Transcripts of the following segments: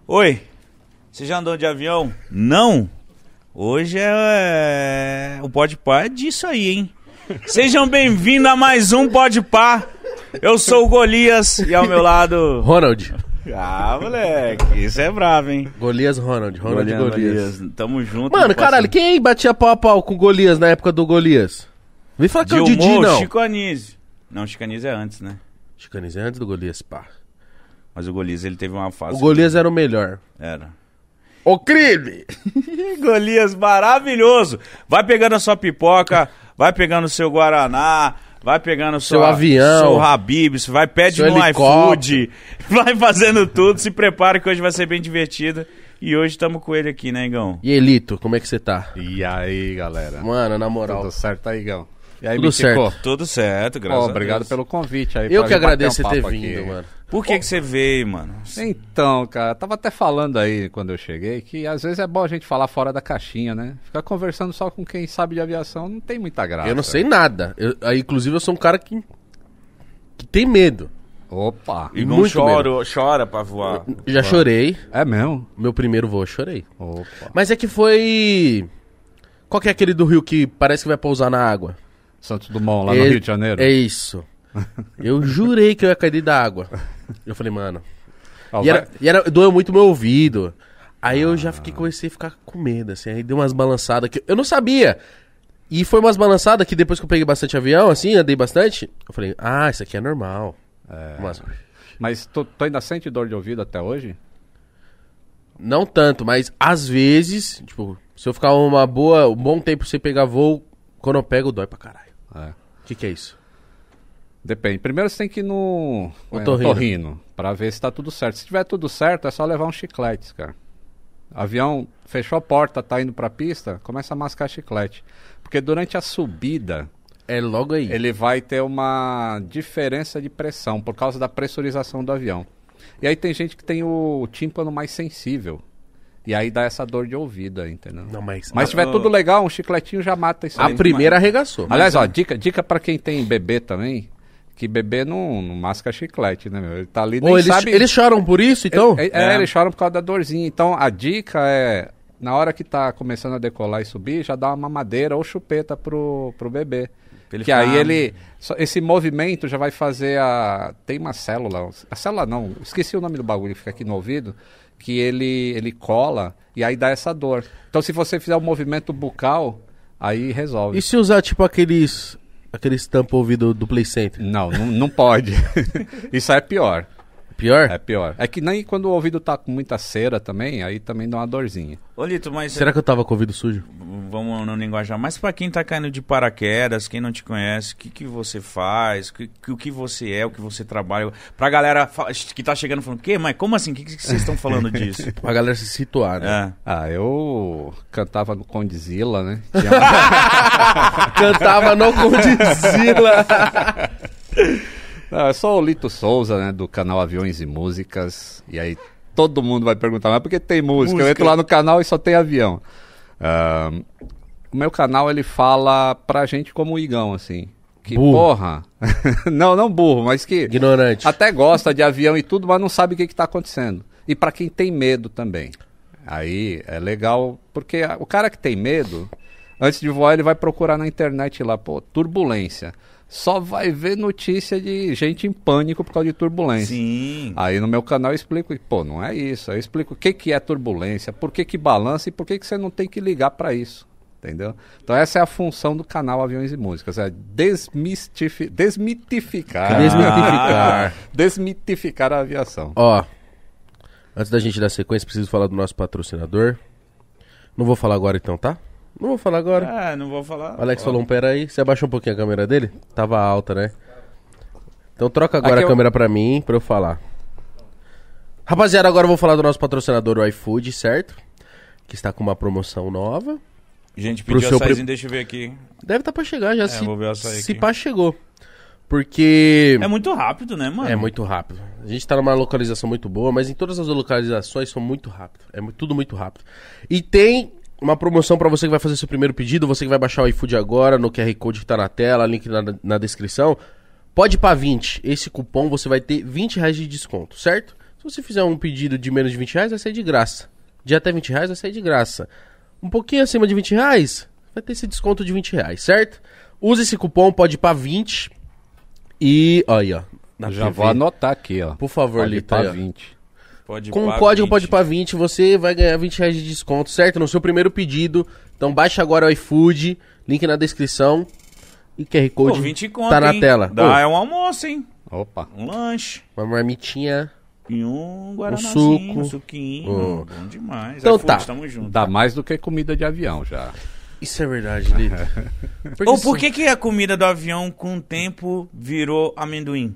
Oi, você já andou de avião? Não? Hoje o Podpah é disso aí, hein? Sejam bem-vindos a mais um Podpah. Eu sou o Golias e ao meu lado... Ronald. Ah, moleque, isso é bravo, hein? Golias, Ronald Golias. Tamo junto. Mano, caralho, quem aí batia pau a pau com o Golias na época do Golias? Vem falar que é o Didi, não. Chico Anísio. Não, Chico Anísio é antes, né? Chico Anísio é antes do Golias, pá. Mas o Golias, ele teve uma fase... O Golias era o melhor. Era. O crime! Golias maravilhoso. Vai pegando a sua pipoca, vai pegando o seu Guaraná, vai pegando o seu avião, seu Habib's, vai pede no iFood, vai fazendo tudo, se prepara que hoje vai ser bem divertido. E hoje estamos com ele aqui, né, Igão? E Elito, como é que você tá? E aí, galera? Mano, na moral. Tudo certo aí, Igão? E aí, tudo certo. Tudo certo, graças a Deus. Obrigado pelo convite aí. Eu que agradeço você ter vindo, mano. Por que você veio, mano? Então, cara, tava até falando aí quando eu cheguei que às vezes é bom a gente falar fora da caixinha, né? Ficar conversando só com quem sabe de aviação não tem muita graça. Eu não sei nada. Inclusive eu sou um cara que tem medo. Opa! E não chora pra voar. Já chorei. É mesmo? Meu primeiro voo eu chorei. Opa. Mas é que foi... Qual que é aquele do Rio que parece que vai pousar na água? Santos Dumont, lá no Rio de Janeiro? É isso. Eu jurei que eu ia cair da água. Eu falei, mano... doeu muito meu ouvido. Aí eu já comecei a ficar com medo, assim. Aí deu umas balançadas que eu não sabia. E foi umas balançadas que depois que eu peguei bastante avião, assim, andei bastante. Eu falei, isso aqui é normal. Mas tu ainda sente dor de ouvido até hoje? Não tanto, mas às vezes, tipo, se eu ficar um bom tempo sem pegar voo, quando eu pego, dói pra caralho. O que é isso? Depende. Primeiro você tem que ir no otorrino pra ver se tá tudo certo. Se tiver tudo certo, é só levar uns chicletes, cara. Avião fechou a porta, tá indo pra pista, começa a mascar chiclete. Porque durante a subida... É logo aí. Ele vai ter uma diferença de pressão por causa da pressurização do avião. E aí tem gente que tem o tímpano mais sensível. E aí dá essa dor de ouvido, entendeu? Não, mas se tiver tudo legal, um chicletinho já mata isso aí. A primeira arregaçou. Aliás, dica pra quem tem bebê também, que bebê não masca chiclete, né, meu? Ele tá ali, eles choram por isso, então? Eles choram por causa da dorzinha. Então, a dica é, na hora que tá começando a decolar e subir, já dá uma mamadeira ou chupeta pro bebê. Que aí esse movimento já vai fazer tem uma célula, a célula não, esqueci o nome do bagulho que fica aqui no ouvido, que ele cola e aí dá essa dor. Então se você fizer o movimento bucal, aí resolve. E se usar tipo aqueles tampa-ouvido do Play Center? Não pode. Isso é pior. Pior? É pior. É que nem quando o ouvido tá com muita cera também, aí também dá uma dorzinha. Ô, Lito, mas... Será que eu tava com o ouvido sujo? Vamos no linguajar. Mas pra quem tá caindo de paraquedas, quem não te conhece, o que você faz, o que você é, o que você trabalha. Pra galera que tá chegando falando, mas como assim? O que vocês estão falando disso? Pra galera se situar, né? Eu cantava no Condzilla, né? Cantava no Condzilla. Não, eu sou o Lito Souza, né, do canal Aviões e Músicas. E aí todo mundo vai perguntar, mas por que tem música? Eu entro lá no canal e só tem avião. O meu canal, ele fala pra gente como o Igão, assim. Que burro. Porra... não burro, mas que... Ignorante. Até gosta de avião e tudo, mas não sabe o que tá acontecendo. E pra quem tem medo também. Aí é legal, porque o cara que tem medo, antes de voar, ele vai procurar na internet lá, turbulência. Só vai ver notícia de gente em pânico por causa de turbulência. Sim. Aí no meu canal eu explico, não é isso. Eu explico o que é turbulência, por que balança e por que você não tem que ligar para isso. Entendeu? Então essa é a função do canal Aviões e Músicas, é desmitificar a aviação. Ó, antes da gente dar sequência, preciso falar do nosso patrocinador. Não vou falar agora então, tá? Não vou falar agora. Não vou falar. Alex falou, pera aí. Você abaixou um pouquinho a câmera dele? Tava alta, né? Então troca agora a câmera pra mim, pra eu falar. Rapaziada, agora eu vou falar do nosso patrocinador, o iFood, certo? Que está com uma promoção nova. Gente, pediu açaizinho, deixa eu ver aqui. Deve estar pra chegar já, vou ver o açaí se aqui. pá chegou. Porque... É muito rápido, né, mano? É muito rápido. A gente tá numa localização muito boa, mas em todas as localizações são muito rápido. Tudo muito rápido. E tem uma promoção pra você que vai fazer seu primeiro pedido, você que vai baixar o iFood agora, no QR Code que tá na tela, link na descrição. Pode ir pra 20. Esse cupom você vai ter R$20 de desconto, certo? Se você fizer um pedido de menos de R$20, vai sair de graça. De até R$20 vai sair de graça. Um pouquinho acima de R$20, vai ter esse desconto de R$20, certo? Use esse cupom PODPA20 e... Olha, ó. Já vou anotar aqui, ó. Por favor, Lito. PODPA20. Com o código PODPA20 você vai ganhar R$20 de desconto, certo? No seu primeiro pedido. Então baixa agora o iFood, link na descrição. E QR Code 20 conto, tá na tela. Dá, é um almoço, hein? Opa. Um lanche. Uma marmitinha. E um guaranazinho, suco. um suquinho. Bom demais. Então iFood, tá. Tamo junto. Dá mais do que comida de avião já. Isso é verdade, Lito. Ou por que a comida do avião com o tempo virou amendoim?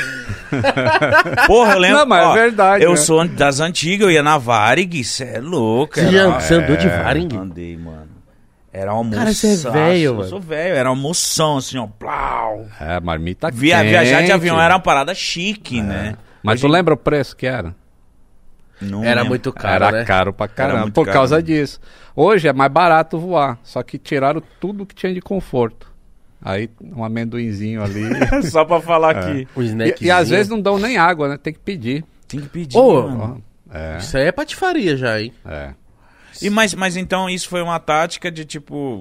Porra, eu lembro. Não, mas é verdade. Eu né? sou das antigas, eu ia na Varig, cê é louco. Você andou de Varig? Andei, mano. Era almoção. Cara, você é velho, mano. Eu sou velho, era almoção, assim, ó. Plau. É, marmita quente. Viajar de avião era uma parada chique, né? Mas tu lembra o preço que era? Não Era lembro. muito caro, Era né? caro pra Era caramba, muito por caro. causa disso. Hoje é mais barato voar, só que tiraram tudo que tinha de conforto. Aí um amendoinzinho ali. Só pra falar aqui. O e snackzinho. às vezes não dão nem água, né? Tem que pedir. Tem que pedir, Ô, mano. É, Isso aí é patifaria já, hein? é. E mas então isso foi uma tática de tipo...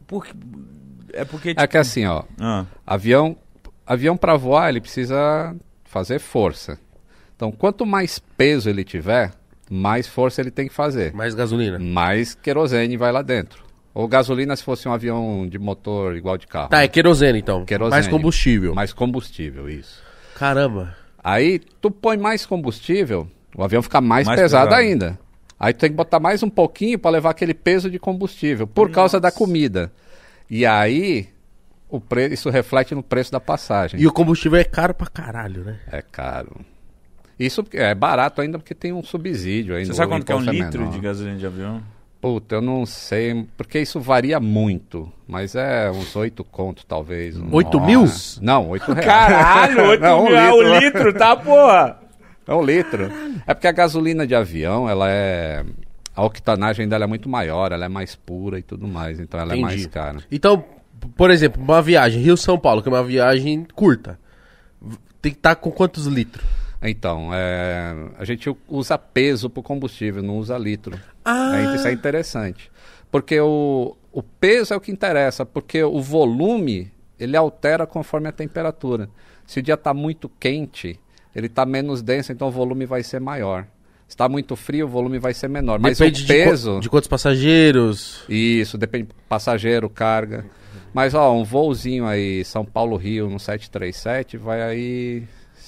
É porque... É que assim, ó, avião para voar, ele precisa fazer força. Então, quanto mais peso ele tiver, mais força ele tem que fazer. Mais gasolina. Mais querosene vai lá dentro. Ou gasolina se fosse um avião de motor igual de carro. Tá, é querosene então. Querosene. Mais combustível. Mais combustível, isso. Caramba. Aí, tu põe mais combustível, o avião fica mais Mais pesado pesado. ainda. Aí tu tem que botar mais um pouquinho para levar aquele peso de combustível, por causa da comida. E aí, isso reflete no preço da passagem. E o combustível é caro pra caralho, né? É caro. Isso é barato ainda porque tem um subsídio ainda. Você sabe o quanto que é um imposto litro menor. de gasolina de avião? Puta, eu não sei, porque isso varia muito. Mas é uns 8 conto, talvez. 8 mil? Não, 8 reais. Caralho, 8 Não, mil é o litro, tá, porra? É 1 litro. É porque a gasolina de avião, ela é... A octanagem dela é muito maior, ela é mais pura e tudo mais. Então ela é mais cara. Então, por exemplo, uma viagem Rio-São Paulo, que é uma viagem curta, tem que estar com quantos litros? Então, a gente usa peso pro combustível, não usa litro. Ah. Isso é interessante. Porque o peso é o que interessa, porque o volume, ele altera conforme a temperatura. Se o dia está muito quente, ele está menos denso, então o volume vai ser maior. Se está muito frio, o volume vai ser menor. Mas Depende o peso... de quantos passageiros. Isso, depende do passageiro, carga. Mas, ó, um voozinho aí, São Paulo-Rio, no 737, vai aí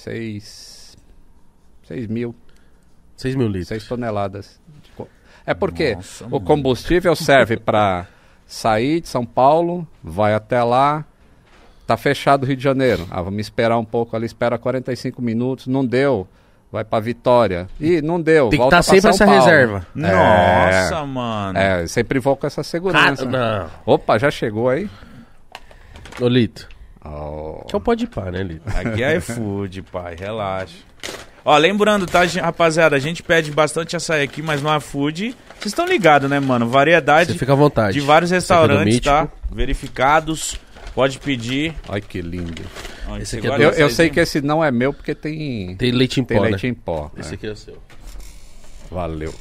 6 mil. 6 mil litros. 6 toneladas. É porque Nossa, o combustível serve para sair de São Paulo, vai até lá, tá fechado o Rio de Janeiro. Ah, vamos esperar um pouco ali, espera 45 minutos, não deu, vai para Vitória. Ih, não deu, Tem que volta estar pra sempre São essa Paulo. reserva. Nossa, mano. Sempre vou com essa segurança. Não. Opa, já chegou aí? Ô, Lito. Oh. Que é o pode pá, né, Lito? Aqui é iFood, pai, relaxa. Ó, lembrando, tá, rapaziada, a gente pede bastante açaí aqui, mas no iFood, vocês estão ligados, né, mano? Variedade Você fica à vontade. de vários Esse aqui é do restaurantes, Mítico. tá? Verificados, pode pedir. Ai, que lindo. Ó, Esse você aqui é gosta Eu de sei açaizinho? que esse não é meu porque tem Tem leite em pó, leite né? em pó. Esse aqui é o seu. Valeu.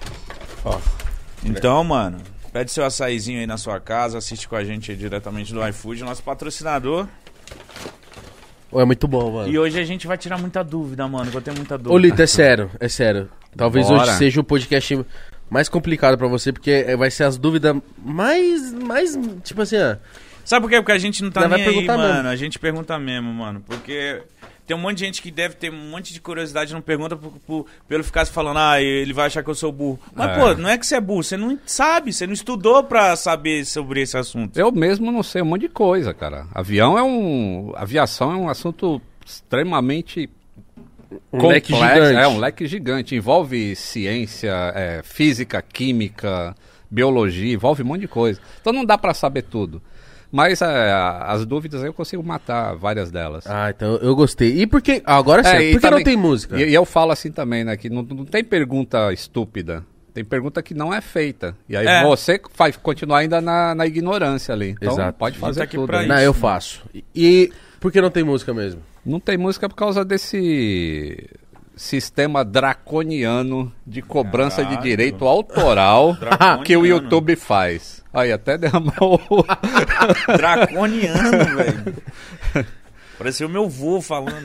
Então, mano, pede seu açaizinho aí na sua casa, assiste com a gente aí diretamente do iFood, nosso patrocinador. Ô, é muito bom, mano. E hoje a gente vai tirar muita dúvida, mano, que eu tenho muita dúvida. Ô, Lito, é sério, é sério. Talvez Bora. hoje seja o podcast mais complicado pra você, porque vai ser as dúvidas mais, tipo assim, ó. Sabe por quê? Porque a gente não tá Nós vai nem aí, perguntar mano. mesmo. A gente pergunta mesmo, mano. Porque tem um monte de gente que deve ter um monte de curiosidade e não pergunta pelo ficar se falando, ele vai achar que eu sou burro. Mas, pô, não é que você é burro, você não sabe, você não estudou pra saber sobre esse assunto. Eu mesmo não sei um monte de coisa, cara. Aviação é um assunto extremamente leque complexo. gigante. É um leque gigante. Envolve ciência, física, química, biologia, envolve um monte de coisa. Então não dá pra saber tudo. Mas as dúvidas eu consigo matar várias delas. Ah, então eu gostei. E por que... Agora sim, e por que também- não tem música? E eu falo assim também, né? Que não tem pergunta estúpida. Tem pergunta que não é feita. E aí você vai continuar ainda na ignorância ali. Então Exato. pode A fazer gente tá aqui tudo. pra né? isso. Não, eu faço. E por que não tem música mesmo? Não tem música por causa desse sistema draconiano de cobrança de direito autoral que o YouTube faz. Aí até derramou. Draconiano, velho. Pareceu meu vô falando.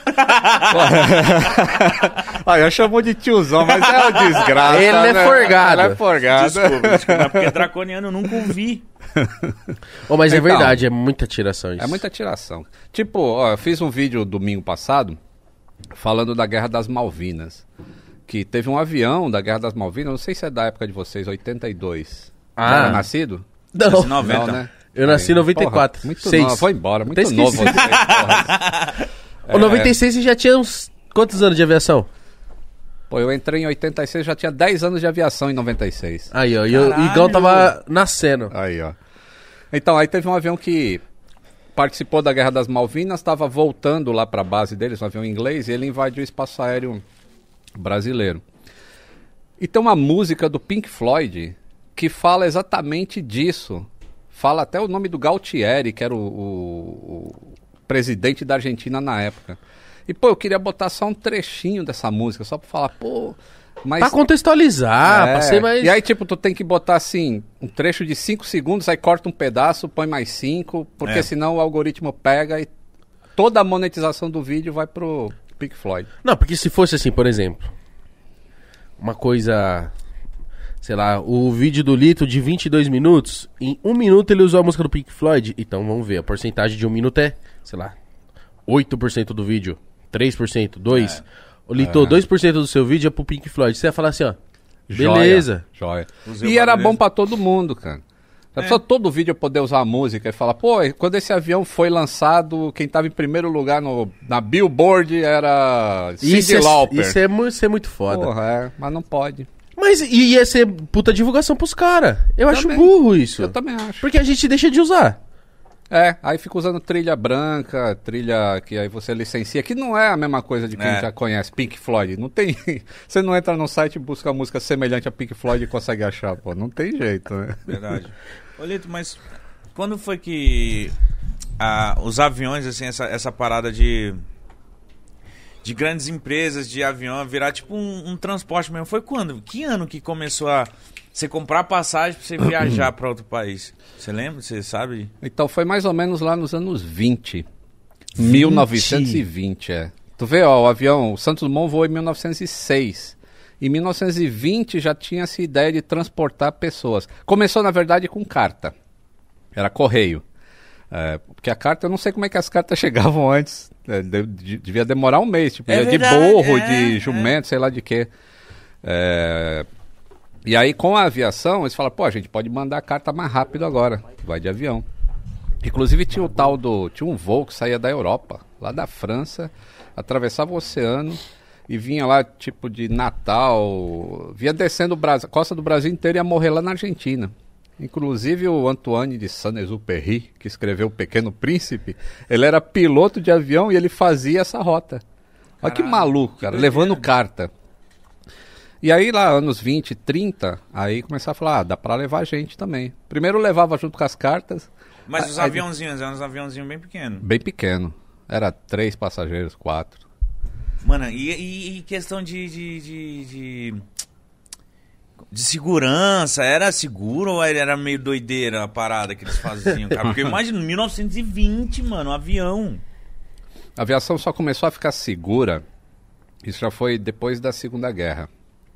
Aí chamou de tiozão, mas é uma desgraça. Ele é forgado. Ele é forgado. Desculpa, porque draconiano eu nunca ouvi. Mas é verdade, é muita tiração isso. É muita tiração. Tipo, ó, eu fiz um vídeo domingo passado falando da Guerra das Malvinas. Que teve um avião da Guerra das Malvinas, não sei se é da época de vocês, 82. Já era nascido? Não. 90. Não, né? Eu nasci em 94. Porra, muito 6. novo, foi embora, muito novo você. Em 96 você já tinha uns... Quantos anos de aviação? Pô, eu entrei em 86, já tinha 10 anos de aviação em 96. Aí, ó, e o Igão tava nascendo. Aí, ó. Então, aí teve um avião que participou da Guerra das Malvinas, estava voltando lá para a base deles, um avião inglês, e ele invadiu o espaço aéreo brasileiro. E tem uma música do Pink Floyd que fala exatamente disso. Fala até o nome do Galtieri, que era o presidente da Argentina na época. E, pô, eu queria botar só um trechinho dessa música, só pra falar, pô... Mas... Pra contextualizar, pra ser mais... E aí, tipo, tu tem que botar, assim, um trecho de 5 segundos, aí corta um pedaço, põe mais 5, porque senão o algoritmo pega e toda a monetização do vídeo vai pro Pink Floyd. Não, porque se fosse assim, por exemplo, uma coisa... Sei lá, o vídeo do Lito de 22 minutos, em 1 minuto ele usou a música do Pink Floyd. Então vamos ver, a porcentagem de 1 minuto é, sei lá, 8% do vídeo, 3%, 2%. O Lito, 2% do seu vídeo é pro Pink Floyd. Você ia falar assim, ó, beleza. Joia. E era bom pra todo mundo, cara. Só todo vídeo eu poder usar a música e falar, pô, quando esse avião foi lançado, quem tava em primeiro lugar na Billboard era Cyndi Lauper. Isso é muito foda. Porra, mas não pode. Mas ia ser puta divulgação pros caras. Eu acho burro isso. Eu também acho. Porque a gente deixa de usar. Aí fica usando trilha branca, trilha que aí você licencia, que não é a mesma coisa de quem já conhece, Pink Floyd. Não tem. Você não entra no site e busca música semelhante a Pink Floyd e consegue achar, pô. Não tem jeito, né? Verdade. Ô, Lito, mas quando foi que os aviões, assim, essa parada de grandes empresas de avião virar tipo um transporte mesmo? Foi quando? Que ano que começou a você comprar passagem pra você viajar pra outro país? Você lembra? Você sabe? Então foi mais ou menos lá nos anos 20. 1920, Tu vê, ó, o avião, o Santos Dumont voou em 1906. Em 1920 já tinha essa ideia de transportar pessoas. Começou, na verdade, com carta. Era correio. Porque a carta, eu não sei como é que as cartas chegavam antes. Devia demorar um mês. Tipo, de burro, de jumento, sei lá de quê. E aí, com a aviação, eles falaram, pô, a gente pode mandar a carta mais rápido agora. Vai de avião. Inclusive, tinha tinha um voo que saía da Europa, lá da França, atravessava o oceano e vinha lá, tipo, de Natal, vinha descendo a costa do Brasil inteiro e ia morrer lá na Argentina. Inclusive o Antoine de Saint-Exupéry, que escreveu O Pequeno Príncipe, ele era piloto de avião e ele fazia essa rota. Olha que maluco, cara, levando carta. E aí lá, anos 20, 30, aí começaram a falar, dá pra levar gente também. Primeiro levava junto com as cartas. Mas os aviãozinhos, eram uns aviãozinhos bem pequenos. Bem pequeno. Era 3 passageiros, 4. Mano, e questão de segurança, era seguro ou era meio doideira a parada que eles faziam, cara? Porque eu imagino, 1920, mano, um avião. A aviação só começou a ficar segura, isso já foi depois da Segunda Guerra.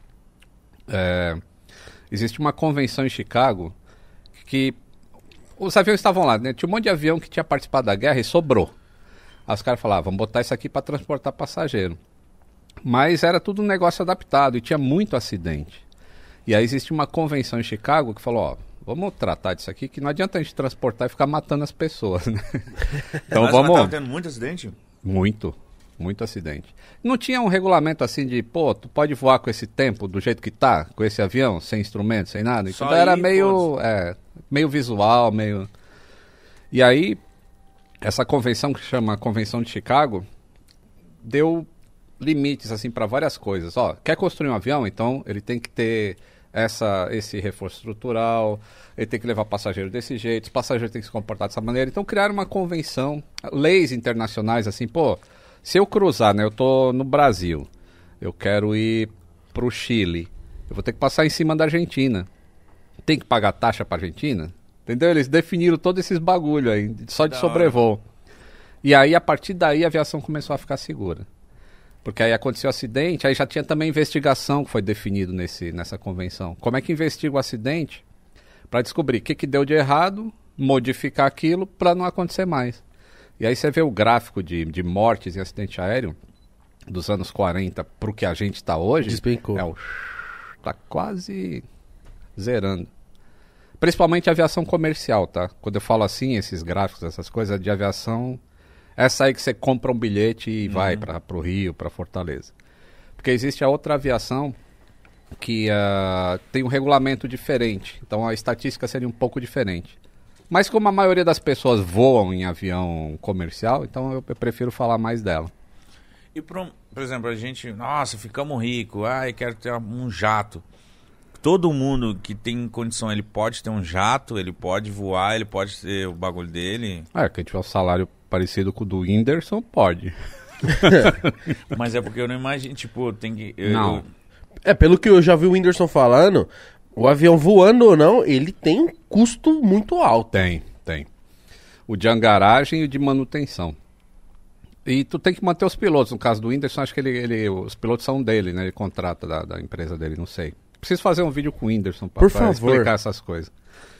Existe uma convenção em Chicago que os aviões estavam lá, né? Tinha um monte de avião que tinha participado da guerra e sobrou. Aí os caras falavam, vamos botar isso aqui para transportar passageiro. Mas era tudo um negócio adaptado e tinha muito acidente. E aí existe uma convenção em Chicago que falou, ó, vamos tratar disso aqui, que não adianta a gente transportar e ficar matando as pessoas, né? Então mas vamos... tava tendo muito acidente? Muito acidente. Não tinha um regulamento assim de, pô, tu pode voar com esse tempo do jeito que tá, com esse avião, sem instrumento, sem nada. Então era meio visual, meio... E aí, essa convenção que chama Convenção de Chicago, deu limites assim para várias coisas. Ó, quer construir um avião? Então ele tem que ter esse reforço estrutural, ele tem que levar passageiro desse jeito, os passageiros têm que se comportar dessa maneira. Então criaram uma convenção, leis internacionais assim, pô, se eu cruzar, né, eu tô no Brasil, eu quero ir pro Chile. Eu vou ter que passar em cima da Argentina. Tem que pagar taxa pra Argentina? Entendeu? Eles definiram todos esses bagulho aí, só de sobrevoo. E aí, a partir daí, a aviação começou a ficar segura. Porque aí aconteceu o acidente, aí já tinha também investigação que foi definido nessa convenção. Como é que investiga o acidente? Para descobrir o que deu de errado, modificar aquilo para não acontecer mais. E aí você vê o gráfico de mortes em acidente aéreo dos anos 40 para o que a gente está hoje. Despencou. Tá quase zerando. Principalmente a aviação comercial, tá? Quando eu falo assim, esses gráficos, essas coisas de aviação, essa aí que você compra um bilhete e vai para o Rio, para Fortaleza. Porque existe a outra aviação que tem um regulamento diferente. Então a estatística seria um pouco diferente. Mas como a maioria das pessoas voam em avião comercial, então eu prefiro falar mais dela. E por exemplo, a gente, nossa, ficamos ricos, quero ter um jato. Todo mundo que tem condição, ele pode ter um jato, ele pode voar, ele pode ter o bagulho dele. Quem tiver um salário parecido com o do Whindersson, pode. Mas é porque eu não imagino, tipo, tem que... Não. Pelo que eu já vi o Whindersson falando, o avião voando ou não, ele tem um custo muito alto. Tem. O de angaragem e o de manutenção. E tu tem que manter os pilotos. No caso do Whindersson, acho que os pilotos são dele, né? Ele contrata da empresa dele, não sei. Preciso fazer um vídeo com o Whindersson pra explicar essas coisas.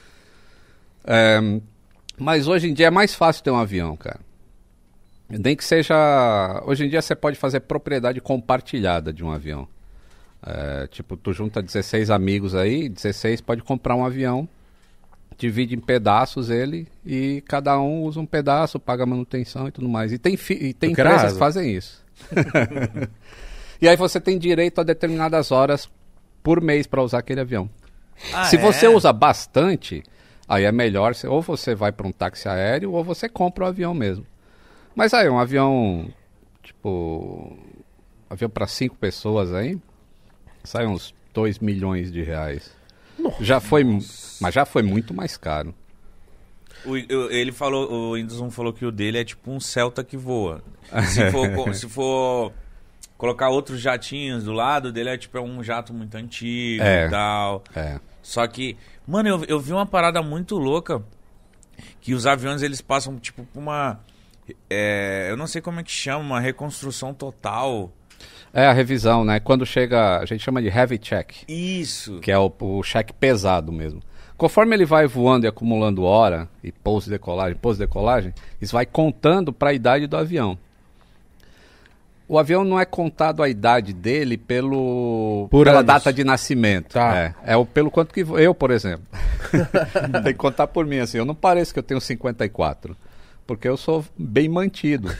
Mas hoje em dia é mais fácil ter um avião, cara. Nem que seja... Hoje em dia você pode fazer propriedade compartilhada de um avião. Tipo, tu junta 16 amigos aí, 16 pode comprar um avião, divide em pedaços ele e cada um usa um pedaço, paga manutenção e tudo mais. E tem empresas que fazem isso. E aí você tem direito a determinadas horas por mês para usar aquele avião. Se você usa bastante, aí é melhor, ou você vai para um táxi aéreo ou você compra o avião mesmo. Mas aí, um avião, tipo, avião para 5 pessoas aí, sai uns 2 milhões de reais. Nossa. Mas já foi muito mais caro. O Whindersson falou que o dele é tipo um Celta que voa. Se for colocar outros jatinhos do lado dele, é um jato muito antigo e tal. Só que, mano, eu vi uma parada muito louca, que os aviões, eles passam tipo por uma... eu não sei como é que chama, uma reconstrução total. A revisão, né? Quando chega, a gente chama de heavy check. Isso. Que é o check pesado mesmo. Conforme ele vai voando e acumulando hora, e pouso e decolagem, isso vai contando para a idade do avião. O avião não é contado a idade dele pela data de nascimento. Tá. Pelo quanto que... Eu, por exemplo. Tem que contar por mim, assim. Eu não pareço que eu tenho 54. Porque eu sou bem mantido.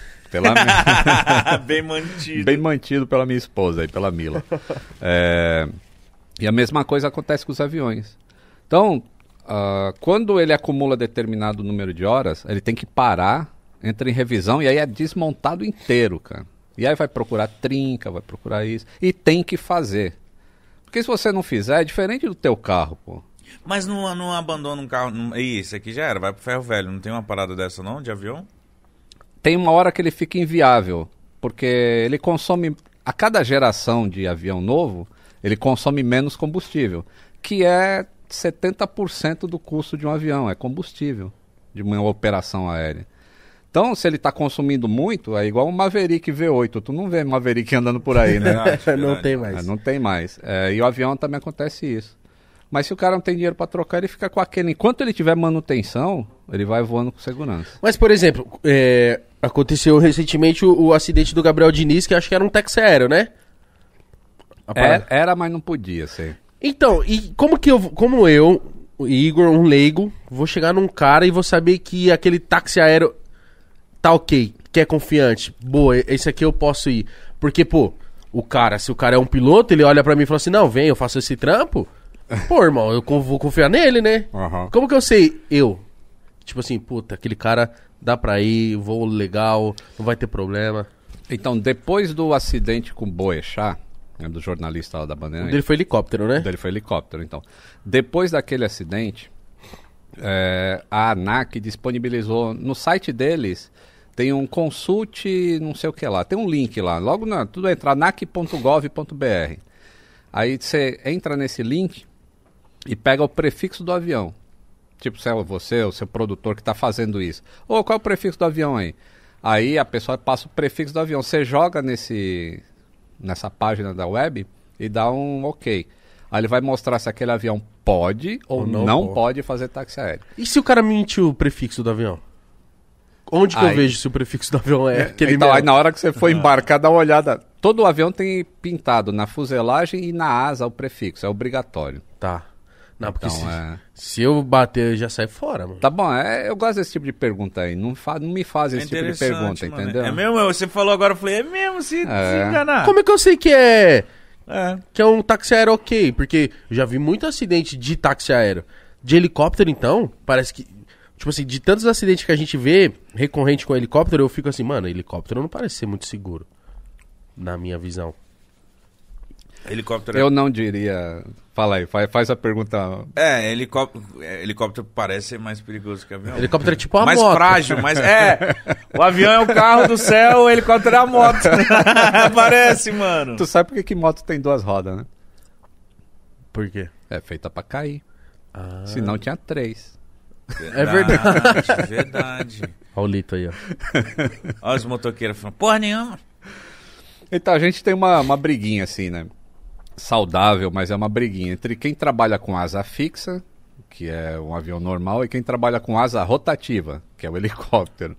Bem mantido pela minha esposa, pela Mila. E a mesma coisa acontece com os aviões. Então, quando ele acumula determinado número de horas, ele tem que parar, entra em revisão e aí é desmontado inteiro, cara. E aí vai procurar trinca, vai procurar isso. E tem que fazer. Porque se você não fizer, é diferente do teu carro, pô. Mas não abandona um carro... Isso aqui já era, vai pro ferro velho. Não tem uma parada dessa não, de avião? Tem uma hora que ele fica inviável. Porque ele consome... A cada geração de avião novo, ele consome menos combustível. Que é 70% do custo de um avião. É combustível de uma operação aérea. Então, se ele está consumindo muito, é igual um Maverick V8. Tu não vê Maverick andando por aí, né? Não tem mais. Não tem mais. E o avião também acontece isso. Mas se o cara não tem dinheiro para trocar, ele fica com aquele... Enquanto ele tiver manutenção, ele vai voando com segurança. Mas, por exemplo, aconteceu recentemente o acidente do Gabriel Diniz, que acho que era um táxi aéreo, né? Era, mas não podia ser. Então, e como eu, o Igor, um leigo, vou chegar num cara e vou saber que aquele táxi aéreo tá ok, que é confiante. Boa, esse aqui eu posso ir. Porque, pô, se o cara é um piloto, ele olha pra mim e fala assim, não, vem, eu faço esse trampo. Pô, irmão, eu vou confiar nele, né? Uhum. Como que eu sei? Tipo assim, puta, aquele cara dá pra ir, voo legal, não vai ter problema. Então, depois do acidente com o Boechat, do jornalista lá da Bandeira... O dele foi helicóptero, né? O dele foi helicóptero, então. Depois daquele acidente, a ANAC disponibilizou no site deles... tem um consulte, não sei o que lá, tem um link lá, logo tudo entra, anac.gov.br. Aí você entra nesse link e pega o prefixo do avião. Tipo, se é você, o seu produtor que está fazendo isso. Qual é o prefixo do avião aí? Aí a pessoa passa o prefixo do avião. Você joga nessa página da web e dá um ok. Aí ele vai mostrar se aquele avião pode ou não pode fazer táxi aéreo. E se o cara mentiu o prefixo do avião? Onde que eu vejo se o prefixo do avião é aquele então, mesmo? aí na hora que você for embarcar, dá uma olhada. Todo o avião tem pintado na fuselagem e na asa o prefixo. É obrigatório. Tá. Não, porque então, se eu bater, eu já saio fora, mano. Tá bom, eu gosto desse tipo de pergunta aí. Não me faz esse tipo de pergunta, mano. entendeu? É mesmo, você falou agora, eu falei, é mesmo, se enganar. Como é que eu sei que que é um táxi aéreo ok? Porque eu já vi muito acidente de táxi aéreo. De helicóptero, então, parece que... Tipo assim, de tantos acidentes que a gente vê recorrente com helicóptero, eu fico assim, mano, helicóptero não parece ser muito seguro. Na minha visão. Helicóptero... Eu não diria... Fala aí, faz a pergunta. Helicóptero parece ser mais perigoso que avião. Helicóptero é tipo uma mais moto. Mais frágil, mas o avião é o carro do céu, o helicóptero é a moto. Parece, mano. Tu sabe por que moto tem 2 rodas, né? Por quê? É feita pra cair. Senão tinha 3. É verdade. Verdade. Olha o Lito aí, ó. Olha os motoqueiros falando, porra nenhuma. Então, a gente tem uma briguinha assim, né? Saudável, mas é uma briguinha entre quem trabalha com asa fixa, que é um avião normal, e quem trabalha com asa rotativa, que é o helicóptero.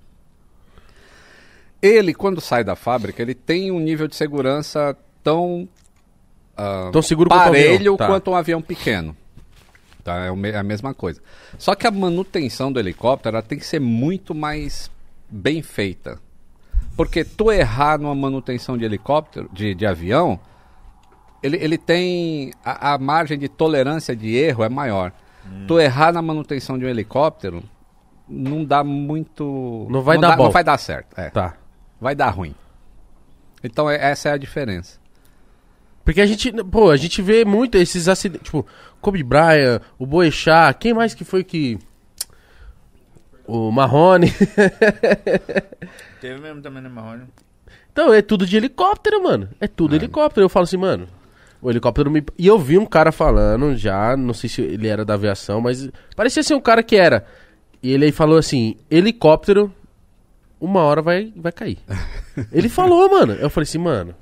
Ele, quando sai da fábrica, ele tem um nível de segurança tão seguro parelho quanto um avião pequeno. Tá? É a mesma coisa. Só que a manutenção do helicóptero ela tem que ser muito mais bem feita. Porque tu errar numa manutenção de helicóptero, de avião, ele tem... A margem de tolerância de erro é maior. Tu errar na manutenção de um helicóptero, não dá muito... Não vai dar bom. Não vai dar certo. Tá. Vai dar ruim. Então essa é a diferença. Porque a gente vê muito esses acidentes, tipo, Kobe Bryant, o Boechat, quem mais que foi que... O Marrone. Teve mesmo também no Marrone. Então, é tudo de helicóptero, mano. É tudo helicóptero. Eu falo assim, mano, o helicóptero me... E eu vi um cara falando já, não sei se ele era da aviação, mas parecia ser um cara que era. E ele aí falou assim, helicóptero, uma hora vai cair. Ele falou, mano. Eu falei assim, mano...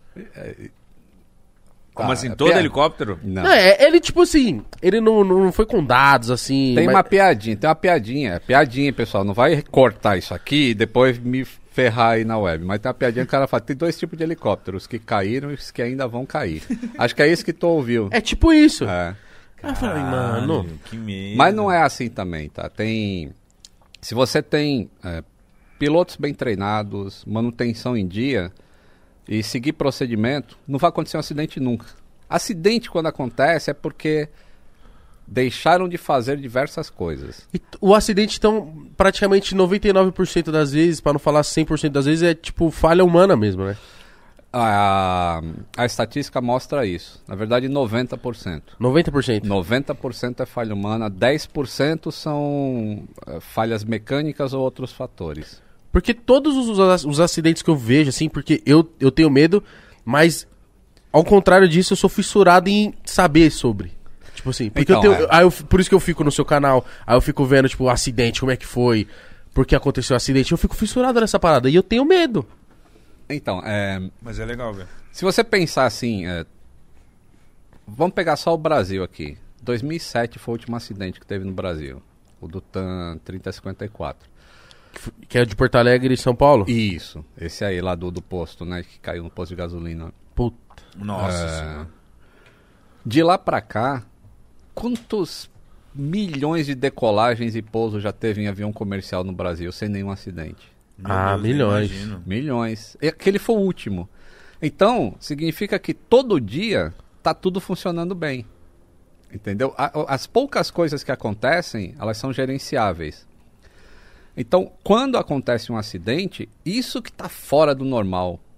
Como assim, todo helicóptero? Não. Ele tipo assim, ele não foi com dados assim... Tem uma piadinha. É piadinha, pessoal. Não vai cortar isso aqui e depois me ferrar aí na web. Mas tem uma piadinha que o cara fala, tem 2 tipos de helicópteros, os que caíram e os que ainda vão cair. Acho que é isso que tu ouviu. É tipo isso. É. Eu falei, mano... Que medo. Mas não é assim também, tá? Se você tem pilotos bem treinados, manutenção em dia... E seguir procedimento, não vai acontecer um acidente nunca. Acidente, quando acontece, é porque deixaram de fazer diversas coisas. E o acidente, então, praticamente 99% das vezes, para não falar 100% das vezes, é tipo falha humana mesmo, né? A estatística mostra isso. Na verdade, 90%. 90%? 90% é falha humana, 10% são falhas mecânicas ou outros fatores. Porque todos os acidentes que eu vejo, assim, porque eu tenho medo, mas ao contrário disso, eu sou fissurado em saber sobre. Tipo assim, porque então, por isso que eu fico no seu canal, aí eu fico vendo, tipo, o acidente, como é que foi, por que aconteceu o acidente, eu fico fissurado nessa parada, e eu tenho medo. Então, Mas é legal, velho. Se você pensar assim, vamos pegar só o Brasil aqui. 2007 foi o último acidente que teve no Brasil, o do TAM 3054. Que é de Porto Alegre e São Paulo? Isso, esse aí lá do posto, né, que caiu no posto de gasolina. Puta. Nossa senhora. De lá pra cá, quantos milhões de decolagens e pousos já teve em avião comercial no Brasil sem nenhum acidente? Milhões. Milhões. E aquele foi o último. Então, significa que todo dia tá tudo funcionando bem. Entendeu? As poucas coisas que acontecem, elas são gerenciáveis. Então, quando acontece um acidente, isso que está fora do normal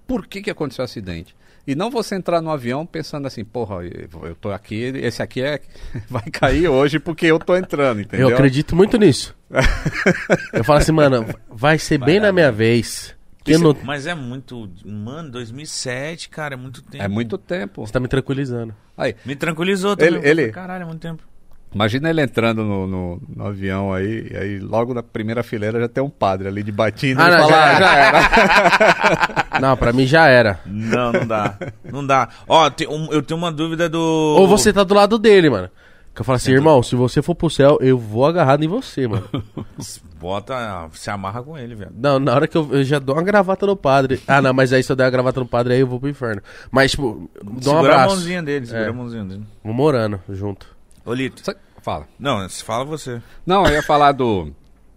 por que aconteceu o acidente. E não você entrar no avião pensando assim, porra, eu tô aqui, esse aqui vai cair hoje porque eu tô entrando, entendeu? Eu acredito muito nisso. Eu falo assim, mano, vai ser bem na minha vez. Mas é muito... Mano, 2007, cara, é muito tempo. É muito tempo. Você tá me tranquilizando. Aí, me tranquilizou também. Ele... Caralho, é muito tempo. Imagina ele entrando no avião aí, e aí logo na primeira fileira já tem um padre ali de batina e fala, já era. Não, pra mim já era. Não dá. Não dá. Ó, eu tenho uma dúvida do... Ou você tá do lado dele, mano. Que eu falo assim, irmão, se você for pro céu, eu vou agarrado em você, mano. Se amarra com ele, velho. Não, na hora que eu já dou uma gravata no padre. Ah, não, mas aí se eu der uma gravata no padre, aí eu vou pro inferno. Mas, tipo, dou um abraço. Segura a mãozinha dele, segura a mãozinha dele. Vamos orando junto. Ô, Lito. Fala. Não, fala você. Não, eu ia falar do...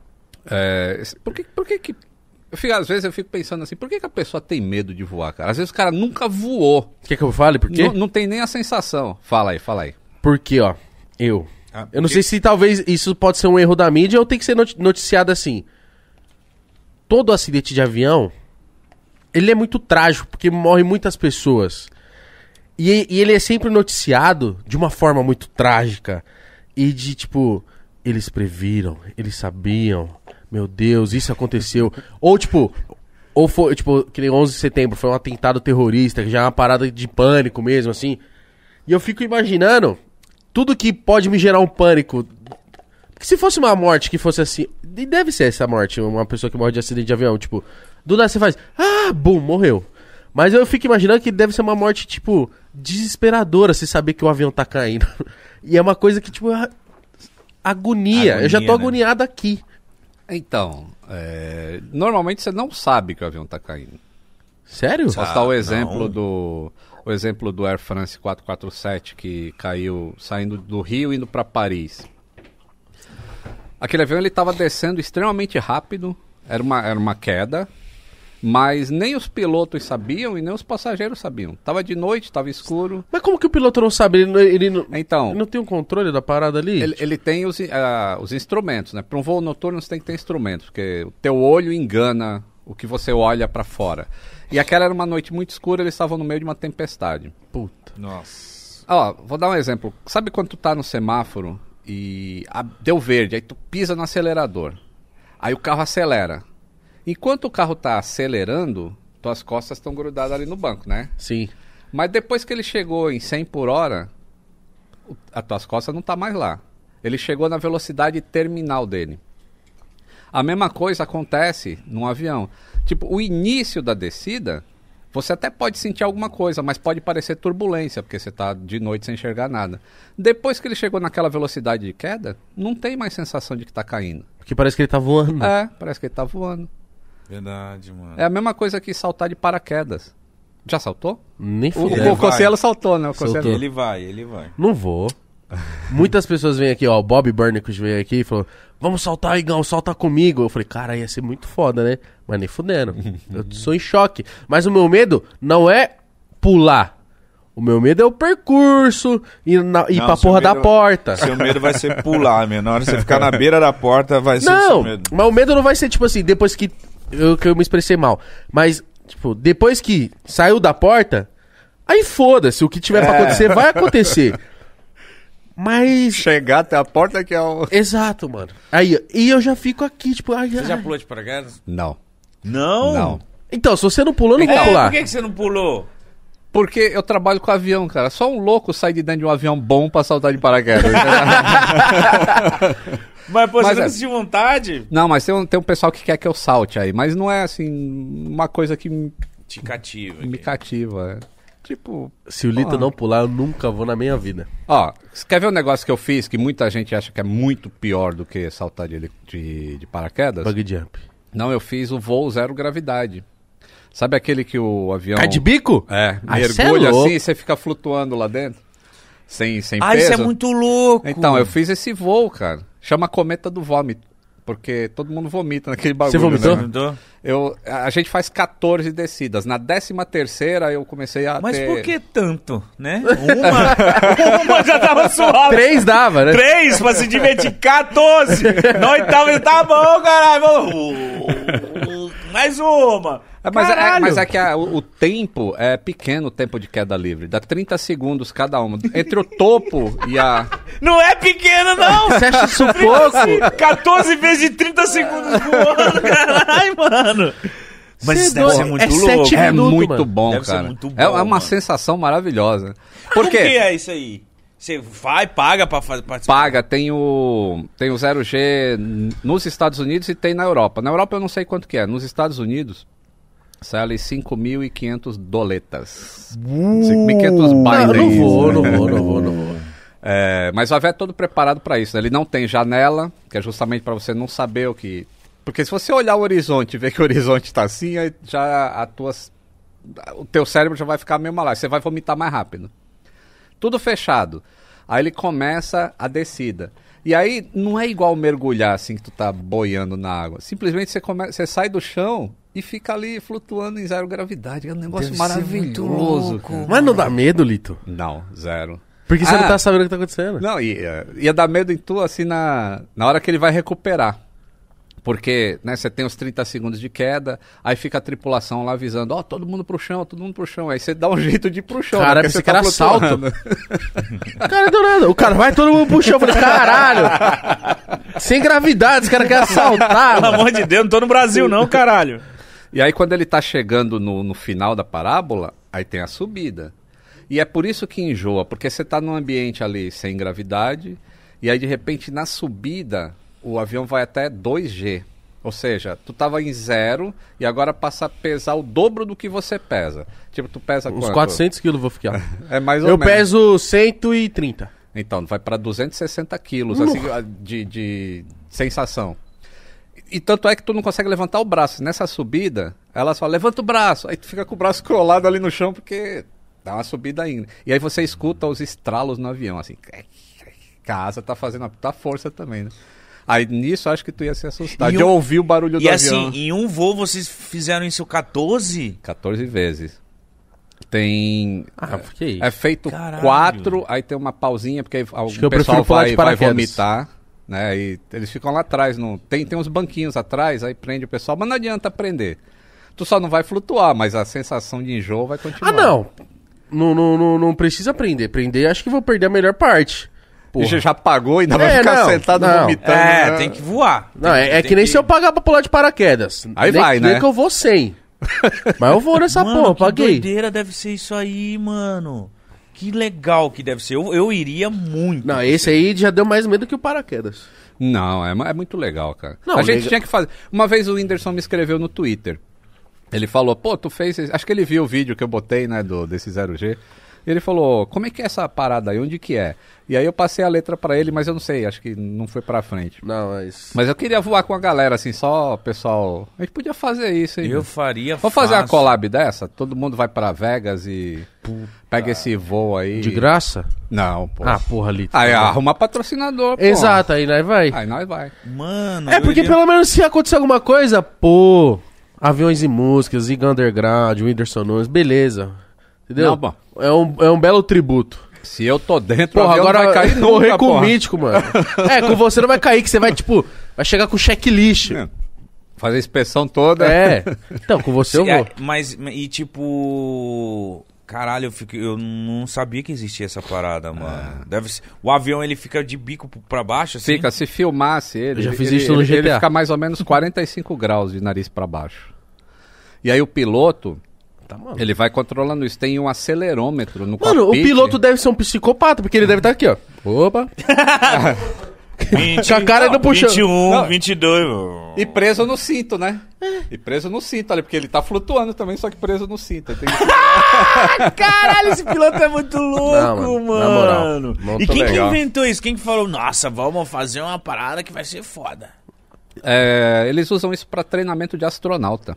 Por que às vezes eu fico pensando assim, por que a pessoa tem medo de voar, cara? Às vezes o cara nunca voou. Quer que eu fale? Por quê? Não tem nem a sensação. Fala aí. Porque, ó, eu não sei se talvez isso pode ser um erro da mídia ou tem que ser noticiado assim. Todo acidente de avião, ele é muito trágico, porque morrem muitas pessoas. E ele é sempre noticiado de uma forma muito trágica. E de, tipo, eles previram, eles sabiam, meu Deus, isso aconteceu. Ou foi, tipo, que nem 11 de setembro, foi um atentado terrorista, que já é uma parada de pânico mesmo, assim. E eu fico imaginando tudo que pode me gerar um pânico. Porque se fosse uma morte que fosse assim, e deve ser essa morte, uma pessoa que morre de acidente de avião, tipo, do nada você faz, bum, morreu. Mas eu fico imaginando que deve ser uma morte, tipo, desesperadora, você saber que o avião tá caindo. E é uma coisa que, tipo, agonia. Eu já tô agoniado aqui. Então, normalmente você não sabe que o avião tá caindo. Sério? Posso dar o exemplo do Air France 447 que caiu saindo do Rio indo para Paris. Aquele avião ele estava descendo extremamente rápido, era uma queda, mas nem os pilotos sabiam e nem os passageiros sabiam. Tava de noite, tava escuro. Mas como que o piloto não sabe? Ele não tem um controle da parada ali? Ele tem os instrumentos, né? Para um voo noturno você tem que ter instrumentos, porque o teu olho engana o que você olha para fora. E aquela era uma noite muito escura, eles estavam no meio de uma tempestade. Puta. Nossa. Ó, vou dar um exemplo. Sabe quando tu tá no semáforo e deu verde, aí tu pisa no acelerador. Aí o carro acelera. Enquanto o carro tá acelerando, tuas costas estão grudadas ali no banco, né? Sim. Mas depois que ele chegou em 100 por hora, as tuas costas não tá mais lá. Ele chegou na velocidade terminal dele. A mesma coisa acontece num avião. Tipo, o início da descida, você até pode sentir alguma coisa, mas pode parecer turbulência, porque você tá de noite sem enxergar nada. Depois que ele chegou naquela velocidade de queda, não tem mais sensação de que tá caindo. Porque parece que ele tá voando. Parece que ele tá voando. Verdade, mano. É a mesma coisa que saltar de paraquedas. Já saltou? Nem fudeu. O Cossielo saltou, né? Ele vai. Não vou. Muitas pessoas vêm aqui, ó. O Bob Burnicus veio aqui e falou: vamos saltar, Igão, salta comigo. Eu falei, cara, ia ser muito foda, né? Mas nem fudendo. Eu sou em choque. Mas o meu medo não é pular. O meu medo é o percurso e pra porra da porta. Seu medo vai ser pular, meu. Na hora que você ficar na beira da porta, vai ser o seu medo. Mas o medo não vai ser, tipo assim, depois que eu me expressei mal. Mas, tipo, depois que saiu da porta, aí foda-se. O que tiver pra acontecer, vai acontecer. Mas... chegar até a porta que é o... Exato, mano. Aí, e eu já fico aqui, tipo... Você já pulou de paraquedas? Não. Não? Então, se você não pulou, eu não vou pular. Por que você não pulou? Porque eu trabalho com avião, cara. Só um louco sai de dentro de um avião bom pra saltar de paraquedas. Mas você não sentiu vontade? Não, mas tem um pessoal que quer que eu salte aí. Mas não é, assim, uma coisa que... te cativa. Me cativa, Tipo... se o Lito não pular, eu nunca vou na minha vida. Ó, você quer ver um negócio que eu fiz que muita gente acha que é muito pior do que saltar de paraquedas? Bug jump. Não, eu fiz o voo zero gravidade. Sabe aquele que o avião... cai de bico? Mergulha assim e você fica flutuando lá dentro? Sem peso. Isso é muito louco. Então, eu fiz esse voo, cara. Chama Cometa do Vômito. Porque todo mundo vomita naquele bagulho. Você vomitou? Né? A gente faz 14 descidas. Na 13ª eu comecei a Mas por que tanto, né? Uma já tava suave. 3 dava, né? 3 pra se divertir. 14. Na 8ª, tá bom, caralho. Mais uma! Mas é que o tempo é pequeno, o tempo de queda livre. Dá 30 segundos cada uma. Entre o topo e a... Não é pequeno, não! Você acha isso pouco? 14 vezes de 30 segundos voando, caralho, mano! Mas isso deve ser muito louco. 7 É minutos, muito mano. bom, Deve ser cara. muito bom, É uma mano. sensação maravilhosa. Por Por que quê? é isso aí? Você vai, paga pra participar? Paga, tem o 0G nos Estados Unidos e tem na Europa. Na Europa eu não sei quanto que é. Nos Estados Unidos, sai ali 5.500 doletas. 5.500 Biden. Não vou. Mas o avião é todo preparado para isso, né? Ele não tem janela, que é justamente para você não saber o que... Porque se você olhar o horizonte e ver que o horizonte está assim, aí já o teu cérebro já vai ficar meio malado, você vai vomitar mais rápido. Tudo fechado. Aí ele começa a descida. E aí não é igual mergulhar assim que tu tá boiando na água. Simplesmente você sai do chão e fica ali flutuando em zero gravidade. É um negócio Deve ser maravilhoso. muito louco. Cara. Mas não dá medo, Lito? Não, zero. Porque você não tá sabendo o que tá acontecendo. Não, ia dar medo em tu assim na hora que ele vai recuperar. Porque, né, você tem os 30 segundos de queda, aí fica a tripulação lá avisando, todo mundo pro chão, todo mundo pro chão. Aí você dá um jeito de ir pro chão. Cara, né, pensei porque que era assalto. Cara, deu nada. O cara vai todo mundo pro chão. Eu falei, caralho. Sem gravidade, esse cara quer assaltar. Pelo amor de Deus, não tô no Brasil não, caralho. E aí quando ele tá chegando no final da parábola, aí tem a subida. E é por isso que enjoa, porque você tá num ambiente ali sem gravidade, e aí de repente na subida o avião vai até 2G. Ou seja, tu tava em 0 e agora passa a pesar o dobro do que você pesa. Tipo, tu pesa Uns quanto? 400 quilos vou ficar. É mais ou Eu menos. peso 130. Então, vai para 260 quilos assim, de sensação. E tanto é que tu não consegue levantar o braço. Nessa subida, ela só levanta o braço. Aí tu fica com o braço colado ali no chão porque dá uma subida ainda. E aí você escuta os estralos no avião, assim. A asa tá fazendo uma força também, né? Aí nisso acho que tu ia se assustar de ouvir o barulho do avião. E assim, em um voo vocês fizeram isso 14? 14 vezes. Tem... que isso? É feito Caralho. 4, aí tem uma pausinha, porque aí que o eu pessoal prefiro pular de vai paraquedas. vomitar, né? E eles ficam lá atrás. Tem uns banquinhos atrás, aí prende o pessoal, mas não adianta prender. Tu só não vai flutuar, mas a sensação de enjoo vai continuar. Não precisa prender. Prender, acho que vou perder a melhor parte. E já pagou e ainda vai ficar sentado vomitando. Né? Tem que voar. Não, é que nem se eu pagar pra pular de paraquedas. Aí nem, vai, nem né? que eu vou sem. Mas eu vou nessa Mano, porra, que paguei. doideira deve ser isso aí, mano. Que legal que deve ser. Eu iria muito. Não, esse aí já deu mais medo que o paraquedas. Não, é muito legal, cara. Não, a gente tinha que fazer... Uma vez o Whindersson me escreveu no Twitter. Ele falou, tu fez... Acho que ele viu o vídeo que eu botei, né, desse 0G. E ele falou, como é que é essa parada aí? Onde que é? E aí eu passei a letra pra ele, mas eu não sei, acho que não foi pra frente. Não, mas... Mas eu queria voar com a galera, assim, só pessoal... A gente podia fazer isso, hein? Eu faria Vamos fazer uma fácil. collab dessa? Todo mundo vai pra Vegas e pega esse voo aí. De graça? Não, pô. Ah, porra, Lito. Aí arruma patrocinador, pô. Exato, aí nós vai. Aí nós vai. Mano, É eu porque iria- pelo menos se acontecer alguma coisa, Aviões e Músicas, Ziga Underground, Whindersson Nunes, beleza. Entendeu? Não, bom. É um belo tributo. Se eu tô dentro, Porra, o avião agora não vai cair nunca, morrer com o porra. mítico, mano. Com você não vai cair, que você vai, tipo, vai chegar com checklist. Fazer a inspeção toda. Então, com você eu vou. Mas, e tipo... Caralho, eu não sabia que existia essa parada, mano. Deve ser... O avião, ele fica de bico pra baixo, assim? Fica, se filmasse ele, Eu já fiz ele, isso no ele, ele GTA. fica mais ou menos 45 graus de nariz pra baixo. E aí o piloto, Tá, mano. ele vai controlando isso. Tem um acelerômetro no Mano, cockpit. o piloto deve ser um psicopata, porque ele deve estar aqui, ó. Opa. 20, Com a cara do puxão. 21, Não. 22... E preso no cinto, né? E preso no cinto ali, porque ele tá flutuando também, só que preso no cinto. Tem que... Caralho, esse piloto é muito louco, Não, mano, na moral, mano. muito E quem que legal. inventou isso? Quem que falou, nossa, vamos fazer uma parada que vai ser foda? Eles usam isso pra treinamento de astronauta.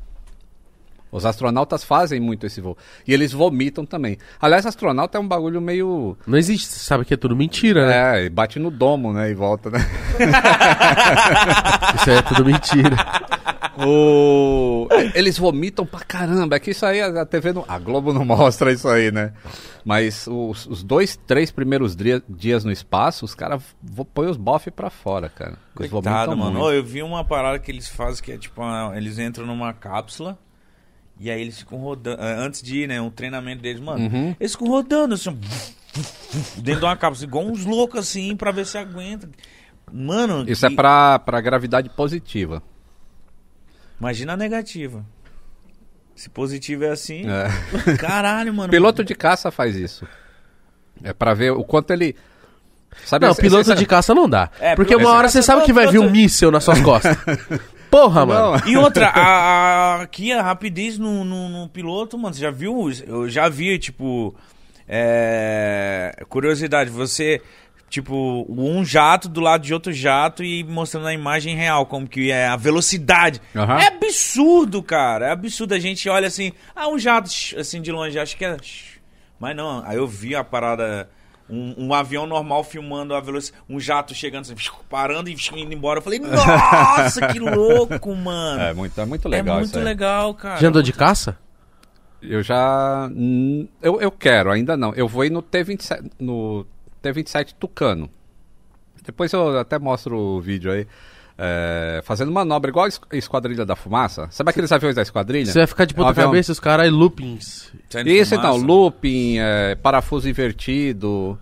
Os astronautas fazem muito esse voo. E eles vomitam também. Aliás, astronauta é um bagulho meio... Não existe, você sabe que é tudo mentira, né? e bate no domo, né? E volta, né? Isso aí é tudo mentira. Eles vomitam pra caramba. É que isso aí a TV a Globo não mostra isso aí, né? Mas os 2, 3 primeiros dias no espaço, os caras põem os bofs pra fora, cara. Coitado, mano. Eu vi uma parada que eles fazem que é tipo, eles entram numa cápsula e aí eles ficam rodando, antes de ir, né, um treinamento deles, mano, eles ficam rodando assim, dentro de uma cápsula, igual uns loucos assim, pra ver se aguenta. Mano... Isso é pra gravidade positiva. Imagina a negativa. Se positivo é assim... Caralho, mano. Piloto de caça faz isso. É pra ver o quanto ele... Sabe, não, piloto de caça não dá. Porque uma hora você sabe que vai vir um míssil nas suas costas. Porra, mano. E outra, aqui a rapidez no piloto, mano, você já viu? Eu já vi, tipo... curiosidade, você... Tipo, um jato do lado de outro jato e mostrando a imagem real, como que é a velocidade. É absurdo, cara. É absurdo. A gente olha assim, um jato, assim, de longe, acho que é... Mas não, aí eu vi a parada, um avião normal filmando a velocidade, um jato chegando assim, parando e indo embora. Eu falei, nossa, que louco, mano. É muito legal. É muito legal, cara. Já andou de caça? Eu já... Eu quero, ainda não. Eu vou ir no T-27... T-27 Tucano. Depois eu até mostro o vídeo aí. Fazendo manobra igual a Esquadrilha da Fumaça. Sabe aqueles aviões da Esquadrilha? Você vai ficar de ponta cabeça, os caras loopings. Isso então, looping, parafuso invertido,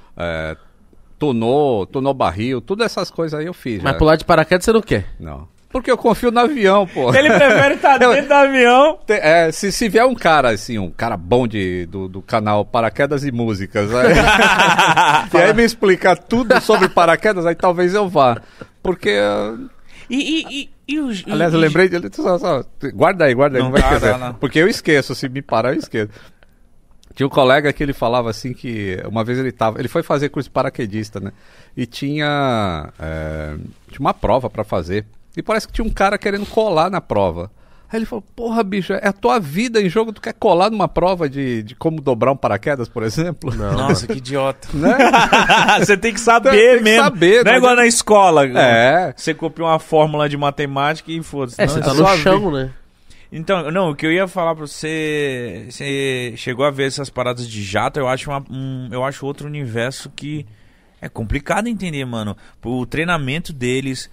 tunô barril, todas essas coisas aí eu fiz. Mas pular de paraquedas você não quer? Não. Porque eu confio no avião, pô. Ele prefere estar dentro do avião. Se vier um cara, assim, um cara bom do canal Paraquedas e Músicas, e aí me explicar tudo sobre paraquedas, aí talvez eu vá. Porque... Aliás, eu lembrei de... Guarda aí, não vai esquecer. Não. Porque eu esqueço, se me parar, eu esqueço. Tinha um colega que ele falava assim que... Uma vez ele foi fazer curso de paraquedista, né? E tinha uma prova pra fazer. E parece que tinha um cara querendo colar na prova. Aí ele falou, porra, bicho, é a tua vida em jogo, tu quer colar numa prova de como dobrar um paraquedas, por exemplo? Não. Nossa, que idiota. Né? Você tem que saber mesmo. Não é igual na escola. Você copia uma fórmula de matemática e foda-se. Você tá no chão, né? Então, não, o que eu ia falar pra você... Você chegou a ver essas paradas de jato, eu acho outro universo que é complicado entender, mano. O treinamento deles...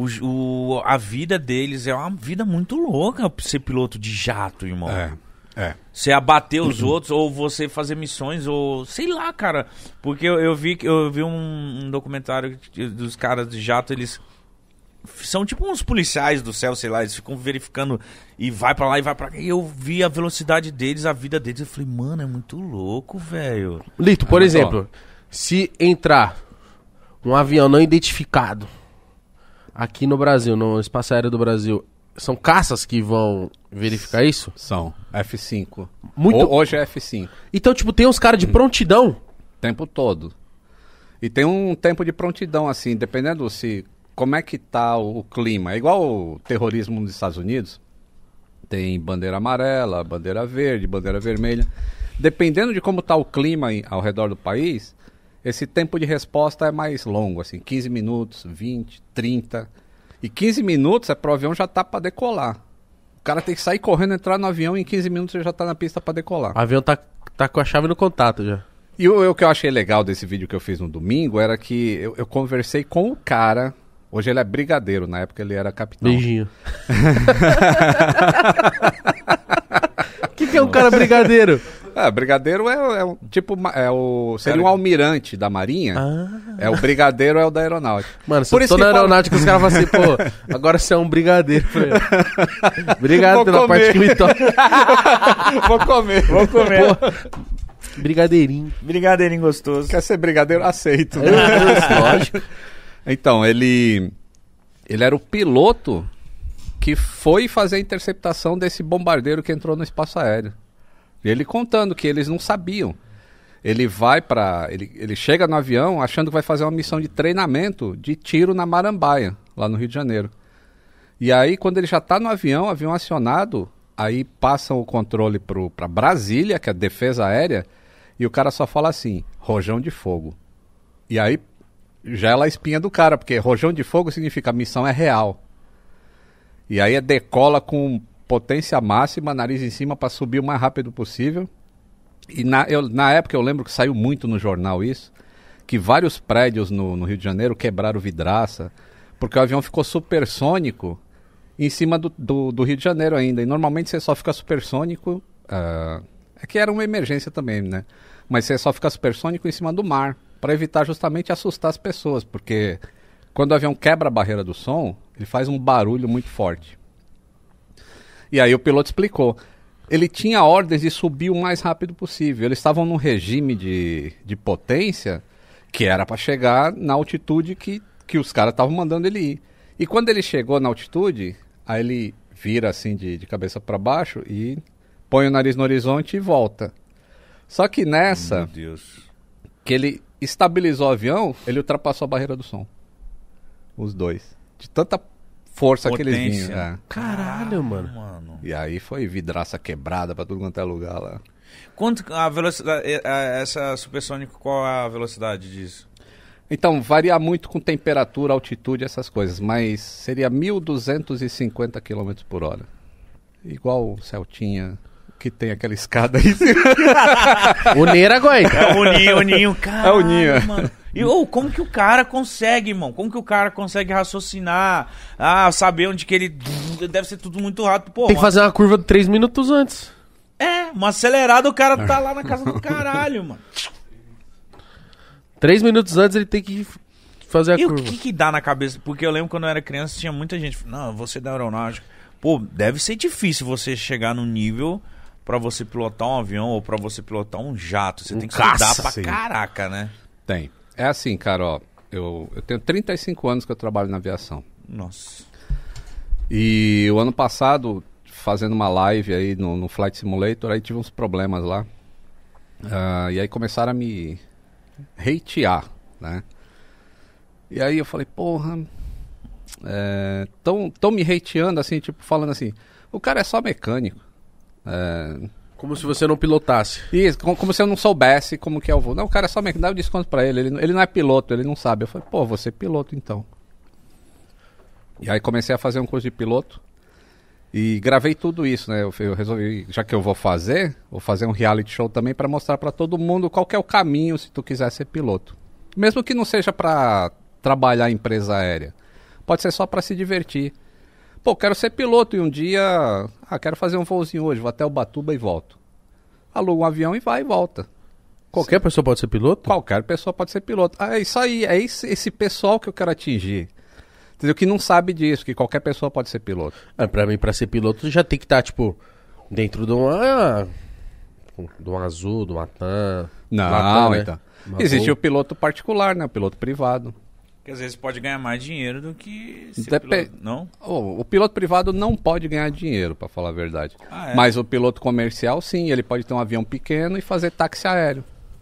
a vida deles é uma vida muito louca ser piloto de jato, irmão. Você abater os outros, ou você fazer missões, ou sei lá, cara. Porque eu vi um documentário dos caras de jato, eles são tipo uns policiais do céu, sei lá, eles ficam verificando e vai pra lá e vai pra cá. E eu vi a velocidade deles, a vida deles, eu falei, mano, é muito louco, velho. Lito, por exemplo, se entrar um avião não identificado aqui no Brasil, no Espaço Aéreo do Brasil, são caças que vão verificar isso? São, F5. Hoje é F5. Então, tipo, tem uns caras de prontidão? O tempo todo. E tem um tempo de prontidão, assim, dependendo como é que tá o clima. É igual o terrorismo nos Estados Unidos. Tem bandeira amarela, bandeira verde, bandeira vermelha. Dependendo de como tá o clima ao redor do país... Esse tempo de resposta é mais longo, assim, 15 minutos, 20, 30. E 15 minutos é pro avião já tá pra decolar. O cara tem que sair correndo, entrar no avião e em 15 minutos ele já tá na pista pra decolar. O avião tá com a chave no contato já. E o que eu achei legal desse vídeo que eu fiz no domingo era que eu conversei com o cara. Hoje ele é brigadeiro, na época ele era capitão. Beijinho. O que é um cara brigadeiro? Brigadeiro seria um almirante da Marinha. O brigadeiro é o da aeronáutica. Mano, se eu tô na aeronáutica, os caras falam assim, pô, agora você é um brigadeiro. Obrigado pela parte que me toca. Vou comer. Pô, brigadeirinho. Brigadeirinho gostoso. Quer ser brigadeiro? Aceito. Lógico. Então, ele era o piloto que foi fazer a interceptação desse bombardeiro que entrou no espaço aéreo. E ele contando que eles não sabiam. Ele chega no avião achando que vai fazer uma missão de treinamento de tiro na Marambaia, lá no Rio de Janeiro. E aí, quando ele já está no avião acionado, aí passam o controle para Brasília, que é a defesa aérea, e o cara só fala assim, rojão de fogo. E aí, gela a espinha do cara, porque rojão de fogo significa a missão é real. E aí decola com potência máxima, nariz em cima para subir o mais rápido possível. E na época eu lembro que saiu muito no jornal isso, que vários prédios no Rio de Janeiro quebraram vidraça, porque o avião ficou supersônico em cima do Rio de Janeiro ainda. E normalmente você só fica supersônico, é que era uma emergência também, né? Mas você só fica supersônico em cima do mar, para evitar justamente assustar as pessoas, porque quando o avião quebra a barreira do som, ele faz um barulho muito forte. E aí o piloto explicou. Ele tinha ordens de subir o mais rápido possível. Eles estavam num regime de potência que era para chegar na altitude que os caras estavam mandando ele ir. E quando ele chegou na altitude, aí ele vira assim de cabeça para baixo e põe o nariz no horizonte e volta. Só que nessa, Meu Deus. que ele estabilizou o avião, ele ultrapassou a barreira do som. Os dois. De tanta força que eles vinham. É. Caralho, mano. E aí foi vidraça quebrada pra tudo quanto é lugar lá. Quanto a velocidade, essa supersônico, qual é a velocidade disso? Então, varia muito com temperatura, altitude, essas coisas, mas seria 1.250 km por hora. Igual o Celtinha, que tem aquela escada aí. O Neira aguenta. É o Ninho, cara. É o Ninho. Mano. E como que o cara consegue, irmão? Como que o cara consegue raciocinar? Saber onde que ele... Deve ser tudo muito rápido. Pô, Tem que fazer uma curva de 3 minutos antes. uma acelerada, o cara tá lá na casa do caralho, mano. 3 minutos antes ele tem que fazer a E curva. o que dá na cabeça? Porque eu lembro quando eu era criança, tinha muita gente... Não, eu vou ser da aeronáutica. Pô, deve ser difícil você chegar num nível pra você pilotar um avião ou pra você pilotar um jato. Você tem que estudar pra caraca, né? Tem. É assim, cara, ó. Eu tenho 35 anos que eu trabalho na aviação. Nossa. E o ano passado, fazendo uma live aí no Flight Simulator, aí tive uns problemas lá. E aí começaram a me hatear, né? E aí eu falei, porra... Tão me hateando, assim, tipo, falando assim... O cara é só mecânico. Como se você não pilotasse. Isso, como se eu não soubesse como que é o voo. Não, o cara é só mecânico, dá um desconto pra ele. Ele não é piloto, ele não sabe. Eu falei, pô, você é piloto então. E aí comecei a fazer um curso de piloto. E gravei tudo isso, né? Eu resolvi, já que eu vou fazer um reality show também pra mostrar pra todo mundo qual que é o caminho se tu quiser ser piloto. Mesmo que não seja pra trabalhar em empresa aérea. Pode ser só pra se divertir. Pô, quero ser piloto e um dia... quero fazer um voozinho hoje, vou até Ubatuba e volto. Aluga um avião e vai e volta. Qualquer pessoa pode ser piloto? Qualquer pessoa pode ser piloto. É isso aí, é esse pessoal que eu quero atingir. Entendeu? Que não sabe disso, que qualquer pessoa pode ser piloto. Pra mim, pra ser piloto, já tem que estar, tipo, dentro de uma... de um Azul, de uma TAM... Não, Latam, né? então. Existe o piloto particular, né? O piloto privado. Que às vezes pode ganhar mais dinheiro do que Depende. Não? O piloto privado não pode ganhar dinheiro, pra falar a verdade. É? Mas o piloto comercial, sim, ele pode ter um avião pequeno e fazer táxi aéreo.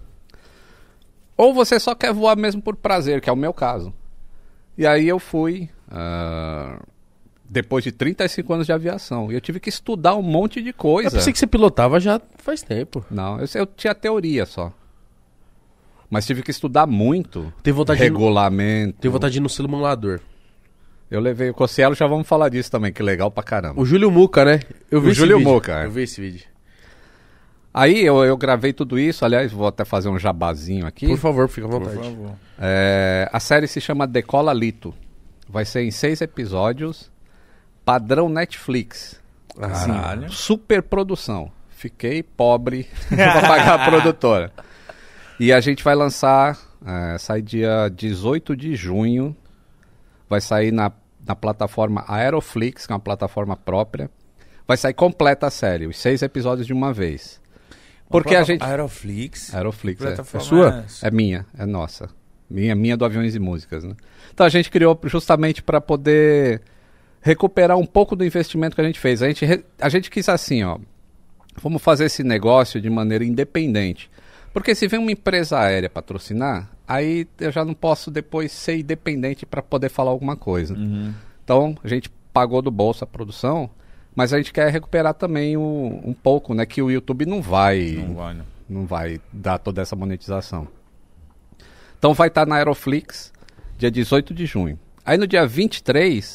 Ou você só quer voar mesmo por prazer, que é o meu caso. E aí eu fui, depois de 35 anos de aviação, e eu tive que estudar um monte de coisa. Eu pensei que você pilotava já faz tempo. Não, eu tinha teoria só. Mas tive que estudar muito. Tem vontade regulamento. Tem vontade de ir no simulador. Eu levei o Cossielo, já vamos falar disso também, que legal pra caramba. O Júlio Muca, né? Eu vi O esse Júlio vídeo. Muca, é. Eu vi esse vídeo. Aí eu gravei tudo isso, aliás, vou até fazer um jabazinho aqui. Por favor, fica à Por vontade. favor. A série se chama Decola Lito. Vai ser em 6 episódios, padrão Netflix. Caralho. Super produção. Fiquei pobre pra pagar a produtora. E a gente vai lançar, sai dia 18 de junho, vai sair na plataforma Aeroflix, que é uma plataforma própria. Vai sair completa a série, os 6 episódios de uma vez. Porque a gente... Aeroflix. Aeroflix, É sua? É minha, é nossa. Minha do Aviões e Músicas, né? Então a gente criou justamente para poder recuperar um pouco do investimento que a gente fez. A gente quis assim, ó, vamos fazer esse negócio de maneira independente. Porque se vem uma empresa aérea patrocinar, aí eu já não posso depois ser independente para poder falar alguma coisa. Uhum. Então a gente pagou do bolso a produção, mas a gente quer recuperar também um pouco, né? Que o YouTube não vai dar toda essa monetização. Então vai estar na Aeroflix, dia 18 de junho. Aí no dia 23,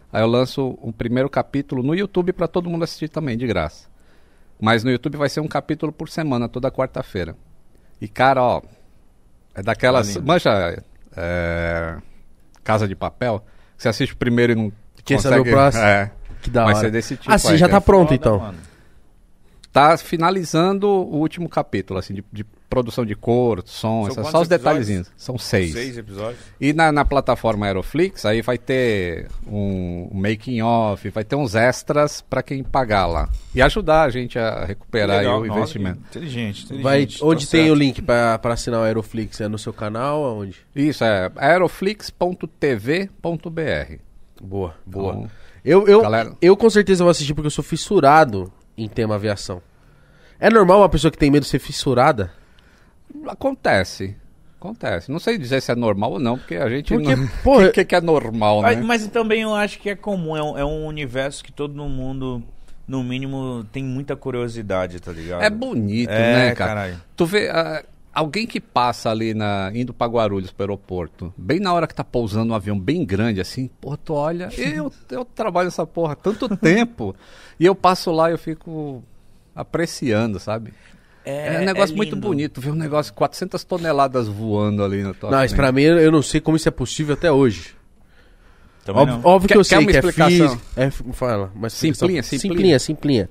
Aí eu lanço um primeiro capítulo no YouTube pra todo mundo assistir também, de graça. Mas no YouTube vai ser um capítulo por semana, toda quarta-feira. E, cara, ó, é daquelas... Manja, Casa de Papel? Você assiste o primeiro e não Quem consegue... sabe o próximo? É. Que da Vai hora. ser desse tipo. Ah, sim, já tá pronto, então. Mano. Tá finalizando o último capítulo, assim, de produção de cor, som, São só os quantos detalhezinhos. São 6. 6 episódios. E na plataforma Aeroflix, aí vai ter um making of, vai ter uns extras pra quem pagar lá. E ajudar a gente a recuperar aí o investimento. Inteligente. Onde tem o link pra assinar o Aeroflix? É no seu canal? Aonde? Isso, é aeroflix.tv.br. Boa. Então, Eu com certeza vou assistir porque eu sou fissurado em tema aviação. É normal uma pessoa que tem medo ser fissurada? Acontece. Não sei dizer se é normal ou não, porque a gente Porque, não... porra... O que é normal, né? Mas também eu acho que é comum. É um universo que todo mundo, no mínimo, tem muita curiosidade, tá ligado? É bonito, né, cara? Caralho. Tu vê... alguém que passa ali indo pra Guarulhos, pro aeroporto, bem na hora que tá pousando um avião bem grande, assim, porra, tu olha, eu trabalho nessa porra há tanto tempo, e eu passo lá e eu fico apreciando, sabe? É um negócio muito bonito, ver um negócio 400 toneladas voando ali no tua Não, isso frente. pra mim, eu não sei como isso é possível até hoje. Também não. Óbvio que eu sei uma que explicação? é físico. Fala, mas Simplinha. Simplinha.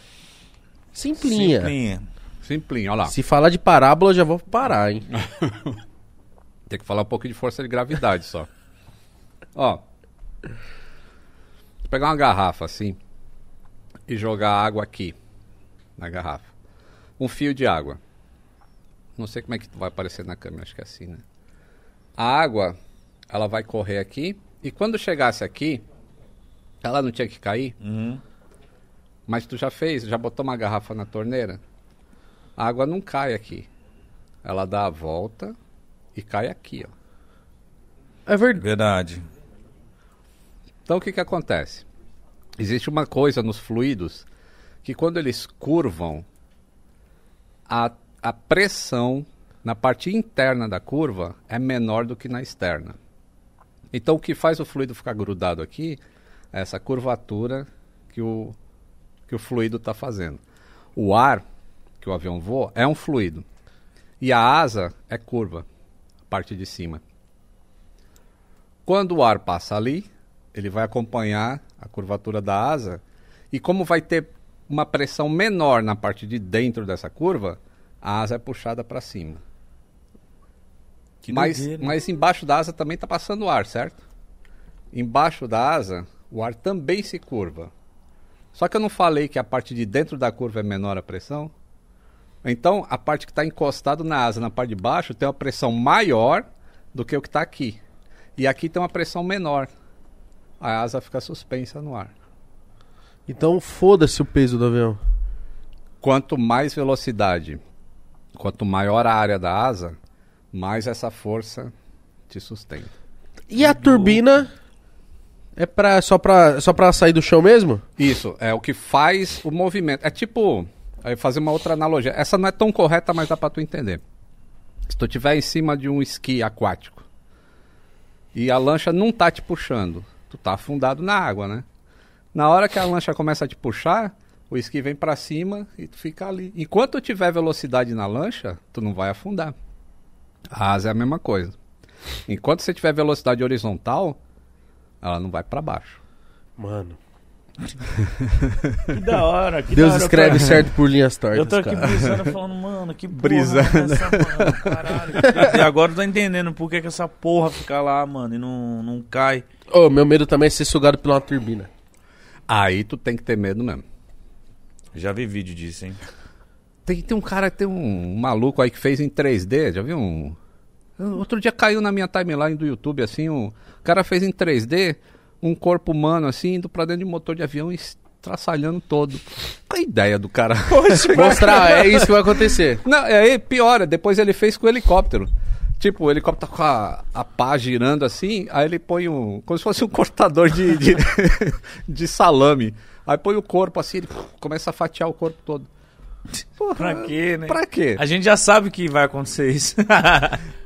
Simplinho, olha lá. Se falar de parábola, eu já vou parar, hein? Tem que falar um pouquinho de força de gravidade só. Ó. Vou pegar uma garrafa assim e jogar água aqui na garrafa. Um fio de água. Não sei como é que vai aparecer na câmera, acho que é assim, né? A água, ela vai correr aqui e quando chegasse aqui, ela não tinha que cair. Mas tu já botou uma garrafa na torneira? A água não cai aqui. Ela dá a volta e cai aqui, ó. É verdade. Verdade. Então o que acontece? Existe uma coisa nos fluidos que quando eles curvam, a pressão na parte interna da curva é menor do que na externa. Então o que faz o fluido ficar grudado aqui é essa curvatura que o fluido está fazendo. O ar que o avião voa é um fluido. E a asa é curva, a parte de cima. Quando o ar passa ali, ele vai acompanhar a curvatura da asa. E como vai ter uma pressão menor na parte de dentro dessa curva, a asa é puxada para cima. Mas embaixo da asa também está passando ar, certo? Embaixo da asa, o ar também se curva. Só que eu não falei que a parte de dentro da curva é menor a pressão? Então, a parte que está encostado na asa, na parte de baixo, tem uma pressão maior do que o que está aqui. E aqui tem uma pressão menor. A asa fica suspensa no ar. Então, foda-se o peso do avião. Quanto mais velocidade, quanto maior a área da asa, mais essa força te sustenta. E a turbina é só pra sair do chão mesmo? Isso, é o que faz o movimento. É tipo, aí fazer uma outra analogia. Essa não é tão correta, mas dá pra tu entender. Se tu estiver em cima de um esqui aquático e a lancha não tá te puxando, tu tá afundado na água, né? Na hora que a lancha começa a te puxar, o esqui vem pra cima e tu fica ali. Enquanto tu tiver velocidade na lancha, tu não vai afundar. A asa é a mesma coisa. Enquanto você tiver velocidade horizontal, ela não vai pra baixo. Mano. Que da hora. Deus escreve certo por linhas tortas. Eu tô aqui cara. brisando, falando, mano, que porra Brisando. é essa, mano, caralho. E agora eu tô entendendo por que essa porra fica lá, mano, e não cai. Ô, meu medo também é ser sugado por uma turbina. Aí tu tem que ter medo mesmo. Já vi vídeo disso, hein? Tem um cara, tem um maluco aí que fez em 3D, já viu? Outro dia caiu na minha timeline do YouTube, assim, o cara fez em 3D um corpo humano, assim, indo pra dentro de um motor de avião e estraçalhando todo. Qual a ideia do cara? Mostrar, é isso que vai acontecer. Não, aí piora, depois ele fez com o helicóptero. Tipo, o helicóptero tá com a pá girando assim, aí ele põe como se fosse um cortador de salame. Aí põe o corpo assim, ele começa a fatiar o corpo todo. Porra, Pra quê, né? Pra quê? A gente já sabe que vai acontecer isso.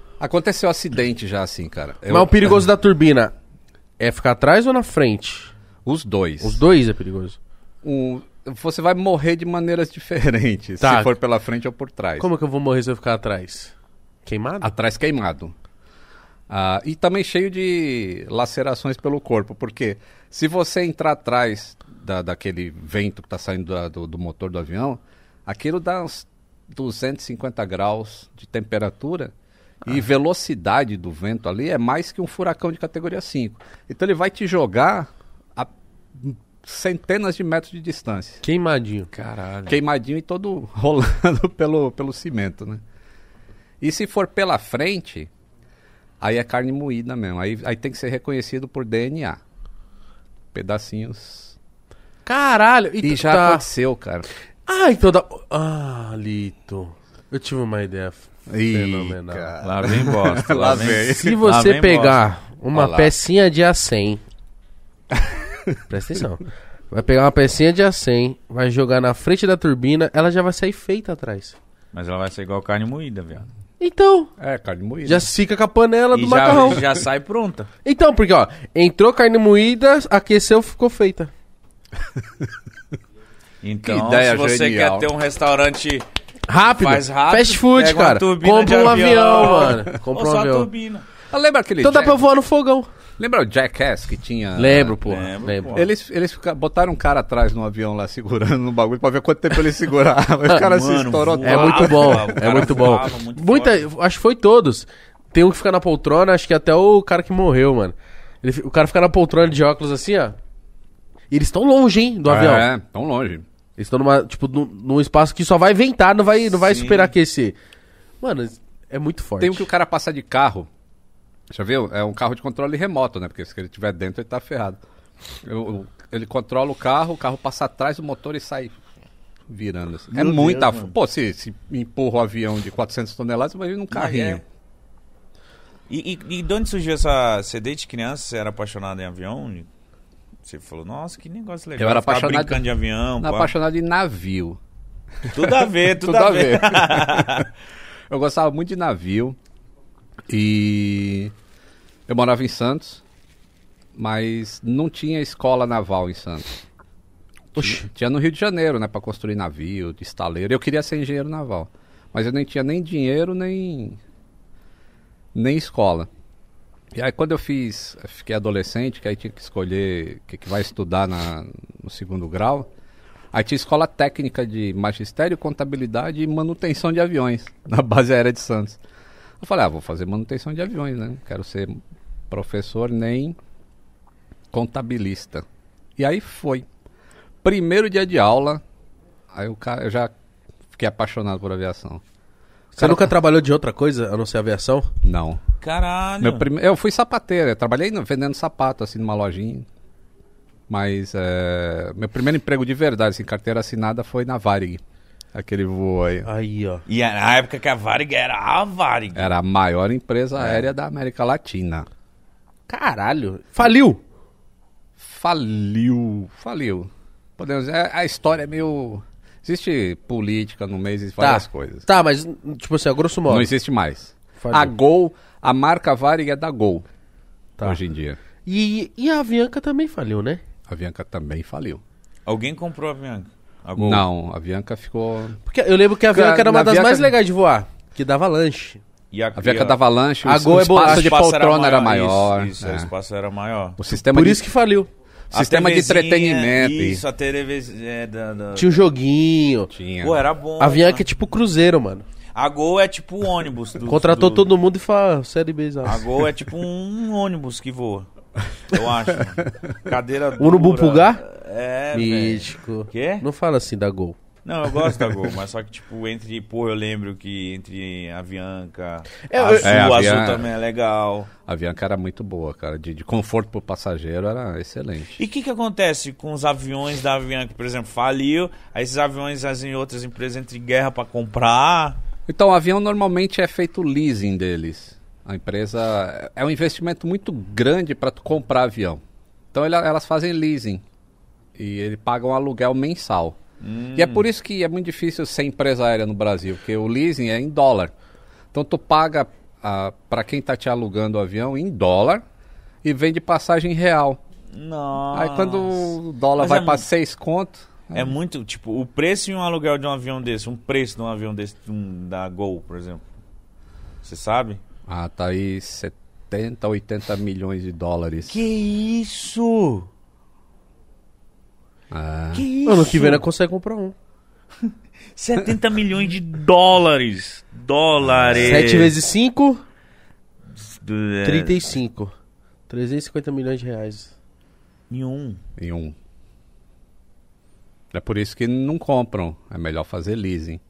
Aconteceu acidente já assim, cara. Mas o perigoso da turbina é ficar atrás ou na frente? Os dois. Os dois é perigoso. Você vai morrer de maneiras diferentes, se for pela frente ou por trás. Como que eu vou morrer se eu ficar atrás? Queimado? Atrás queimado. E também cheio de lacerações pelo corpo, porque se você entrar atrás daquele vento que está saindo do motor do avião, aquilo dá uns 250 graus de temperatura e velocidade do vento ali é mais que um furacão de categoria 5. Então ele vai te jogar a centenas de metros de distância. Queimadinho. Caralho. Queimadinho e todo rolando pelo cimento, né? E se for pela frente, aí é carne moída mesmo. Aí tem que ser reconhecido por DNA. Pedacinhos. Caralho. E já aconteceu, cara. Então Lito. Eu tive uma ideia fenomenal. Lá vem bosta. Lá vem. Se você pegar uma pecinha de A100, presta atenção. Vai pegar uma pecinha de A100, vai jogar na frente da turbina, ela já vai sair feita atrás. Mas ela vai ser igual carne moída, viado. Então. Carne moída. Já fica com a panela do macarrão. Já sai pronta. Então, porque entrou carne moída, aqueceu, ficou feita. Então, se você genial. quer ter um restaurante rápido, fast food, cara, compra um avião, mano. Compra um avião. Turbina. Lembra aquele então dá pra voar no fogão. Lembra o Jackass que tinha... Lembro, pô. Eles botaram um cara atrás no avião lá, segurando no bagulho, pra ver quanto tempo ele segurava. O cara se estourou todo. É muito bom, é muito bom. Acho que foi todos. Tem um que fica na poltrona, acho que até o cara que morreu, mano. O cara fica na poltrona de óculos assim, ó. E eles estão longe, hein, do avião. Tão longe. Eles estão num espaço que só vai ventar, não vai superaquecer. Mano, é muito forte. Tem um que o cara passa de carro. Já viu? É um carro de controle remoto, né? Porque se ele estiver dentro, ele tá ferrado. Ele controla o carro passa atrás do motor e sai virando. Assim. É muita... Pô, se empurra o avião de 400 toneladas, imagina um carrinho. E de onde surgiu essa... Você desde criança, você era apaixonado em avião? Você falou, nossa, que negócio legal. Eu era apaixonado brincando de avião. Apaixonado em navio. Tudo a ver, tudo a ver. Eu gostava muito de navio. E eu morava em Santos, mas não tinha escola naval em Santos. Tinha no Rio de Janeiro, né, para construir navio, de estaleiro. Eu queria ser engenheiro naval, mas eu nem tinha nem dinheiro, nem escola. E aí quando eu fiquei adolescente, que aí tinha que escolher o que vai estudar no segundo grau, aí tinha escola técnica de magistério, contabilidade e manutenção de aviões, na base aérea de Santos. Eu falei, vou fazer manutenção de aviões, né? Não quero ser professor nem contabilista. E aí foi. Primeiro dia de aula, aí eu já fiquei apaixonado por aviação. Você nunca trabalhou de outra coisa, a não ser aviação? Não. Caralho. Eu fui sapateiro, eu trabalhei vendendo sapato, assim, numa lojinha. Mas meu primeiro emprego de verdade, assim, carteira assinada, foi na Varig. Aquele voo aí. Aí, ó. E na época que a Varig era a Varig. Era a maior empresa aérea da América Latina. Caralho. Faliu. Podemos dizer, a história é meio... Existe política no meio, existe várias coisas. Tá, mas, tipo assim, a grosso modo. Não existe mais. Faliu. A Gol, a marca Varig é da Gol. Hoje em dia. E a Avianca também faliu, né? A Avianca também faliu. Alguém comprou a Avianca? Não, a Avianca ficou... Porque eu lembro que a Avianca era uma das mais legais de voar, que dava lanche. E a Avianca dava lanche, o espaço de poltrona era maior. Isso, o espaço era maior. O sistema Por isso que faliu. Sistema de entretenimento. Isso, a televisão... Tinha um joguinho. Pô, era bom. A Avianca é tipo cruzeiro, mano. A Gol é tipo o ônibus. Contratou todo mundo e fala série B. A Gol é tipo um ônibus que voa. Eu acho. Cadeira dura. Urubu Pulgar? É, mítico. Quê? Não fala assim da Gol. Não, eu gosto da Gol, mas só que tipo, eu lembro que entre a Avianca, a Azul também é legal. A Avianca era muito boa, cara, de conforto pro passageiro era excelente. E o que acontece com os aviões da Avianca, por exemplo, faliu, aí esses aviões em outras empresas entram em guerra pra comprar? Então, o avião normalmente é feito leasing deles. A empresa é um investimento muito grande para tu comprar avião. Então elas fazem leasing e eles pagam aluguel mensal. E é por isso que é muito difícil ser empresa aérea no Brasil, porque o leasing é em dólar. Então tu paga para quem está te alugando o avião em dólar e vende passagem real. Nossa. Aí quando o dólar vai pra 6 conto... É muito, tipo, o preço em um aluguel de um avião desse, um preço de um avião desse, da Gol, por exemplo. Você sabe? Ah, tá aí 70, 80 milhões de dólares. Que isso? Que isso? Ano que vem nós consegue comprar um. 70 milhões de dólares. 7 vezes 5? 35. 350 milhões de reais. Em um. É por isso que não compram. É melhor fazer leasing.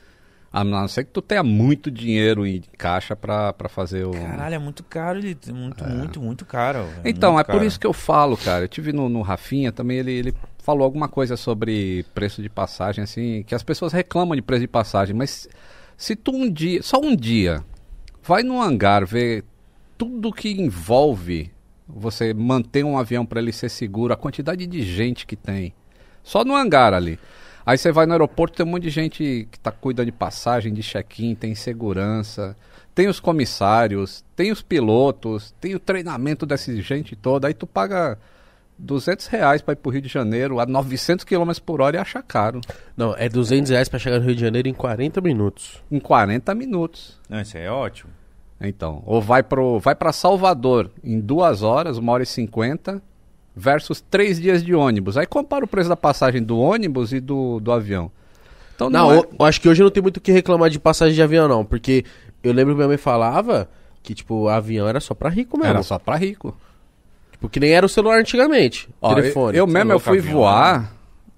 A não ser que tu tenha muito dinheiro em caixa pra fazer o... Caralho, é muito caro, Lito. Muito caro. Então, muito por isso que eu falo, cara. Eu tive no Rafinha também, ele falou alguma coisa sobre preço de passagem, assim, que as pessoas reclamam de preço de passagem, mas se tu só um dia, vai no hangar ver tudo que envolve você manter um avião para ele ser seguro, a quantidade de gente que tem, só no hangar ali. Aí você vai no aeroporto, tem um monte de gente que tá cuidando de passagem, de check-in, tem segurança, tem os comissários, tem os pilotos, tem o treinamento dessa gente toda. Aí tu paga R$200 para ir pro Rio de Janeiro a 900 km por hora e acha caro. Não, é R$200 para chegar no Rio de Janeiro em 40 minutos. Em 40 minutos. Não, isso aí é ótimo. Então, ou vai para Salvador em 2 horas, 1h50, versus 3 dias de ônibus. Aí compara o preço da passagem do ônibus e do avião. Então, eu acho que hoje não tem muito o que reclamar de passagem de avião, não. Porque eu lembro que minha mãe falava que, tipo, avião era só pra rico mesmo. Era só pra rico. Tipo, que nem era o celular antigamente. Telefone. Eu mesmo, eu fui voar,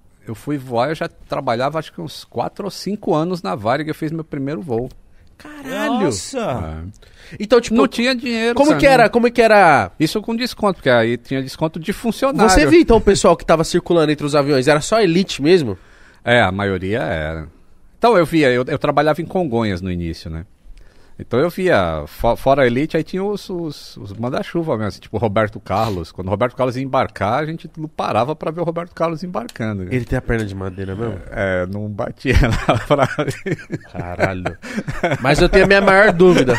eu já trabalhava acho que uns 4 ou 5 anos na Varig, eu fiz meu primeiro voo. Caralho! Nossa! Então, tipo, não tinha dinheiro. Como que era? Isso com desconto, porque aí tinha desconto de funcionário. Você viu então o pessoal que tava circulando entre os aviões? Era só elite mesmo? É, a maioria era. Então eu via, eu trabalhava em Congonhas no início, né? Então eu via, fora a elite, aí tinha os manda-chuva mesmo, assim, tipo o Roberto Carlos. Quando o Roberto Carlos ia embarcar, a gente não parava pra ver o Roberto Carlos embarcando. Né? Ele tem a perna de madeira mesmo? É, não batia lá pra... Caralho. Mas eu tenho a minha maior dúvida.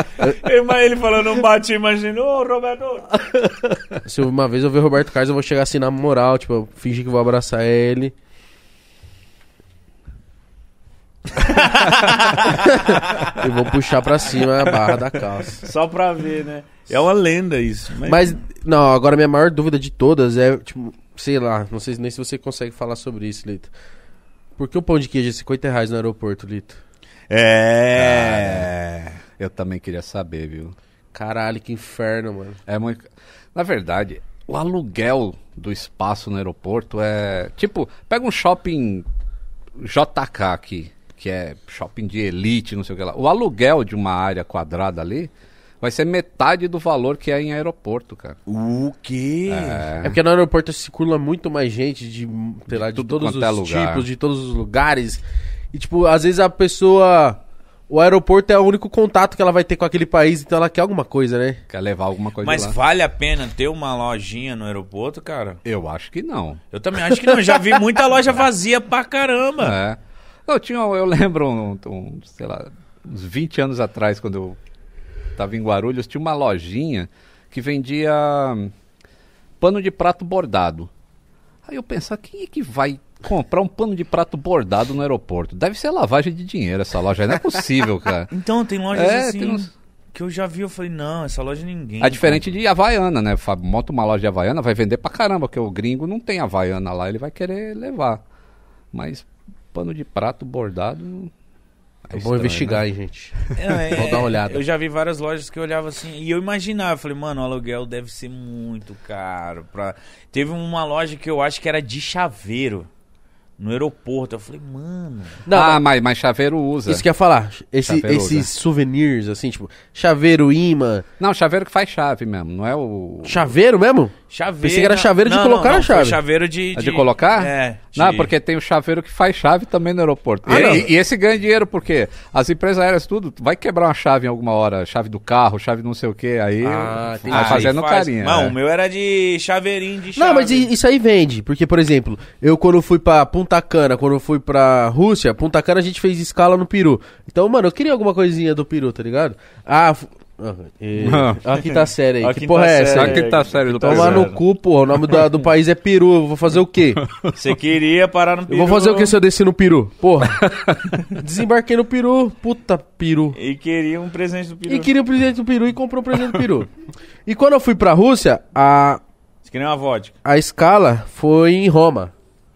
Ele falou, não bate, imaginou, Roberto? Se uma vez eu ver o Roberto Carlos, eu vou chegar assim na moral, tipo, eu fingir que vou abraçar ele. Eu vou puxar pra cima a barra da calça. Só pra ver, né? É uma lenda isso. Mas não, agora minha maior dúvida de todas é, tipo, sei lá, não sei nem se você consegue falar sobre isso, Lito. Por que o pão de queijo é R$50 no aeroporto, Lito? Eu também queria saber, viu? Caralho, que inferno, mano. É muito... Na verdade, o aluguel do espaço no aeroporto é... Tipo, pega um shopping JK aqui, que é shopping de elite, não sei o que lá. O aluguel de uma área quadrada ali vai ser metade do valor que é em aeroporto, cara. O quê? É porque no aeroporto circula muito mais gente de, sei lá, de todos os tipos, de todos os lugares. E, tipo, às vezes a pessoa... O aeroporto é o único contato que ela vai ter com aquele país, então ela quer alguma coisa, né? Quer levar alguma coisa Mas lá. Vale a pena ter uma lojinha no aeroporto, cara? Eu acho que não. Eu também acho que não. Já vi muita loja vazia pra caramba. É. Eu lembro, sei lá, uns 20 anos atrás, quando eu tava em Guarulhos, tinha uma lojinha que vendia pano de prato bordado. Aí eu pensava, quem é que vai comprar um pano de prato bordado no aeroporto? Deve ser lavagem de dinheiro essa loja, não é possível, cara. Então, tem lojas assim que eu já vi, eu falei, não, essa loja ninguém É diferente de Havaiana, né? Monta uma loja de Havaiana, vai vender pra caramba, porque o gringo não tem Havaiana lá, ele vai querer levar. Mas pano de prato bordado... É bom investigar, hein, gente. Vou dar uma olhada. Eu já vi várias lojas que eu olhava assim, e eu imaginava, falei, mano, o aluguel deve ser muito caro. Teve uma loja que eu acho que era de chaveiro. No aeroporto, eu falei, mano... Não, mas chaveiro usa. Isso que eu ia falar, esses souvenirs, assim, tipo, chaveiro, imã... Não, chaveiro que faz chave mesmo, não é o... Chaveiro mesmo? Chaveiro... Pensei que era chaveiro de colocar na chave. Chaveiro de colocar? É. Não, porque tem o chaveiro que faz chave também no aeroporto. Ah, e esse ganha dinheiro porque as empresas aéreas tudo, vai quebrar uma chave em alguma hora, chave do carro, chave não sei o que, aí vai fazendo carinha. Não, o meu era de chaveirinho de chave. Não, mas isso aí vende, porque, por exemplo, eu quando fui pra Punta Cana, quando eu fui pra Rússia, Punta Cana a gente fez escala no Peru. Então, mano, eu queria alguma coisinha do Peru, tá ligado? A quinta série aí. A Que porra é essa? A quinta série do Tomar no cu, porra. O nome do país é Peru. Eu vou fazer o quê? Você queria parar no Peru. Eu vou fazer o que se eu descer no Peru? Porra. Desembarquei no Peru. Puta, Peru. E queria um presente do Peru. E queria o presente do Peru e comprou o presente do Peru. E quando eu fui pra Rússia, Você queria uma vodka. a escala foi em Roma.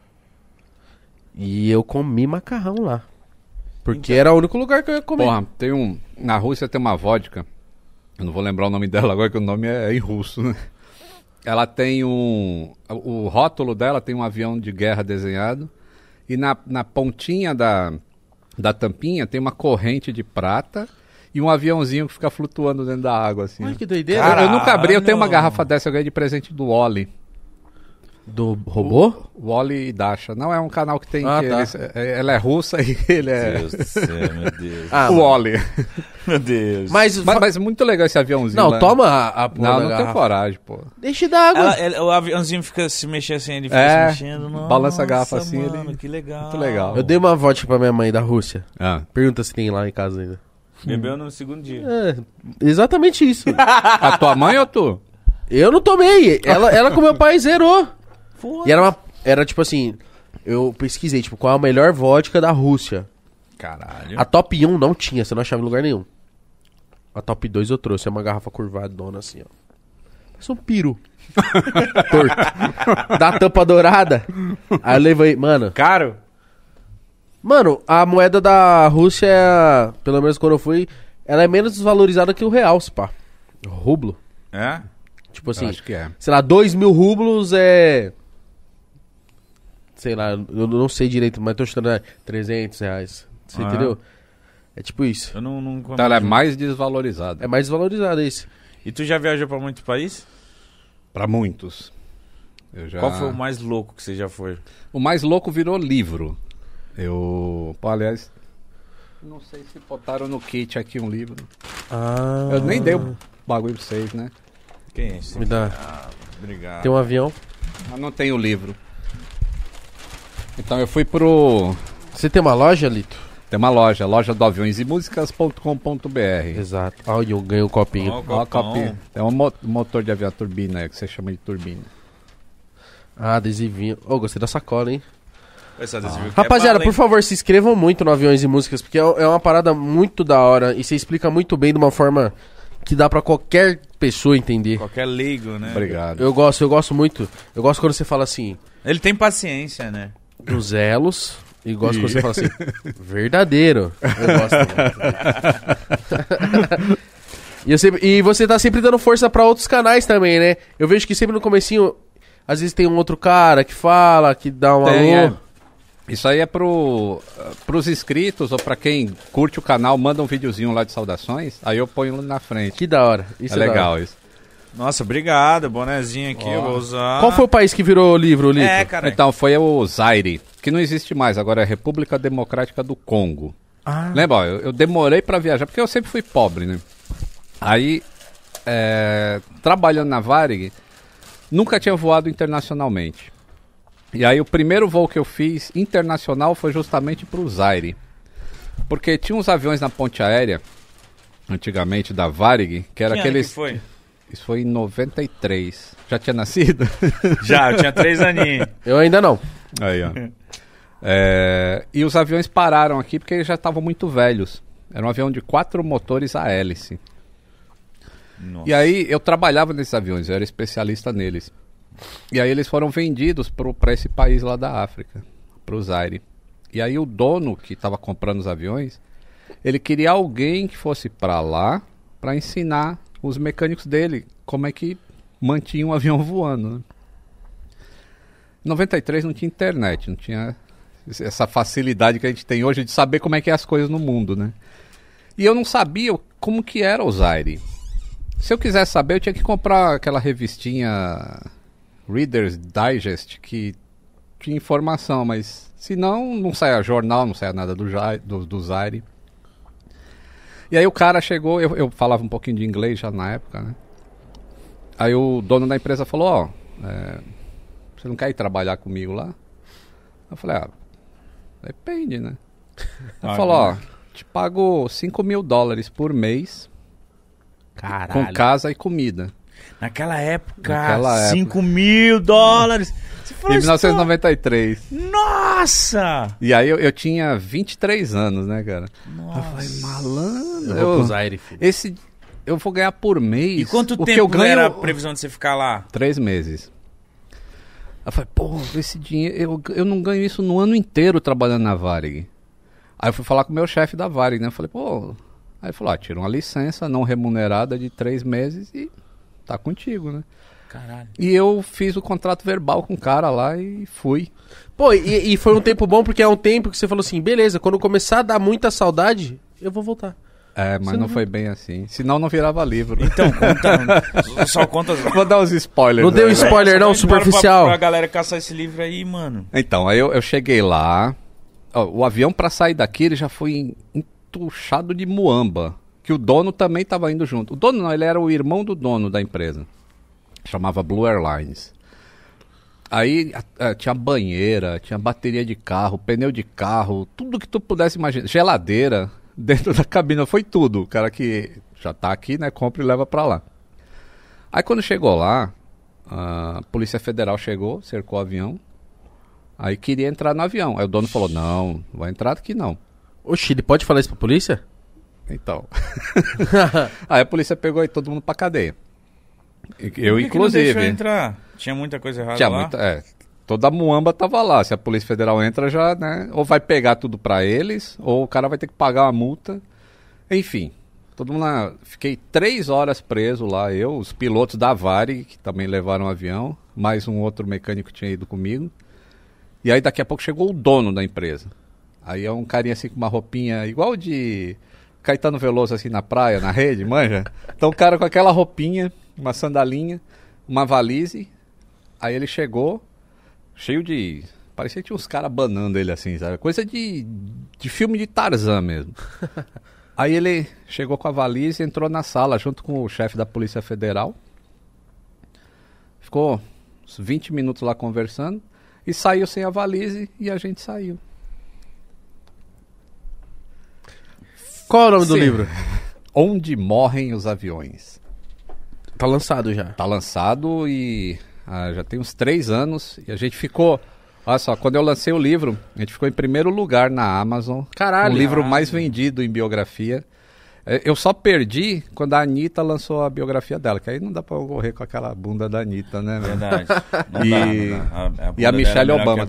E eu comi macarrão lá. Porque era o único lugar que eu ia comer. Porra, na Rússia tem uma vodka. Eu não vou lembrar o nome dela agora, que o nome é em russo, né? Ela tem o rótulo dela tem um avião de guerra desenhado. E na pontinha da tampinha tem uma corrente de prata e um aviãozinho que fica flutuando dentro da água, assim. Ai, que doideira. Eu nunca abri, eu tenho uma garrafa dessa, eu ganhei de presente do Wally. Do robô? O Wally e Dasha. Não, é um canal que tem... Ah, que tá. ela é russa e ele é... Deus do céu, meu Deus. Ah, o Wally. Meu Deus. Mas muito legal esse aviãozinho Não, lá. toma a porra Não, da não tenho garrafa. coragem, pô. Deixa dar água. O aviãozinho fica se mexendo assim, ele fica É, se mexendo. Nossa, balança a garrafa assim, mano, ele- que legal. muito legal. Eu dei uma vodka pra minha mãe da Rússia. Ah. Pergunta se tem lá em casa ainda. Bebeu no segundo dia. É, exatamente isso. A tua mãe ou tu? Eu não tomei. Ela com meu pai zerou. Foda. E era tipo assim, eu pesquisei, tipo, qual a melhor vodka da Rússia. Caralho. A top 1 não tinha, você não achava em lugar nenhum. A top 2 eu trouxe, é uma garrafa curvadona assim, ó. Parece um peru. Torto. Da tampa dourada. Aí eu levei, mano. Caro? Mano, a moeda da Rússia, pelo menos quando eu fui, ela é menos desvalorizada que o real, se pá. Rublo. É? Tipo assim, Eu acho que é. sei lá, 2.000 rublos é... Sei lá, eu não sei direito, mas tô chutando, né? 300 reais. Você Ah. entendeu? É tipo isso. Eu não Então ela é mais desvalorizada. É mais desvalorizado esse. E tu já viajou pra muitos países? Pra muitos. Eu já... Qual foi o mais louco que você já foi? O mais louco virou livro. Pô, aliás... Não sei se botaram no kit aqui um livro. Ah. Eu nem dei o bagulho pra vocês, né? Quem é esse? Me dá. Obrigado. Tem um avião. Mas não tem o livro. Então eu fui pro... Você tem uma loja, Lito? Tem uma loja do aviões e músicas.com.br. Exato. Ah, eu ganhei um copinho. Ó, Ó, copão. copinho. Tem um motor de avião, turbina, que você chama de turbina. Ah, adesivinho. Oh, gostei da sacola, hein? Esse adesivo que é Rapaziada, bala, por hein? favor, se inscrevam muito no Aviões e Músicas, porque é uma parada muito da hora e você explica muito bem de uma forma que dá pra qualquer pessoa entender. Qualquer leigo, né? Obrigado. Eu gosto muito. Eu gosto quando você fala assim, Ele tem paciência, né? dos elos, e gosto quando você fala assim, verdadeiro. Eu gosto. E você tá sempre dando força pra outros canais também, né? Eu vejo que sempre no comecinho, às vezes tem um outro cara que fala, que dá um Tem, alô. Isso aí é pros inscritos ou pra quem curte o canal, manda um videozinho lá de saudações, aí eu ponho na frente. Que da hora. Isso É da hora. legal isso. Nossa, obrigado. Bonezinho aqui, eu vou usar. Qual foi o país que virou livro, Lito? É, cara. Então, foi o Zaire, que não existe mais, agora é República Democrática do Congo. Ah. Lembra, ó, eu demorei pra viajar, porque eu sempre fui pobre, né? Aí, trabalhando na Varig, nunca tinha voado internacionalmente. E aí o primeiro voo que eu fiz internacional foi justamente pro Zaire. Porque tinha uns aviões na ponte aérea, antigamente, da Varig, que era Que ano aqueles... que foi? Isso foi em 93. Já tinha nascido? Já, eu tinha 3 aninhos. Eu ainda não. Aí, ó. E os aviões pararam aqui porque eles já estavam muito velhos. Era um avião de 4 motores a hélice. Nossa. E aí eu trabalhava nesses aviões, eu era especialista neles. E aí eles foram vendidos para esse país lá da África, para o Zaire. E aí o dono que estava comprando os aviões, ele queria alguém que fosse para lá para ensinar os mecânicos dele como é que mantinha um avião voando, né? Em 93 não tinha internet, não tinha essa facilidade que a gente tem hoje de saber como é que é as coisas no mundo, né? E eu não sabia como que era o Zaire. Se eu quisesse saber, eu tinha que comprar aquela revistinha Reader's Digest, que tinha informação, mas senão não saia jornal, não saia nada do Zaire. E aí o cara chegou, eu falava um pouquinho de inglês já na época, né? Aí o dono da empresa falou, ó, você não quer ir trabalhar comigo lá? Eu falei, depende, né? Ele falou, ó, te pago $5.000 por mês Caralho. Com casa e comida. Naquela época, $5.000. Em 1993. Nossa! E aí eu tinha 23 anos, né, cara? Nossa. Eu falei, malandro. Eu vou pro Zaire, filho. Eu vou ganhar por mês. E quanto o tempo que eu ganho... era a previsão de você ficar lá? 3 meses. Eu falei, pô, esse dinheiro... Eu não ganho isso no ano inteiro trabalhando na Varig. Aí eu fui falar com o meu chefe da Varig, né? Eu falei, pô... Aí ele falou, tira uma licença não remunerada de 3 meses e tá contigo, né? Caralho. E eu fiz o contrato verbal com o cara lá e fui. Pô, e foi um tempo bom porque é um tempo que você falou assim, beleza, quando começar a dar muita saudade, eu vou voltar. Mas não foi bem assim. Senão não virava livro. Então, conta. Só conta. Vou dar uns spoilers. Não deu spoiler, não, superficial. Pra galera caçar esse livro aí, mano. Então, aí eu cheguei lá. O avião pra sair daqui, ele já foi entuchado de muamba. Que o dono também tava indo junto. O dono não, ele era o irmão do dono da empresa. Chamava Blue Airlines. Aí tinha banheira, tinha bateria de carro, pneu de carro, tudo que tu pudesse imaginar. Geladeira. Dentro da cabina, foi tudo. O cara que já tá aqui, né, compra e leva pra lá. Aí quando chegou lá, a Polícia Federal chegou, cercou o avião. Aí queria entrar no avião. Aí o dono falou, não vai entrar aqui não. Oxi, ele pode falar isso pra polícia? Então. Aí a polícia pegou e todo mundo pra cadeia. Eu, inclusive. Não deixou entrar? Tinha muita coisa errada tinha lá? Toda a muamba tava lá. Se a Polícia Federal entra, já, né? Ou vai pegar tudo pra eles, ou o cara vai ter que pagar uma multa. Enfim, todo mundo lá. Fiquei 3 horas preso lá, os pilotos da Varig, que também levaram o avião, mais um outro mecânico que tinha ido comigo. E aí daqui a pouco chegou o dono da empresa. Aí é um carinha assim com uma roupinha igual de Caetano Veloso assim na praia, na rede, manja? Então o cara com aquela roupinha, uma sandalinha, uma valise. Aí ele chegou... cheio de... parecia que tinha uns caras banando ele assim, sabe? Coisa de filme de Tarzan mesmo. Aí ele chegou com a valise e entrou na sala junto com o chefe da Polícia Federal. Ficou uns 20 minutos lá conversando. E saiu sem a valise e a gente saiu. Qual é o nome do livro? Onde Morrem os Aviões. Tá lançado já. Tá lançado e... já tem uns 3 anos e a gente ficou... Olha só, quando eu lancei o livro, a gente ficou em primeiro lugar na Amazon. Caralho. O livro mais vendido em biografia. Eu só perdi quando a Anitta lançou a biografia dela, que aí não dá pra correr com aquela bunda da Anitta, né? Verdade. E a Michelle Obama.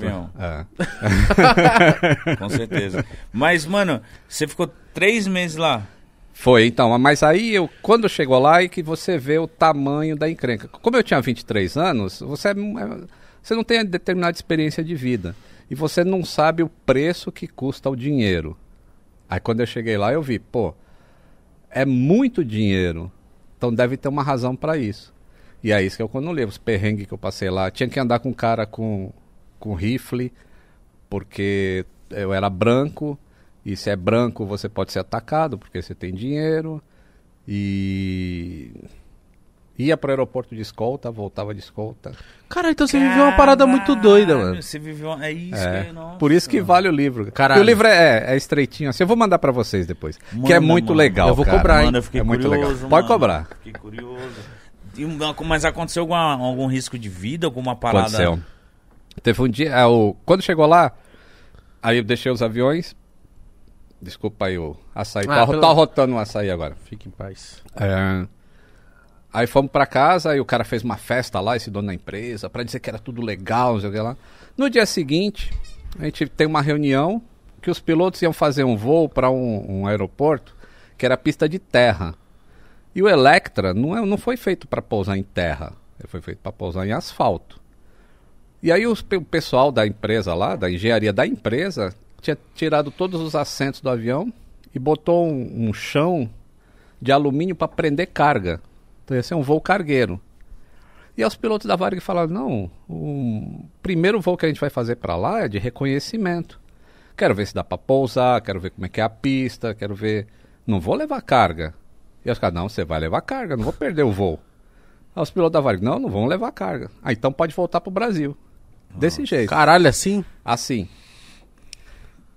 Com certeza. Mas, mano, você ficou 3 meses lá. Foi, então, mas aí quando chegou lá é que você vê o tamanho da encrenca. Como eu tinha 23 anos, você não tem a determinada experiência de vida. E você não sabe o preço que custa o dinheiro. Aí quando eu cheguei lá eu vi, pô, é muito dinheiro. Então deve ter uma razão para isso. E é isso que eu quando levo, os perrengues que eu passei lá. Tinha que andar com um cara com rifle, porque eu era branco. E se é branco, você pode ser atacado, porque você tem dinheiro. E ia pro aeroporto de escolta, voltava de escolta. Cara, então você viveu uma parada muito doida, mano. Você viveu... É isso, nossa. Por isso que vale o livro. Caralho. Porque o livro é estreitinho assim. Eu vou mandar pra vocês depois. Manda, que é muito mano. legal, Eu vou cara. cobrar, hein? Mano, eu fiquei muito curioso, legal. Pode mano. cobrar. Fiquei curioso. Mas aconteceu algum risco de vida, alguma parada? Aconteceu. Teve um dia... quando chegou lá, aí eu deixei os aviões... Desculpa aí o açaí. Tá rotando o açaí agora. Fique em paz. Aí fomos pra casa, aí o cara fez uma festa lá, esse dono da empresa, pra dizer que era tudo legal, não sei o que lá. No dia seguinte, a gente tem uma reunião que os pilotos iam fazer um voo pra um aeroporto que era pista de terra. E o Electra não foi feito pra pousar em terra, ele foi feito pra pousar em asfalto. E aí o pessoal da empresa lá, da engenharia da empresa... tinha tirado todos os assentos do avião e botou um chão de alumínio para prender carga. Então ia ser um voo cargueiro. E aí os pilotos da Varig falaram, não, o primeiro voo que a gente vai fazer para lá é de reconhecimento. Quero ver se dá para pousar, quero ver como é que é a pista, quero ver... Não vou levar carga. E os caras, não, você vai levar carga, não vou perder o voo. Aí os pilotos da Varig, não vão levar carga. Ah, então pode voltar pro Brasil. Desse jeito. Caralho, assim? Assim.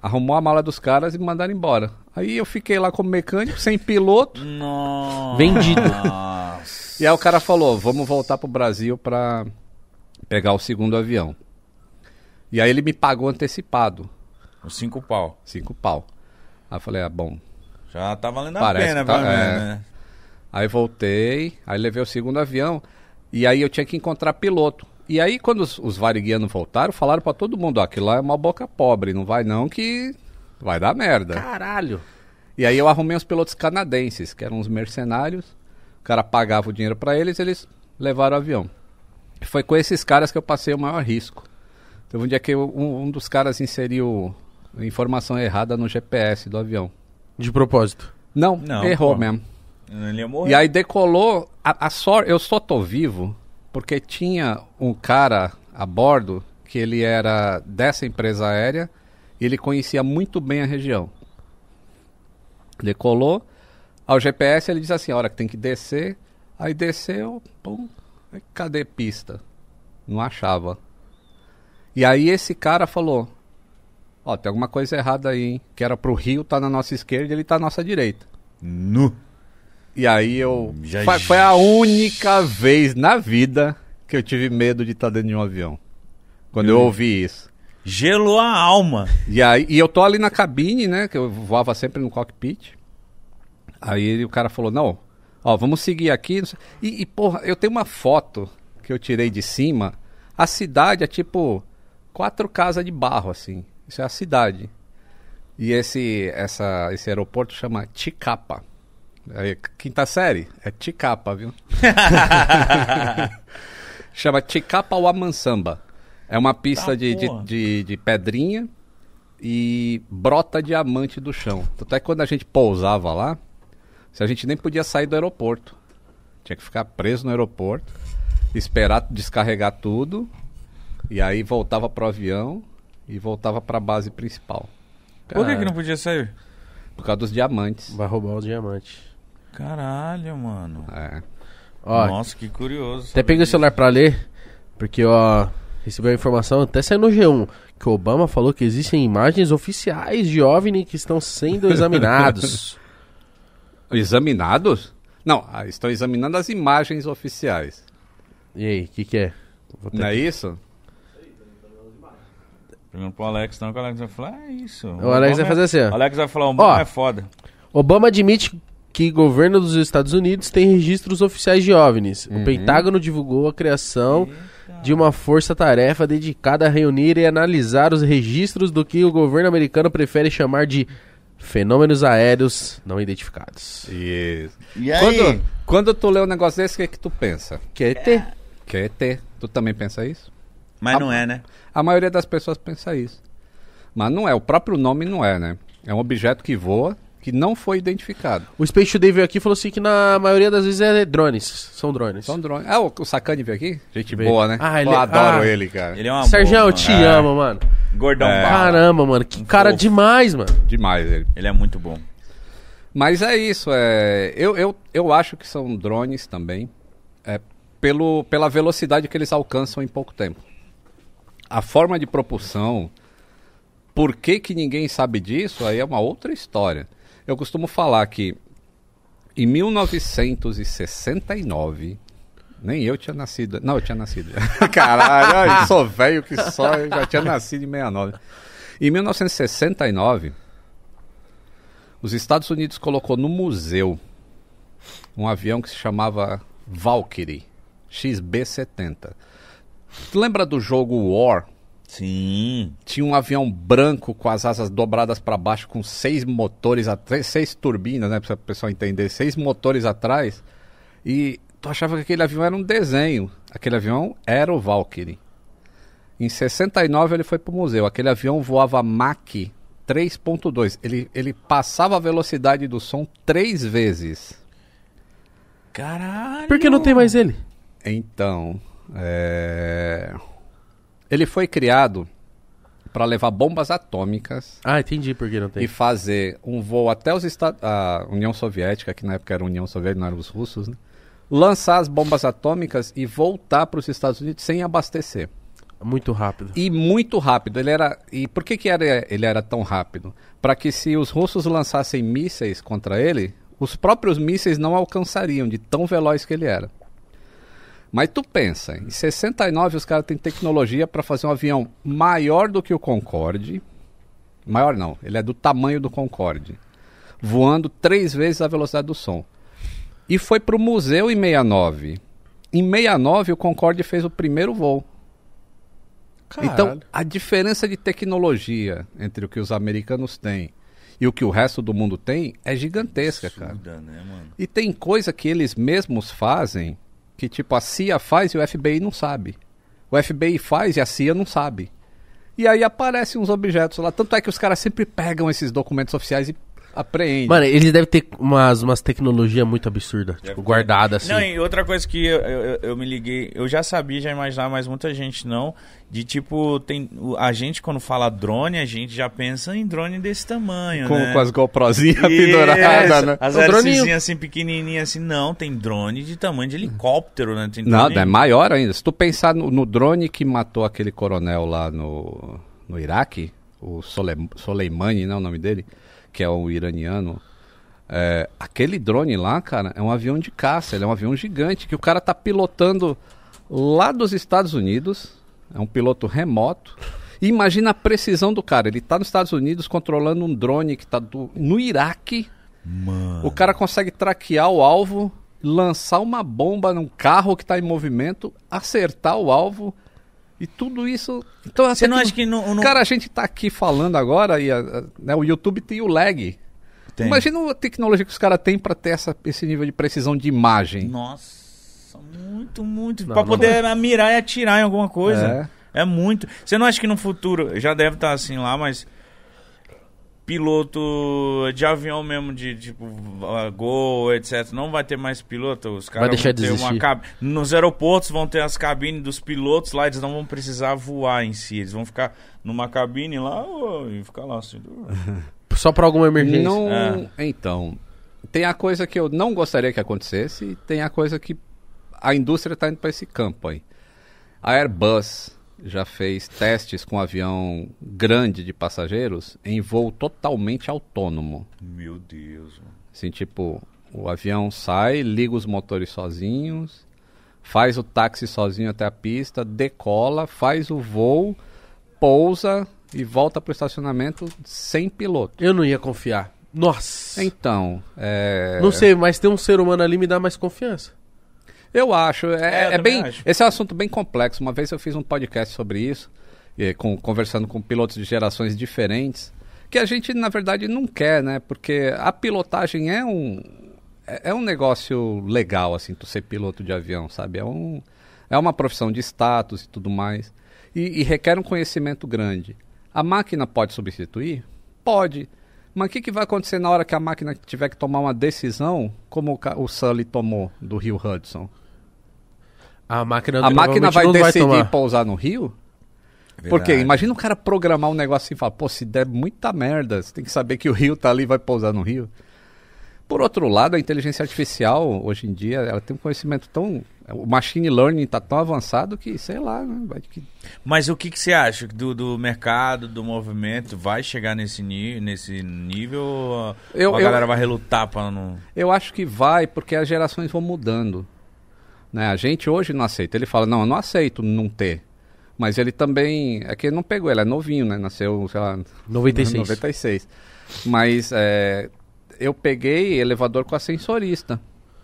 arrumou a mala dos caras e me mandaram embora. Aí eu fiquei lá como mecânico, sem piloto. Nossa. Vendido. E aí o cara falou, vamos voltar pro Brasil pra pegar o segundo avião. E aí ele me pagou antecipado. Os 5 pau. 5 pau. Aí eu falei, bom... Já tá valendo a Parece pena, que tá, pelo menos, né? Aí voltei, aí levei o segundo avião. E aí eu tinha que encontrar piloto. E aí quando os variguianos voltaram, falaram pra todo mundo, ó, aquilo lá é uma boca pobre, não vai não que vai dar merda. Caralho. E aí eu arrumei uns pilotos canadenses, que eram uns mercenários. O cara pagava o dinheiro pra eles, eles levaram o avião. E foi com esses caras que eu passei o maior risco. Teve um dia que um dos caras inseriu informação errada no GPS do avião. De propósito. Não, errou pô. mesmo. Ele ia morrer. E aí decolou, a sorte, eu só tô vivo porque tinha um cara a bordo que ele era dessa empresa aérea e ele conhecia muito bem a região. Decolou, ao GPS ele diz assim, a hora que tem que descer, aí desceu, pum, cadê pista? Não achava. E aí esse cara falou, ó, tem alguma coisa errada aí, hein? Que era pro Rio, tá na nossa esquerda e ele tá na nossa direita. Nu. E aí foi a única vez na vida que eu tive medo de estar dentro de um avião. Quando eu ouvi isso. Gelou a alma. E eu tô ali na cabine, né? Que eu voava sempre no cockpit. Aí o cara falou, não, ó, vamos seguir aqui. E porra, eu tenho uma foto que eu tirei de cima. A cidade é tipo 4 casas de barro, assim. Isso é a cidade. E esse aeroporto chama Ticapa. É, quinta série? É Ticapa, viu? Chama Ticapa Uamansamba. É uma pista de pedrinha e brota diamante do chão. Até quando a gente pousava lá, a gente nem podia sair do aeroporto. Tinha que ficar preso no aeroporto, esperar descarregar tudo, e aí voltava pro avião e voltava pra base principal. Por que não podia sair? Por causa dos diamantes. Vai roubar os diamantes. Caralho, mano. É. Ó, Nossa, que curioso. até peguei o celular pra ler, porque, ó, recebeu a informação, até saiu no G1, que o Obama falou que existem imagens oficiais de OVNI que estão sendo examinados. Examinados? Não, estão examinando as imagens oficiais. E aí, o que é? Não é isso? Perguntando pro Alex, não, que o Alex vai falar, é isso. O Alex vai fazer assim, ó. O Alex vai falar, o Obama é foda. Obama admite que o governo dos Estados Unidos tem registros oficiais de OVNIs. O Pentágono divulgou a criação de uma força-tarefa dedicada a reunir e analisar os registros do que o governo americano prefere chamar de fenômenos aéreos não identificados. Isso. E aí? Quando tu lê um negócio desse, o que tu pensa? Que é ET. Que é ET. Tu também pensa isso? Mas não é, né? A maioria das pessoas pensa isso. Mas não é, o próprio nome não é, né? É um objeto que voa, que não foi identificado. O Space Today veio aqui e falou assim que na maioria das vezes é drones. São drones. São drones. Ah, o Sacani veio aqui? Gente Veio. boa, né? Ah, ele- eu adoro ah. ele, cara. Ele é uma Sergião, boa, eu te mano. amo, mano. Gordão bala. Caramba, mano. Que cara fofo. demais, mano. Demais ele. Ele é muito bom. Mas é isso, eu acho que são drones também, pela velocidade que eles alcançam em pouco tempo. A forma de propulsão, por que ninguém sabe disso, aí é uma outra história. Eu costumo falar que em 1969, nem eu tinha nascido, não, eu tinha nascido. Caralho, eu sou velho que só, eu já tinha nascido em 69. Em 1969... os Estados Unidos colocou no museu um avião que se chamava Valkyrie XB-70. Tu lembra do jogo War? Sim. Tinha um avião branco com as asas dobradas para baixo com 6 motores, 6 turbinas, né, para o pessoal entender, 6 motores atrás. E tu achava que aquele avião era um desenho. Aquele avião era o Valkyrie. Em 69 ele foi pro museu. Aquele avião voava Mach 3.2. Ele passava a velocidade do som 3 vezes. Caralho. Por que não tem mais ele? Então, ele foi criado para levar bombas atômicas Ah, entendi por que não tem. e fazer um voo até os a União Soviética, que na época era a União Soviética, não eram os russos, né? Lançar as bombas atômicas e voltar para os Estados Unidos sem abastecer. Muito rápido. E muito rápido. E por que ele era tão rápido? Para que se os russos lançassem mísseis contra ele, os próprios mísseis não alcançariam de tão veloz que ele era. Mas tu pensa, em 69 os caras têm tecnologia para fazer um avião maior do que o Concorde. Maior não, ele é do tamanho do Concorde. Voando 3 vezes a velocidade do som. E foi pro museu em 69. Em 69 o Concorde fez o primeiro voo. Caralho. Então, a diferença de tecnologia entre o que os americanos têm e o que o resto do mundo tem é gigantesca, cara. Né, mano? E tem coisa que eles mesmos fazem que, tipo, a CIA faz e o FBI não sabe. O FBI faz e a CIA não sabe. E aí aparecem uns objetos lá. Tanto é que os caras sempre pegam esses documentos oficiais e apreendem. Mano, eles devem ter umas tecnologias muito absurdas, tipo, guardadas assim. Não, e outra coisa que eu me liguei, eu já sabia, já imaginava, mas muita gente não, de tipo, a gente quando fala drone, a gente já pensa em drone desse tamanho, né? Com as GoProzinhas penduradas, né? As hélicezinhas assim, pequenininhas assim, não, tem drone de tamanho de helicóptero, né? Tem drone... Não, é maior ainda. Se tu pensar no drone que matou aquele coronel lá no Iraque, o Soleimani, não é o nome dele? Que é o iraniano, aquele drone lá, cara, é um avião de caça, ele é um avião gigante, que o cara tá pilotando lá dos Estados Unidos, é um piloto remoto, e imagina a precisão do cara, ele tá nos Estados Unidos controlando um drone que tá no Iraque, Mano. O cara consegue traquear o alvo, lançar uma bomba num carro que tá em movimento, acertar o alvo... E tudo isso... Então, você não acha que... Cara, a gente tá aqui falando agora e né, o YouTube tem o lag. Tem. Imagina a tecnologia que os caras têm pra ter esse nível de precisão de imagem. Nossa, muito. Pra poder mirar e atirar em alguma coisa. É muito. Você não acha que no futuro, já deve estar assim lá, mas... Piloto de avião mesmo, de tipo Gol, etc. Não vai ter mais piloto. Os caras vai deixar vão ter de existir. Nos aeroportos vão ter as cabines dos pilotos lá. Eles não vão precisar voar em si. Eles vão ficar numa cabine lá e ficar lá assim. Só pra alguma emergência. Não, então, tem a coisa que eu não gostaria que acontecesse e tem a coisa que a indústria tá indo pra esse campo aí. A Airbus já fez testes com avião grande de passageiros em voo totalmente autônomo. Meu Deus, mano. Assim, tipo, o avião sai, liga os motores sozinhos, faz o táxi sozinho até a pista, decola, faz o voo, pousa e volta pro estacionamento sem piloto. Eu não ia confiar. Nossa. Então, Não sei, mas ter um ser humano ali me dá mais confiança. Eu acho, também acho. Esse é um assunto bem complexo. Uma vez eu fiz um podcast sobre isso, conversando com pilotos de gerações diferentes, que a gente, na verdade, não quer, né? Porque a pilotagem é um negócio legal, assim, tu ser piloto de avião, sabe? É uma profissão de status e tudo mais. E requer um conhecimento grande. A máquina pode substituir? Pode. Mas o que vai acontecer na hora que a máquina tiver que tomar uma decisão, como o Sully tomou do Rio Hudson? A máquina vai decidir tomar. pousar no Rio? Verdade. Porque imagina o cara programar um negócio assim e falar, pô, se der muita merda, você tem que saber que o Rio tá ali e vai pousar no Rio. Por outro lado, a inteligência artificial, hoje em dia, ela tem um conhecimento tão... O machine learning tá tão avançado que, sei lá, né? Mas o que você acha do mercado, do movimento? Vai chegar nesse nível ou a galera vai relutar para não... Eu acho que vai, porque as gerações vão mudando. Né? A gente hoje não aceita. Ele fala, não, eu não aceito não ter. Mas ele também... É que ele não pegou, ele é novinho, né? Nasceu, sei lá... 96. Mas eu peguei elevador com ascensorista.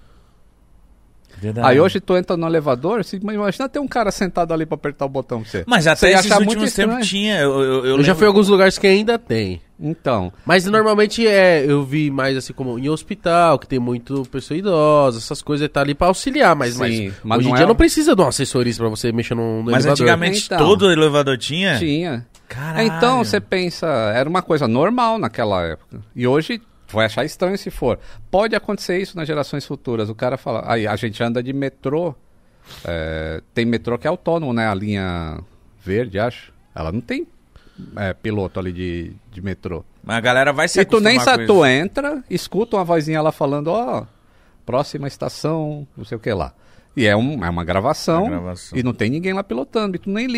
Verdade. Aí hoje tu entra no elevador, imagina ter um cara sentado ali pra apertar o botão pra você. Mas até esses últimos tempos tinha. Eu já fui em alguns lugares que ainda tem. Então. Mas normalmente eu vi mais assim como em hospital, que tem muito pessoa idosa, essas coisas, tá ali pra auxiliar, mas hoje em dia não precisa de um assessorista pra você mexer no mas elevador. Mas antigamente então, todo elevador tinha? Tinha. Caralho. Então você pensa, era uma coisa normal naquela época. E hoje... Vai achar estranho se for. Pode acontecer isso nas gerações futuras. O cara fala... Aí a gente anda de metrô. Tem metrô que é autônomo, né? A linha verde, acho. Ela não tem piloto ali de metrô. Mas a galera vai se acostumar com isso. E tu nem sabe, tu entra, escuta uma vozinha lá falando... próxima estação, não sei o que lá. E é uma gravação. E não tem ninguém lá pilotando. E tu nem liga.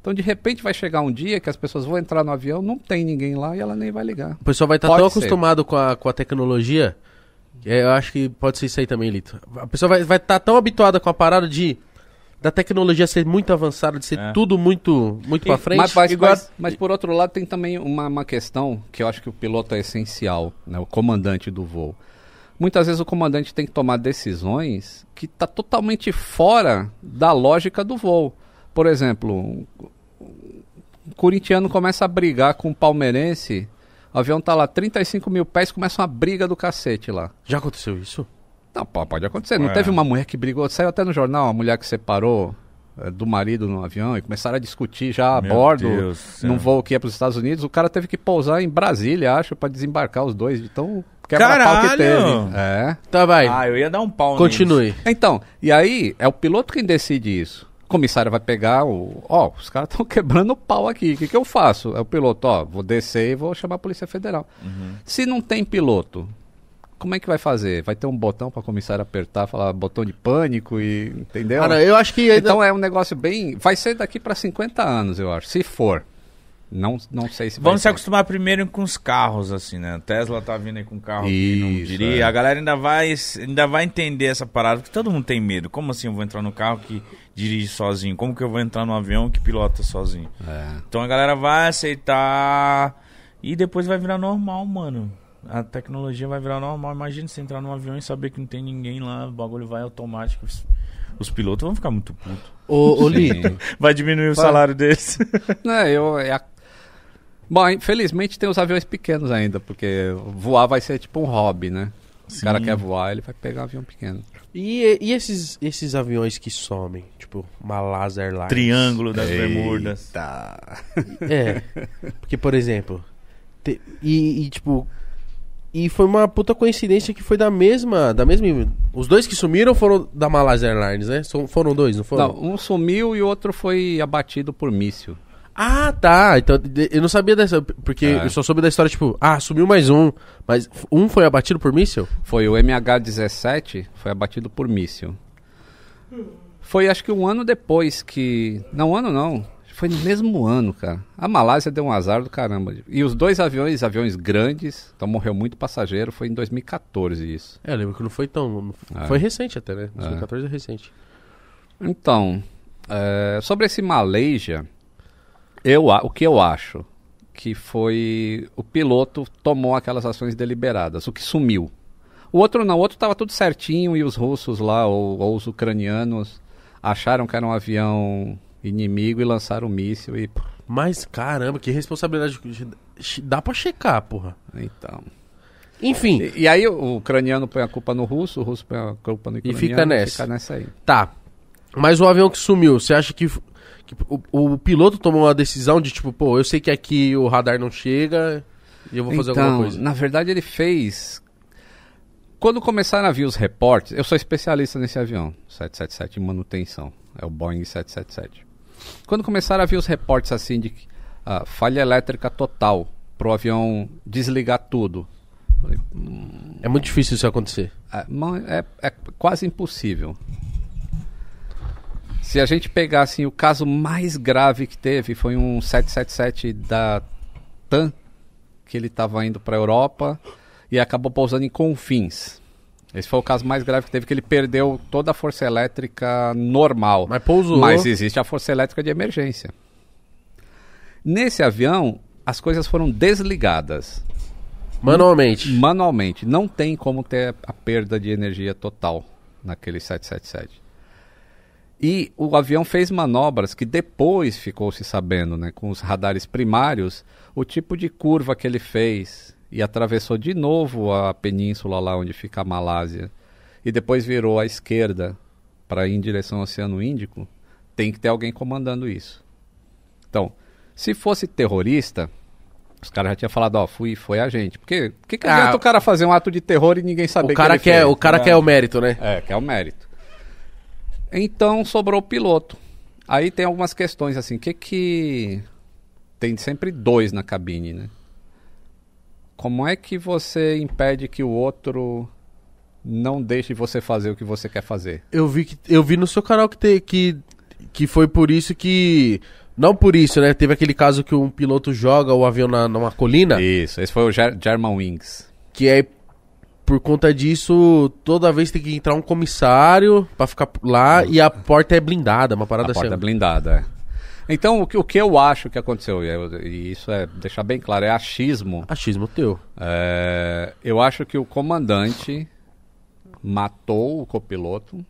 Então, de repente, vai chegar um dia que as pessoas vão entrar no avião, não tem ninguém lá e ela nem vai ligar. O pessoal vai estar tão acostumado com a tecnologia, eu acho que pode ser isso aí também, Lito. A pessoa vai estar tão habituada com a parada da tecnologia ser muito avançada, de ser tudo muito pra frente. Mas, por outro lado, tem também uma questão que eu acho que o piloto é essencial, né? O comandante do voo. Muitas vezes o comandante tem que tomar decisões que tá totalmente fora da lógica do voo. Por exemplo, um corintiano começa a brigar com um palmeirense, o avião tá lá 35 mil pés, começa uma briga do cacete lá. Já aconteceu isso? Não, pode acontecer. Não teve uma mulher que brigou, saiu até no jornal, uma mulher que separou do marido no avião e começaram a discutir já a bordo, num voo que ia para os Estados Unidos. O cara teve que pousar em Brasília, acho, para desembarcar os dois. Então, quebra-pau que teve. Tá, vai. Eu ia dar um pau Continue. neles. Então, e aí é o piloto quem decide isso. O comissário vai pegar os caras estão quebrando o pau aqui. O que eu faço? É o piloto, vou descer e vou chamar a Polícia Federal. Se não tem piloto, como é que vai fazer? Vai ter um botão para o comissário apertar, falar botão de pânico e... Entendeu? Cara, eu acho que... Então é um negócio bem... Vai ser daqui para 50 anos, eu acho. Se for. Não sei se vai Vamos se acostumar primeiro com os carros, assim, né? A Tesla tá vindo aí com um carro que não diria. A galera ainda vai entender essa parada, porque todo mundo tem medo. Como assim eu vou entrar no carro que dirige sozinho? Como que eu vou entrar no avião que pilota sozinho? Então a galera vai aceitar e depois vai virar normal, mano. A tecnologia vai virar normal. Imagina você entrar num avião e saber que não tem ninguém lá, o bagulho vai automático. Os pilotos vão ficar muito putos. Ô Lito, vai diminuir o salário deles. Bom, infelizmente tem os aviões pequenos ainda, porque voar vai ser tipo um hobby, né? Sim. O cara quer voar, ele vai pegar um avião pequeno. E esses aviões que somem? Tipo, Malásia Airlines. Triângulo das Bermudas. Porque, por exemplo... E foi uma puta coincidência que foi da mesma... Os dois que sumiram foram da Malásia Airlines, né? Foram dois, não foram? Não, um sumiu e o outro foi abatido por míssil. Ah, tá. Então, eu não sabia dessa, porque eu só soube da história, tipo, sumiu mais um, mas um foi abatido por míssil? Foi o MH17, foi abatido por míssil. Foi acho que um ano depois que... Não, foi no mesmo ano, cara. A Malásia deu um azar do caramba. E os dois aviões grandes, então morreu muito passageiro, foi em 2014 isso. Eu lembro que não foi tão... Foi recente até, né? 2014 é recente. Então, sobre esse Malaysia... O que eu acho que foi o piloto tomou aquelas ações deliberadas, o que sumiu. O outro não, o outro estava tudo certinho e os russos lá, ou os ucranianos, acharam que era um avião inimigo e lançaram um míssil e... Mas caramba, que responsabilidade, dá pra checar, porra. Então... Enfim. E aí o ucraniano põe a culpa no russo, o russo põe a culpa no ucraniano e fica nessa aí. Tá, mas o avião que sumiu, você acha que... O piloto tomou uma decisão de tipo, eu sei que aqui o radar não chega e eu vou fazer alguma coisa. Na verdade ele fez... Quando começaram a vir os reportes, eu sou especialista nesse avião, 777 em manutenção, é o Boeing 777. Quando começaram a vir os reportes assim de falha elétrica total, pro avião desligar tudo. Falei, é muito difícil isso acontecer. É quase impossível. Se a gente pegar assim, o caso mais grave que teve foi um 777 da TAM, que ele estava indo para a Europa e acabou pousando em Confins. Esse foi o caso mais grave que teve, que ele perdeu toda a força elétrica normal. Mas pousou. Mas existe a força elétrica de emergência. Nesse avião, as coisas foram desligadas. Manualmente. Não tem como ter a perda de energia total naquele 777. E o avião fez manobras que depois ficou se sabendo, né, com os radares primários, o tipo de curva que ele fez e atravessou de novo a península lá onde fica a Malásia e depois virou à esquerda para ir em direção ao Oceano Índico, tem que ter alguém comandando isso. Então, se fosse terrorista, os caras já tinham falado, foi a gente. Porque que adianta o cara fazer um ato de terror e ninguém saber que ele fez? O cara quer o mérito, né? Quer o mérito. Então sobrou o piloto. Aí tem algumas questões assim, que tem sempre dois na cabine, né? Como é que você impede que o outro não deixe você fazer o que você quer fazer? Eu vi no seu canal que foi por isso que Não por isso, né? Teve aquele caso que um piloto joga o avião numa colina. Isso, esse foi o Germanwings. Que aí, por conta disso, toda vez tem que entrar um comissário pra ficar lá e a porta é blindada, uma parada assim. A porta é blindada, Então, o que eu acho que aconteceu, e isso é, deixar bem claro, é achismo. Achismo teu. Eu acho que o comandante matou o copiloto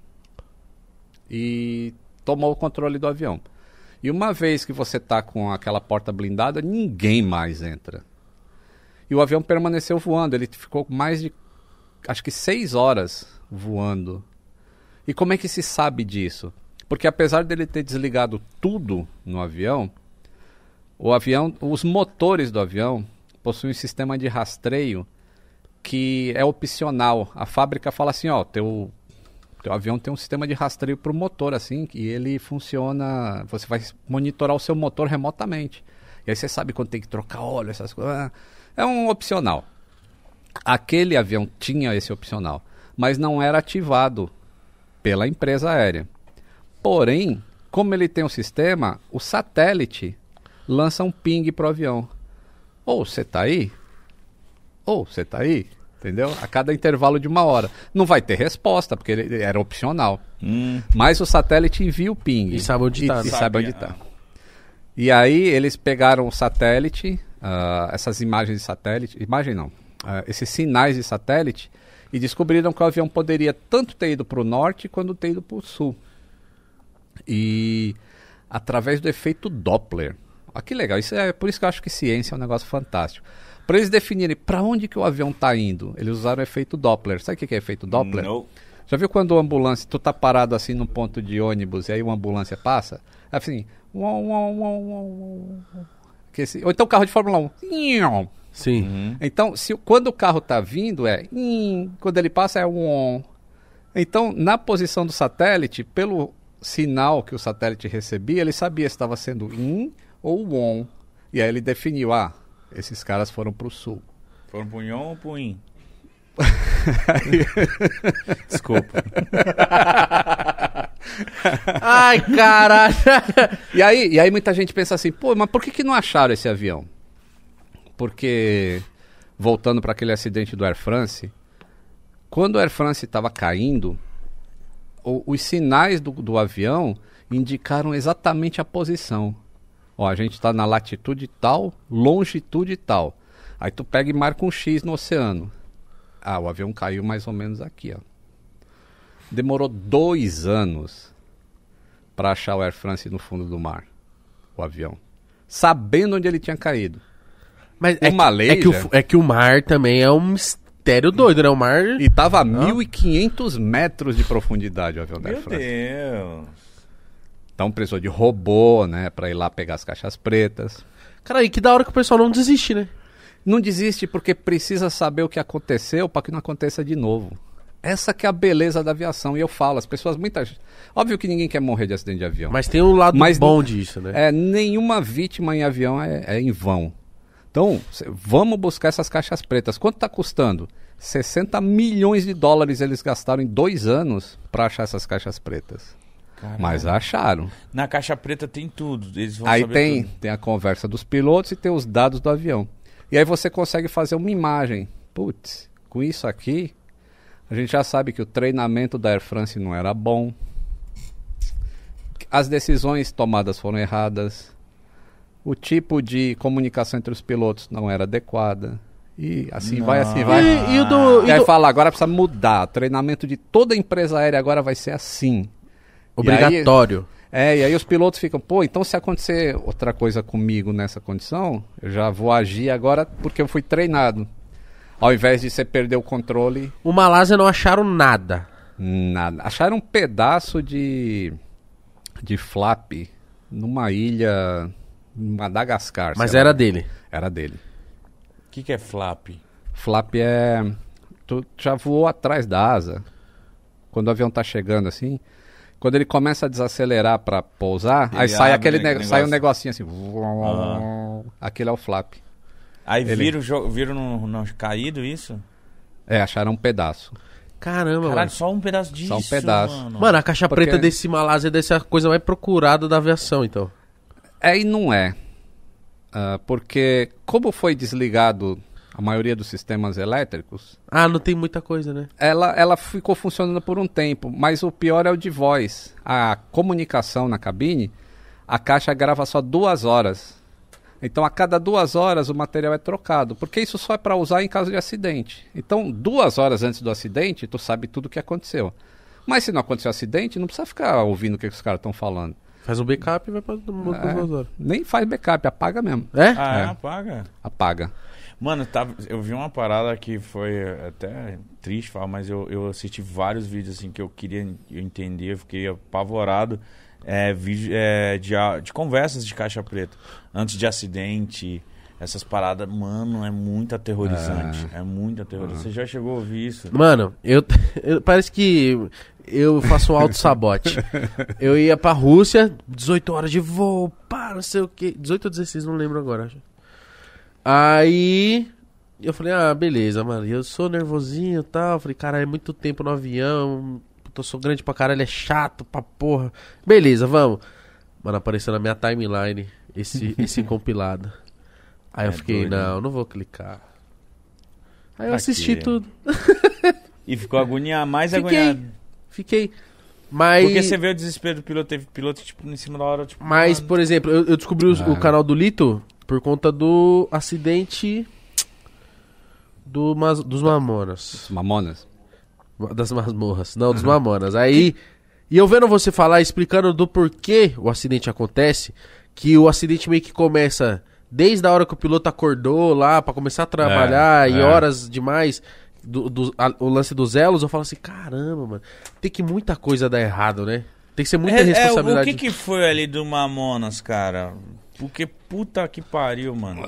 e tomou o controle do avião. E uma vez que você tá com aquela porta blindada, ninguém mais entra. E o avião permaneceu voando, ele ficou mais de, acho que 6 horas voando. E como é que se sabe disso? Porque apesar dele ter desligado tudo no avião, os motores do avião possuem um sistema de rastreio que é opcional. A fábrica fala assim, ó, teu avião tem um sistema de rastreio para o motor, assim, e ele funciona, você vai monitorar o seu motor remotamente. E aí você sabe quando tem que trocar óleo, essas coisas. É um opcional. Aquele avião tinha esse opcional, mas não era ativado pela empresa aérea. Porém, como ele tem um sistema, o satélite lança um ping pro avião. Ou você tá aí, ou você tá aí. Entendeu? A cada intervalo de 1 hora. Não vai ter resposta, porque ele era opcional. Mas o satélite envia o ping. E sabe onde está. E sabe onde está. E aí eles pegaram o satélite, essas imagens de satélite, esses sinais de satélite, e descobriram que o avião poderia tanto ter ido para o norte quanto ter ido para o sul. E através do efeito Doppler. Olha que legal. Por isso que eu acho que ciência é um negócio fantástico. Para eles definirem para onde que o avião está indo, eles usaram o efeito Doppler. Sabe o que é efeito Doppler? Não. Já viu quando a ambulância, tu tá parado assim num ponto de ônibus e aí uma ambulância passa? É assim, ou então o carro de Fórmula 1. Sim. Então, quando o carro tá vindo quando ele passa é um. Então, na posição do satélite, pelo sinal que o satélite recebia, ele sabia se estava sendo in ou on. E aí ele definiu, esses caras foram pro sul. Foram pro Yon ou pro In? Desculpa. Ai, caralho. E aí muita gente pensa assim, pô, mas por que não acharam esse avião? Porque, voltando para aquele acidente do Air France, quando o Air France estava caindo, os sinais do avião indicaram exatamente a posição. Ó, a gente está na latitude tal, longitude tal. Aí tu pega e marca um X no oceano. O avião caiu mais ou menos aqui, ó. Demorou 2 anos para achar o Air France no fundo do mar, o avião. Sabendo onde ele tinha caído. Mas é que o mar também é um mistério doido, né? O mar... E tava a 1.500 metros de profundidade o avião da Air France. Meu Deus. Então precisou de robô, né, pra ir lá pegar as caixas pretas. Cara, e que da hora que o pessoal não desiste, né? Não desiste porque precisa saber o que aconteceu para que não aconteça de novo. Essa que é a beleza da aviação. E eu falo, as pessoas, óbvio que ninguém quer morrer de acidente de avião. Mas tem um lado bom disso, né? Nenhuma vítima em avião é em vão. Então, vamos buscar essas caixas pretas. Quanto está custando? 60 milhões de dólares eles gastaram em 2 anos para achar essas caixas pretas. Caramba. Mas acharam. Na caixa preta tem tudo. Eles vão aí saber tudo. Tem a conversa dos pilotos e tem os dados do avião. E aí você consegue fazer uma imagem. Putz, com isso aqui, a gente já sabe que o treinamento da Air France não era bom. As decisões tomadas foram erradas. O tipo de comunicação entre os pilotos não era adequada. E assim vai. E aí fala, agora precisa mudar. O treinamento de toda a empresa aérea agora vai ser assim. Obrigatório. E aí os pilotos ficam, pô, então se acontecer outra coisa comigo nessa condição, eu já vou agir agora porque eu fui treinado. Ao invés de você perder o controle... O Malásia não acharam nada. Nada. Acharam um pedaço de flap numa ilha em Madagascar. Mas era dele. Era dele. O que é flap? Flap é... Tu já voou atrás da asa. Quando o avião tá chegando assim... Quando ele começa a desacelerar para pousar, aí sai sai um negocinho assim. Aquele é o flap. Aí viram no caído isso? Acharam um pedaço. Caramba, Caralho, mano. só um pedaço disso. Só um pedaço. Mano, a caixa preta desse Malásia deve ser a coisa mais procurada da aviação, então. É e não é. Porque como foi desligado a maioria dos sistemas elétricos... não tem muita coisa, né? Ela ficou funcionando por um tempo, mas o pior é o de voz. A comunicação na cabine, a caixa grava só 2 horas. Então a cada 2 horas o material é trocado, porque isso só é para usar em caso de acidente. Então 2 horas antes do acidente, tu sabe tudo o que aconteceu. Mas se não aconteceu acidente, não precisa ficar ouvindo o que os caras estão falando. Faz um backup e vai para 2 horas. Nem faz backup, apaga mesmo. Apaga? Apaga. Mano, eu vi uma parada que foi até triste falar, mas eu assisti vários vídeos assim que eu queria entender, eu fiquei apavorado. Vídeo de conversas de caixa preta antes de acidente, essas paradas, mano, é muito aterrorizante. É muito aterrorizante. Você já chegou a ouvir isso? Mano, eu parece que eu faço um auto-sabote. Eu ia pra Rússia, 18 horas de voo, não sei o que, 18 ou 16, não lembro agora, acho. Aí eu falei, beleza, mano. Eu sou nervosinho e tal. Falei, cara, é muito tempo no avião. Eu sou grande pra caralho, é chato pra porra. Beleza, vamos. Mano, apareceu na minha timeline esse compilado. Aí eu fiquei, doido, não vou clicar. Aí eu assisti tudo. E ficou agoniado. Fiquei. Mas... Porque você vê o desespero do piloto, teve piloto tipo, em cima da hora. Tipo, mas, por exemplo, eu descobri o canal do Lito por conta do acidente dos Mamonas. Mamonas? Das masmorras. Não, dos Mamonas. Aí, e eu vendo você falar, explicando do porquê o acidente acontece, que o acidente meio que começa desde a hora que o piloto acordou lá pra começar a trabalhar e horas demais, o lance dos elos, eu falo assim, caramba, mano, tem que muita coisa dar errado, né? Tem que ser muita responsabilidade. O que foi ali do Mamonas, cara? Porque puta que pariu, mano.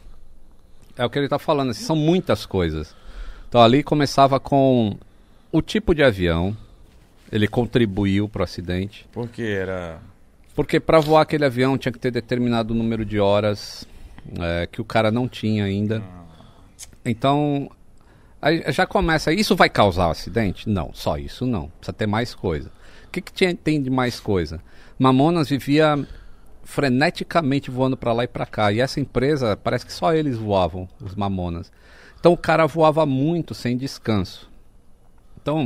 É o que ele tá falando, assim, são muitas coisas. Então ali começava com o tipo de avião, ele contribuiu pro acidente. Por que era? Porque para voar aquele avião tinha que ter determinado número de horas que o cara não tinha ainda. Então, aí já começa, isso vai causar um acidente? Não, só isso não, precisa ter mais coisa. O que tem de mais coisa? Mamonas vivia freneticamente voando para lá e para cá, e essa empresa, parece que só eles voavam, os Mamonas. Então o cara voava muito sem descanso. Então,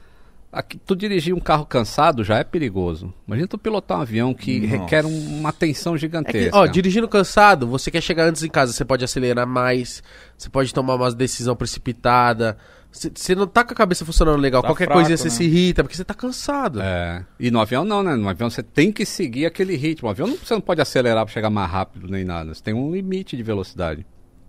tu dirigir um carro cansado já é perigoso. Imagina tu pilotar um avião que requer uma atenção gigantesca. Dirigindo cansado, você quer chegar antes em casa, você pode acelerar mais, você pode tomar uma decisão precipitada. Você não tá com a cabeça funcionando legal, qualquer coisinha você se irrita, porque você tá cansado. E no avião não, né? No avião você tem que seguir aquele ritmo. No avião você não pode acelerar para chegar mais rápido nem nada. Você tem um limite de velocidade.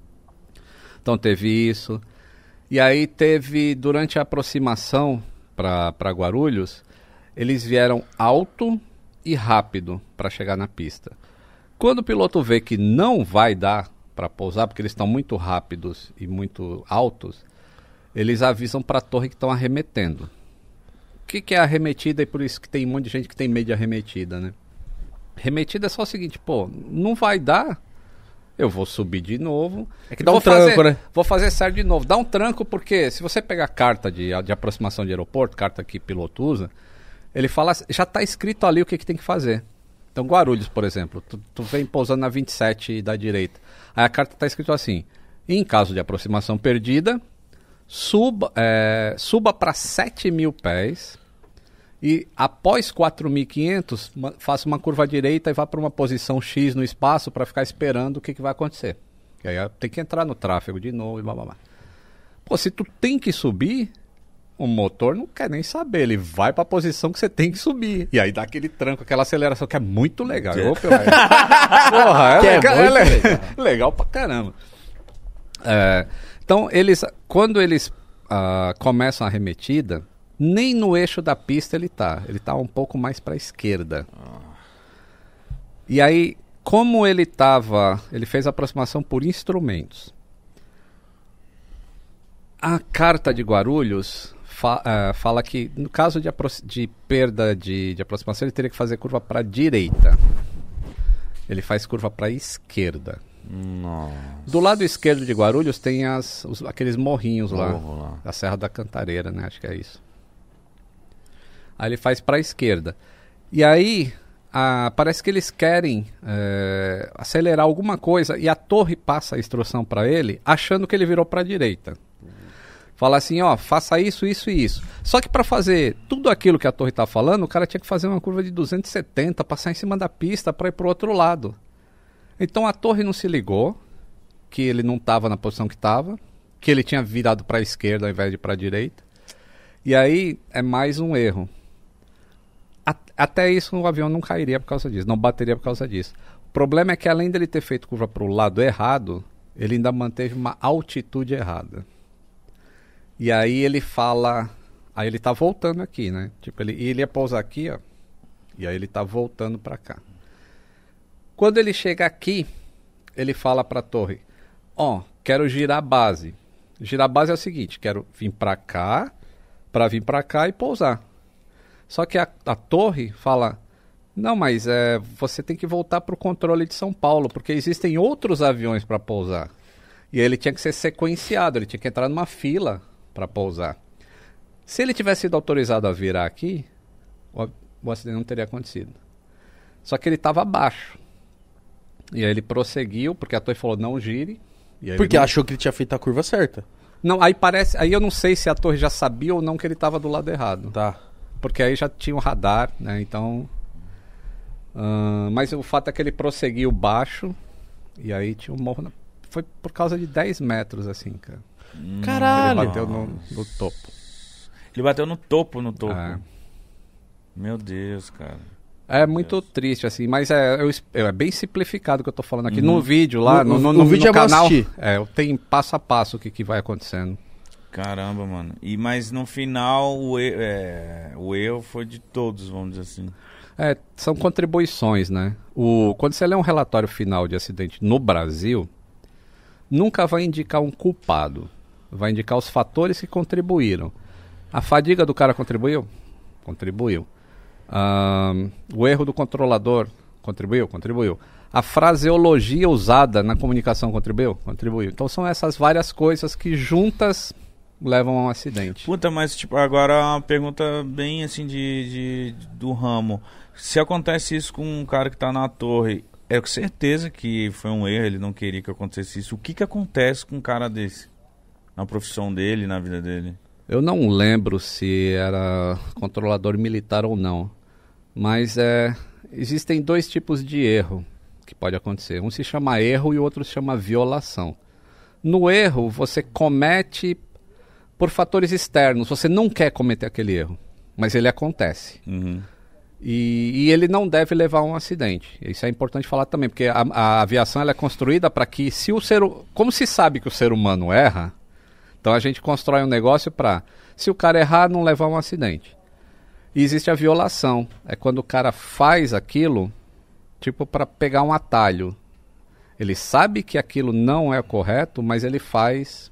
Então teve isso. E aí teve, durante a aproximação para Guarulhos, eles vieram alto e rápido para chegar na pista. Quando o piloto vê que não vai dar para pousar, porque eles estão muito rápidos e muito altos, eles avisam para a torre que estão arremetendo. O que é arremetida? E por isso que tem um monte de gente que tem medo de arremetida, né? Arremetida é só o seguinte, não vai dar, eu vou subir de novo. É que dá um tranco, né? Vou fazer certo de novo. Dá um tranco porque se você pegar carta de aproximação de aeroporto, carta que piloto usa, ele fala, já está escrito ali o que tem que fazer. Então Guarulhos, por exemplo, tu vem pousando na 27 da direita. Aí a carta está escrito assim, em caso de aproximação perdida, suba para 7.000 pés e após 4.500 faça uma curva à direita e vá para uma posição X no espaço para ficar esperando o que vai acontecer. E aí tem que entrar no tráfego de novo e blá blá blá. Se tu tem que subir, o motor não quer nem saber, ele vai para a posição que você tem que subir. E aí dá aquele tranco, aquela aceleração que é muito legal. Porra, legal pra caramba. Então, quando eles começam a arremetida, nem no eixo da pista ele tá um pouco mais para a esquerda. E aí, como ele fez a aproximação por instrumentos. A carta de Guarulhos fala que no caso de perda de aproximação, ele teria que fazer curva para a direita. Ele faz curva para a esquerda. Nossa. Do lado esquerdo de Guarulhos tem aqueles morrinhos lá, da Serra da Cantareira, né? Acho que é isso. Aí ele faz para a esquerda. E aí, parece que eles querem acelerar alguma coisa e a torre passa a instrução para ele, achando que ele virou para a direita. Fala assim, ó, faça isso, isso e isso. Só que para fazer tudo aquilo que a torre tá falando, o cara tinha que fazer uma curva de 270, passar em cima da pista para ir pro outro lado. Então a torre não se ligou, que ele não estava na posição que estava, que ele tinha virado para a esquerda ao invés de para a direita. E aí é mais um erro. Até isso o avião não cairia por causa disso, não bateria por causa disso. O problema é que além dele ter feito curva para o lado errado, ele ainda manteve uma altitude errada. E aí ele fala... Aí ele tá voltando aqui, né? Tipo, ele ia pousar aqui, ó. E aí ele tá voltando para cá. Quando ele chega aqui, ele fala para a torre, ó, quero girar a base. Girar a base é o seguinte, quero vir para cá e pousar. Só que a torre fala, não, mas você tem que voltar para o controle de São Paulo, porque existem outros aviões para pousar. E ele tinha que ser sequenciado, ele tinha que entrar numa fila para pousar. Se ele tivesse sido autorizado a virar aqui, o acidente não teria acontecido. Só que ele estava abaixo. E aí ele prosseguiu, porque a torre falou, não gire. E aí porque achou que ele tinha feito a curva certa. Não, aí eu não sei se a torre já sabia ou não que ele estava do lado errado. Tá. Porque aí já tinha um radar, né? Então... mas o fato é que ele prosseguiu baixo. E aí tinha um morro... Foi por causa de 10 metros, assim, cara. Caralho! Ele bateu no topo. Ele bateu no topo. É. Meu Deus, cara. É muito triste, assim, mas é bem simplificado o que eu tô falando aqui. No vídeo lá, no vídeo no canal, eu tem passo a passo o que vai acontecendo. Caramba, mano. Mas no final o erro foi de todos, vamos dizer assim. São contribuições, né? Quando você lê um relatório final de acidente no Brasil, nunca vai indicar um culpado. Vai indicar os fatores que contribuíram. A fadiga do cara contribuiu? Contribuiu. O erro do controlador contribuiu? Contribuiu. A fraseologia usada na comunicação contribuiu? Contribuiu. Então são essas várias coisas que juntas levam a um acidente. Puta, mas tipo, agora uma pergunta bem assim do ramo. Se acontece isso com um cara que tá na torre, é com certeza que foi um erro, ele não queria que acontecesse isso. O que acontece com um cara desse? Na profissão dele, na vida dele? Eu não lembro se era controlador militar ou não. Mas existem dois tipos de erro que pode acontecer. Um se chama erro e o outro se chama violação. No erro, você comete por fatores externos. Você não quer cometer aquele erro, mas ele acontece. Uhum. E ele não deve levar a um acidente. Isso é importante falar também, porque a aviação ela é construída para que, como se sabe que o ser humano erra, então a gente constrói um negócio para, se o cara errar, não levar a um acidente. E existe a violação. É quando o cara faz aquilo, tipo, para pegar um atalho. Ele sabe que aquilo não é correto, mas ele faz...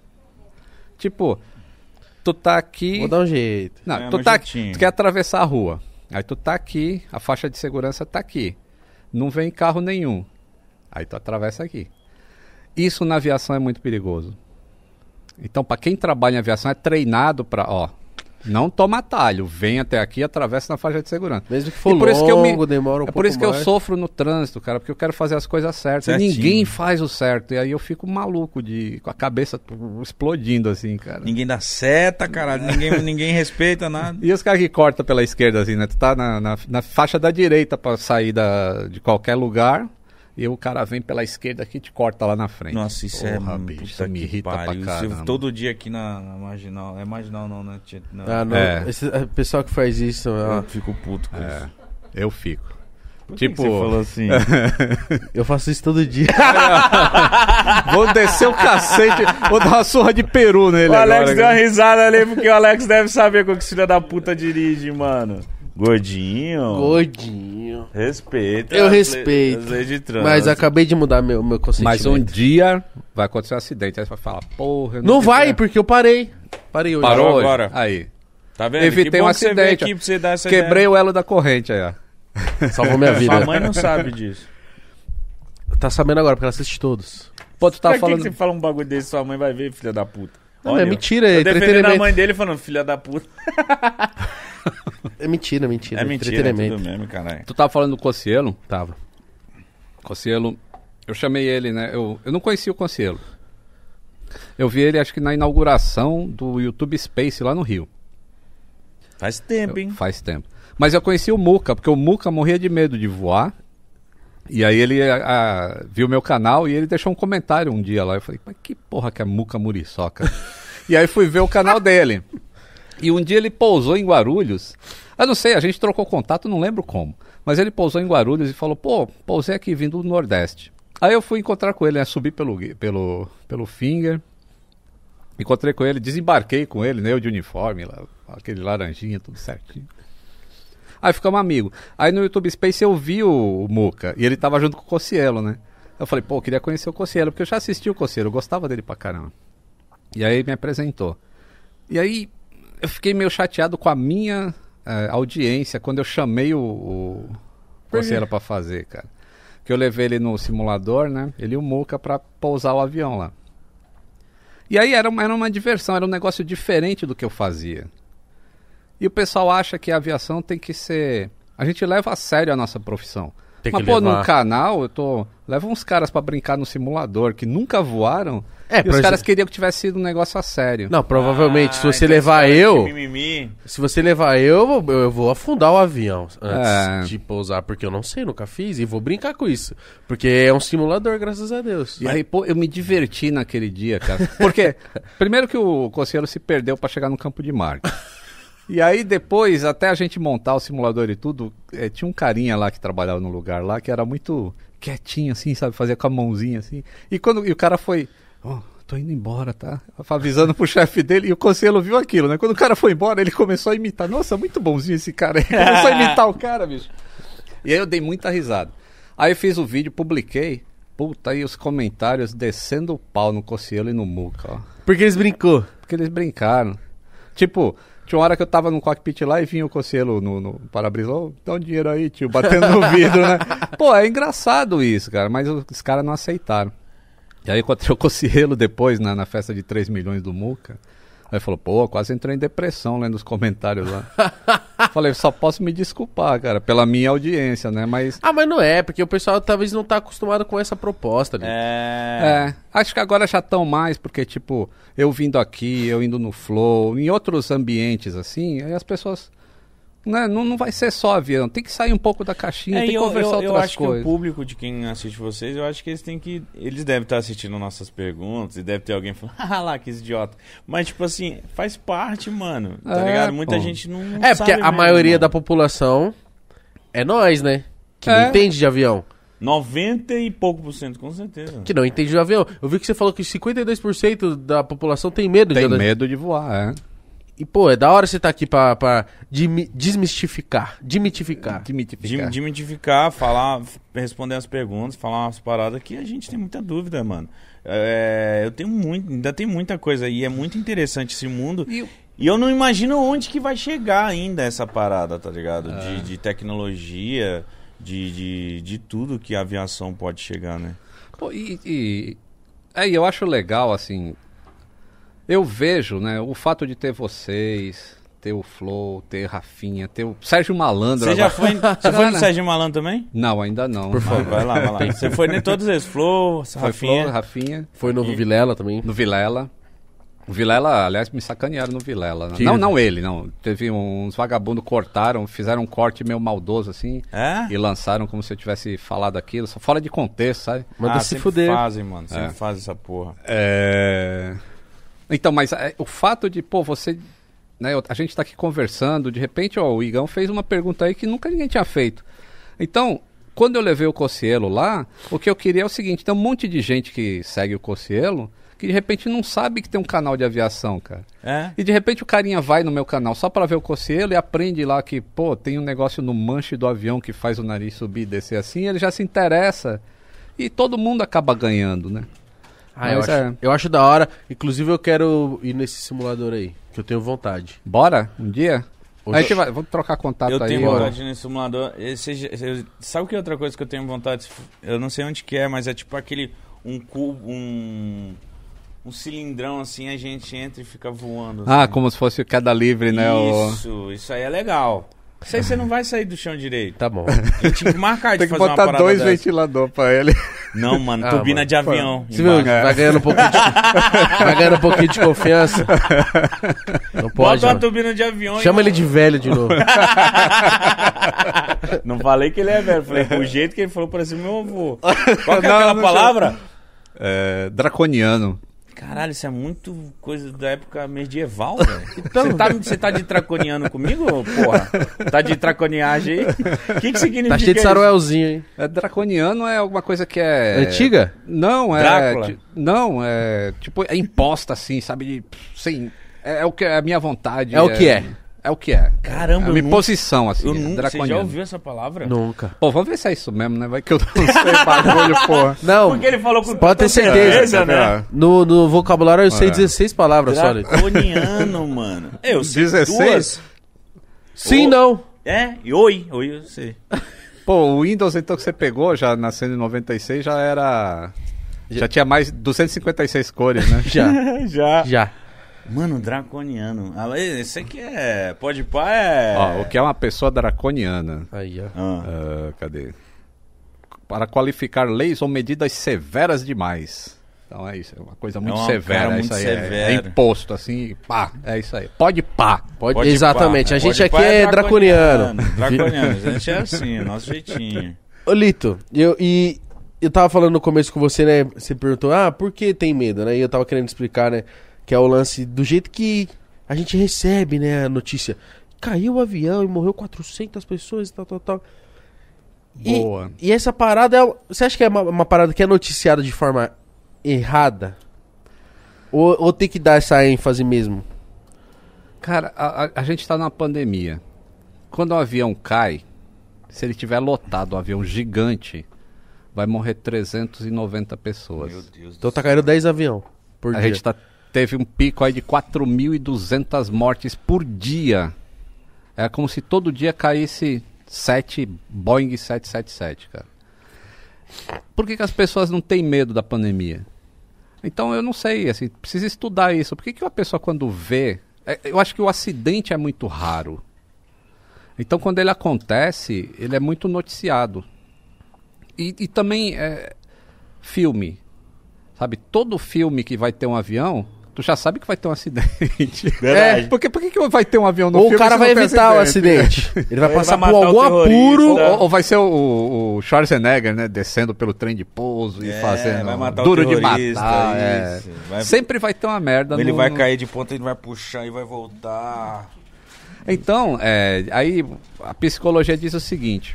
Tipo, tu tá aqui... Vou dar um jeito. Não, tu tá aqui, tu quer atravessar a rua. Aí tu tá aqui, a faixa de segurança tá aqui. Não vem carro nenhum. Aí tu atravessa aqui. Isso na aviação é muito perigoso. Então, para quem trabalha em aviação, é treinado para, não toma atalho, vem até aqui e atravessa na faixa de segurança. Mesmo que for longo, demora um pouco mais. É por isso que eu sofro no trânsito, cara, porque eu quero fazer as coisas certas. E ninguém faz o certo. E aí eu fico maluco, com a cabeça explodindo assim, cara. Ninguém dá seta, caralho, ninguém respeita nada. E os caras que cortam pela esquerda, assim, né? Tu tá na faixa da direita para sair de qualquer lugar... E o cara vem pela esquerda aqui e te corta lá na frente. Nossa, isso bicho, isso me irrita pra caramba. Todo dia aqui na Marginal. É Marginal não, né? Não. Não. Esse pessoal que faz isso... Eu fico puto com isso. Eu fico. Por que você falou assim? Eu faço isso todo dia. Vou descer o cacete. Vou dar uma surra de peru nele agora. O Alex deu uma risada ali, porque o Alex deve saber como que esse filho da puta dirige, mano. Gordinho. Respeita. Eu respeito. Mas acabei de mudar meu consentimento. Mas um dia vai acontecer um acidente. Aí você vai falar, porra... Não vai, porque eu parei. Parei hoje. Parou agora? Aí. Tá vendo? Evitei um acidente. Aqui pra você dar essa Quebrei o elo da corrente aí, ó. Salvou minha vida. Sua mãe não sabe disso. Tá sabendo agora, porque ela assiste todos. Pô, tu tá falando... que você fala um bagulho desse, sua mãe vai ver, filha da puta. Não, é mentira, é entretenimento. A mãe dele falando, filha da puta. É mentira. É mentira, entretenimento. é tudo mesmo, caralho. Tu tava falando do Cossielo? Tava. Cossielo, eu chamei ele, né? Eu não conhecia o Cossielo. Eu vi ele, acho que na inauguração do YouTube Space lá no Rio. Faz tempo, hein? Faz tempo. Mas eu conheci o Muca, porque o Muca morria de medo de voar. E aí ele viu meu canal e ele deixou um comentário um dia lá. Eu falei, mas que porra que é Muca Muriçoca? E aí fui ver o canal dele. E um dia ele pousou em Guarulhos. Eu não sei, a gente trocou contato, não lembro como. Mas ele pousou em Guarulhos e falou, pô, pousei aqui vindo do Nordeste. Aí eu fui encontrar com ele, né? Subi pelo Finger. Encontrei com ele, desembarquei com ele, né? Eu de uniforme, lá, aquele laranjinha, tudo certinho. Aí ficamos amigos. Aí no YouTube Space eu vi o Muca, e ele tava junto com o Cossielo, né? Eu falei, pô, eu queria conhecer o Cossielo, porque eu já assisti o Cossielo, eu gostava dele pra caramba. E aí me apresentou. E aí eu fiquei meio chateado com a minha audiência, quando eu chamei o Cossielo pra fazer, cara. Que eu levei ele no simulador, né? Ele e o Muca pra pousar o avião lá. E aí era uma diversão, era um negócio diferente do que eu fazia. E o pessoal acha que a aviação tem que ser... A gente leva a sério a nossa profissão. Mas, pô, no canal, levo uns caras pra brincar no simulador que nunca voaram. E os caras queriam que tivesse sido um negócio a sério. Não, provavelmente, se você levar eu... Se você levar eu vou afundar o avião antes de pousar, porque eu não sei, nunca fiz, e vou brincar com isso. Porque é um simulador, graças a Deus. E aí, pô, eu me diverti naquele dia, cara. Porque, primeiro que o Cossielo se perdeu pra chegar no Campo de Marte. E aí depois, até a gente montar o simulador e tudo, tinha um carinha lá que trabalhava no lugar lá, que era muito quietinho assim, sabe, fazia com a mãozinha assim. E o cara foi, tô indo embora, tá? Avisando pro chefe dele, e o Cossielo viu aquilo, né? Quando o cara foi embora, ele começou a imitar. Nossa, muito bonzinho esse cara. Ele começou a imitar o cara, bicho. E aí eu dei muita risada. Aí eu fiz o vídeo, publiquei. Puta, aí os comentários descendo o pau no Cossielo e no Muca, ó. Porque eles brincou? Porque eles brincaram. Tipo... Tinha uma hora que eu tava no cockpit lá e vinha o Cossielo no para-brisa, dá um dinheiro aí, tio, batendo no vidro, né? Pô, é engraçado isso, cara, mas os caras não aceitaram. E aí encontrei o Cossielo depois, na festa de 3 milhões do Muca. Aí falou, pô, quase entrei em depressão lendo os comentários lá. Falei, só posso me desculpar, cara, pela minha audiência, né? Mas não é, porque o pessoal talvez não tá acostumado com essa proposta, né? Acho que agora já estão mais, porque, tipo, eu vindo aqui, eu indo no Flow, em outros ambientes, assim, aí as pessoas... Né, não vai ser só avião, tem que sair um pouco da caixinha, tem que conversar outras coisas. Eu acho que o público de quem assiste vocês, eu acho que eles devem estar assistindo nossas perguntas e deve ter alguém falando, lá, que idiota. Mas, tipo assim, faz parte, mano, tá ligado? Muita gente não sabe porque a maioria da população é nós, né? Que não entende de avião. 90 e pouco %, com certeza. Que não entende de avião. Eu vi que você falou que 52% da população tem medo de voar. Tem medo de voar, E, pô, é da hora você tá aqui pra demitificar, falar, responder as perguntas, falar umas paradas que a gente tem muita dúvida, mano. Ainda tem muita coisa aí, é muito interessante esse mundo. E eu não imagino onde que vai chegar ainda essa parada, tá ligado? De tecnologia, de tudo que a aviação pode chegar, né? Pô, eu acho legal, assim... Eu vejo, né, o fato de ter vocês, ter o Flow, ter Rafinha, ter o Sérgio Malandro. Você já foi no Sérgio Malandro também? Não, ainda não. Por favor, vai lá. Você foi em todos eles, Flow, Rafinha. Foi no Vilela também. No Vilela. O Vilela, aliás, me sacanearam no Vilela. Né? Não ele, não. Teve uns vagabundos cortaram, fizeram um corte meio maldoso, assim. E lançaram como se eu tivesse falado aquilo, só fora de contexto, sabe? Manda se fuder. Fazem, mano. Sempre fazem essa porra. Então, mas o fato de, pô, você... Né, a gente tá aqui conversando, de repente, o Igão fez uma pergunta aí que nunca ninguém tinha feito. Então, quando eu levei o Cossielo lá, o que eu queria é o seguinte, tem um monte de gente que segue o Cossielo que de repente não sabe que tem um canal de aviação, cara. E de repente o carinha vai no meu canal só pra ver o Cossielo e aprende lá que, pô, tem um negócio no manche do avião que faz o nariz subir e descer assim, ele já se interessa e todo mundo acaba ganhando, né? Eu acho da hora. Inclusive eu quero ir nesse simulador aí, que eu tenho vontade. Bora? Um dia? A gente vamos trocar contato aí. Eu tenho vontade nesse simulador. Sabe que outra coisa que eu tenho vontade? Eu não sei onde que é, mas é tipo aquele... um cilindrão assim, a gente entra e fica voando. Ah, assim. como se fosse queda livre, né? Isso aí é legal. Isso aí você não vai sair do chão direito. Tá bom. Eu tinha que marcar de Tem que fazer uma botar parada 2 dessa. ventiladores pra ele. Não, mano, turbina mano. de avião. Você viu? Vai ganhando um pouquinho de, vai ganhando um pouquinho de confiança. Não pode, Bota uma mano. turbina de avião. Chama e... ele de velho de novo. Não falei que ele é velho. Falei, o jeito que ele falou parecia meu avô. Qual que é aquela palavra? Draconiano. Caralho, isso é muito coisa da época medieval, velho. Então, Você tá de draconiano comigo, porra? Tá de draconiagem aí? O que significa tá cheio de isso? saruelzinho, hein? Draconiano é alguma coisa que é... Antiga? Não, é... Drácula? Não, é... Tipo, é imposta, assim, sabe? Sim, é o que é a minha vontade. É o que é. É o que é. Caramba, é uma imposição, assim. Eu nunca, você já draconiano. ouviu essa palavra? Nunca. Pô, vamos ver se é isso mesmo, né? Vai que eu não sei bagulho, porra. Não, Porque ele falou com pode ter tanta certeza, né? no vocabulário eu sei 16 palavras só. Draconiano, mano. Eu sei 16? duas. Sim, Ô. não. É? E oi, eu sei. Pô, o Windows, então, que você pegou, já nascendo em 96, já era... Já tinha mais 256 cores, né? Já. Mano, draconiano. Ah, esse aqui é... Pode pá, é... Ó, o que é uma pessoa draconiana? Aí, ó. Cadê? Para qualificar leis ou medidas severas demais. Então é isso, é uma coisa muito uma severa. cara Isso muito aí severa. é imposto, assim, pá, é isso aí. Pode pá. Pode exatamente. pá. A gente Pode aqui pá é draconiano. Draconiano. A gente é assim, é nosso jeitinho. Ô, Lito, eu tava falando no começo com você, né? Você perguntou, por que tem medo, né? E eu tava querendo explicar, né? Que é o lance do jeito que a gente recebe, né? A notícia. Caiu o avião e morreu 400 pessoas e tal. Boa. E essa parada, você acha que é uma parada que é noticiada de forma errada? Ou tem que dar essa ênfase mesmo? Cara, a gente tá numa pandemia. Quando o avião cai, se ele tiver lotado, um avião gigante, vai morrer 390 pessoas. Meu Deus Então tá caindo 10 aviões por A dia. gente teve um pico aí de 4.200 mortes por dia. É como se todo dia caísse 7 Boeing 777, cara. Por que as pessoas não têm medo da pandemia? Então eu não sei, assim, precisa estudar isso. Por que uma pessoa quando vê... eu acho que o acidente é muito raro. Então quando ele acontece, ele é muito noticiado. E também filme. Sabe, todo filme que vai ter um avião, tu já sabe que vai ter um acidente. Verdade. Por que vai ter um avião no Ou filme? o cara se vai não tem evitar o acidente. Ele vai Ele passar vai por matar algum o apuro. terrorista. Ou vai ser o Schwarzenegger, né? Descendo pelo trem de pouso e fazendo vai matar duro o de terrorista, matar. isso. Vai- Sempre vai ter uma merda. Ele vai cair de ponta, ele vai puxar e vai voltar. Então, aí a psicologia diz o seguinte.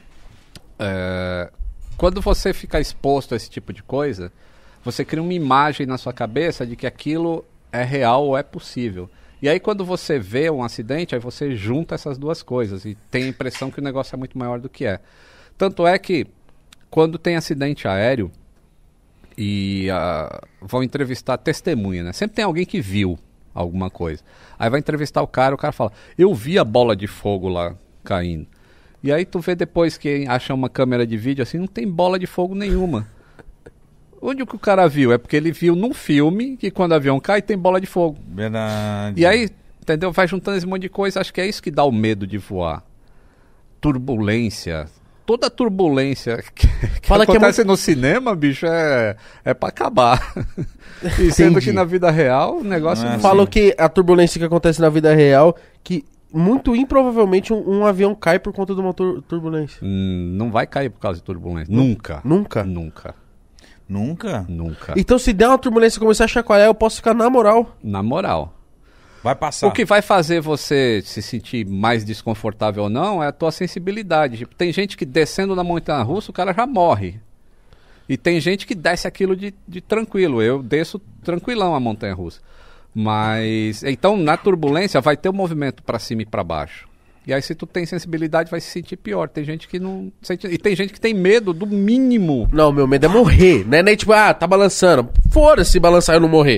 Quando você fica exposto a esse tipo de coisa, você cria uma imagem na sua cabeça de que aquilo é real ou é possível. E aí quando você vê um acidente, aí você junta essas duas coisas e tem a impressão que o negócio é muito maior do que é. Tanto é que quando tem acidente aéreo e vão entrevistar testemunha, né? Sempre tem alguém que viu alguma coisa. Aí vai entrevistar o cara fala, eu vi a bola de fogo lá caindo. E aí tu vê depois que acha uma câmera de vídeo assim, não tem bola de fogo nenhuma. Onde o que o cara viu? É porque ele viu num filme que quando o avião cai tem bola de fogo. Verdade. E aí, entendeu? Vai juntando esse monte de coisa, acho que é isso que dá o medo de voar. Turbulência. Toda turbulência que Fala que é acontece no cinema, bicho, é pra acabar. E sendo Entendi. que na vida real o negócio Não é não Falou que a turbulência que acontece na vida real, que muito improvavelmente um avião cai por conta de uma turbulência. não vai cair por causa de turbulência. Nunca. Nunca? Nunca. Nunca? Nunca. Então se der uma turbulência e começar a chacoalhar, eu posso ficar na moral. Na moral. Vai passar. O que vai fazer você se sentir mais desconfortável ou não é a tua sensibilidade. Tipo, tem gente que descendo na montanha-russa, o cara já morre. E tem gente que desce aquilo de tranquilo. Eu desço tranquilão a montanha-russa. Mas, então, na turbulência vai ter um movimento para cima e para baixo. E aí, se tu tem sensibilidade, vai se sentir pior. Tem gente que não sente... E tem gente que tem medo do mínimo. Não, meu medo é morrer, né? Nem tipo, tá balançando. Foda-se balançar e eu não morrer.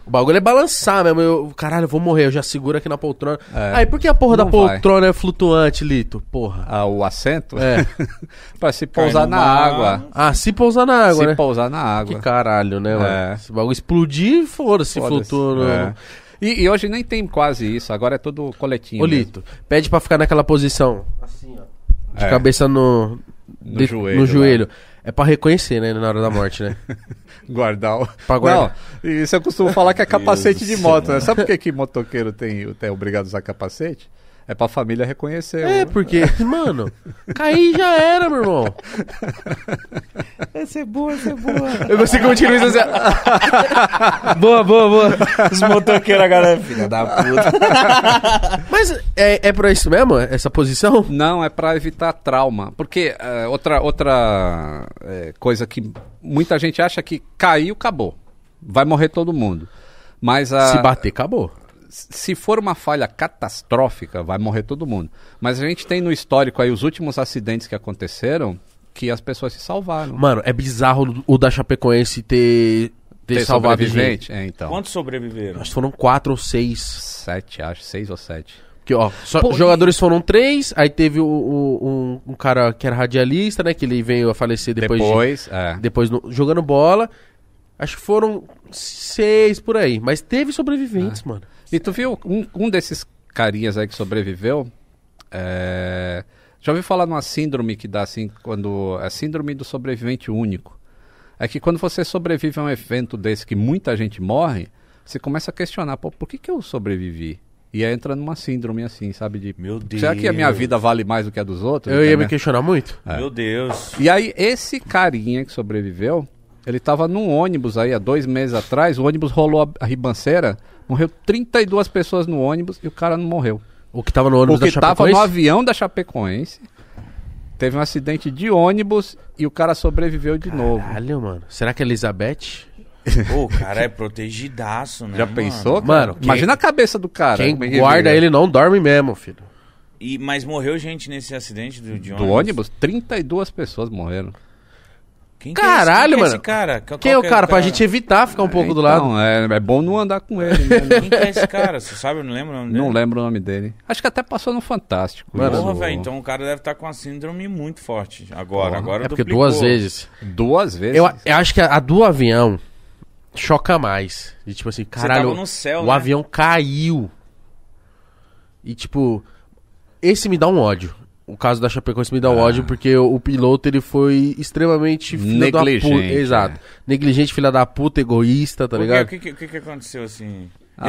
O bagulho é balançar mesmo. Caralho, eu vou morrer, eu já seguro aqui na poltrona. Aí, por que a porra da poltrona é flutuante, Lito? Porra. Ah, o assento? É. Pra se pousar na água. Ah, se pousar na água, né? Se pousar na água. Que caralho, né, mano? Se o bagulho explodir, foda-se, flutua. E hoje nem tem quase isso, agora é tudo coletinho. Ô, Lito, pede pra ficar naquela posição. Assim, ó. De cabeça no joelho. É pra reconhecer, né, na hora da morte, né? Guardar. Pra guardar. Não, isso eu costumo falar que é capacete de moto, né? Sabe por que motoqueiro é obrigado a usar capacete? É pra família reconhecer. Porque, mano, cair já era, meu irmão. Essa é boa. Eu gostei como tiro isso assim. Boa. Os motoqueiros, a galera, filha da puta. Mas é pra isso mesmo, essa posição? Não, é pra evitar trauma. Porque outra coisa que muita gente acha que caiu, acabou. Vai morrer todo mundo. Mas se bater, acabou. Se for uma falha catastrófica, vai morrer todo mundo. Mas a gente tem no histórico aí os últimos acidentes que aconteceram que as pessoas se salvaram. Mano, é bizarro o da Chapecoense ter salvado gente. Então. Quantos sobreviveram? Acho que foram 4 ou 6. 7, acho. 6 ou 7. Porque, ó, jogadores foram 3, aí teve um cara que era radialista, né? Que ele veio a falecer depois jogando bola. Acho que foram 6 por aí. Mas teve sobreviventes, mano. E tu viu um desses carinhas aí que sobreviveu? Já ouviu falar numa síndrome que dá assim, quando é síndrome do sobrevivente único. É que quando você sobrevive a um evento desse que muita gente morre, você começa a questionar, pô, por que eu sobrevivi? E aí entra numa síndrome assim, sabe? Meu Deus. Será que a minha vida vale mais do que a dos outros? Eu ia me questionar muito. Meu Deus. E aí, esse carinha que sobreviveu, ele tava num ônibus aí há 2 meses atrás, o ônibus rolou a ribanceira, morreu 32 pessoas no ônibus e o cara não morreu. O que tava no ônibus da Chapecoense? O que tava no avião da Chapecoense, teve um acidente de ônibus e o cara sobreviveu de novo. Caralho, mano. Será que é Elizabeth? Pô, o cara é protegidaço, né? Já pensou? Mano, imagina a cabeça do cara. Quem guarda ele não dorme mesmo, filho. Mas morreu gente nesse acidente de ônibus? Do ônibus? 32 pessoas morreram. Caralho, mano. Quem é esse cara? Quem é o cara? Pra gente evitar ficar um pouco do lado. Não, é bom não andar com ele. Né? Quem que é esse cara? Você sabe? Eu não lembro o nome dele. Não lembro o nome dele. Acho que até passou no Fantástico. Porra, velho. Então o cara deve estar com uma síndrome muito forte. Agora porque duplicou. 2 vezes. 2 vezes? Eu acho que a do avião choca mais. E tipo assim, caralho, tava no céu, o né? avião caiu. E tipo, esse me dá um ódio. O caso da Chapecoense me dá um ódio porque o piloto ele foi extremamente negligente. Exato. Negligente, filha da puta, egoísta, tá ligado? O que aconteceu assim?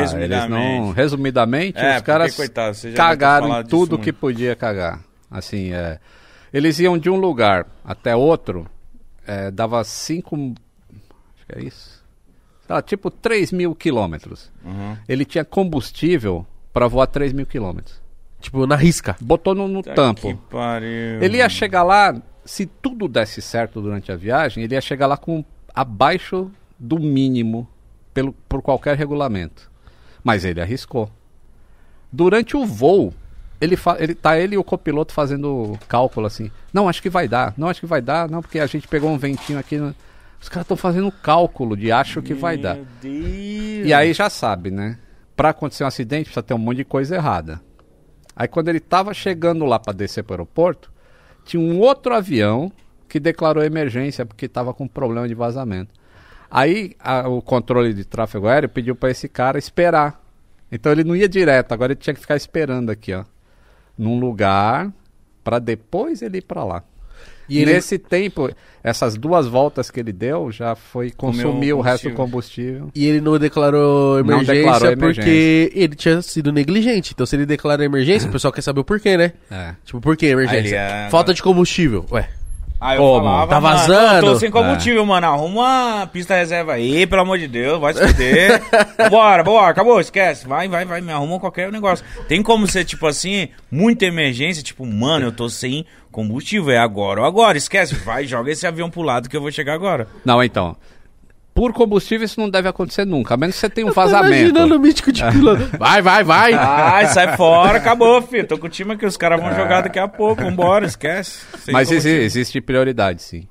Resumidamente, os caras cagaram em tudo que podia cagar. Assim, eles iam de um lugar até outro, dava 5, acho que é isso, tipo 3.000 quilômetros. Ele tinha combustível para voar 3.000 quilômetros. Tipo, na risca. Botou no tampo. Que pariu. Ele ia chegar lá, se tudo desse certo durante a viagem, ele ia chegar lá com abaixo do mínimo por qualquer regulamento. Mas ele arriscou. Durante o voo, ele e o copiloto fazendo cálculo assim. Não, acho que vai dar. Não, porque a gente pegou um ventinho aqui. Os caras estão fazendo cálculo de acho que vai dar. Meu Deus. E aí já sabe, né? Pra acontecer um acidente, precisa ter um monte de coisa errada. Aí quando ele estava chegando lá para descer para o aeroporto, tinha um outro avião que declarou emergência porque estava com problema de vazamento. Aí o controle de tráfego aéreo pediu para esse cara esperar. Então ele não ia direto, agora ele tinha que ficar esperando aqui, ó, num lugar para depois ele ir para lá. E nesse tempo, essas 2 voltas que ele deu, já foi consumir o resto do combustível. E ele não declarou emergência porque ele tinha sido negligente. Então se ele declara emergência, o pessoal quer saber o porquê, né? Tipo, por que emergência? Falta de combustível. Ué. Aí eu falava, tá vazando? Eu tô sem combustível, mano. Arruma uma pista reserva aí, pelo amor de Deus, vai se fuder. Bora, acabou, esquece. Vai, me arruma qualquer negócio. Tem como ser, tipo assim, muita emergência, tipo, mano, eu tô sem combustível, é agora ou agora, esquece. Vai, joga esse avião pro lado que eu vou chegar agora. Não, então... Por combustível isso não deve acontecer nunca, a menos que você tenha um vazamento. Imaginando o mítico de piloto. Vai. Ai, sai fora, acabou, filho. Tô com o time aqui, os caras vão jogar daqui a pouco, vambora, esquece. Mas existe prioridade, sim.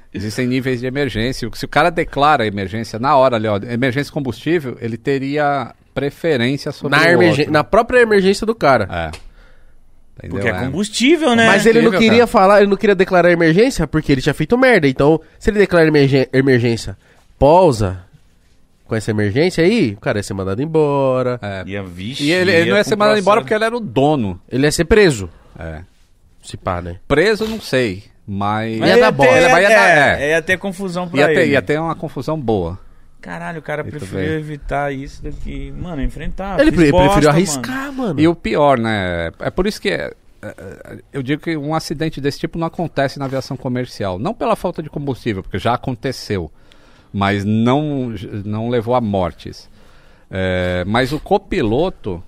Existem níveis de emergência. Se o cara declara emergência na hora ali, ó, emergência combustível, ele teria preferência sobre o outro. Na própria emergência do cara. Entendeu? Porque é combustível, né? Mas ele não queria ele não queria declarar emergência porque ele tinha feito merda. Então, se ele declara emergência, pausa com essa emergência aí, o cara ia ser mandado embora. E ele não ia ser mandado embora porque ele era o dono. Ele ia ser preso. Se pá, né? Preso, não sei. Mas ia dar bosta. Ia ter confusão pra ele. Ia ter uma confusão boa. Caralho, o cara preferiu evitar isso do que, mano, enfrentar. Ele preferiu arriscar, mano. E o pior, né? É por isso que eu digo que um acidente desse tipo não acontece na aviação comercial. Não pela falta de combustível, porque já aconteceu. Mas não levou a mortes. Mas o copiloto,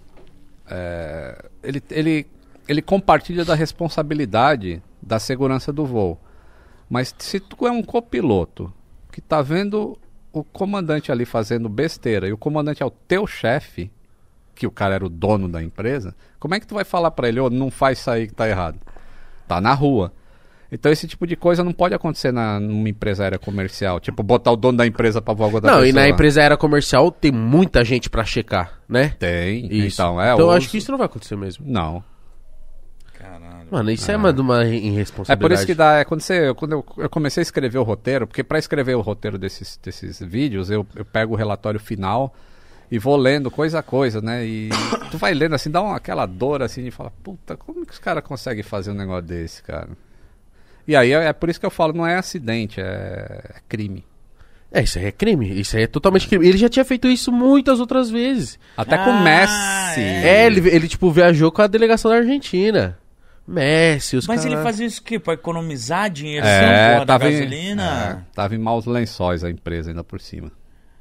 ele compartilha da responsabilidade da segurança do voo. Mas se tu é um copiloto que tá vendo o comandante ali fazendo besteira e o comandante é o teu chefe, que o cara era o dono da empresa, como é que tu vai falar pra ele, não faz isso aí que tá errado? Tá na rua. Então esse tipo de coisa não pode acontecer numa empresa aérea comercial. Tipo, botar o dono da empresa pra voar da pessoa. Não, e na empresa aérea comercial tem muita gente pra checar, né? Tem. Isso. Então eu acho que isso não vai acontecer mesmo. Não. Caralho. Mano, isso é uma irresponsabilidade. É por isso que dá... Quando eu comecei a escrever o roteiro, porque pra escrever o roteiro desses vídeos, eu pego o relatório final e vou lendo coisa a coisa, né? E tu vai lendo assim, dá aquela dor assim, de falar, puta, como que os caras conseguem fazer um negócio desse, cara? E aí é por isso que eu falo, não é acidente, é crime. Isso aí é crime, isso aí é totalmente crime. Ele já tinha feito isso muitas outras vezes. Até com o Messi. Ele tipo, viajou com a delegação da Argentina. Messi, os caras... Mas ele fazia isso o quê? Pra economizar dinheiro da gasolina? Tava em maus lençóis a empresa ainda por cima.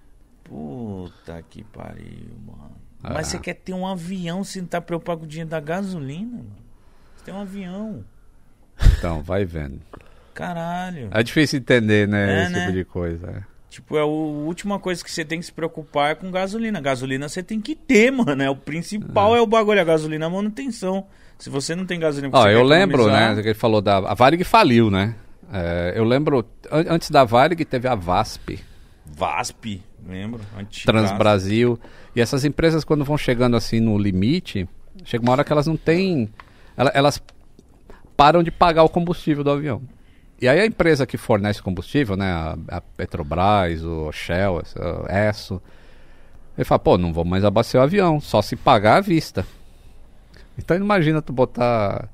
Puta que pariu, mano. Mas você quer ter um avião sem estar preocupado com o dinheiro da gasolina, mano? Você tem um avião. Então, vai vendo. Caralho. É difícil entender, né? Esse tipo de coisa. Tipo, a última coisa que você tem que se preocupar é com gasolina. Gasolina você tem que ter, mano. O principal é o bagulho. A gasolina é a manutenção. Se você não tem gasolina... Eu lembro, né? Que ele falou a Varig faliu, né? Eu lembro, antes da Varig teve a VASP. VASP, lembro. Transbrasil. E essas empresas, quando vão chegando assim no limite, chega uma hora que elas não têm... Elas param de pagar o combustível do avião. E aí a empresa que fornece combustível, né? A Petrobras, o Shell, a Esso, ele fala, não vou mais abastecer o avião, só se pagar à vista. Então imagina tu botar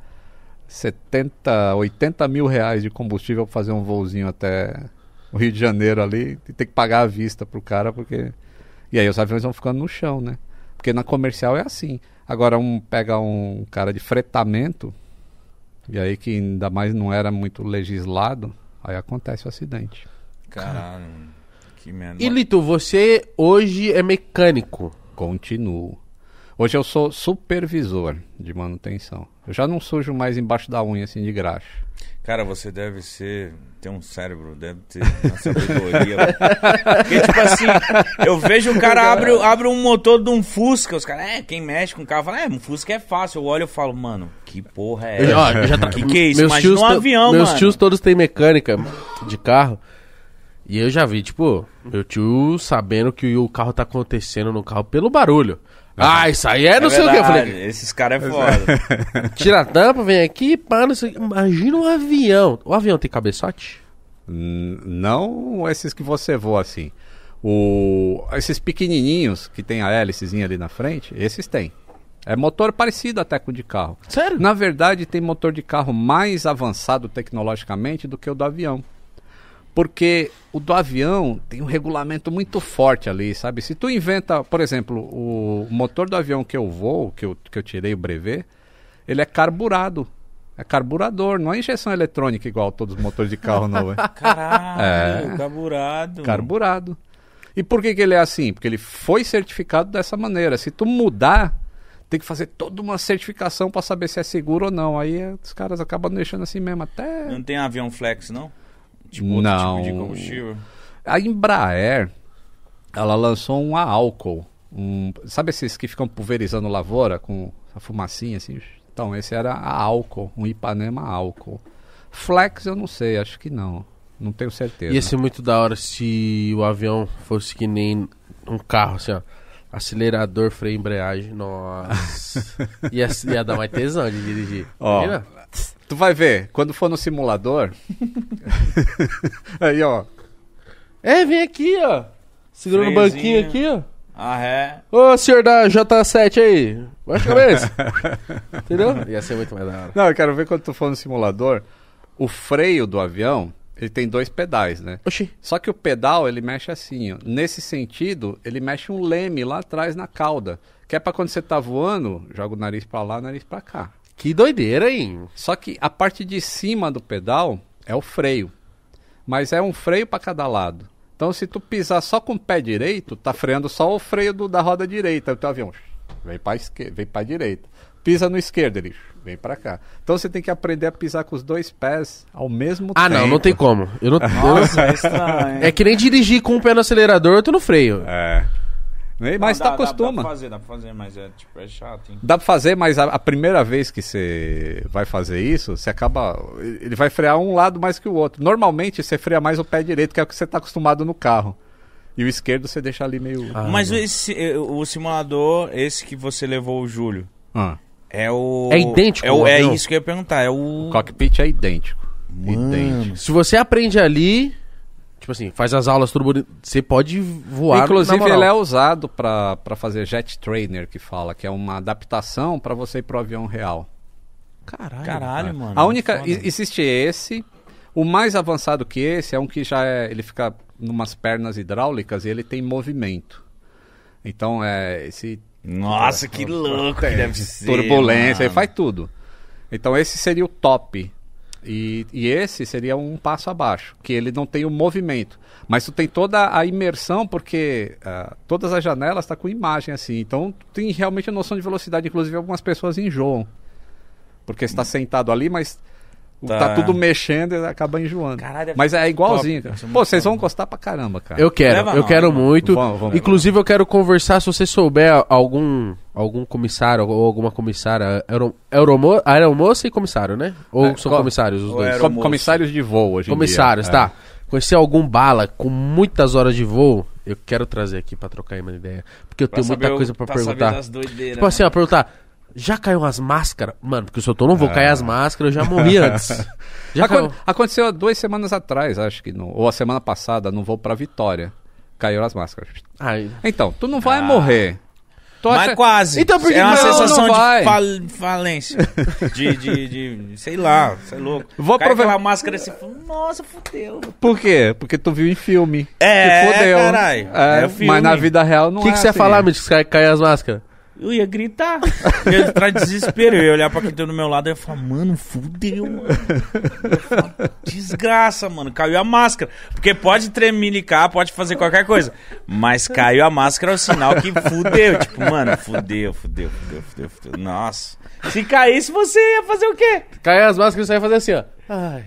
70, 80 mil reais de combustível pra fazer um voozinho até o Rio de Janeiro ali e ter que pagar à vista pro cara, porque... E aí os aviões vão ficando no chão, né? Porque na comercial é assim. Agora pega um cara de fretamento, e aí que ainda mais não era muito legislado, aí acontece o acidente. Caralho, que merda. E Lito, você hoje é mecânico? Continuo. Hoje eu sou supervisor de manutenção. Eu já não sujo mais embaixo da unha, assim, de graxa. Cara, você deve ter um cérebro, deve ter uma sabedoria. Porque, tipo assim, eu vejo o cara abre um motor de um Fusca, os caras, quem mexe com o carro, fala, um Fusca é fácil. Eu olho e falo, mano, que porra é essa? Que é isso? Imagina um avião, meus tios todos têm mecânica de carro. E eu já vi, tipo, meu tio sabendo que o carro tá acontecendo no carro pelo barulho. Isso aí não sei o que. Eu falei, esses caras é foda. Tira a tampa, vem aqui, pá, não sei o que. Imagina um avião. O avião tem cabeçote? Não esses que você voa assim. Esses pequenininhos que tem a hélicezinha ali na frente, esses tem. É motor parecido até com o de carro. Sério? Na verdade, tem motor de carro mais avançado tecnologicamente do que o do avião. Porque o do avião tem um regulamento muito forte ali, sabe? Se tu inventa, por exemplo, o motor do avião que eu voo, que eu tirei o brevet, ele é carburado. É carburador, não é injeção eletrônica igual todos os motores de carro, não. Caralho, carburado. Carburado. E por que ele é assim? Porque ele foi certificado dessa maneira. Se tu mudar, tem que fazer toda uma certificação para saber se é seguro ou não. Aí os caras acabam deixando assim mesmo até... Não tem avião flex, não? Tipo, outro tipo de combustível? A Embraer, ela lançou um a álcool. Sabe esses que ficam pulverizando lavoura com a fumacinha assim? Então, esse era a álcool, um Ipanema álcool. Flex eu não sei, acho que não. Não tenho certeza. Ia ser muito da hora se o avião fosse que nem um carro, assim, ó. Acelerador, freio, embreagem. Nossa. ia dar mais tesão de dirigir. Ó, tu vai ver, quando for no simulador... Aí, ó. Vem aqui, ó. Segurando o banquinho aqui, ó. Ô, senhor da J7 aí. Baixa a cabeça. Entendeu? Ia ser muito mais da hora. Não, eu quero ver quando tu for no simulador, o freio do avião, ele tem 2 pedais, né? Oxi. Só que o pedal, ele mexe assim, ó. Nesse sentido, ele mexe um leme lá atrás na cauda. Que é pra quando você tá voando, joga o nariz pra lá, o nariz pra cá. Que doideira, hein? Só que a parte de cima do pedal é o freio. Mas é um freio pra cada lado. Então, se tu pisar só com o pé direito, tá freando só o freio da roda direita. O teu avião vem pra esquerda, vem pra direita. Pisa no esquerdo, ele vem pra cá. Então, você tem que aprender a pisar com os 2 pés ao mesmo tempo. Não tem como. Nossa, é estranho. É que nem dirigir com um pé no acelerador e outro no freio. Mas tu acostuma. Dá pra fazer, mas é chato, hein? Dá pra fazer, mas a primeira vez que você vai fazer isso, você acaba... Ele vai frear um lado mais que o outro. Normalmente, você freia mais o pé direito, que é o que você tá acostumado no carro. E o esquerdo você deixa ali meio... Mas o simulador, esse que você levou o Júlio, é o... É idêntico? É isso que eu ia perguntar, O cockpit é idêntico. Idêntico. Se você aprende ali... Tipo assim, faz as aulas tudo, você pode voar. Inclusive, ele é usado pra fazer jet trainer, que fala, que é uma adaptação pra você ir pro avião real. Caralho, mano. A única... Existe esse. O mais avançado que esse é um que já é... Ele fica numas pernas hidráulicas e ele tem movimento. Então, esse... Nossa, que louco que deve ser, turbulência, ele faz tudo. Então, esse seria o top. E esse seria um passo abaixo, que ele não tem o movimento. Mas tu tem toda a imersão, porque todas as janelas tá com imagem assim. Então tu tem realmente a noção de velocidade. Inclusive algumas pessoas enjoam. Porque você tá sentado ali, mas tá tudo mexendo e acaba enjoando. Caralho, mas é igualzinho, cara. Pô, vocês vão gostar pra caramba, cara. Eu quero muito. Vamos. Inclusive eu quero conversar, se você souber algum comissário ou alguma comissária, aeromoça e comissário, né? Ou são comissários os dois? Comissários de voo hoje em comissários, dia. Tá. Conhecer algum bala com muitas horas de voo, eu quero trazer aqui pra trocar uma ideia. Porque eu tenho muita coisa pra perguntar. Tipo assim, perguntar... Já caiu as máscaras? Mano, porque se eu tô não vou cair as máscaras, eu já morri antes. Aconteceu 2 semanas atrás, acho que. Ou a semana passada, no voo pra Vitória. Caiu as máscaras. Então, tu não vai morrer. Mas quase. Então, por que é uma sensação de falência. De sei lá, você é louco. Vou Cai aquela máscara e você fala, nossa, fudeu. Por quê? Porque tu viu em filme. Fudeu. Caralho. Mas na vida real não é. O que você ia falar, Mitch, que cai as máscaras? Eu ia gritar. Eu ia entrar de desespero. Eu ia olhar pra quem tá do meu lado e ia falar, mano, fudeu, mano. Desgraça, mano. Caiu a máscara. Porque pode tremelicar, pode fazer qualquer coisa. Mas caiu a máscara é o sinal que fudeu. Tipo, mano, fudeu. Nossa. Se caísse, você ia fazer o quê? Caiu as máscaras, você ia fazer assim, ó. Ai.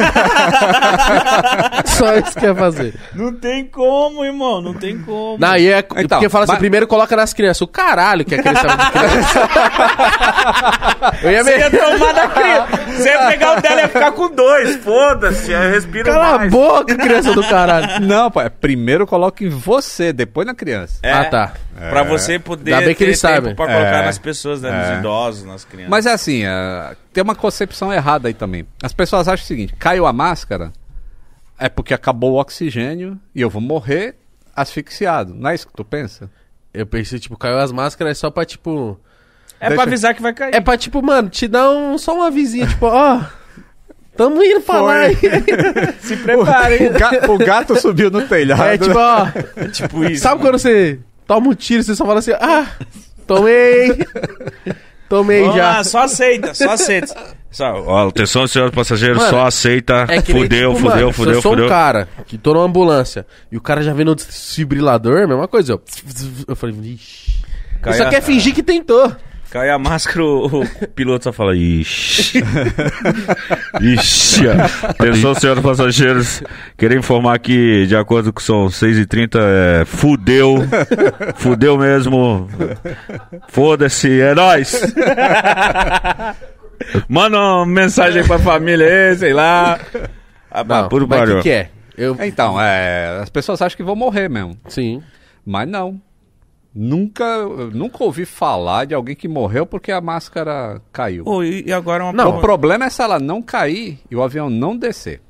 Só isso que ia fazer. Não tem como, irmão. Não tem como. Não, e é então, porque fala assim, primeiro coloca nas crianças. O caralho que é criança de criança. Você ia tomar da criança. Você ia pegar o dela e ia ficar com 2. Foda-se, eu respiro Cala mais. Cala a boca, criança do caralho. Não, pai, primeiro coloca em você, depois na criança. Tá. Pra você poder ter tempo sabem. pra colocar nas pessoas, né, nos idosos, nas crianças. Mas é assim, tem uma concepção errada aí também. As pessoas acham o seguinte, caiu a máscara, é porque acabou o oxigênio e eu vou morrer asfixiado. Não é isso que tu pensa? Eu pensei, tipo, caiu as máscaras é só pra, tipo... pra avisar que vai cair. É pra, tipo, mano, te dar só uma avisinha, tipo, ó... Tamo indo pra lá. Se preparem. O gato subiu no telhado. É, tipo, ó... tipo isso. Sabe quando você toma um tiro e você só fala assim, tomei... Tomei Vamos já. Lá, só aceita. Atenção, senhores passageiros, mano, só aceita. Fudeu. Eu sou um cara que tô numa ambulância e o cara já vem no desfibrilador, mesma coisa. Eu falei, ixi. Ele só quer fingir que tentou. Cai a máscara, o piloto só fala, ixi. Ixi. Atenção, senhores passageiros. Queria informar que, de acordo com são 6h30, fudeu. Fudeu mesmo. Foda-se, é nóis. Manda uma mensagem pra família aí, sei lá. Mas o que é? Então, as pessoas acham que vão morrer mesmo. Sim. Mas não. Nunca ouvi falar de alguém que morreu porque a máscara caiu. E agora O problema é se ela não cair e o avião não descer.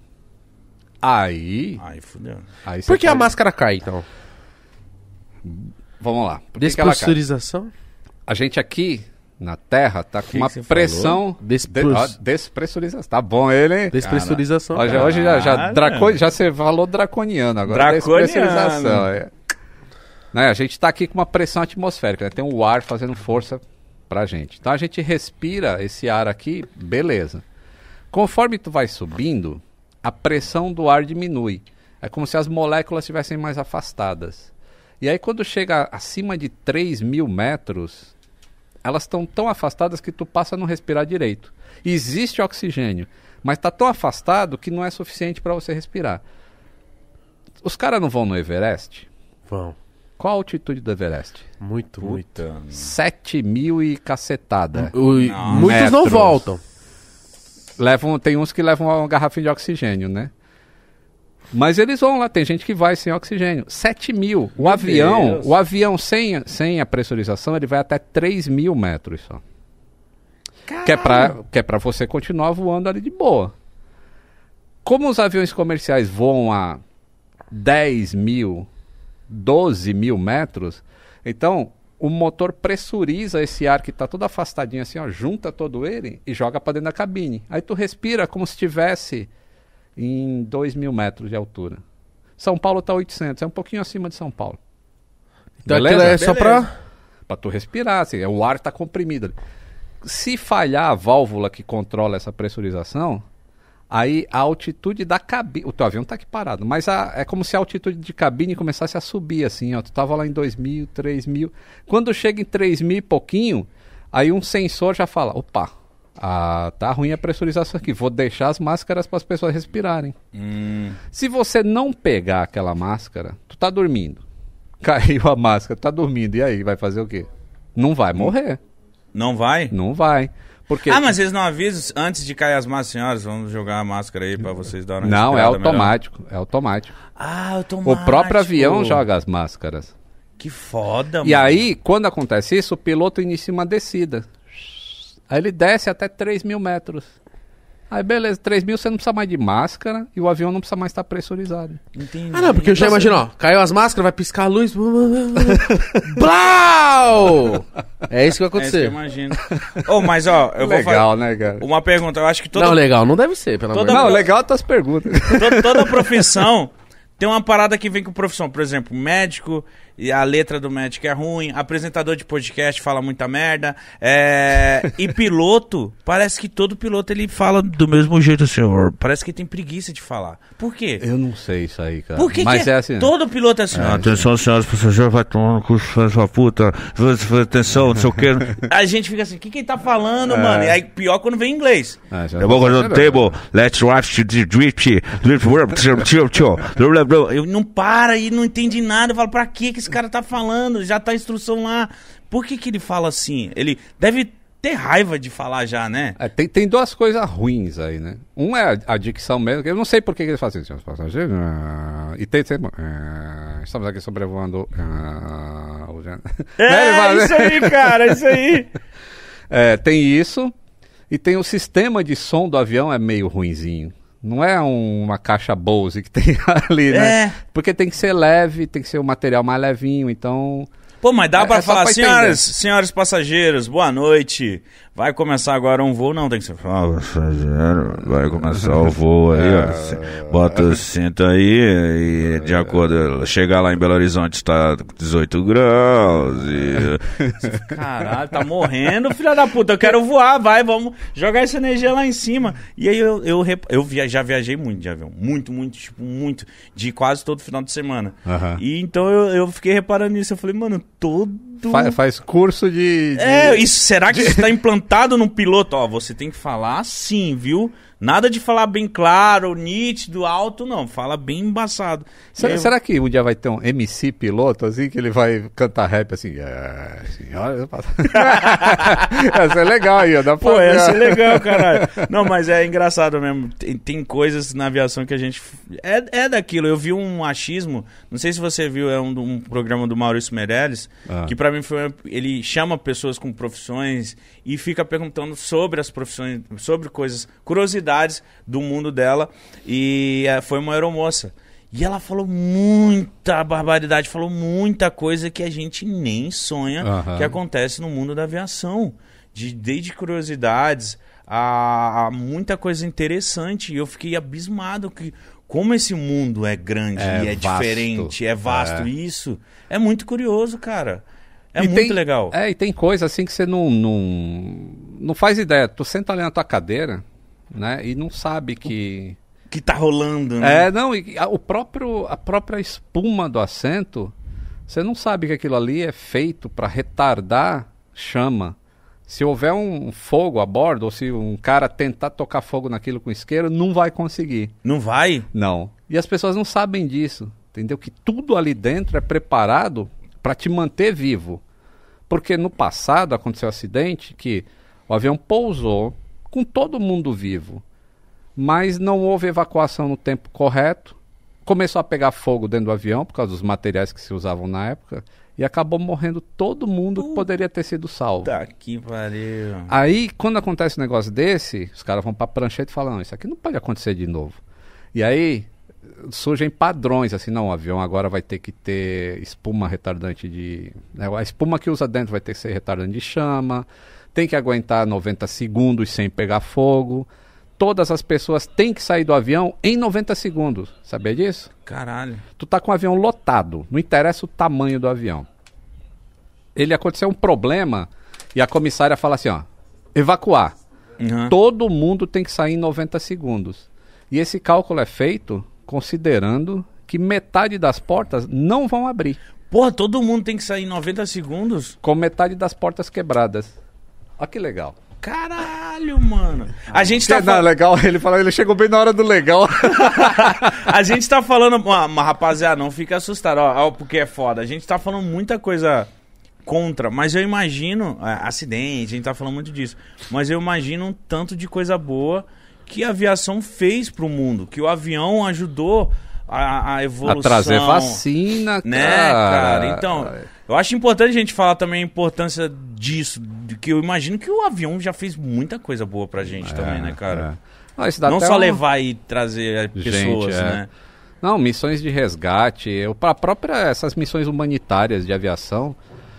Aí fudeu. Por que a máscara cai, então? Vamos lá. Despressurização? A gente aqui na Terra tá com uma pressão... Despressurização. Tá bom ele, hein? Despressurização. Hoje já você falou draconiano agora. Despressurização. Né? A gente tá aqui com uma pressão atmosférica, né? Tem um ar fazendo força pra gente. Então a gente respira esse ar aqui, beleza. Conforme tu vai subindo, a pressão do ar diminui. É como se as moléculas estivessem mais afastadas. E aí quando chega acima de 3.000 metros, elas estão tão afastadas que tu passa a não respirar direito. Existe oxigênio, mas está tão afastado que não é suficiente para você respirar. Os caras não vão no Everest? Vão. Qual a altitude do Everest? Muito. 7.000 e cacetada. Muitos não voltam. Tem uns que levam uma garrafinha de oxigênio, né? Mas eles vão lá, tem gente que vai sem oxigênio. 7.000. O avião sem a pressurização, ele vai até 3.000 metros só. Que é pra você continuar voando ali de boa. Como os aviões comerciais voam a 10.000, 12.000 metros, então o motor pressuriza esse ar que está todo afastadinho assim, ó, junta todo ele e joga para dentro da cabine. Aí tu respira como se estivesse em 2.000 metros de altura. São Paulo está 800, é um pouquinho acima de São Paulo. Então aquilo é só para tu respirar, assim, o ar está comprimido. Se falhar a válvula que controla essa pressurização, aí a altitude da cabine... O teu avião tá aqui parado, mas é como se a altitude de cabine começasse a subir, assim, ó. Tu tava lá em 2.000, 3.000. Quando chega em 3.000 e pouquinho, aí um sensor já fala, opa, tá ruim a pressurização aqui, vou deixar as máscaras para as pessoas respirarem. Se você não pegar aquela máscara, tu tá dormindo. Caiu a máscara, tá dormindo, e aí, vai fazer o quê? Não vai morrer. Não vai? Não vai. Porque... mas eles não avisam antes de cair as máscaras, senhoras, vamos jogar a máscara aí pra vocês darem uma Não, é automático, melhor. É automático. Automático. O próprio avião joga as máscaras. Que foda, mano. E aí, quando acontece isso, o piloto inicia uma descida. Aí ele desce até 3.000 metros. Aí beleza, 3.000 você não precisa mais de máscara e o avião não precisa mais estar pressurizado. Entendi. Não, porque eu já imagino, ó, caiu as máscaras, vai piscar a luz. Blau! É isso que vai acontecer. É isso que eu imagino. Mas ó, eu legal, vou falar né, cara? uma pergunta, eu acho que toda... Não, legal, não deve ser, pelo amor de Deus. Não, legal as tuas perguntas. Toda profissão tem uma parada que vem com profissão. Por exemplo, médico, e a letra do médico é ruim, apresentador de podcast fala muita merda, e piloto, parece que todo piloto ele fala do mesmo jeito, senhor. Parece que tem preguiça de falar. Por quê? Eu não sei isso aí, cara. Por que Mas que é assim? Todo piloto é assim. Atenção, senhoras e passageiros, vai tomar no curso, faz sua puta, atenção, não sei o que. A gente fica assim, o que ele tá falando, mano? E aí pior quando vem em inglês. Table, let's watch the drift, eu não para e não entendi nada. Eu falo, pra que esse cara tá falando? Já tá a instrução lá. Por que ele fala assim? Ele deve ter raiva de falar já, né? Tem duas coisas ruins aí, né? Um é a dicção mesmo, que eu não sei por que ele faz assim. E tem sempre... estamos aqui sobrevoando... Isso aí, cara, isso aí. Tem isso. E tem o sistema de som do avião é meio ruinzinho. Não é uma caixa Bose que tem ali, né? Porque tem que ser leve, tem que ser um material mais levinho, então... Pô, mas dá pra falar, senhoras passageiros, boa noite. Vai começar agora um voo? Não, tem que ser... Fala, passageiro, vai começar o voo aí, ó. Bota o cinto aí e de acordo... Chegar lá em Belo Horizonte está 18 graus e... Caralho, tá morrendo, filha da puta. Eu quero voar, vai, vamos jogar essa energia lá em cima. E aí eu já viajei muito de avião. Muito, tipo, muito. De quase todo final de semana. E então eu fiquei reparando nisso. Eu falei, mano, todo muito... Faz curso de... isso, será que isso tá implantado no piloto? Ó, você tem que falar assim, viu? Nada de falar bem claro, nítido, alto, não. Fala bem embaçado. Será que um dia vai ter um MC piloto, assim, que ele vai cantar rap assim? Senhora... Essa é legal aí, ó. Pô, essa é legal, caralho. Não, mas é engraçado mesmo. Tem coisas na aviação que a gente... É daquilo. Eu vi um achismo, não sei se você viu, é um programa do Maurício Meirelles, que pra mim foi... Ele chama pessoas com profissões e fica perguntando sobre as profissões, sobre coisas, curiosidades do mundo dela. E foi uma aeromoça. E ela falou muita barbaridade, falou muita coisa que a gente nem sonha que acontece no mundo da aviação. Desde curiosidades a muita coisa interessante. E eu fiquei abismado que como esse mundo é grande e é vasto, diferente, é vasto. Isso é muito curioso, cara. É muito legal. E tem coisa assim que você não faz ideia. Tu senta ali na tua cadeira, né, e não sabe que tá rolando, né? A própria espuma do assento, você não sabe que aquilo ali é feito para retardar chama. Se houver um fogo a bordo, ou se um cara tentar tocar fogo naquilo com isqueiro, não vai conseguir. Não vai? Não. E as pessoas não sabem disso, entendeu? Que tudo ali dentro é preparado para te manter vivo. Porque no passado aconteceu um acidente que o avião pousou com todo mundo vivo, mas não houve evacuação no tempo correto, começou a pegar fogo dentro do avião por causa dos materiais que se usavam na época e acabou morrendo todo mundo que poderia ter sido salvo. Tá que pariu. Aí, quando acontece um negócio desse, os caras vão pra prancheta e falam, não, isso aqui não pode acontecer de novo. E aí surgem padrões, assim, não, o avião agora vai ter que ter espuma retardante de... a espuma que usa dentro vai ter que ser retardante de chama, tem que aguentar 90 segundos sem pegar fogo. Todas as pessoas têm que sair do avião em 90 segundos. Sabia disso? Caralho. Tu tá com o avião lotado, não interessa o tamanho do avião. Ele aconteceu um problema e a comissária fala assim, ó, evacuar. Todo mundo tem que sair em 90 segundos. E esse cálculo é feito considerando que metade das portas não vão abrir. Porra, todo mundo tem que sair em 90 segundos? Com metade das portas quebradas. Olha que legal. Caralho, mano. A gente tá falando... legal, ele chegou bem na hora do legal. A gente tá falando... Mas, rapaziada, não fica assustado, ó, porque é foda. A gente tá falando muita coisa contra, mas eu imagino... acidente, a gente tá falando muito disso. Mas eu imagino um tanto de coisa boa que a aviação fez pro mundo. Que o avião ajudou a evolução. A trazer vacina, né, cara? Então, eu acho importante a gente falar também a importância disso. Que eu imagino que o avião já fez muita coisa boa pra gente também, né, cara? Não só levar e trazer pessoas, né? Não, missões de resgate, essas missões humanitárias de aviação.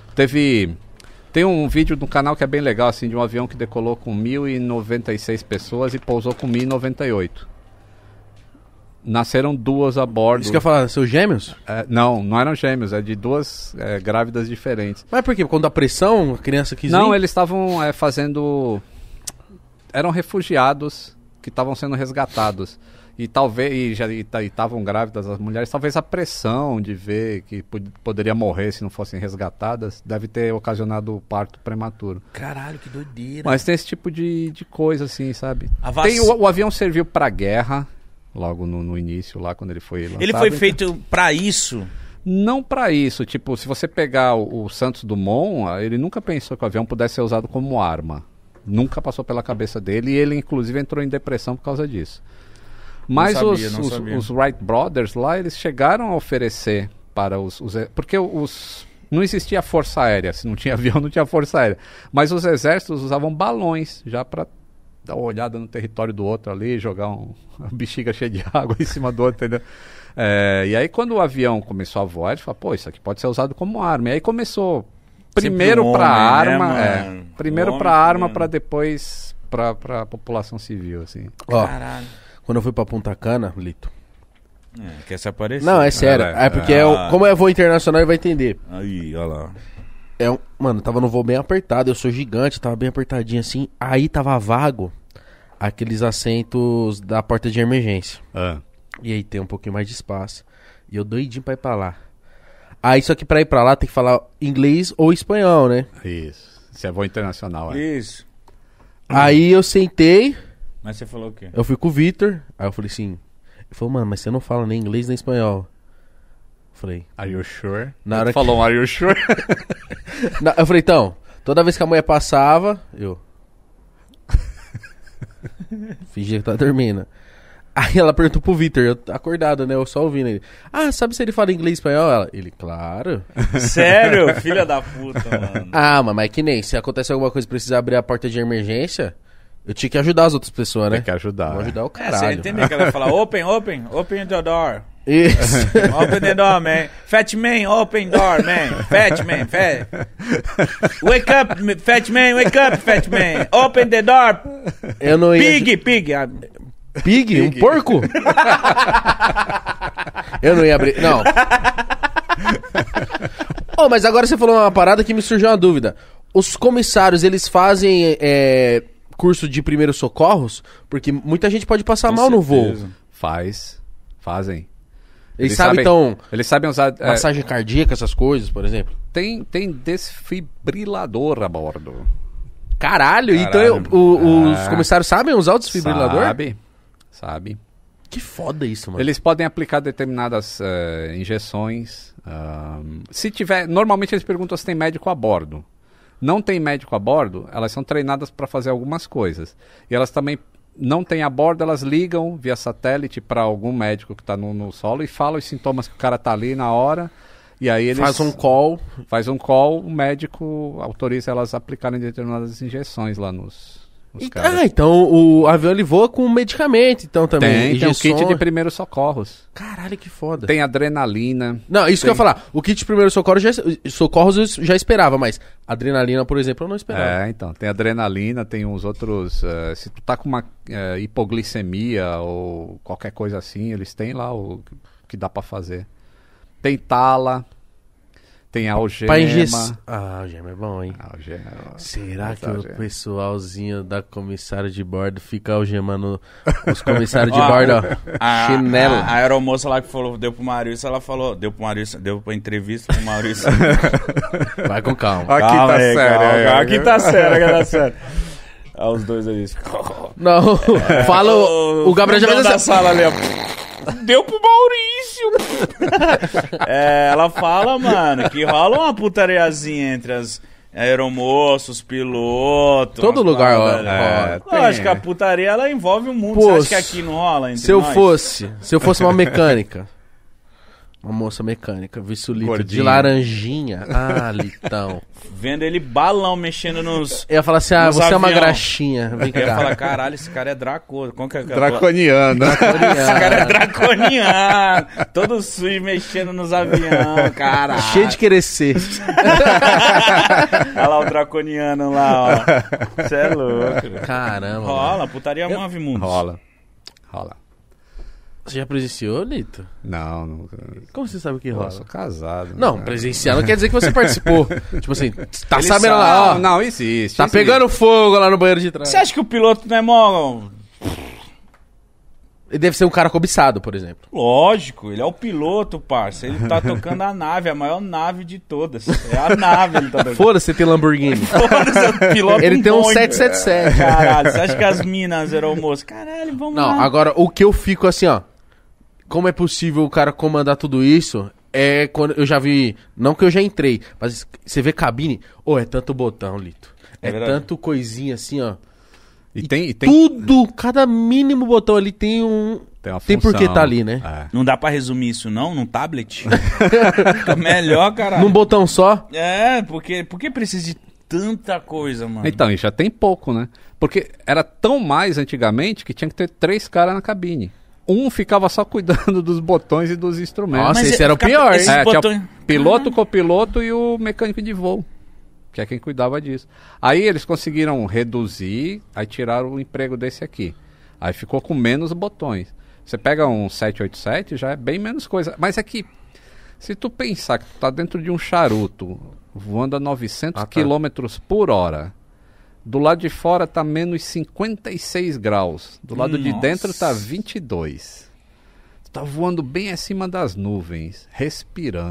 Tem um vídeo no canal que é bem legal, assim, de um avião que decolou com 1.096 pessoas e pousou com 1.098. Nasceram 2 a bordo. Isso que eu ia falar, seus gêmeos? Não eram gêmeos, é de 2 grávidas diferentes. Mas por quê? Quando a pressão, a criança quis Não, eles estavam fazendo... Eram refugiados que estavam sendo resgatados. E talvez, e estavam grávidas as mulheres, talvez a pressão de ver que poderia morrer se não fossem resgatadas, deve ter ocasionado o parto prematuro. Caralho, que doideira. Mas tem esse tipo de coisa, assim, sabe? O avião serviu pra guerra, logo no início, lá quando ele foi lançado. Ele foi feito pra isso? Não pra isso. Tipo, se você pegar o Santos Dumont, ele nunca pensou que o avião pudesse ser usado como arma. Nunca passou pela cabeça dele e ele, inclusive, entrou em depressão por causa disso. Mas os Wright Brothers lá, eles chegaram a oferecer para os porque não existia força aérea, se não tinha avião não tinha força aérea, mas os exércitos usavam balões já para dar uma olhada no território do outro ali, jogar uma bexiga cheia de água em cima do outro, entendeu? E aí quando o avião começou a voar, ele falou, pô, isso aqui pode ser usado como arma. E aí começou primeiro para arma, primeiro para arma, para depois para a população civil, assim. Caralho. Quando eu fui pra Punta Cana, Lito. Quer se aparecer? Não, é sério. Porque como é voo internacional, ele vai entender. Aí, olha lá. Mano, tava no voo bem apertado. Eu sou gigante, tava bem apertadinho assim. Aí tava vago aqueles assentos da porta de emergência. E aí tem um pouquinho mais de espaço. E eu doidinho pra ir pra lá. Aí só que pra ir pra lá tem que falar inglês ou espanhol, né? Isso. Se é voo internacional, Isso. Aí eu sentei, Mas você falou o quê? eu fui com o Vitor, aí eu falei assim... Ele falou, mano, mas você não fala nem inglês nem espanhol. Eu falei... Are you sure? Na hora Falou are you sure? Eu falei, então, toda vez que a mulher passava, eu... fingia que tá dormindo. Aí ela perguntou pro Vitor, eu acordado, né? Eu só ouvindo ele. Ah, sabe se ele fala inglês e espanhol? Ela, ele, claro. Sério? Filha da puta, mano. Ah, mas que nem, se acontece alguma coisa e precisa abrir a porta de emergência, eu tinha que ajudar as outras pessoas, né? Tem que ajudar. Vou ajudar o Você caralho. entendeu que ela vai falar open the door. Isso. Open the door, man. Fat man, open door, man. Fat man, fat. Wake up, fat man, wake up, fat man. Open the door. Eu não ia... Pig. Pig? Um porco? Eu não ia abrir... Não. Oh, mas agora você falou uma parada que me surgiu uma dúvida. Os comissários, eles fazem curso de primeiros socorros? Porque muita gente pode passar mal no voo. Fazem. Eles sabem, então... Eles sabem usar... Massagem cardíaca, essas coisas, por exemplo? Tem desfibrilador a bordo. Caralho. Então os comissários sabem usar o desfibrilador? Sabe. Que foda isso, mano. Eles podem aplicar determinadas injeções. Se tiver... Normalmente eles perguntam se tem médico a bordo. Não tem médico a bordo, elas são treinadas para fazer algumas coisas. E elas também não têm a bordo, elas ligam via satélite para algum médico que está no solo e falam os sintomas que o cara tá ali na hora. E aí eles... Faz um call, o médico autoriza elas a aplicarem determinadas injeções lá nos caras. Então o avião ele voa com medicamento, então também. Tem um kit de primeiros socorros. Caralho, que foda. Tem adrenalina. Não, isso que eu ia falar. O kit de primeiros socorros eu já esperava, mas adrenalina, por exemplo, eu não esperava. Então. Tem adrenalina, tem uns outros... se tu tá com uma hipoglicemia ou qualquer coisa assim, eles têm lá o que dá pra fazer. Tem tala. Tem algema. Algema é bom, hein? Algema. Será que o pessoalzinho da comissária de bordo fica algemando os comissários de bordo, ó? Chinelo. A aeromoça lá que falou, deu pro Maurício, ela falou, deu pra entrevista pro Maurício. Vai com calma. Aqui tá sério. Os dois ali. Não, fala o Gabriel já fez da sala ali, ó. Deu pro Maurício. Ela fala, mano, que rola uma putariazinha entre as aeromoços, pilotos. Todo lugar rola. Lógico que a putaria ela envolve o mundo. Você acha que aqui não rola entre nós? Se eu fosse uma mecânica, uma moça mecânica, visse o litro de laranjinha. Litão. Vendo ele balão mexendo nos... Eu ia falar assim, você é uma graxinha. Vem cá. Eu ia falar, caralho, esse cara é draconiano. Esse cara é draconiano. Todo sujo mexendo nos aviões, caralho. Cheio de querer ser. Olha lá o draconiano lá, ó. Você é louco. Caramba. Rola, putaria move mundo. Rola. Você já presenciou, Lito? Não, nunca. Como você sabe que rola? Eu sou casado. Não, presenciar não quer dizer que você participou. Tipo assim, tá sabendo lá, ó. Não, existe. Tá pegando fogo lá no banheiro de trás. Você acha que o piloto não é mó... Ele deve ser um cara cobiçado, por exemplo. Lógico, ele é o piloto, parça. Ele tá tocando a nave, a maior nave de todas. É a nave ele tá tocando. Foda-se, você tem Lamborghini. Foda-se, o piloto ele tem um 777. Caralho, você acha que as minas eram moças? Caralho, vamos lá. Não, agora, o que eu fico assim, ó. Como é possível o cara comandar tudo isso? É quando eu já vi... Não que eu já entrei, mas você vê cabine... é tanto botão, Lito. É tanto coisinha assim, ó. E tem tudo, cada mínimo botão ali tem um... Tem por que tá ali, né? Não dá pra resumir isso, não? Num tablet? Fica melhor, caralho. Num botão só? Porque precisa de tanta coisa, mano? Então, e já tem pouco, né? Porque era tão mais antigamente que tinha que ter 3 caras na cabine. Um ficava só cuidando dos botões e dos instrumentos. Nossa, esse era o pior, hein? Tinha o piloto, copiloto e o mecânico de voo, que é quem cuidava disso. Aí eles conseguiram reduzir, aí tiraram o emprego desse aqui. Aí ficou com menos botões. Você pega um 787, já é bem menos coisa. Mas é que, se tu pensar que tu tá dentro de um charuto, voando a 900 km por hora... Do lado de fora tá menos 56 graus. Do lado de dentro tá 22. Tu tá voando bem acima das nuvens, respirando.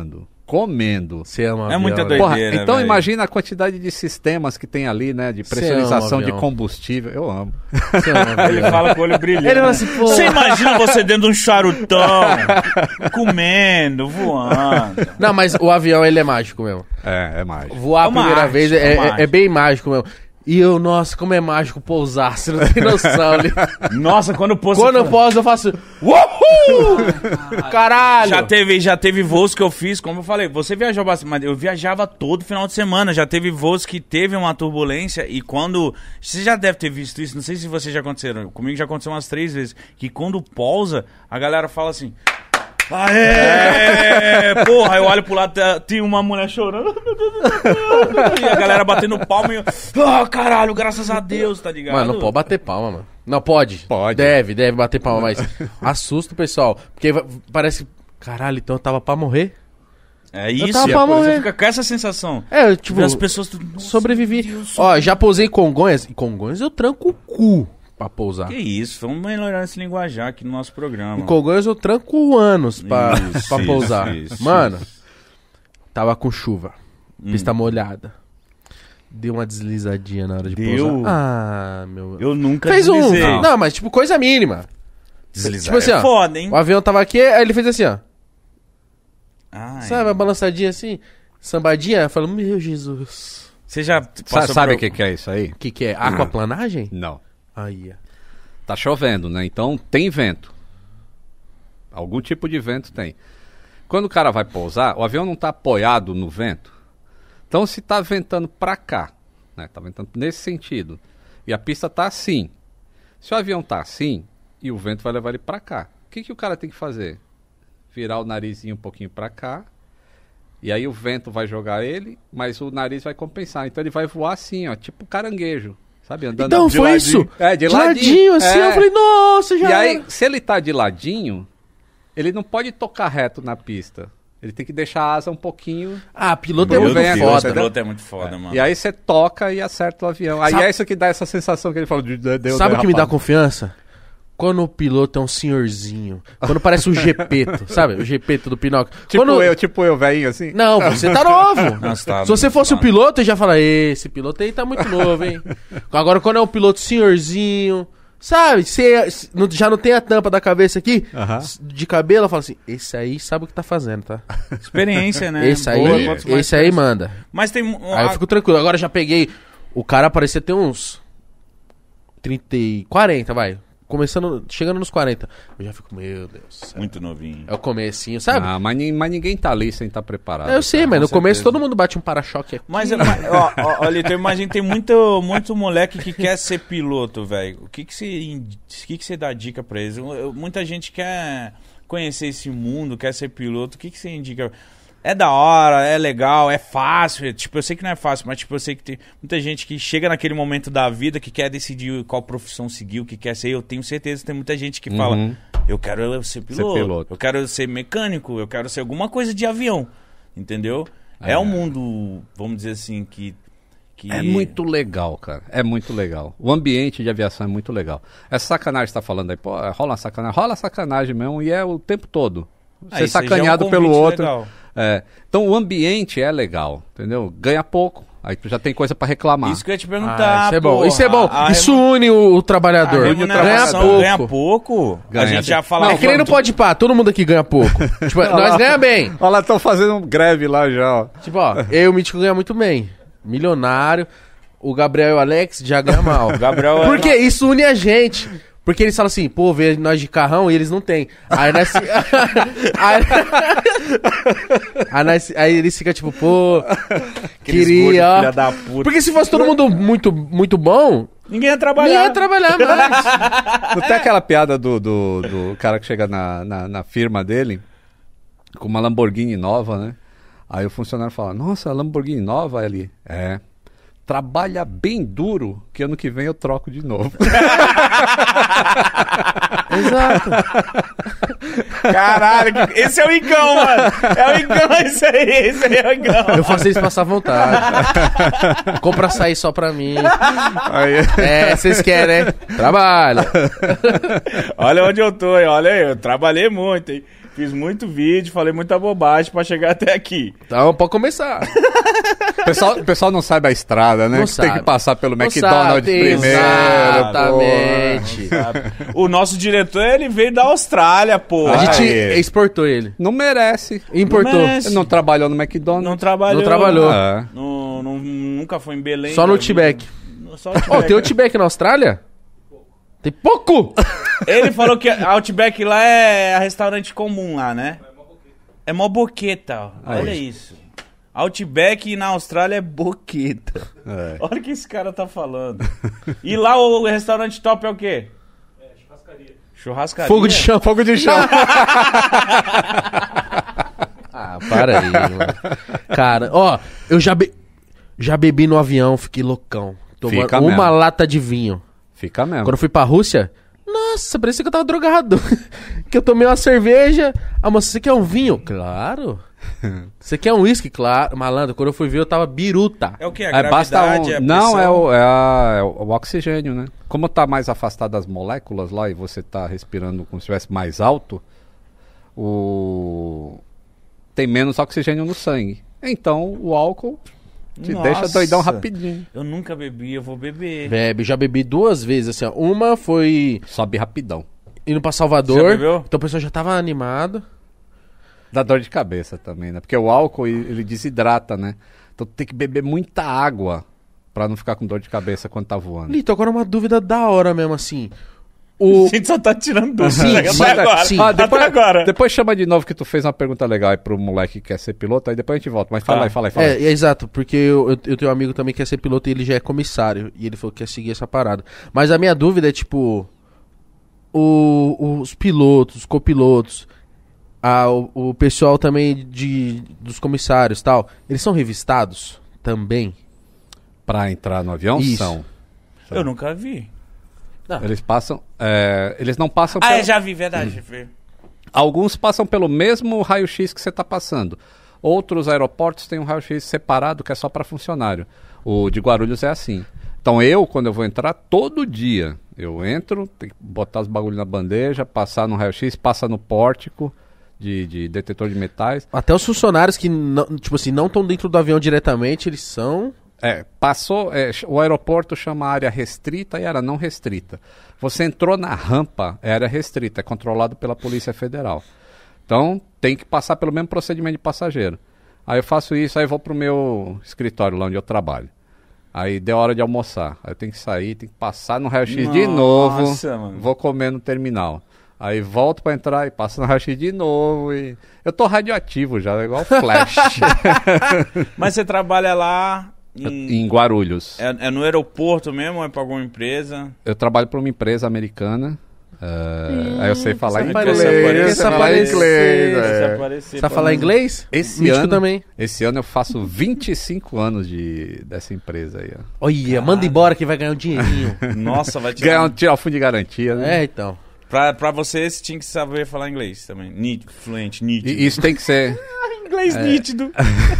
comendo. Você ama avião, É muita né? doideira. Porra, então velho. imagina a quantidade de sistemas que tem ali, né? De pressurização de combustível. Eu amo. Você ama Ele avião. fala com o olho brilhando. Ele fala assim, pô. Você imagina você dentro de um charutão, comendo, voando. Não, mas o avião, ele é mágico mesmo. É mágico. Voar a uma primeira arte, vez é uma arte. é bem mágico mesmo. E eu, nossa, como é mágico pousar, você não tem noção. Nossa, quando pousa... Quando eu pouso, eu faço... Uhul! Caralho! Já teve voos que eu fiz, como eu falei, você viajou bastante, mas eu viajava todo final de semana. Já teve voos que teve uma turbulência e quando... Você já deve ter visto isso, não sei se vocês já aconteceram. Comigo já aconteceu umas 3 vezes. Que quando pousa, a galera fala assim... Aê! Porra, eu olho pro lado, tem uma mulher chorando. E a galera batendo palma e eu... caralho, graças a Deus, tá ligado? Mano, não pode bater palma, mano. Não, pode. Pode. Deve bater palma, mas assusta o pessoal. Porque parece... Caralho, então eu tava pra morrer? É isso, tava pra você morrer. fica com essa sensação. É, tipo... As pessoas... Nossa, sobrevivi. meu Deus, Ó, já pousei em Congonhas. E Congonhas eu tranco o cu pra pousar. Que isso, vamos melhorar esse linguajar aqui no nosso programa. Em Congonhas eu tranco anos pra pousar. isso, Mano, tava com chuva. Pista molhada. Deu uma deslizadinha na hora de Deu? pousar. Ah, meu... Eu nunca Fez deslizei. Não, mas tipo coisa mínima. Deslizar Tipo assim, é ó. foda, hein? O avião tava aqui, aí ele fez assim, ó. Ai. Sabe, uma balançadinha assim, sambadinha. Eu falo, meu Jesus. Você já passou Sabe o por- que é isso aí? O que é? Aquaplanagem? Não. Aí, ó. Tá chovendo, né? Então tem vento. Algum tipo de vento tem. Quando o cara vai pousar, o avião não tá apoiado no vento. Então se tá ventando pra cá, né? Tá ventando nesse sentido. E a pista tá assim. Se o avião tá assim, e o vento vai levar ele pra cá. O que o cara tem que fazer? Virar o narizinho um pouquinho pra cá. E aí o vento vai jogar ele, mas o nariz vai compensar. Então ele vai voar assim, ó, tipo caranguejo. Sabe, andando Então de foi ladinho. isso. É, de ladinho, assim, É. eu falei, nossa, já E aí, era. se ele tá de ladinho, ele não pode tocar reto na pista. Ele tem que deixar a asa um pouquinho. Ah, piloto é Meu muito Deus, foda. entendeu? piloto é muito foda, mano. E aí você toca e acerta o avião. Aí Sabe- é isso que dá essa sensação que ele falou de Deus. Sabe o que me dá confiança? Quando o piloto é um senhorzinho. Quando parece o Gepeto, sabe? O Gepeto do Pinóquio. Tipo eu, velhinho, assim? Não, você tá novo. Nossa, tá Se você muito fosse o foda. piloto, eu já fala, esse piloto aí tá muito novo, hein? Agora, quando é um piloto senhorzinho, sabe? Já não tem a tampa da cabeça aqui, Aham. de cabelo, eu falo assim, esse aí sabe o que tá fazendo, tá? Experiência, né? Esse aí, Boa, quanto mais esse aí manda. Mas tem... Aí eu fico tranquilo. Agora eu já peguei. O cara parecia ter uns 40, vai. Chegando nos 40. Eu já fico, meu Deus. Muito novinho. É o comecinho, sabe? Ah, mas ninguém tá ali sem estar preparado. Eu sei, cara. mas no com começo certeza. todo mundo bate um para-choque aqui. Mas, olha, eu imagino tem muito moleque que quer ser piloto, velho. O que você dá dica pra eles? Muita gente quer conhecer esse mundo, quer ser piloto. O que você indica? É da hora, é legal, é fácil. Tipo, eu sei que não é fácil, mas tipo, eu sei que tem muita gente que chega naquele momento da vida que quer decidir qual profissão seguir, o que quer ser. Eu tenho certeza que tem muita gente que fala, eu quero ser piloto, eu quero ser mecânico, eu quero ser alguma coisa de avião, entendeu? É um mundo, vamos dizer assim, que... É muito legal, cara. É muito legal. O ambiente de aviação é muito legal. Essa sacanagem que você tá falando aí, pô, rola sacanagem mesmo, e é o tempo todo. Ser isso aí já é um sacaneado pelo convite outro. legal. É. Então o ambiente é legal, entendeu? Ganha pouco, aí tu já tem coisa pra reclamar. Isso que eu ia te perguntar. Isso é bom. porra. Isso é bom. Isso une o trabalhador. A Ganha remuneração pouco. ganha pouco. Ganha. A gente já fala... Não, é que nem não pode pá, todo mundo aqui ganha pouco. Tipo, nós ganha bem. Olha lá, estão fazendo greve lá já, ó. Tipo, ó, eu e o Mítico ganha muito bem. Milionário. O Gabriel e o Alex já ganham mal. Gabriel é- Por quê? Isso une a gente. Porque eles falam assim, pô, vê nós de carrão e eles não tem. Aí nós... aí eles ficam tipo, pô, Aqueles queria... gordos, ó. filha da puta. Porque se fosse todo mundo muito bom, Ninguém ia nem trabalhar. ia trabalhar mais. Não tem aquela piada do cara que chega na firma dele com uma Lamborghini nova, né? Aí o funcionário fala, nossa, Lamborghini nova ali. É. Trabalha bem duro, que ano que vem eu troco de novo. Exato. Caralho, esse é o Igão, mano. É o Igão, esse aí é o Igão. Eu faço eles passar vontade. Compra açaí só pra mim. Aí, É, vocês querem, né? Trabalha. Olha onde eu tô, hein? Olha aí, eu trabalhei muito, hein? Fiz muito vídeo, falei muita bobagem pra chegar até aqui. Então, pode começar. O pessoal não sabe a estrada, né? Não que sabe. Tem que passar pelo Não McDonald's sabe, primeiro. exatamente. O nosso diretor, ele veio da Austrália, pô. A gente Aí. exportou ele. Não merece. Importou. Não merece. Ele não trabalhou no McDonald's. Não trabalhou. Não trabalhou. É. Nunca foi em Belém. Só no da vida. Outback. Só Ó, Outback. tem Outback na Austrália? Tem pouco! Ele falou que a Outback lá é a restaurante comum lá, né? É mó boqueta. Olha isso. Outback na Austrália é boqueta. É. Olha o que esse cara tá falando. E lá o restaurante top é o quê? Churrascaria. Fogo de chão. Fogo de chão. Ah, para aí, mano. Cara, ó, eu já bebi no avião, fiquei loucão. Tomando Fica uma mesmo. lata de vinho. Fica mesmo. Quando eu fui pra Rússia, nossa, parecia que eu tava drogado. Que eu tomei uma cerveja. Ah, moça, você quer um vinho? Claro. Você quer um uísque? Claro. Malandro, quando eu fui ver, eu tava biruta. É o quê? A É, basta gravidade, a Não, pressão? é o oxigênio, né? Como tá mais afastado das moléculas lá e você tá respirando como se estivesse mais alto, tem menos oxigênio no sangue. Então o álcool te Nossa. deixa doidão rapidinho. Eu nunca bebi, eu vou beber. Bebe, já bebi 2 vezes, assim, ó. Uma foi Sobe rapidão. indo pra Já Salvador. bebeu? Então o pessoal já tava animado. Dá dor de cabeça também, né? Porque o álcool, ele desidrata, né? Então tem que beber muita água pra não ficar com dor de cabeça quando tá voando. Lito, agora uma dúvida da hora mesmo, assim. A gente só tá tirando dúvida. Sim, Até sim, agora. sim. Até agora. Depois chama de novo que tu fez uma pergunta legal aí pro moleque que quer ser piloto, aí depois a gente volta. Mas fala Tá. aí, fala aí. É exato, porque eu tenho um amigo também que quer ser piloto e ele já é comissário. E ele falou que quer seguir essa parada. Mas a minha dúvida é, tipo, os pilotos, os copilotos, o pessoal também dos comissários e tal, eles são revistados também? Pra entrar no avião, Isso. são. Eu nunca vi. Eles passam. Eles não passam Ah, pelo- eu já vi, verdade. Alguns passam pelo mesmo raio-x que você está passando. Outros aeroportos têm um raio-x separado que é só para funcionário. O de Guarulhos é assim. Então quando eu vou entrar, todo dia eu entro, tenho que botar os bagulhos na bandeja, passar no raio-x, passa no pórtico de detetor de metais. Até os funcionários que, não, tipo assim, não estão dentro do avião diretamente, eles são... Passou, o aeroporto chama área restrita e área não restrita. Você entrou na rampa, é área restrita, é controlado pela Polícia Federal. Então, tem que passar pelo mesmo procedimento de passageiro. Aí eu faço isso, aí vou pro meu escritório, lá onde eu trabalho. Aí deu hora de almoçar. Aí eu tenho que sair, tenho que passar no raio-x de novo. Nossa, mano. Vou comer no terminal. Aí volto pra entrar e passo no raio-x de novo. E... Eu tô radioativo já, igual Flash. Mas você trabalha lá Em Guarulhos. É no aeroporto mesmo ou é pra alguma empresa? Eu trabalho para uma empresa americana. Aí eu sei falar sabe inglês. aparecer, eu sei falar aparecer, inglês. Se é. aparecer, Sabe falar inglês? Esse Mítico ano também. Esse ano eu faço 25 anos dessa empresa aí. Ó. Olha, manda embora que vai ganhar um dinheirinho. Nossa, vai tirar. Tirar o fundo de garantia, né? Então. Pra você, você tinha que saber falar inglês também. Fluente, nítido. E isso tem que ser. Inglês nítido.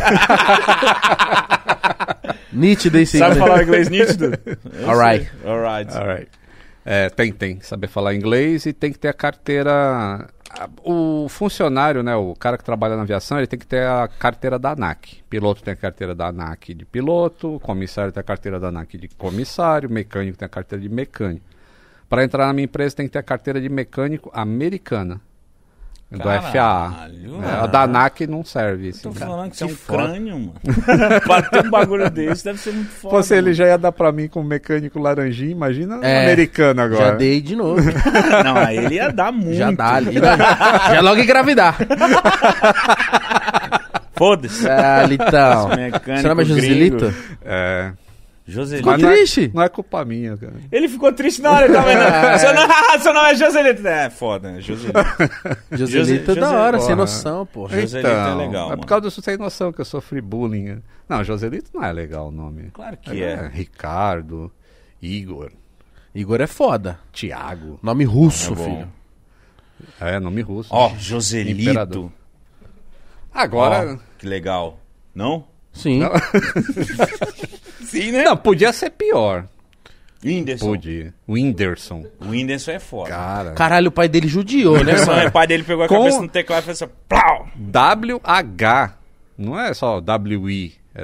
Nítido esse Sabe inglês. falar inglês nítido? Eu Alright. sei. Alright. Alright. Tem que saber falar inglês e tem que ter a carteira. O funcionário, né, o cara que trabalha na aviação, ele tem que ter a carteira da ANAC. Piloto tem a carteira da ANAC de piloto, comissário tem a carteira da ANAC de comissário, mecânico tem a carteira de mecânico. Para entrar na minha empresa tem que ter a carteira de mecânico americana. Do FAA. Caralho, A da ANAC não serve. Tô Assim. falando que você é um foda. crânio, mano. Pra ter um bagulho desse deve ser muito foda. Fosse ele mano. já ia dar pra mim com mecânico laranjinha, imagina É, americano agora. Já dei de novo. Não, aí ele ia dar muito. Já dá ali. Já logo engravidar. Foda-se. Ah, Litão. Esse mecânico Seu nome é gringo. Joselito? É. Joselito. Ficou não triste? Não é culpa minha, cara. Ele ficou triste na hora, ele tava vendo. Seu nome é Joselito. É, foda, né? Joselito. Joselito é da hora, sem porra. noção, porra. Joselito é legal, É mano. por causa do sem noção que eu sofri bullying. Não, Joselito não é legal o nome. Claro que é. Ricardo, Igor, Igor é foda. Tiago. Nome russo, É bom. filho. É, nome russo. Ó, Joselito. Imperador. Agora... Ó, que legal. Não? Sim. Não. Sim, né? Não, podia ser pior. Whindersson. O Whindersson. O Whindersson é foda. Caralho, o pai dele judiou, né, mano? O pai dele pegou a cabeça no teclado e fez assim, plau! WH. Não é só WI. É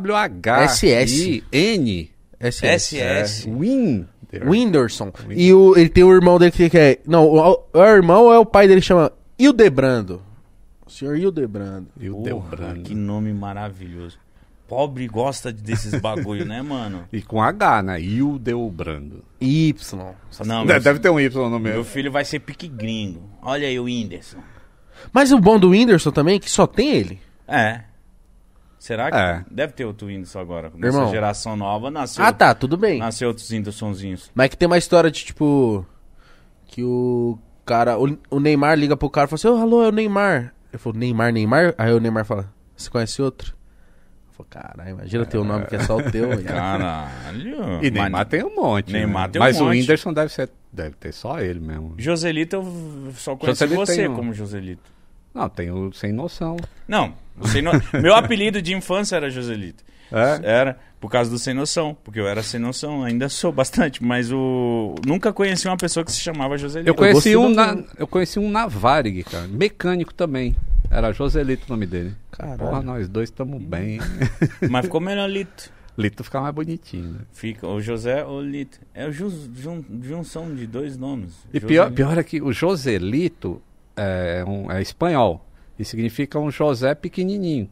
WHIN. SS. Whindersson. E ele tem o irmão dele que é... Não, o irmão ou é o pai dele que chama Hildebrando. O senhor Hildebrando. Porra, que nome maravilhoso. Pobre gosta desses bagulho, né, mano? E com H, né? Hildebrando. Y. Não, deve ter um Y no meio. Meu filho vai ser pique gringo. Olha aí o Whindersson. Mas o bom do Whindersson também é que só tem ele. É. Será que deve ter outro Whindersson agora? Nessa Irmão, geração nova nasceu. Ah, tá, tudo bem. Nasceu outros Whinderssonzinhos. Mas que tem uma história de tipo. Que o cara. O Neymar liga pro cara e fala assim: alô, é o Neymar. Ele falou: Neymar? Aí o Neymar fala: você conhece outro? Eu falei: caralho, imagina o teu nome que é só o teu. Caralho. E Neymar tem um monte. Neymar tem Mas um monte. o Whindersson deve ter só ele mesmo. Joselito, eu só conheci você como Joselito. Não, tem o Sem Noção. Não, meu apelido de infância era Joselito. É? Era por causa do Sem Noção, porque eu era sem noção, ainda sou bastante, mas nunca conheci uma pessoa que se chamava Joselito. Eu conheci um na Varig, cara, mecânico também. Era Joselito o nome dele. Caralho. Porra, nós dois estamos bem. Mas ficou melhor Lito. Lito fica mais bonitinho, né? Fica, o José ou Lito. É junção de dois nomes. E pior é que o Joselito é espanhol. E significa um José pequenininho.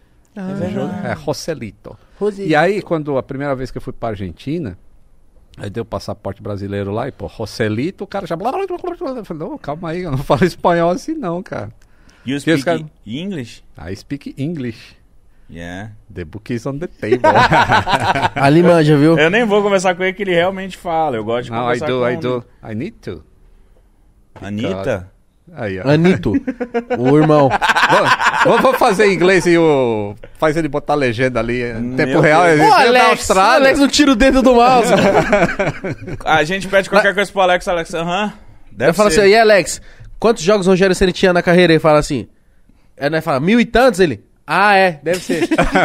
É Joselito. E aí, quando a primeira vez que eu fui pra Argentina, aí deu o passaporte brasileiro lá e, pô, Joselito, o cara já... Eu falei, não, calma aí, eu não falo espanhol assim não, cara. You speak English? I speak English. Yeah. The book is on the table. Ali manja, viu? Eu nem vou conversar com ele que ele realmente fala. Eu gosto de conversar com ele. I need to. Anitta? Aí, ó. Anito, o irmão. Vamos fazer em inglês e faz ele botar a legenda ali em tempo real. Pô, Alex não tira o dedo do mouse. A gente pede qualquer coisa pro Alex, Eu falo assim, e Alex, quantos jogos o Rogério Ceni tinha na carreira? Ele fala assim, nós fala, 1000 e tantos? Ele, deve ser.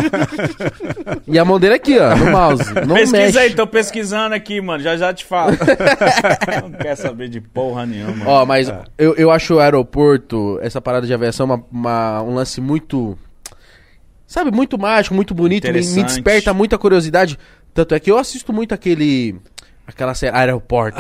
E a mão dele aqui, ó, no mouse. Não Pesquisa mexe. aí, tô pesquisando aqui, mano. Já te falo. Não quer saber de porra nenhuma. Ó, mas eu acho o aeroporto, essa parada de aviação, um lance muito... Sabe, muito mágico, muito bonito. Me desperta muita curiosidade. Tanto é que eu assisto muito aquela série Aeroportos.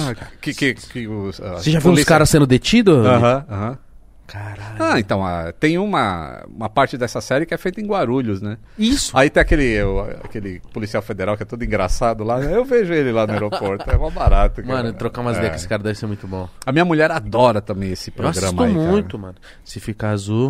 Você já viu os caras sendo detidos? Aham. Caralho. Então, tem uma parte dessa série que é feita em Guarulhos, né? Isso. Aí tem aquele policial federal que é todo engraçado lá, né? Eu vejo ele lá no aeroporto, é mó barato. Cara. Mano, trocar umas ideias com esse cara deve ser muito bom. A minha mulher adora também esse programa aí, cara. Muito, mano. Se ficar azul...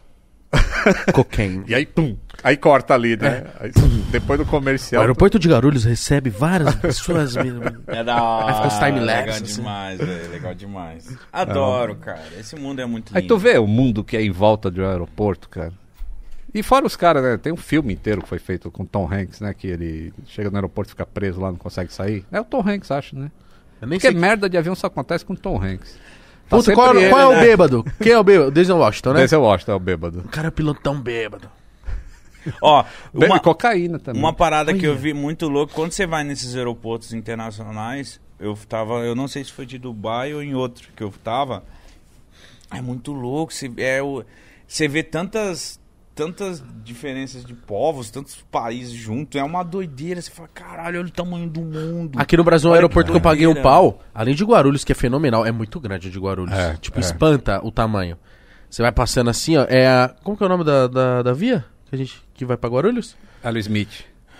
Cocaine. E aí, pum, aí corta ali, né? Aí, depois do comercial. O aeroporto de Guarulhos recebe várias pessoas. É da hora. Vai ficar os time-lapse. Legal demais, velho. Legal demais. Adoro, cara. Esse mundo é muito lindo. Aí tu vê o mundo que é em volta do aeroporto, cara. E fora os caras, né? Tem um filme inteiro que foi feito com Tom Hanks, né? Que ele chega no aeroporto e fica preso lá, não consegue sair. É o Tom Hanks, acho, né? Porque merda de avião só acontece com Tom Hanks. Puta, qual é o bêbado? Quem é o bêbado? Denzel Washington, né? Denzel Washington é o bêbado. O cara é pilotão bêbado. Ó, cocaína também. Uma parada que eu vi muito louco, quando você vai nesses aeroportos internacionais, eu não sei se foi de Dubai ou em outro que eu tava, é muito louco, você vê tantas diferenças de povos, tantos países juntos, é uma doideira, você fala, caralho, olha o tamanho do mundo. Aqui no Brasil, o aeroporto que eu paguei um pau, além de Guarulhos, que é fenomenal, é muito grande o de Guarulhos, espanta o tamanho. Você vai passando assim, ó, como que é o nome da via que vai pra Guarulhos? Hélio Smith.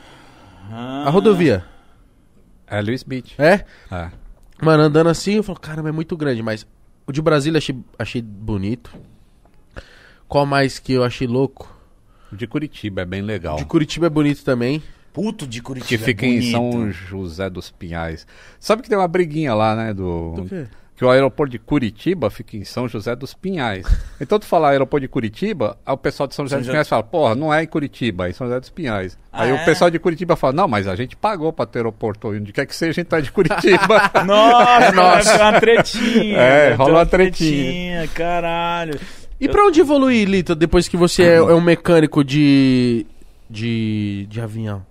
A rodovia. Hélio Smith. É? Mano, andando assim, eu falo, caramba, é muito grande, mas o de Brasília achei bonito. Qual mais que eu achei louco? O de Curitiba é bem legal. De Curitiba é bonito também. Puto de Curitiba. Que fica em São José dos Pinhais. Sabe que tem uma briguinha lá, né? Do quê? Que o aeroporto de Curitiba fica em São José dos Pinhais. Então tu falar aeroporto de Curitiba, aí o pessoal de São José dos Pinhais fala, porra, não é em Curitiba, é em São José dos Pinhais. Aí o pessoal de Curitiba fala, não, mas a gente pagou pra ter aeroporto onde quer que seja, a gente tá de Curitiba. Nossa, uma tretinha. Rola uma tretinha. Caralho. E pra onde evoluir, Lito, depois que você é um mecânico de avião?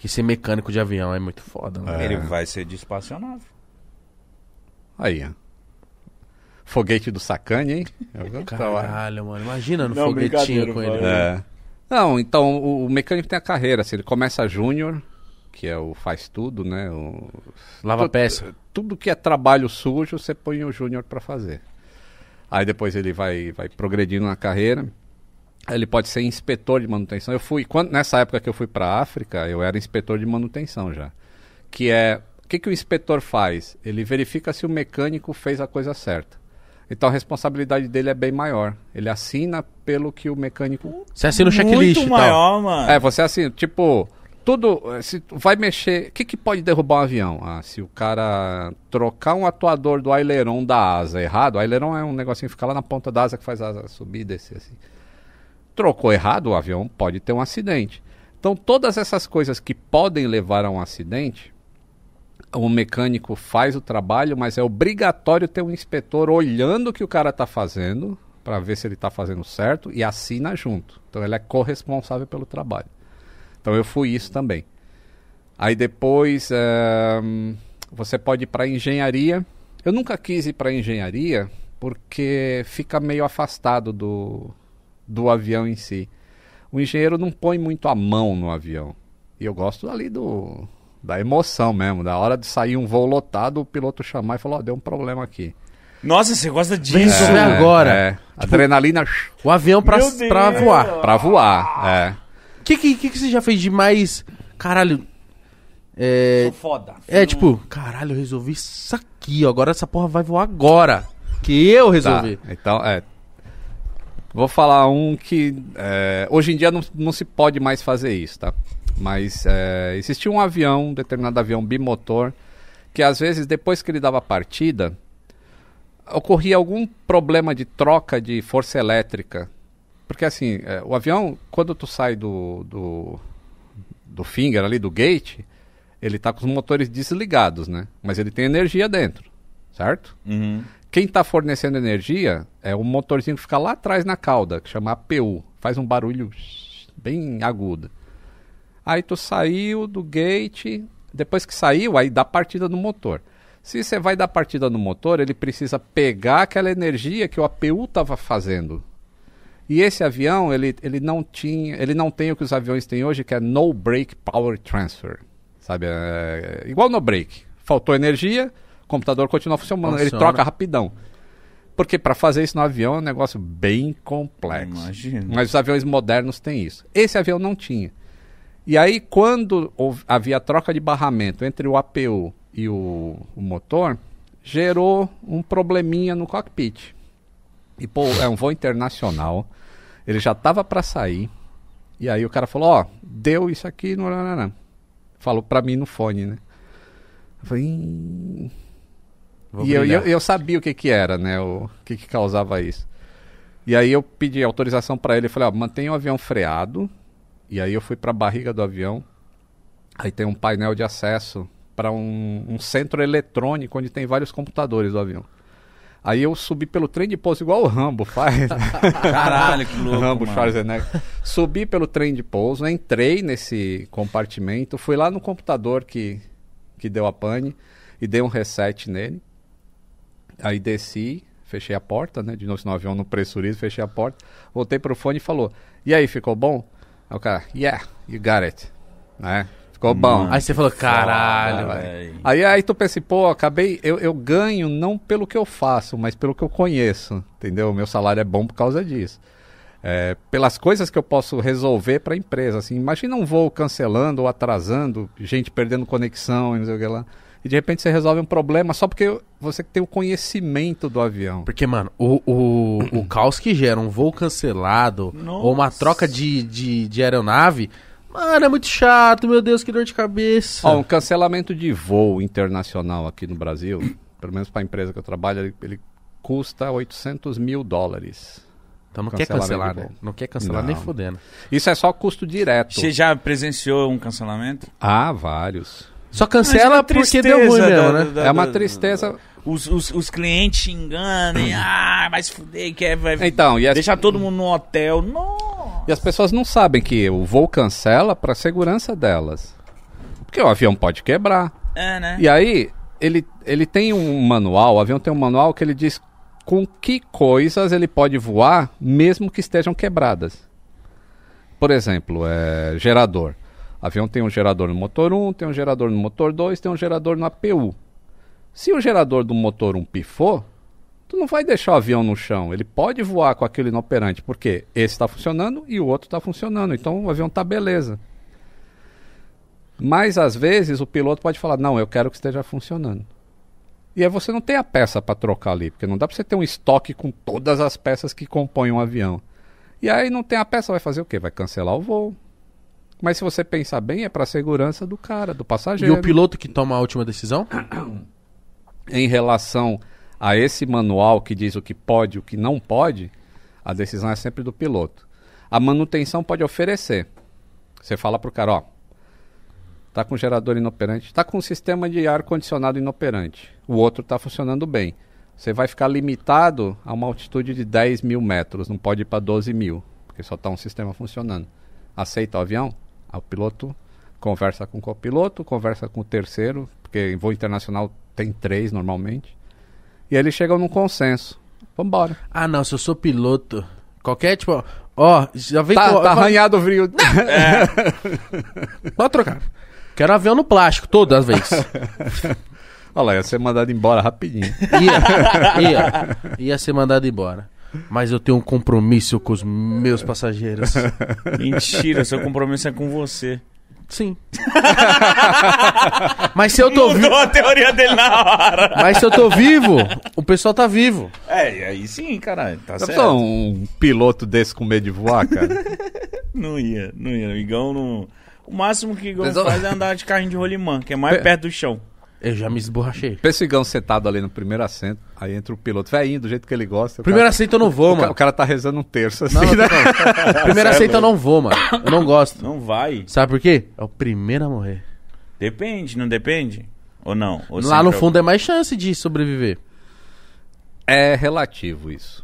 Que ser mecânico de avião é muito foda, mano. Ele vai ser de espaçonave. Aí, ó. Foguete do Sacani, hein? Caralho, mano. Imagina no foguetinho com ele. Não, então o mecânico tem a carreira. Assim, ele começa júnior, que é o faz tudo, né? Lava peça. Tudo que é trabalho sujo, você põe o júnior pra fazer. Aí depois ele vai progredindo na carreira. Aí ele pode ser inspetor de manutenção. Nessa época que eu fui pra África, eu era inspetor de manutenção já. Que é... O que o inspetor faz? Ele verifica se o mecânico fez a coisa certa. Então a responsabilidade dele é bem maior. Ele assina pelo que o mecânico... Você assina o checklist muito maior, mano. Você assina, tipo... Tudo... Se vai mexer... O que pode derrubar um avião? Se o cara trocar um atuador do aileron da asa errado... O aileron é um negocinho que fica lá na ponta da asa que faz a asa subir e descer assim. Trocou errado, o avião pode ter um acidente. Então todas essas coisas que podem levar a um acidente... O mecânico faz o trabalho, mas é obrigatório ter um inspetor olhando o que o cara está fazendo, para ver se ele está fazendo certo, e assina junto. Então ele é corresponsável pelo trabalho. Então eu fui isso também. Aí depois você pode ir para engenharia. Eu nunca quis ir para engenharia porque fica meio afastado do avião em si. O engenheiro não põe muito a mão no avião. E eu gosto ali da emoção mesmo, da hora de sair um voo lotado, o piloto chamar e falar, deu um problema aqui. Nossa, você gosta disso? Vem resolver agora. Tipo, adrenalina... O avião pra voar. Pra voar, O que você já fez de mais... Caralho... Sou foda. Tipo, caralho, eu resolvi isso aqui, ó, agora essa porra vai voar agora. Que eu resolvi. Tá, então, vou falar um que... hoje em dia não se pode mais fazer isso, tá? Mas existia um determinado avião bimotor, que às vezes, depois que ele dava partida, ocorria algum problema de troca de força elétrica. Porque assim, o avião, quando tu sai do finger ali, do gate, ele tá com os motores desligados, né? Mas ele tem energia dentro, certo? Uhum. Quem tá fornecendo energia é um motorzinho que fica lá atrás na cauda, que chama APU. Faz um barulho bem agudo. Aí tu saiu do gate, depois que saiu, aí dá partida no motor. Se você vai dar partida no motor, ele precisa pegar aquela energia que o APU estava fazendo. E esse avião, ele não tem o que os aviões têm hoje, que é No Brake Power Transfer. Sabe? Igual no brake. Faltou energia, o computador continua funcionando, ele troca rapidão. Porque para fazer isso no avião é um negócio bem complexo. Imagina. Mas os aviões modernos têm isso. Esse avião não tinha. E aí, quando havia troca de barramento entre o APU e o motor, gerou um probleminha no cockpit. E, é um voo internacional, ele já estava para sair, e aí o cara falou, deu isso aqui, não. Falou para mim no fone, né? Eu falei, E eu sabia o que era, né? O que causava isso. E aí eu pedi autorização para ele, falei, mantenha o avião freado. E aí eu fui para a barriga do avião, aí tem um painel de acesso para um centro eletrônico onde tem vários computadores do avião. Aí eu subi pelo trem de pouso igual o Rambo faz. Caralho, que louco, Rambo, mano. Schwarzenegger. Subi pelo trem de pouso, entrei nesse compartimento, fui lá no computador que deu a pane e dei um reset nele. Aí desci, fechei a porta, né? De novo, se no avião não pressuriza, fechei a porta. Voltei pro fone e falou, e aí, ficou bom? Aí o cara, yeah, you got it. Né? Ficou bom. Aí você falou, caralho, velho. Aí tu pensa, eu ganho não pelo que eu faço, mas pelo que eu conheço, entendeu? O meu salário é bom por causa disso. Pelas coisas que eu posso resolver para a empresa. Assim, imagina um voo cancelando ou atrasando, gente perdendo conexão e não sei o que lá. E de repente você resolve um problema só porque você tem o conhecimento do avião. Porque, mano, o caos que gera um voo cancelado ou uma troca de aeronave, mano, é muito chato, meu Deus, que dor de cabeça. Um cancelamento de voo internacional aqui no Brasil, pelo menos para a empresa que eu trabalho, ele custa $800 mil. Então não quer cancelar, né? Não quer cancelar nem fudendo. Isso é só custo direto. Você já presenciou um cancelamento? Vários. Só cancela porque deu ruim mesmo, né? É uma tristeza. Os clientes xingando, vai se fuder, Então, deixar todo mundo no hotel. Nossa. E as pessoas não sabem que o voo cancela para a segurança delas. Porque o avião pode quebrar. Né? E aí, ele tem um manual, o avião tem um manual que ele diz com que coisas ele pode voar, mesmo que estejam quebradas. Por exemplo, gerador. O avião tem um gerador no motor 1, tem um gerador no motor 2, tem um gerador no APU. Se o gerador do motor 1 pifou, tu não vai deixar o avião no chão. Ele pode voar com aquele inoperante, porque esse está funcionando e o outro está funcionando. Então o avião está beleza. Mas às vezes o piloto pode falar, não, eu quero que esteja funcionando. E aí você não tem a peça para trocar ali, porque não dá para você ter um estoque com todas as peças que compõem um avião. E aí não tem a peça, vai fazer o quê? Vai cancelar o voo. Mas se você pensar bem, é para a segurança do cara, do passageiro. E o piloto que toma a última decisão? Em relação a esse manual que diz o que pode e o que não pode, a decisão é sempre do piloto. A manutenção pode oferecer. Você fala pro cara, ó, tá com gerador inoperante, tá com sistema de ar-condicionado inoperante, o outro tá funcionando bem. Você vai ficar limitado a uma altitude de 10 mil metros, não pode ir para 12 mil, porque só tá um sistema funcionando. Aceita o avião? Aí o piloto conversa com o copiloto, conversa com o terceiro, porque em voo internacional tem 3 normalmente, e aí eles chegam num consenso. Vambora. Ah, não, se eu sou piloto, qualquer tipo, ó, já vem... Tá arranhado o frio. Pode trocar. Quero avião no plástico, todas as vezes. Olha lá, ia ser mandado embora rapidinho. Ia ser mandado embora. Mas eu tenho um compromisso com os meus passageiros. Mentira, seu compromisso é com você. Sim. Mas se eu tô vivo... Mudou a teoria dele na hora. Mas se eu tô vivo, o pessoal tá vivo. Aí sim, caralho, tá certo. Só um piloto desse com medo de voar, cara? Não ia. O Igão não... O máximo que o Igão faz é andar de carrinho de rolimã, que é mais perto do chão. Eu já me esborrachei. Pensa o Igão sentado ali no primeiro assento, aí entra o piloto, velhinho, do jeito que ele gosta. Primeiro assento eu não vou, mano. O cara tá rezando um terço assim, não, né? Primeiro assento eu não vou, mano. Eu não gosto. Não vai. Sabe por quê? É o primeiro a morrer. Depende, não depende? Ou não? Ou lá no fundo é mais chance de sobreviver. É relativo isso.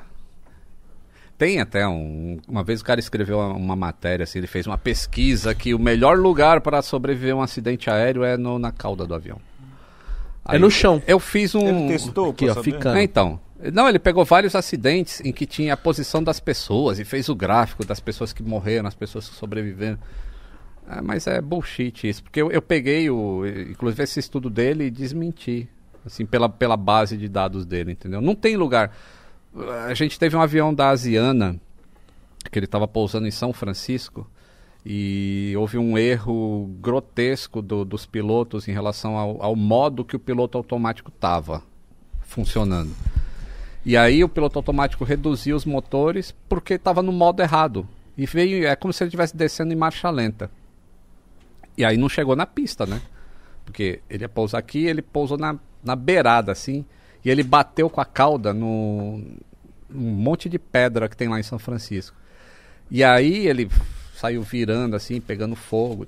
Tem até uma vez o cara escreveu uma matéria, assim, ele fez uma pesquisa que o melhor lugar para sobreviver a um acidente aéreo é na cauda do avião. Aí, no chão. Eu fiz um... Ele testou, aqui, ó, ficando. Então, não, ele pegou vários acidentes em que tinha a posição das pessoas e fez o gráfico das pessoas que morreram, as pessoas que sobreviveram. Mas é bullshit isso, porque eu peguei inclusive esse estudo dele e desmenti, assim, pela base de dados dele, entendeu? Não tem lugar... A gente teve um avião da Asiana, que ele estava pousando em São Francisco, e houve um erro grotesco dos pilotos em relação ao modo que o piloto automático estava funcionando. E aí o piloto automático reduziu os motores porque estava no modo errado. E é como se ele estivesse descendo em marcha lenta. E aí não chegou na pista, né? Porque ele ia pousar aqui, ele pousou na beirada, assim... E ele bateu com a cauda num monte de pedra que tem lá em São Francisco. E aí ele saiu virando assim, pegando fogo.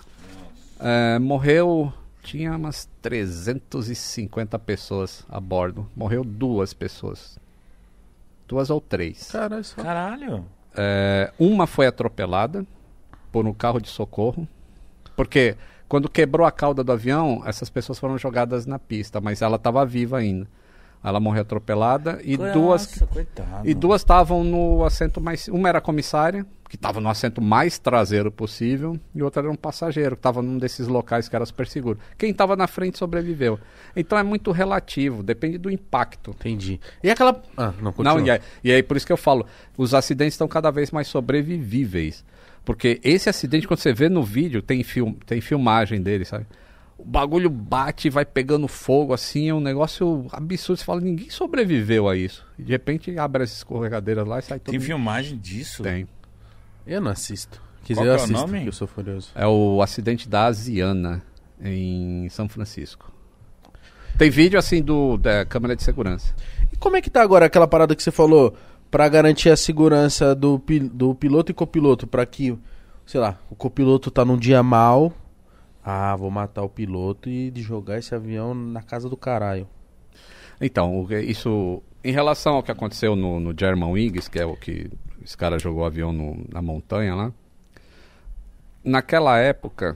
Morreu, tinha umas 350 pessoas a bordo. Morreu 2 pessoas. 2 ou 3. Caralho. Uma foi atropelada por um carro de socorro. Porque quando quebrou a cauda do avião, essas pessoas foram jogadas na pista. Mas ela estava viva ainda. Ela morreu atropelada e duas estavam no assento mais... Uma era a comissária, que estava no assento mais traseiro possível, e outra era um passageiro, que estava num desses locais que era super seguro. Quem estava na frente sobreviveu. Então é muito relativo, depende do impacto. Entendi. E aquela... não, continua. Não, e aí por isso que eu falo, os acidentes estão cada vez mais sobrevivíveis. Porque esse acidente, quando você vê no vídeo, tem filmagem dele, sabe? O bagulho bate e vai pegando fogo, assim, é um negócio absurdo. Você fala, ninguém sobreviveu a isso. E de repente abre as escorregadeiras lá e sai todo Tem filmagem disso? Tem. Eu não assisto. Qual eu é o nome? Eu sou furioso. É o acidente da Asiana, em São Francisco. Tem vídeo, assim, da câmera de segurança. E como é que tá agora aquela parada que você falou pra garantir a segurança do piloto e copiloto? Pra que, sei lá, o copiloto tá num dia mal... vou matar o piloto e jogar esse avião na casa do caralho. Então, isso... Em relação ao que aconteceu no Germanwings, que é o que esse cara jogou o avião na montanha lá, naquela época,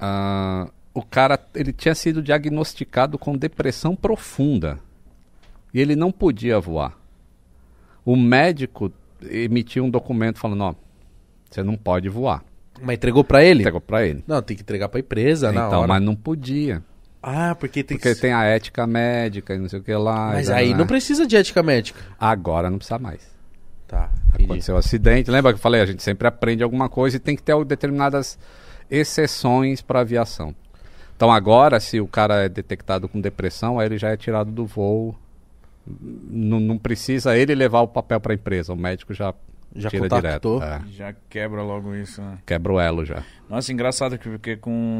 o cara ele tinha sido diagnosticado com depressão profunda e ele não podia voar. O médico emitiu um documento falando, ó, você não pode voar. Mas entregou pra ele? Entregou pra ele. Não, tem que entregar pra empresa na hora. Então, mas não podia. Ah, porque Porque tem a ética médica e não sei o que lá. Mas aí não precisa de ética médica. Agora não precisa mais. Tá, Aconteceu um acidente. Lembra que eu falei? A gente sempre aprende alguma coisa e tem que ter determinadas exceções para aviação. Então agora, se o cara é detectado com depressão, aí ele já é tirado do voo. Não precisa ele levar o papel para a empresa. O médico já tira contactou. Direto. Já quebra logo isso, né? Quebra o elo já. Nossa, engraçado porque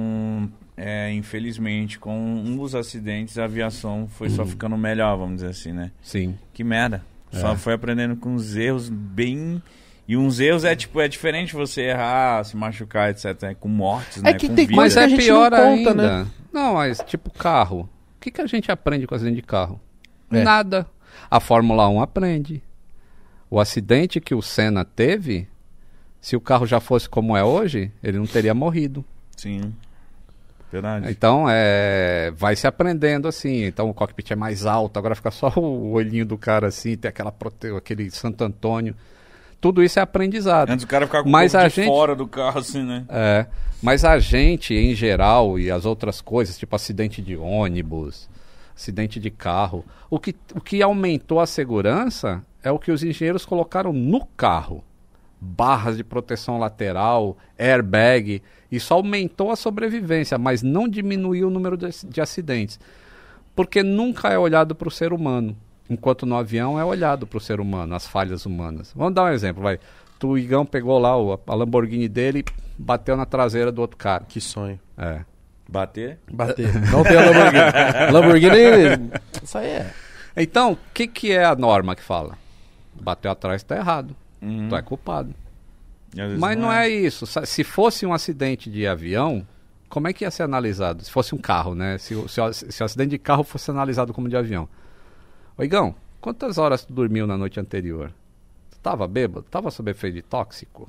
infelizmente, com os acidentes, a aviação foi só ficando melhor, vamos dizer assim, né? Sim. Que merda. Só foi aprendendo com os erros bem... E uns erros é diferente você errar, se machucar, etc. Com mortes, né? Que com tem vida. coisa Mas que a gente pior não conta, ainda. né? Não, mas tipo carro. O que a gente aprende com acidente de carro? Nada. A Fórmula 1 aprende. O acidente que o Senna teve, se o carro já fosse como é hoje, ele não teria morrido. Sim. Verdade. Então, vai se aprendendo assim. Então, o cockpit é mais alto, agora fica só o olhinho do cara assim, tem aquele Santo Antônio. Tudo isso é aprendizado. Antes o cara ficava com Mas o a corpo de gente... fora do carro, assim, né? Mas a gente, em geral, e as outras coisas, tipo acidente de ônibus, acidente de carro, o que aumentou a segurança é o que os engenheiros colocaram no carro. Barras de proteção lateral, airbag, isso aumentou a sobrevivência, mas não diminuiu o número de acidentes. Porque nunca é olhado para o ser humano, enquanto no avião é olhado para o ser humano, as falhas humanas. Vamos dar um exemplo, vai. O Igão pegou lá a Lamborghini dele e bateu na traseira do outro cara. Que sonho. Bater? Não tem a Lamborghini. Lamborghini, isso aí é. Então, o que é a norma que fala? Bateu atrás está errado. Tu é culpado. Mas não é isso. Se fosse um acidente de avião, como é que ia ser analisado? Se fosse um carro, né? Se o acidente de carro fosse analisado como de avião. Ô Igão, quantas horas tu dormiu na noite anterior? Tu tava bêbado? Tava sob efeito de tóxico?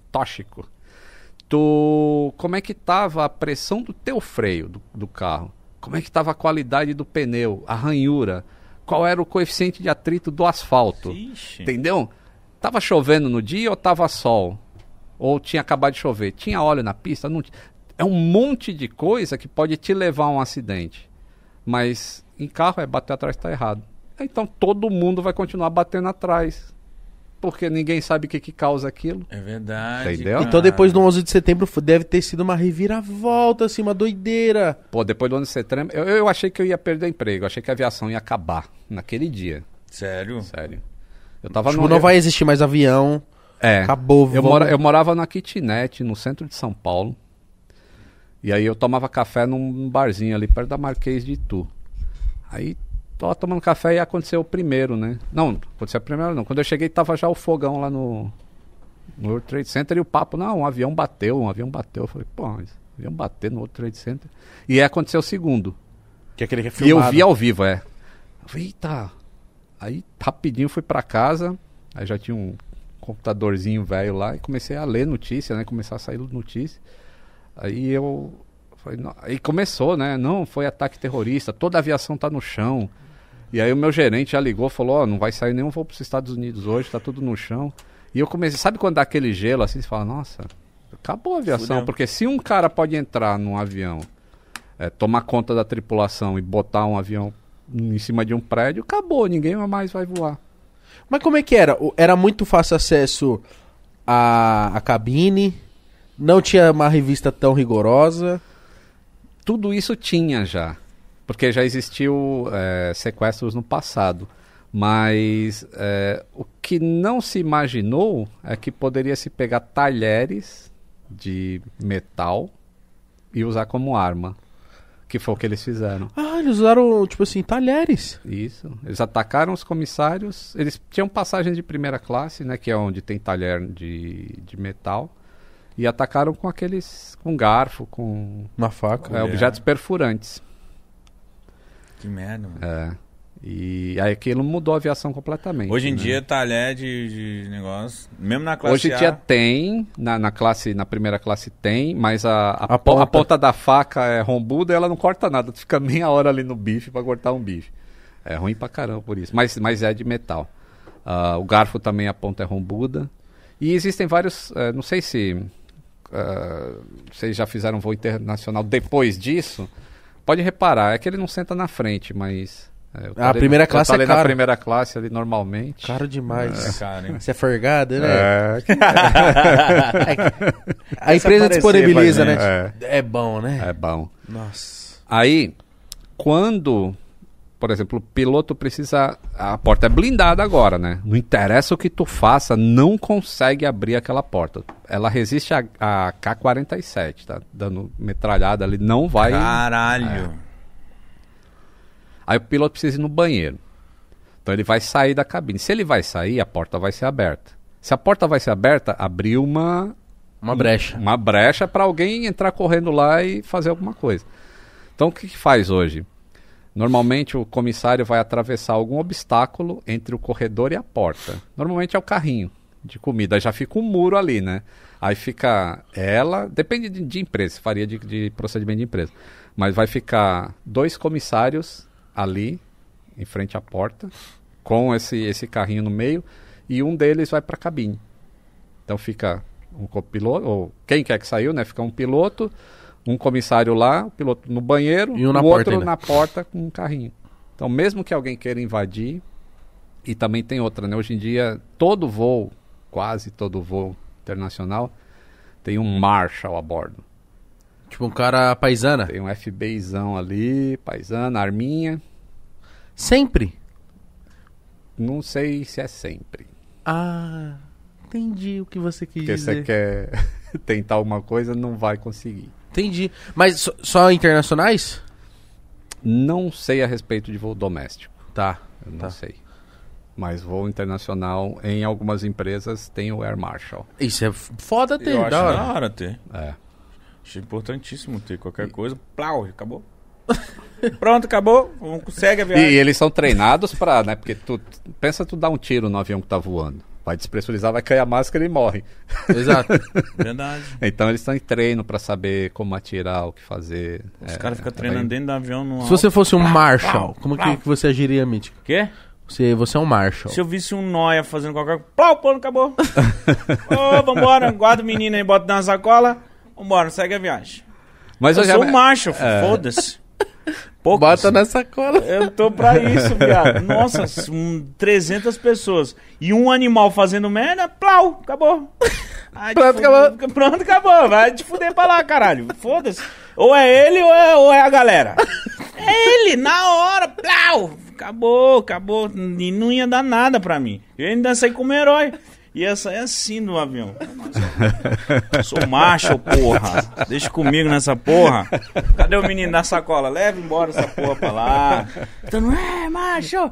Como é que tava a pressão do teu freio do carro? Como é que tava a qualidade do pneu? A ranhura? Qual era o coeficiente de atrito do asfalto? Ixi. Entendeu? Tava chovendo no dia ou tava sol? Ou tinha acabado de chover? Tinha óleo na pista? Não... É um monte de coisa que pode te levar a um acidente. Mas em carro bater atrás está errado. Então todo mundo vai continuar batendo atrás. Porque ninguém sabe o que causa aquilo. É verdade. Entendeu? Cara. Então depois do 11 de setembro deve ter sido uma reviravolta, assim, uma doideira. Pô, depois do 11 de setembro, eu achei que eu ia perder emprego. Eu achei que a aviação ia acabar naquele dia. Sério? Sério. Eu tava Não vai existir mais avião. Acabou. Eu morava na kitnet, no centro de São Paulo. E aí eu tomava café num barzinho ali, perto da Marquês de Itu. Aí, tava tomando café e aconteceu o primeiro, né? Não, aconteceu o primeiro não. Quando eu cheguei, tava já o fogão lá no World Trade Center e o papo, não, um avião bateu. Eu falei, pô, mas avião bater no World Trade Center. E aí aconteceu o segundo. Que é aquele que é E eu filmado. vi ao vivo, Eu falei, eita. Aí, rapidinho, fui pra casa. Aí já tinha um computadorzinho velho lá e comecei a ler notícia, né? Começar a sair notícia. Aí eu falei, não. Aí começou, né? Não, foi ataque terrorista, toda a aviação tá no chão. E aí o meu gerente já ligou, falou, não vai sair nenhum voo pros Estados Unidos hoje, tá tudo no chão. E eu comecei, sabe quando dá aquele gelo assim, você fala, nossa, acabou a aviação. Fudeu. Porque se um cara pode entrar num avião, tomar conta da tripulação e botar um avião em cima de um prédio, acabou, ninguém mais vai voar. Mas como é que era? Era muito fácil acesso à cabine? Não tinha uma revista tão rigorosa? Tudo isso tinha já, porque já existiu sequestros no passado. Mas o que não se imaginou é que poderia se pegar talheres de metal e usar como arma. Que foi o que eles fizeram. Ah, eles usaram, tipo assim, talheres. Isso. Eles atacaram os comissários. Eles tinham passagens de primeira classe, né? Que é onde tem talher de metal. E atacaram com com garfo, com Uma faca. objetos perfurantes. Que merda, mano. E aí aquilo mudou a aviação completamente. Hoje em dia, talher de negócio, mesmo na classe Hoje em A... dia tem, na primeira classe tem, mas a ponta da faca é rombuda e ela não corta nada. Tu fica meia hora ali no bife pra cortar um bife. É ruim pra caramba por isso, mas é de metal. O garfo também, a ponta é rombuda. E existem vários, não sei se vocês já fizeram um voo internacional depois disso. Pode reparar, é que ele não senta na frente, mas... a primeira classe é caro. Na primeira classe ali normalmente. Caro demais. É caro, hein? Você é forgado, né? É. A empresa disponibiliza, né? É bom, né? É bom. Nossa. Aí, quando, por exemplo, o piloto precisa... A porta é blindada agora, né? Não interessa o que tu faça, não consegue abrir aquela porta. Ela resiste a K-47, tá? Dando metralhada ali, não vai... Caralho! Aí o piloto precisa ir no banheiro. Então ele vai sair da cabine. Se ele vai sair, a porta vai ser aberta. Se a porta vai ser aberta, abriu uma brecha. Uma brecha para alguém entrar correndo lá e fazer alguma coisa. Então o que faz hoje? Normalmente o comissário vai atravessar algum obstáculo entre o corredor e a porta. Normalmente é o carrinho de comida. Aí já fica um muro ali, né? Aí fica ela... Depende de empresa, faria de procedimento de empresa. Mas vai ficar 2 comissários... ali, em frente à porta, com esse carrinho no meio, e um deles vai para a cabine. Então fica um copiloto, ou quem quer que saiu, né? Fica um piloto, um comissário lá, o piloto no banheiro, e o outro na porta com um carrinho. Então mesmo que alguém queira invadir, e também tem outra, né? Hoje em dia, todo voo, quase todo voo internacional, tem um Marshal a bordo. Tipo um cara paisana? Tem um FBIzão ali, paisana, arminha. Sempre? Não sei se é sempre. Ah, entendi o que você quis dizer. Porque você quer tentar alguma coisa, não vai conseguir. Entendi. Mas só internacionais? Não sei a respeito de voo doméstico. Tá. Eu não sei. Mas voo internacional, em algumas empresas, tem o Air Marshal. Isso é foda ter, Eu acho da hora. da hora ter. É. Acho importantíssimo ter qualquer coisa. Plau, acabou. Pronto, acabou. Segue a viagem. E eles são treinados pra, né? Porque pensa tu dar um tiro no avião que tá voando. Vai despressurizar, vai cair a máscara e morre. Exato. Verdade. Então eles estão em treino pra saber como atirar, o que fazer. Os caras ficam treinando dentro do avião. No Se você fosse um Marshal, como que você agiria, Mítico? Quê? Você é um Marshal. Se eu visse um nóia fazendo qualquer coisa, plau, pronto, acabou. Ô, vambora, guarda o menino aí, bota na sacola. Vambora, segue a viagem. Mas eu sou um macho, foda-se. Bota na sacola. Eu tô pra isso, viado. Nossa, 300 pessoas. E um animal fazendo merda, plau, acabou. Pronto, acabou. Vai te fuder pra lá, caralho. Foda-se. Ou é ele ou é a galera. É ele, na hora, plau. Acabou. E não ia dar nada pra mim. Eu ainda saí como herói. Ia sair assim no avião. Sou macho, porra. Deixa comigo nessa porra. Cadê o menino da sacola? Leva embora essa porra pra lá. Então, macho.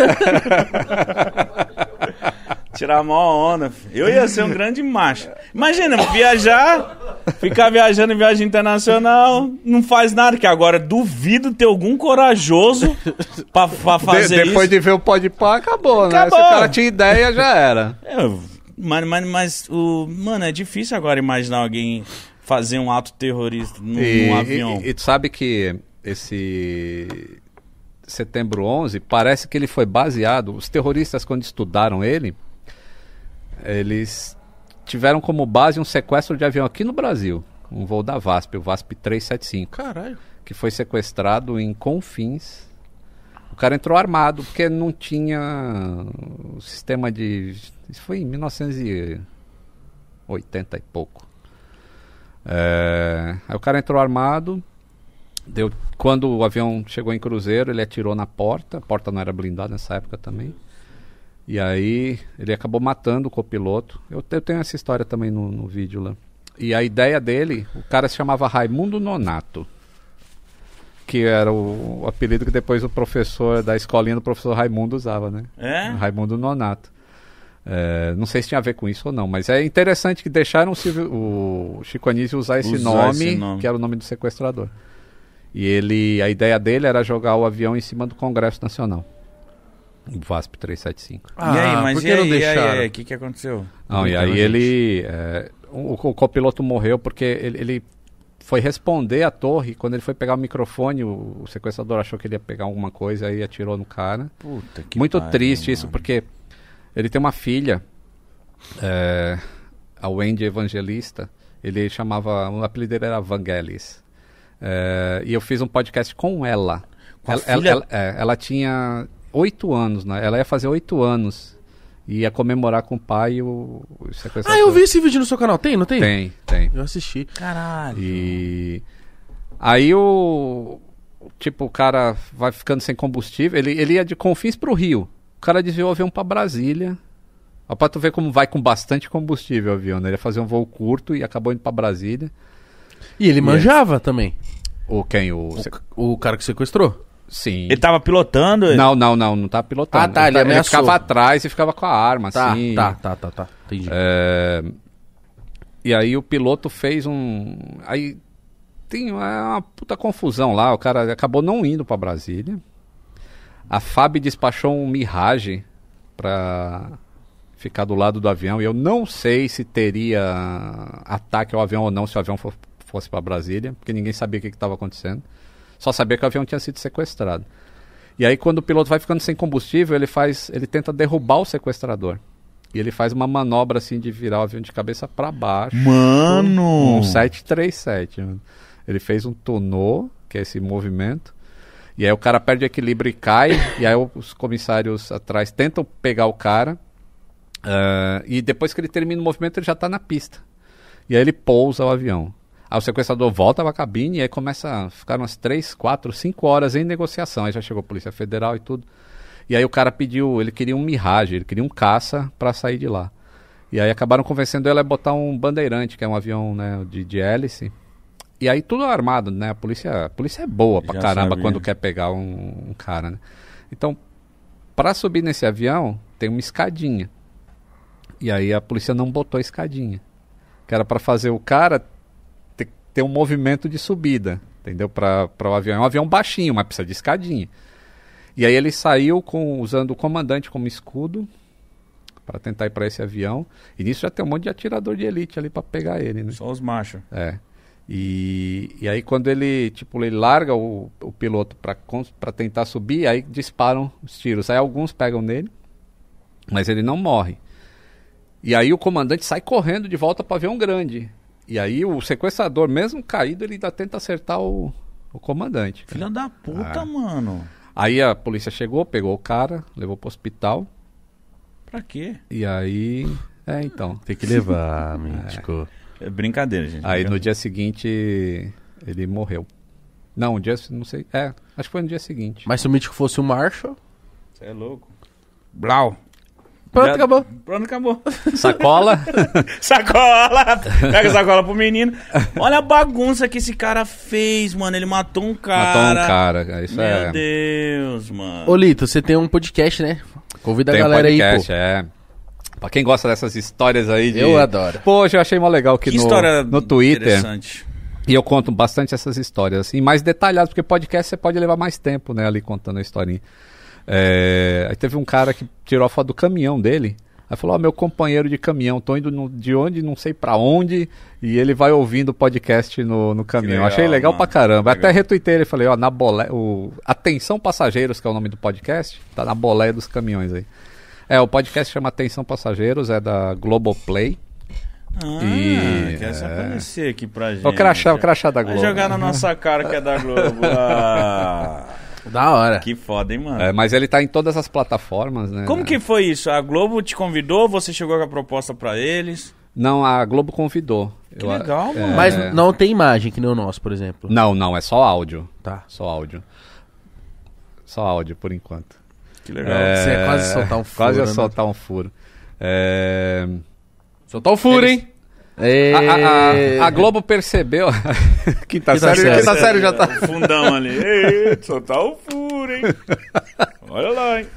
Tirar a maior onda. Eu ia ser um grande macho. Imagina, ficar viajando em viagem internacional, não faz nada, que agora duvido ter algum corajoso pra fazer isso. Depois de ver o Podpah, acabou, né? Acabou. Se o cara tinha ideia, já era. Mas mano, é difícil agora imaginar alguém fazer um ato terrorista num avião. E tu sabe que esse Setembro 11, parece que ele foi baseado... Os terroristas, quando estudaram ele, eles tiveram como base um sequestro de avião aqui no Brasil. Um voo da VASP, o VASP 375. Caralho. Que foi sequestrado em Confins. O cara entrou armado, porque não tinha o sistema de... Isso foi em 1980 e pouco. Aí o cara entrou armado. Quando o avião chegou em cruzeiro, ele atirou na porta. A porta não era blindada nessa época também. E aí ele acabou matando o copiloto. Eu tenho essa história também no vídeo lá. E a ideia dele, o cara se chamava Raimundo Nonato, que era o apelido que depois o professor da escolinha do professor Raimundo usava, né? É? Raimundo Nonato. Não sei se tinha a ver com isso ou não, mas é interessante que deixaram o Chico Anísio usar esse nome, que era o nome do sequestrador. E a ideia dele era jogar o avião em cima do Congresso Nacional. O VASP 375. E aí, mas por que não deixaram? O que aconteceu? Não, e aí ele... o copiloto morreu porque ele foi responder à torre. Quando ele foi pegar o microfone, o sequestrador achou que ele ia pegar alguma coisa e atirou no cara. Puta que Muito pariu, triste mano. isso, porque ele tem uma filha, a Wendy Evangelista. Ele chamava... O apelido dele era Vangelis. E eu fiz um podcast com ela. Com a filha? Ela tinha 8 anos, né? Ela ia fazer 8 anos. E ia comemorar com o pai e o sequestrador. Eu vi esse vídeo no seu canal. Tem, não tem? Tem. Eu assisti. Caralho. E aí o cara vai ficando sem combustível. Ele ia de Confins pro Rio. O cara desviou o avião pra Brasília. Ó, pra tu ver como vai com bastante combustível o avião, né? Ele ia fazer um voo curto e acabou indo pra Brasília. E ele manjava também. Quem? O cara que sequestrou? Sim. Ele tava pilotando? Não tava pilotando. Ah, tá, ele ameaçou. ficava atrás e ficava com a arma, assim. Tá. Entendi. E aí o piloto fez Aí tem uma puta confusão lá. O cara acabou não indo pra Brasília. A FAB despachou um Mirage pra ficar do lado do avião. E eu não sei se teria ataque ao avião ou não, se o avião fosse pra Brasília, porque ninguém sabia o que estava acontecendo. Só sabia que o avião tinha sido sequestrado. E aí quando o piloto vai ficando sem combustível, ele tenta derrubar o sequestrador. E ele faz uma manobra assim de virar o avião de cabeça para baixo. Mano! Um 737. Mano. Ele fez um tonneau, que é esse movimento. E aí o cara perde o equilíbrio e cai. E aí os comissários atrás tentam pegar o cara. E depois que ele termina o movimento, ele já está na pista. E aí ele pousa o avião. Aí o sequestrador volta pra cabine e aí começa a ficar umas 3, 4, 5 horas em negociação. Aí já chegou a Polícia Federal e tudo. E aí o cara ele queria um Mirage, ele queria um caça pra sair de lá. E aí acabaram convencendo ele a botar um Bandeirante, que é um avião, né, de hélice. E aí tudo armado, né? A polícia é boa pra caramba sabia. Quando quer pegar um cara, né? Então, pra subir nesse avião, tem uma escadinha. E aí a polícia não botou a escadinha. Que era pra fazer o cara ter um movimento de subida, entendeu? Para o avião. É um avião baixinho, mas precisa de escadinha. E aí ele saiu usando o comandante como escudo para tentar ir para esse avião. E nisso já tem um monte de atirador de elite ali para pegar ele, né? Só os machos. E aí quando ele larga o piloto para tentar subir, aí disparam os tiros. Aí alguns pegam nele, mas ele não morre. E aí o comandante sai correndo de volta para o avião grande. E aí o sequestrador, mesmo caído, ele ainda tenta acertar o comandante. Filha da puta, mano. Aí a polícia chegou, pegou o cara, levou pro hospital. Pra quê? E aí... então. Tem que levar, mítico. É brincadeira, gente. Aí no dia seguinte, ele morreu. Não, não sei. Acho que foi no dia seguinte. Mas se o mítico fosse o Marshall... Você é louco. Blau. Pronto, acabou. Sacola. Sacola. Pega a sacola pro menino. Olha a bagunça que esse cara fez, mano. Ele matou um cara. Isso Meu Deus, mano. Ô, Lito, você tem um podcast, né? Convida a tem galera podcast, aí, pô. Pra quem gosta dessas histórias aí de... Eu adoro. Poxa, eu achei mó legal que no Twitter... Interessante. E eu conto bastante essas histórias, assim, mais detalhadas, porque podcast você pode levar mais tempo, né, ali contando a historinha. Aí teve um cara que tirou a foto do caminhão dele. Aí falou, meu companheiro de caminhão, tô indo de onde, não sei pra onde. E ele vai ouvindo o podcast no caminhão. Legal, achei legal, mano. Pra caramba. Legal. Até retuitei ele e falei, na boleia... Atenção Passageiros, que é o nome do podcast, tá na boleia dos caminhões aí. O podcast chama Atenção Passageiros, é da Globoplay. Quer se aparecer aqui pra gente. O crachá da Globo. Vai jogar na nossa cara que é da Globo. Da hora. Que foda, hein, mano? Mas ele tá em todas as plataformas, né? Como que foi isso? A Globo te convidou, você chegou com a proposta pra eles? Não, a Globo convidou. Que legal, mano. Mas não tem imagem, que nem o nosso, por exemplo. Não, é só áudio. Tá. Só áudio, por enquanto. Que legal. Você é quase soltar um furo. Quase né? soltar um furo. Soltar o furo, hein? A Globo percebeu. Quinta série já tá. O fundão ali. Ei, soltar o furo, hein? Olha lá, hein?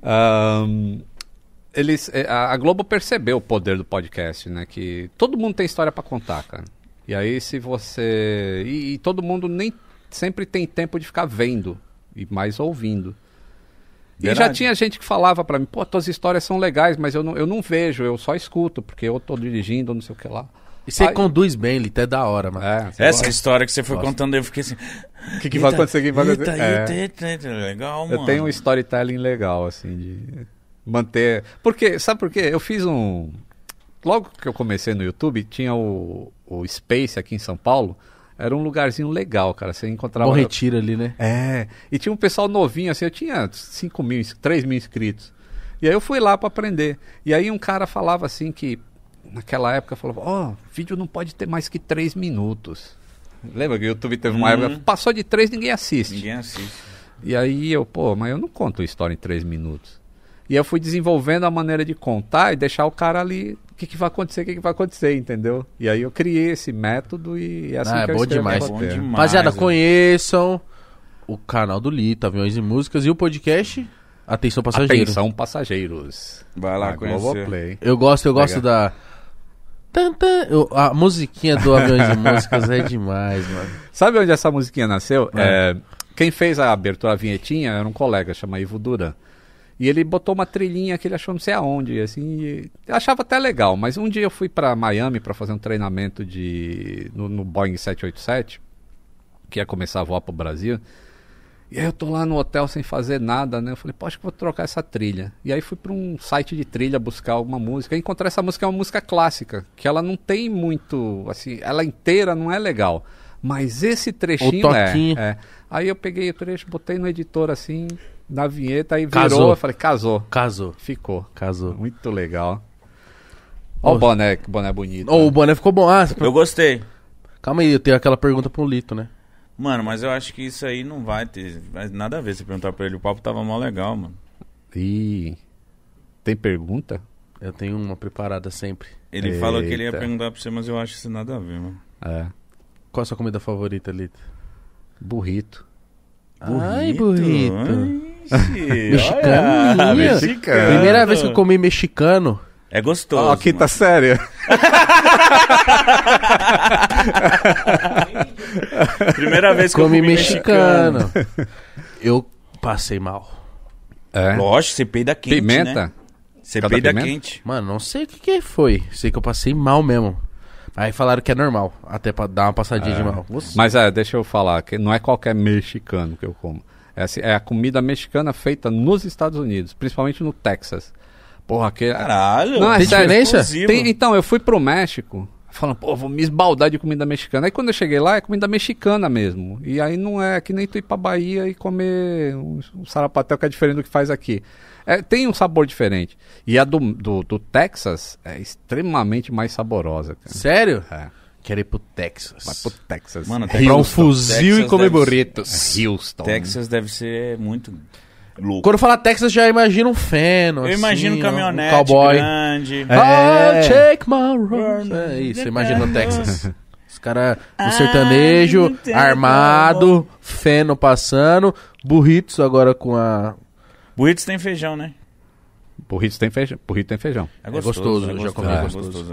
A Globo percebeu o poder do podcast, né? Que todo mundo tem história pra contar, cara. E aí se você... E todo mundo nem sempre tem tempo de ficar vendo e mais ouvindo. E já tinha gente que falava pra mim, pô, tuas histórias são legais, mas eu não vejo, eu só escuto, porque eu tô dirigindo, não sei o que lá. E você conduz bem, Lito, é da hora, mano. Essa história que você foi contando, eu fiquei assim... O que vai acontecer? Legal, mano. Eu tenho um storytelling legal, assim, de manter... Porque, sabe por quê? Eu fiz um... Logo que eu comecei no YouTube, tinha o Space aqui em São Paulo. Era um lugarzinho legal, cara. Você encontrava... Bom Retiro ali, né? E tinha um pessoal novinho, assim. Eu tinha 3 mil inscritos. E aí eu fui lá pra aprender. E aí um cara falava assim que... Naquela época falava, vídeo não pode ter mais que 3 minutos. Lembra que o YouTube teve uma época... Passou de 3, ninguém assiste. E aí mas eu não conto história em 3 minutos. E eu fui desenvolvendo a maneira de contar e deixar o cara ali... O que vai acontecer, entendeu? E aí eu criei esse método e assim que eu bom demais. Rapaziada, conheçam o canal do Lito, Aviões e Músicas, e o podcast Atenção Passageiros. Atenção Passageiros. Vai lá conhecer. Eu gosto da... A musiquinha do Aviões e Músicas é demais, mano. Sabe onde essa musiquinha nasceu? Quem fez a abertura, a vinhetinha, era um colega, chama Ivo Duran. E ele botou uma trilhinha que ele achou não sei aonde, assim, eu achava até legal. Mas um dia eu fui pra Miami pra fazer um treinamento no Boeing 787, que ia começar a voar pro Brasil. E aí eu tô lá no hotel sem fazer nada, né? Eu falei, acho que vou trocar essa trilha. E aí fui pra um site de trilha buscar alguma música. E encontrei essa música, é uma música clássica, que ela não tem muito, assim, ela inteira não é legal. Mas esse trechinho é. Aí eu peguei o trecho, botei no editor assim... Na vinheta, aí virou, eu falei, casou. Ficou. Casou. Muito legal. Olha o boné, que boné bonito. O boné ficou bom. Eu gostei. Calma aí, eu tenho aquela pergunta pro Lito, né? Mano, mas eu acho que isso aí não vai ter nada a ver. Se perguntar pra ele, o papo tava mó legal, mano. Ih, tem pergunta? Eu tenho uma preparada sempre. Ele falou que ele ia perguntar pra você, mas eu acho isso nada a ver, mano. Qual a sua comida favorita, Lito? Burrito. Ai, burrito. Mexicano. Primeira vez que eu comi mexicano. É gostoso. Quinta série. Primeira vez que eu comi mexicano. Eu passei mal. Lógico, você peida quente, Pimenta? Né? Você peida quente. Mano, não sei o que foi. Sei que eu passei mal mesmo. Aí falaram que é normal, até pra dar uma passadinha de mal. Mas deixa eu falar, que não é qualquer mexicano que eu como. É a comida mexicana feita nos Estados Unidos, principalmente no Texas. Porra, Caralho! Não, tem diferença? Então, eu fui pro México, falando, vou me esbaldar de comida mexicana. Aí quando eu cheguei lá, é comida mexicana mesmo. E aí não é que nem tu ir pra Bahia e comer um sarapatel que é diferente do que faz aqui. Tem um sabor diferente. E a do Texas é extremamente mais saborosa, cara. Sério? Quero ir pro Texas. Vai pro Texas. Mano, comprar um fuzil e comer burritos. Houston. Texas deve ser muito louco. Quando fala Texas, já imagino um feno. Eu imagino um caminhonete cowboy grande. I'll take my road. É isso, imagina o Texas. Os caras no sertanejo, armado, feno passando, burritos agora com a... Burritos tem feijão, né? Burrito tem feijão. É gostoso, eu já comi. É gostoso.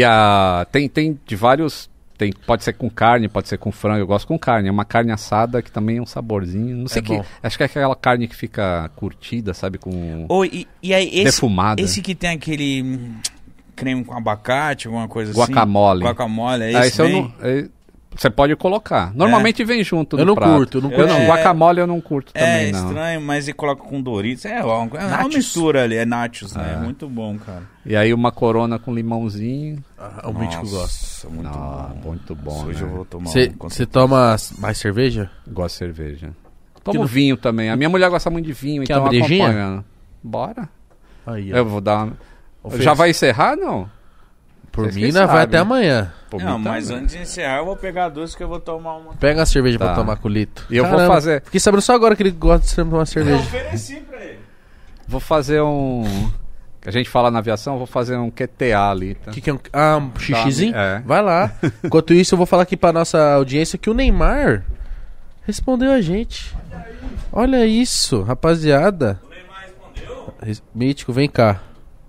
E tem de vários... Pode ser com carne, pode ser com frango. Eu gosto com carne. É uma carne assada que também é um saborzinho. Não sei que. Acho que é aquela carne que fica curtida, sabe? Com. E aí, defumada. Esse que tem aquele creme com abacate, alguma coisa guacamole. assim. Guacamole, é isso mesmo? Você pode colocar. Normalmente vem junto no prato. Eu não curto. Guacamole eu não curto também, não. É estranho, mas ele coloca com Doritos. É uma mistura ali, é nachos, né? É muito bom, cara. E aí uma corona com limãozinho. O Mítico gosta. Muito bom, Hoje né? eu vou tomar Você toma mais cerveja? Gosto de cerveja. Tomo vinho também. A minha mulher gosta muito de vinho, Quer então uma brejinha? acompanha. Bora. Aí, eu vou dar... Já vai encerrar, não? Por mim, vai até amanhã. Não, mas antes de encerrar, eu vou pegar duas que eu vou tomar uma. Pega a cerveja pra tomar com o Lito. E eu vou fazer... Fiquei sabendo só agora que ele gosta de tomar cerveja. Eu ofereci pra ele. Vou fazer um... A gente fala na aviação, vou fazer um QTA ali. Tá? Que é um xixizinho? É. Vai lá. Enquanto isso, eu vou falar aqui pra nossa audiência que o Neymar respondeu a gente. Olha isso, rapaziada. O Neymar respondeu? Mítico, vem cá.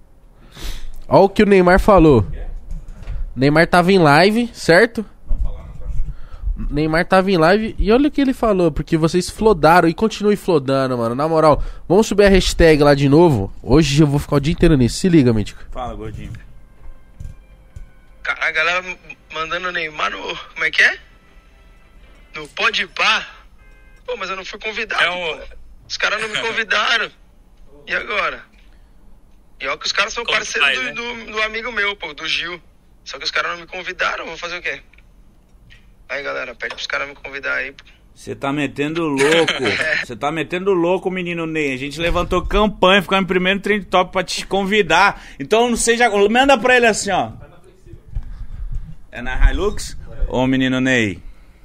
Olha o que o Neymar falou. O Neymar tava em live, certo? Neymar tava em live e olha o que ele falou, porque vocês flodaram e continuem flodando, mano. Na moral, vamos subir a hashtag lá de novo. Hoje eu vou ficar o dia inteiro nisso. Se liga, Mítico. Fala, gordinho. Cara, a galera mandando o Neymar no... Como é que é? No Podpah. Pô, mas eu não fui convidado, pô. Os caras não me convidaram. E agora? E olha que os caras são parceiros do amigo meu, pô, do Gil. Só que os caras não me convidaram, vou fazer o quê? Aí, galera, pede pros caras me convidar aí. Você tá metendo louco. Você tá metendo louco, menino Ney. A gente levantou campanha, ficou em primeiro trend top pra te convidar. Então, não seja... Manda pra ele assim, ó. É na Hilux? Ô, menino Ney.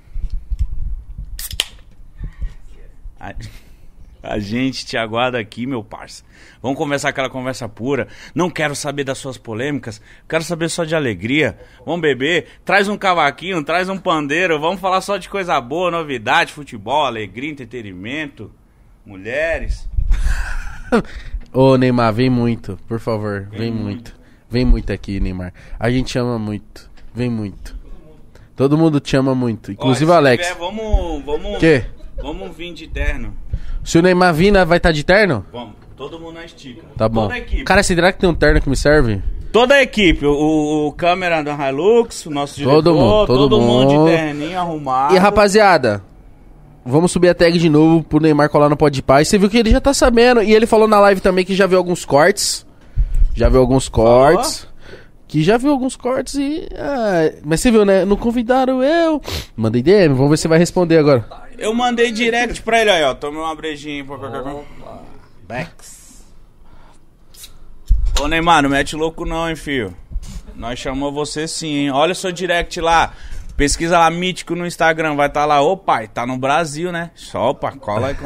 A gente te aguarda aqui, meu parça. Vamos conversar aquela conversa pura. Não quero saber das suas polêmicas. Quero saber só de alegria. Vamos beber. Traz um cavaquinho, traz um pandeiro. Vamos falar só de coisa boa, novidade, futebol, alegria, entretenimento, mulheres. Ô, Neymar, vem muito, por favor. Vem muito. Vem muito aqui, Neymar. A gente ama muito. Vem muito. Todo mundo te ama muito. Inclusive o Alex. Tiver, vamos... Quê? Vamos vir de terno. Se o Neymar vir, vai estar de terno? Vamos. Todo mundo na estica. Tá bom. Toda a equipe. Cara, será que tem um terno que me serve? Toda a equipe. O câmera da Hilux, o nosso diretor. Todo mundo de terninho arrumado. E rapaziada, vamos subir a tag de novo pro Neymar colar no Podpah. E você viu que ele já tá sabendo. E ele falou na live também que já viu alguns cortes. Que já viu alguns cortes e... mas você viu, né? Não convidaram eu. Mandei DM, vamos ver se vai responder agora. Eu mandei direct pra ele, aí, ó. Tomei uma brejinha. Bex. Ô, Neymar, não mete louco não, hein, filho. Nós chamamos você sim, hein. Olha o seu direct lá. Pesquisa lá, Mítico no Instagram. Vai estar lá. Ô, pai, tá no Brasil, né? Só, opa, cola aí com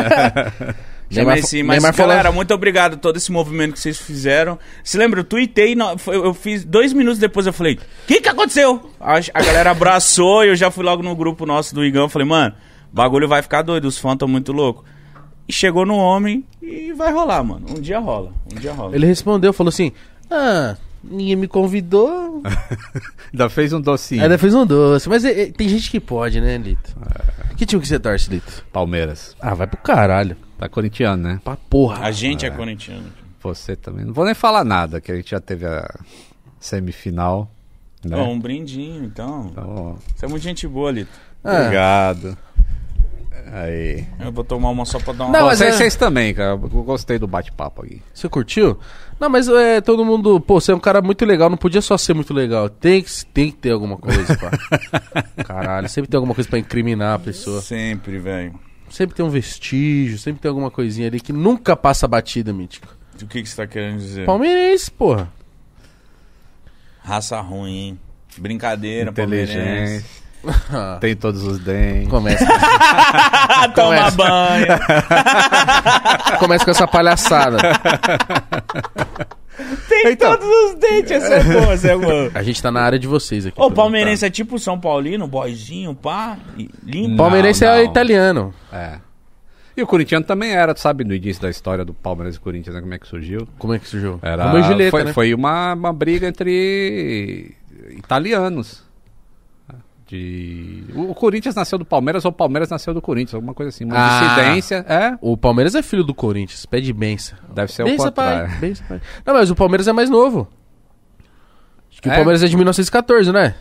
Mas galera, muito obrigado a todo esse movimento que vocês fizeram. Se lembra, eu tuitei, eu fiz 2 minutos depois, eu falei, o que aconteceu? A galera abraçou e eu já fui logo no grupo nosso do Igão, falei, mano, o bagulho vai ficar doido, os fãs tão muito loucos. E chegou no homem e vai rolar, mano. Um dia rola. Ele respondeu, falou assim, ninguém me convidou. Ainda fez um docinho. Ainda fez um doce, mas tem gente que pode, né, Lito? Que time que você torce, Lito? Palmeiras. Vai pro caralho. Tá corintiano, né? Pra porra. A gente é corintiano. Você também. Não vou nem falar nada, que a gente já teve a semifinal. Né? Um brindinho, então. Você é muito gente boa, Lito. Obrigado. Aí. Eu vou tomar uma só pra dar uma... Não, mas vocês também, cara. Eu gostei do bate-papo aqui. Você curtiu? Não, mas todo mundo... Pô, você é um cara muito legal. Não podia só ser muito legal. Tem que ter alguma coisa, pá. Caralho, sempre tem alguma coisa pra incriminar a pessoa. Sempre, velho. Sempre tem um vestígio, sempre tem alguma coisinha ali que nunca passa batida, Mítico. O que você tá querendo dizer? Palmeirense, porra. Raça ruim, hein? Brincadeira, inteligente. Tem todos os dentes. Começa. Toma banho. Começa com essa palhaçada. Tem todos os dentes, essa é boa. A gente tá na área de vocês aqui. O palmeirense é tipo São Paulino, boyzinho, pá, limpo. Palmeirense é italiano. É. E o corintiano também era, tu sabe, no início da história do Palmeiras e Corinthians, né? Como é que surgiu? Era, Romeu e Julieta, né? Foi uma briga entre italianos. O Corinthians nasceu do Palmeiras ou o Palmeiras nasceu do Corinthians, alguma coisa assim, uma dissidência. O Palmeiras é filho do Corinthians, pede benção. Deve ser o contrário. Pai. Não, mas o Palmeiras é mais novo. Acho que o Palmeiras é de 1914, né?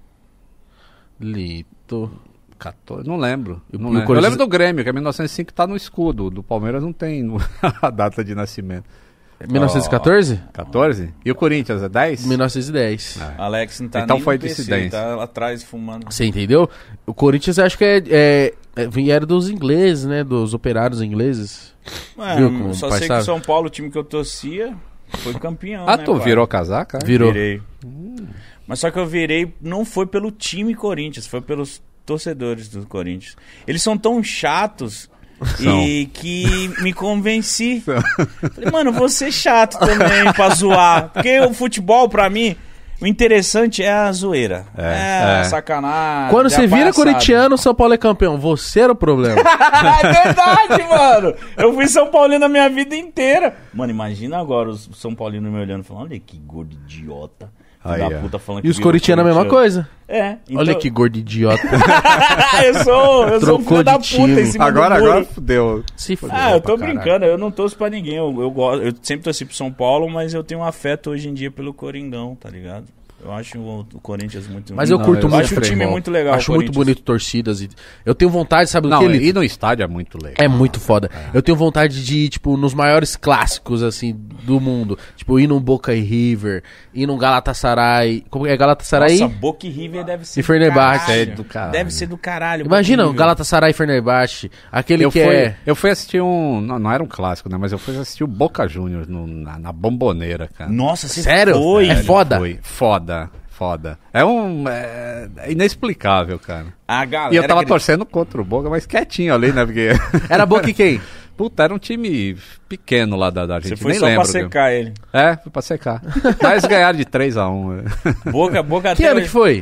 Lito. 14, não lembro. Eu Corinthians... lembro do Grêmio, que é 1905, tá no escudo. Do Palmeiras não tem a data de nascimento. 1914? 14? E o Corinthians é 10? 1910. Alex não tá então nem foi no PC, dissidência. tá lá atrás fumando. Você entendeu? O Corinthians acho que era dos ingleses, né? Dos operários ingleses. Mano, só sei que o São Paulo, o time que eu torcia, foi campeão, né? Tu virou casaca? Virou. Virei. Mas só que eu virei, não foi pelo time Corinthians, foi pelos torcedores do Corinthians. Eles são tão chatos... E que me convenci. Falei, mano, vou ser chato também pra zoar. Porque o futebol, pra mim, O interessante é a zoeira. É a sacanagem. Quando você vira corintiano, o São Paulo é campeão. Você era o problema. É verdade, mano. Eu fui São Paulino a minha vida inteira. Mano, imagina agora os São Paulinos me olhando e falando, olha que gordo idiota. Da puta falando que e os corintianos a mesma coisa. É. Então... Olha que gordo idiota. eu sou um filho da puta em cima agora fudeu. Eu tô brincando, eu não torço pra ninguém. Eu sempre torci pro São Paulo, mas eu tenho um afeto hoje em dia pelo Coringão, tá ligado? Eu acho o Corinthians muito... Mas eu curto muito. Acho o time muito legal. Acho muito bonito torcidas. Eu tenho vontade, sabe do que ele... ir no estádio é muito legal. É muito foda. Eu tenho vontade de ir, tipo, nos maiores clássicos, assim, do mundo. Tipo, ir num Boca e River, ir num Galatasaray... Como é Galatasaray? Nossa, Boca e River deve ser e Fenerbahçe. Deve ser do caralho. Imagina, o Galatasaray e Fenerbahçe. Aquele Eu fui assistir não era um clássico, né? Mas eu fui assistir o Boca Juniors na Bomboneira, cara. Nossa, você sério? Foi? É foda? Foi. Foda. É inexplicável, cara. E eu tava torcendo contra o Boca, mas quietinho ali, né? Porque... Era Boca e quem? Puta, era um time pequeno lá da Argentina. Você foi nem só lembro, pra secar ele. Fui pra secar. Mas ganharam de 3-1. Boca que ano que foi?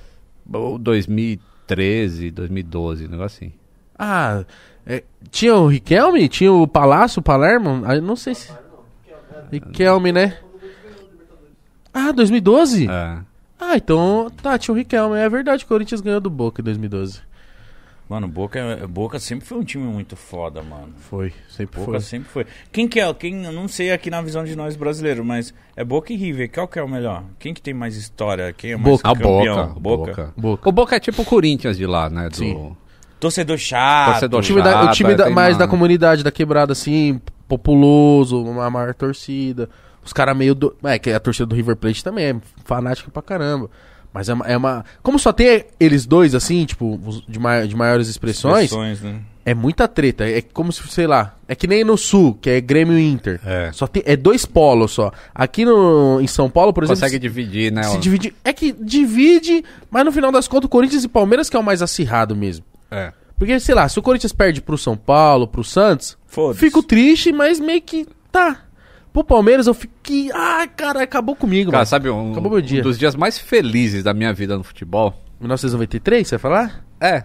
2013, 2012, um negócio assim. Tinha o Riquelme? Tinha o Palácio, o Palermo? Não sei se... Riquelme, né? 2012? Então, tinha o Riquelme. É verdade, o Corinthians ganhou do Boca em 2012. Mano, Boca sempre foi um time muito foda, mano. Sempre foi. Quem eu não sei aqui na visão de nós brasileiros, mas é Boca e River. Qual que é o melhor? Quem que tem mais história? Quem é mais campeão? Boca. O Boca é tipo o Corinthians de lá, né? Sim. Torcedor chato. O time mais da comunidade, da quebrada, assim, populoso, uma maior torcida. Os caras meio... que a torcida do River Plate também é fanática pra caramba. Mas é uma... Como só tem eles dois, assim, tipo, de maiores expressões né? É muita treta. É como se, sei lá... É que nem no Sul, que é Grêmio e Inter. Só tem, é dois polos só. Aqui em São Paulo, por exemplo... Consegue dividir, né? Se dividir, é que divide, mas no final das contas, o Corinthians e Palmeiras que é o mais acirrado mesmo. Porque, sei lá, se o Corinthians perde pro São Paulo, pro Santos... Fico triste, mas meio que... Pro Palmeiras eu fiquei... cara, acabou comigo, cara, mano. Sabe acabou meu dia. Um dos dias mais felizes da minha vida no futebol... 1993, você vai falar?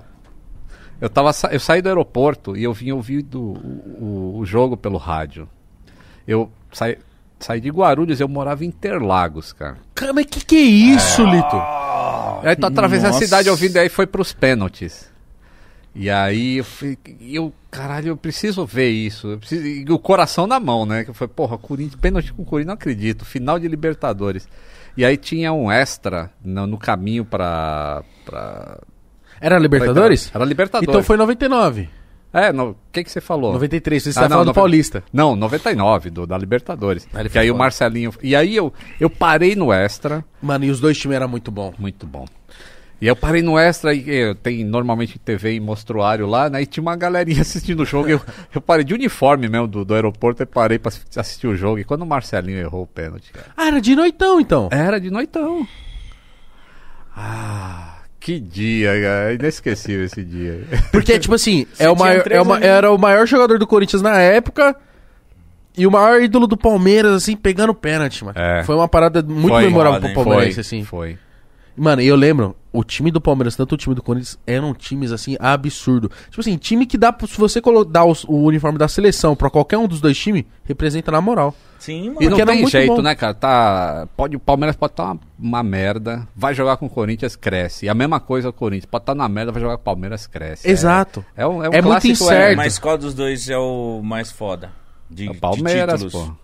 Eu saí do aeroporto e eu vim ouvir o jogo pelo rádio. Eu saí de Guarulhos, eu morava em Interlagos, cara. Cara, mas que é isso, Lito? Aí tu atravessei a cidade ouvindo, aí foi pros pênaltis. E aí caralho, eu preciso ver isso. E o coração na mão, né? Que foi, Corinthians, pênalti com o Corinthians, não acredito. Final de Libertadores. E aí tinha um extra no caminho pra... Era Libertadores? Era Libertadores. Então foi 99. O que você falou? 93, você tá falando do Paulista. Não, 99, da Libertadores. Que aí o Marcelinho... E aí eu parei no extra. Mano, e os dois times eram muito bom. Muito bom. E eu parei no extra, e tem normalmente TV em mostruário lá, né? E tinha uma galerinha assistindo o jogo. Eu parei de uniforme mesmo do aeroporto e parei pra assistir o jogo. E quando o Marcelinho errou o pênalti, cara. Era de noitão, então? Era de noitão. Que dia, cara. Inesquecível esse dia. Porque, tipo assim, era o maior jogador do Corinthians na época e o maior ídolo do Palmeiras, assim, pegando pênalti, mano. Foi uma parada muito memorável pro Palmeiras, assim. Foi. Mano, e eu lembro, o time do Palmeiras, tanto o time do Corinthians, eram times, assim, absurdo. Tipo assim, time que dá, se você dar o uniforme da seleção pra qualquer um dos dois times, representa na moral. Sim, mano. E não tem jeito, bom, né, cara? O Palmeiras pode estar uma merda, vai jogar com o Corinthians, cresce. E a mesma coisa o Corinthians, pode estar na merda, vai jogar com o Palmeiras, cresce. Exato. É um muito incerto. Mas qual dos dois é o mais foda? O Palmeiras, de títulos? pô.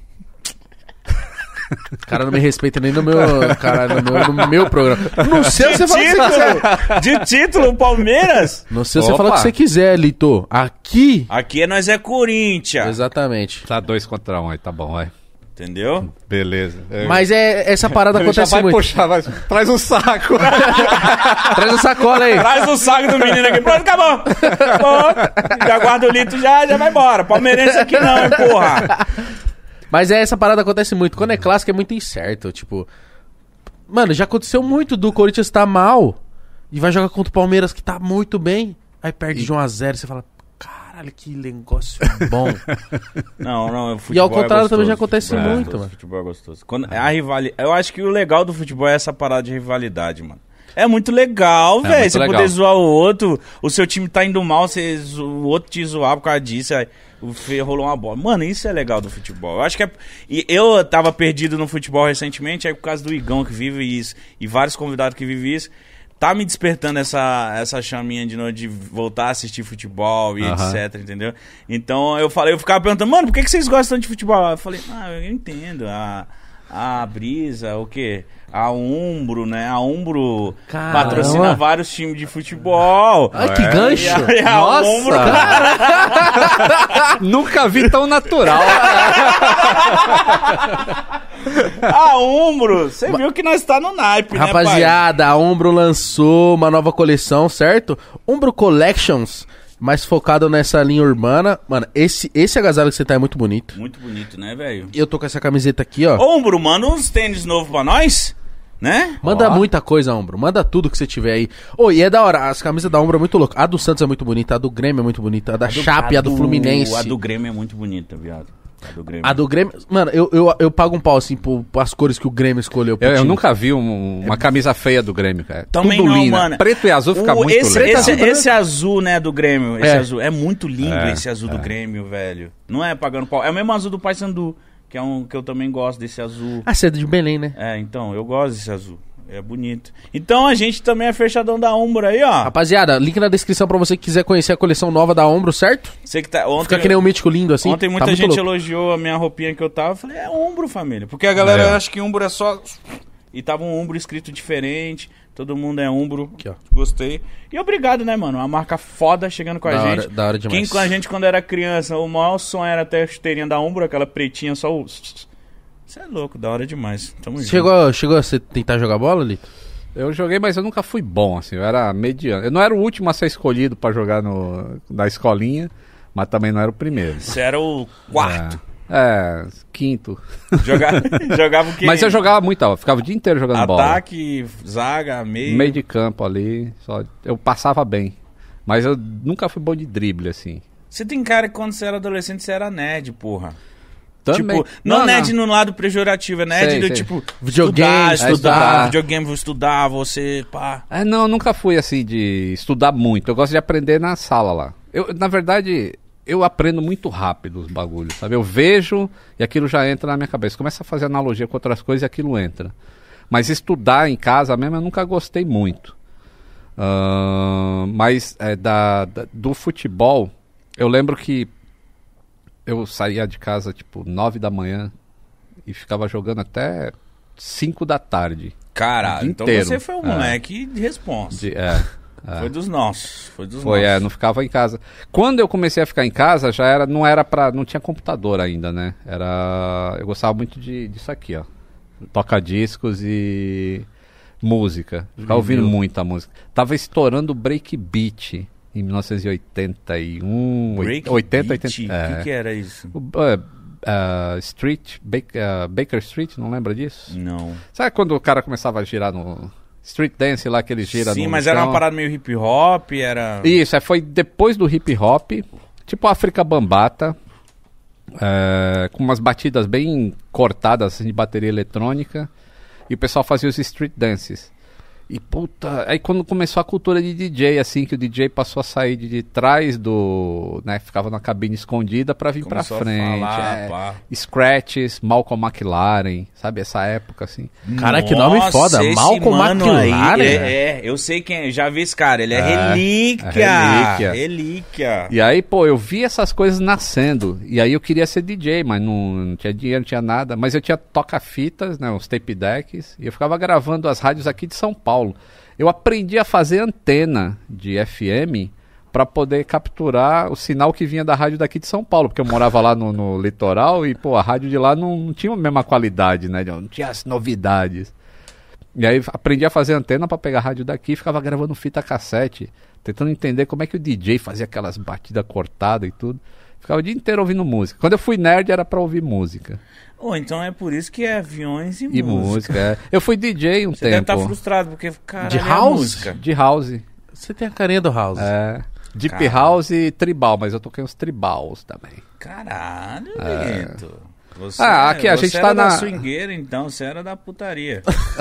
O cara não me respeita nem no meu programa. Não sei, você fala o que você quiser. De título, Palmeiras? Não sei, você fala o que você quiser, Lito. Aqui nós é Corinthians. Exatamente. Tá 2-1 aí, tá bom, vai. Entendeu? Beleza. Mas essa parada acontece já vai muito. Puxar, traz um saco. Traz um sacola aí. Traz o saco do menino aqui. Pronto, acabou. Já guarda o Lito, já vai embora. Palmeirense aqui não, hein, porra. Mas essa parada acontece muito. Quando é clássico é muito incerto. Tipo, mano, já aconteceu muito do Corinthians tá mal e vai jogar contra o Palmeiras que tá muito bem. Aí perde de 1-0 e você fala, caralho. caralho, que negócio bom. Não, e ao contrário também já acontece muito, mano. Futebol é gostoso. Eu acho que o legal do futebol é essa parada de rivalidade, mano. É muito legal, velho. Você poder zoar o outro, o seu time tá indo mal, o outro te zoar por causa disso, aí rolou uma bola. Mano, isso é legal do futebol. Eu acho que E eu tava perdido no futebol recentemente, aí por causa do Igão que vive isso, e vários convidados que vivem isso, tá me despertando essa chaminha de novo de voltar a assistir futebol e etc, entendeu? Então eu ficava perguntando, mano, por que vocês gostam de futebol? Eu falei, eu entendo, a Brisa, o quê? A Umbro, né? A Umbro patrocina vários times de futebol. Ai, que gancho! Nossa! Umbro, nunca vi tão natural. A Umbro, você viu que nós tá no naipe, rapaziada, né, a Umbro lançou uma nova coleção, certo? Umbro Collections, mais focado nessa linha urbana. Mano, esse agasalho que você tá é muito bonito. Muito bonito, né, velho? E eu tô com essa camiseta aqui, ó. Ô, Umbro, manda uns tênis novos pra nós, né? Manda muita coisa, Umbro. Manda tudo que você tiver aí. E é da hora. As camisas da Umbro é muito louca. A do Santos é muito bonita, a do Grêmio é muito bonita, a da Chape, a do Fluminense. A do Grêmio é muito bonita, viado. A do Grêmio... Mano, eu pago um pau, assim, as cores que o Grêmio escolheu. Eu nunca vi uma camisa feia do Grêmio, cara. Também tudo não, lindo. mano. Preto e azul fica muito lindo. Esse azul, né, do Grêmio. Esse azul. É muito lindo esse azul do Grêmio, velho. Não é pagando pau. É o mesmo azul do Paysandu, que eu também gosto desse azul. Você é de Belém, né? Então, eu gosto desse azul. É bonito. Então a gente também é fechadão da Umbro aí, ó. Rapaziada, link na descrição pra você que quiser conhecer a coleção nova da Umbro, certo? Você que tá, fica que nem um mítico lindo assim. Ontem muita gente elogiou a minha roupinha que eu tava. Eu falei, é Umbro, família. Porque a galera acha que Umbro é só... E tava um Umbro escrito diferente. Todo mundo é Umbro. Aqui, ó. Gostei. E obrigado, né, mano? Uma marca foda chegando com a gente. Da hora demais. Quem com a gente quando era criança, o maior sonho era até a chuteirinha da Umbro, aquela pretinha, só o... Você é louco, da hora demais. Tamo junto. Chegou a você tentar jogar bola, Lito? Eu joguei, mas eu nunca fui bom, assim, eu era mediano. Eu não era o último a ser escolhido pra jogar na escolinha, mas também não era o primeiro. Você era o quarto. Quinto. Jogava o quê? Mas eu jogava muito, eu ficava o dia inteiro jogando bola. Ataque, zaga, meio... Meio de campo ali, eu passava bem. Mas eu nunca fui bom de drible, assim. Você tem cara que quando você era adolescente, você era nerd, porra. Também. Tipo, não nerd no lado pejorativo, é nerd do tipo... Videogame, estudar. Videogame, vou estudar, você, pá... Não, nunca fui assim de estudar muito. Eu gosto de aprender na sala lá. Na verdade, eu aprendo muito rápido os bagulhos, sabe? Eu vejo e aquilo já entra na minha cabeça. Começa a fazer analogia com outras coisas e aquilo entra. Mas estudar em casa mesmo eu nunca gostei muito. Mas do futebol, eu lembro que eu saía de casa, tipo, 9 da manhã e ficava jogando até 5 da tarde. Caralho, então inteiro. Você foi um moleque de responsa. Foi dos nossos. Não ficava em casa. Quando eu comecei a ficar em casa, não tinha computador ainda, né? Eu gostava muito disso aqui, ó. Toca-discos e música. Ficava ouvindo muita música. Tava estourando o breakbeat. Em 1981, 80. O que era isso? Baker Street, não lembra disso? Não. Sabe quando o cara começava a girar no Street Dance lá, que ele gira no... Sim, mas era uma parada meio hip hop, era... Isso, foi depois do hip hop, tipo África Bambata, com umas batidas bem cortadas assim, de bateria eletrônica, e o pessoal fazia os Street Dances. E puta, aí quando começou a cultura de DJ, assim, que o DJ passou a sair de trás do, né, ficava na cabine escondida pra vir começou pra frente. Scratches, Malcolm McLaren, sabe, essa época, assim. Cara, que nome foda, Malcolm McLaren. Eu sei quem é, já vi esse cara, ele é relíquia. Relíquia. E aí, pô, eu vi essas coisas nascendo, e aí eu queria ser DJ, mas não tinha dinheiro, não tinha nada, mas eu tinha toca-fitas, né, uns tape decks, e eu ficava gravando as rádios aqui de São Paulo. Eu aprendi a fazer antena de FM para poder capturar o sinal que vinha da rádio daqui de São Paulo, porque eu morava lá no litoral e, pô, a rádio de lá não tinha a mesma qualidade, né? Não tinha as novidades. E aí aprendi a fazer antena para pegar a rádio daqui e ficava gravando fita cassete, tentando entender como é que o DJ fazia aquelas batidas cortadas e tudo. Ficava o dia inteiro ouvindo música. Quando eu fui nerd era para ouvir música. Então é por isso que é aviões e música. Eu fui DJ um tempo. Você deve estar frustrado, porque, cara, de house? De house. Você tem a carinha do house. Deep House e tribal, mas eu toquei uns tribals também. Caralho, Lito. Aqui a gente você tá era na... da swingueira, então, você era da putaria.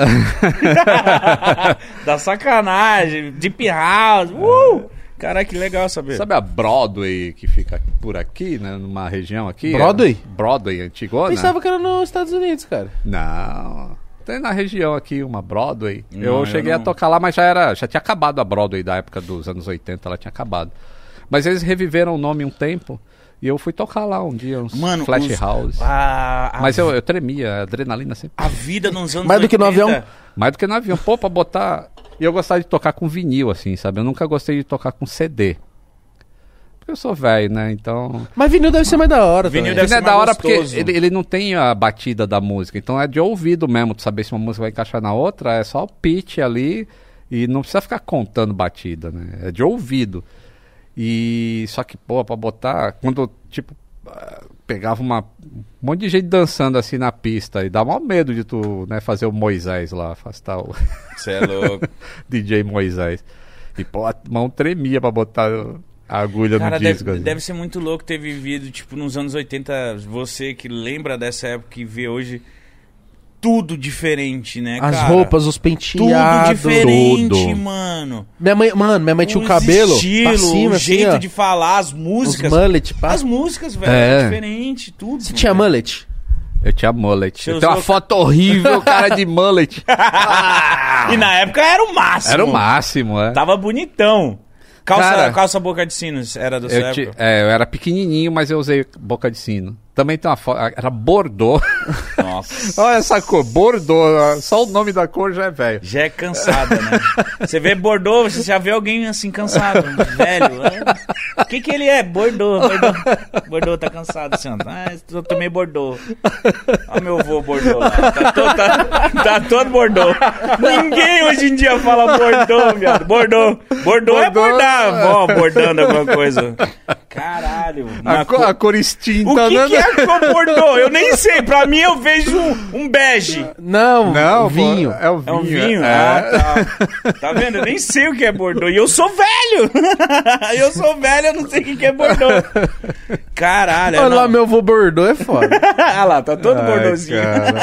Da sacanagem, Deep House. Caralho, que legal saber. Sabe a Broadway que fica por aqui, né? Numa região aqui? Broadway? Broadway, antigona? Pensava que era nos Estados Unidos, cara. Não. Tem na região aqui uma Broadway. Eu cheguei a tocar lá, mas já tinha acabado a Broadway da época dos anos 80, ela tinha acabado. Mas eles reviveram o nome um tempo. E eu fui tocar lá um dia, uns Flash House. Mas eu tremia, a adrenalina sempre. A vida nos anos Mais do que no 80. avião? Mais do que no avião. Pô, pra botar... E eu gostava de tocar com vinil, assim, sabe? Eu nunca gostei de tocar com CD. Porque eu sou velho, né? Então... Mas vinil deve ser mais da hora. Vinil também. deve ser é da mais hora gostoso. porque ele não tem a batida da música. Então é de ouvido mesmo, de saber se uma música vai encaixar na outra. É só o pitch ali e não precisa ficar contando batida, né? É de ouvido. E só que, pô, pra botar... Quando, tipo... Pegava um monte de gente dançando assim na pista e dá mal medo de tu, né, fazer o Moisés lá, afastar o Você é louco. DJ Moisés. E pô, a mão tremia pra botar a agulha Cara, no disco. deve ser muito louco ter vivido, tipo, nos anos 80, você que lembra dessa época e vê hoje tudo diferente, né, As cara? roupas, os penteados. Tudo diferente, tudo. mano. Minha mãe tinha o Os cabelo estilo, pra cima, o assim, jeito ó. de falar, as Os músicas. mullet, pá. As músicas, velho, É. diferente, tudo. Você tinha velho. mullet? Eu tinha mullet. Você Eu tenho uma usou- foto horrível, cara de mullet. E na época era o máximo. Era o máximo, é. Tava bonitão. Cara, Calça boca de sinos, era da sua época? eu era pequenininho, mas eu usei boca de sino. Também tem uma foto, era Bordeaux. Nossa. Olha essa cor, Bordeaux. Só o nome da cor já é velho. Já é cansada, né? Você vê Bordeaux, você já vê alguém assim cansado, velho. O que ele é? Bordeaux. Bordeaux tá cansado, assim, ó. Eu tomei Bordeaux. Olha meu avô Bordeaux lá. Tá todo Bordeaux. Ninguém hoje em dia fala Bordeaux, viado. Bordeaux é bordar. Ó, bordando alguma coisa. Caralho. A cor extinta, O que é a cor Bordeaux? Eu nem sei. Pra mim eu vejo um bege. Não, vinho. Pô, é o vinho. É um vinho? É. Ah, tá. Tá vendo? Eu nem sei o que é Bordeaux. E eu sou velho. Eu não sei o que é Bordeaux. Caralho. Olha lá, meu avô Bordeaux é foda. Ah lá, tá todo Bordeauxzinho.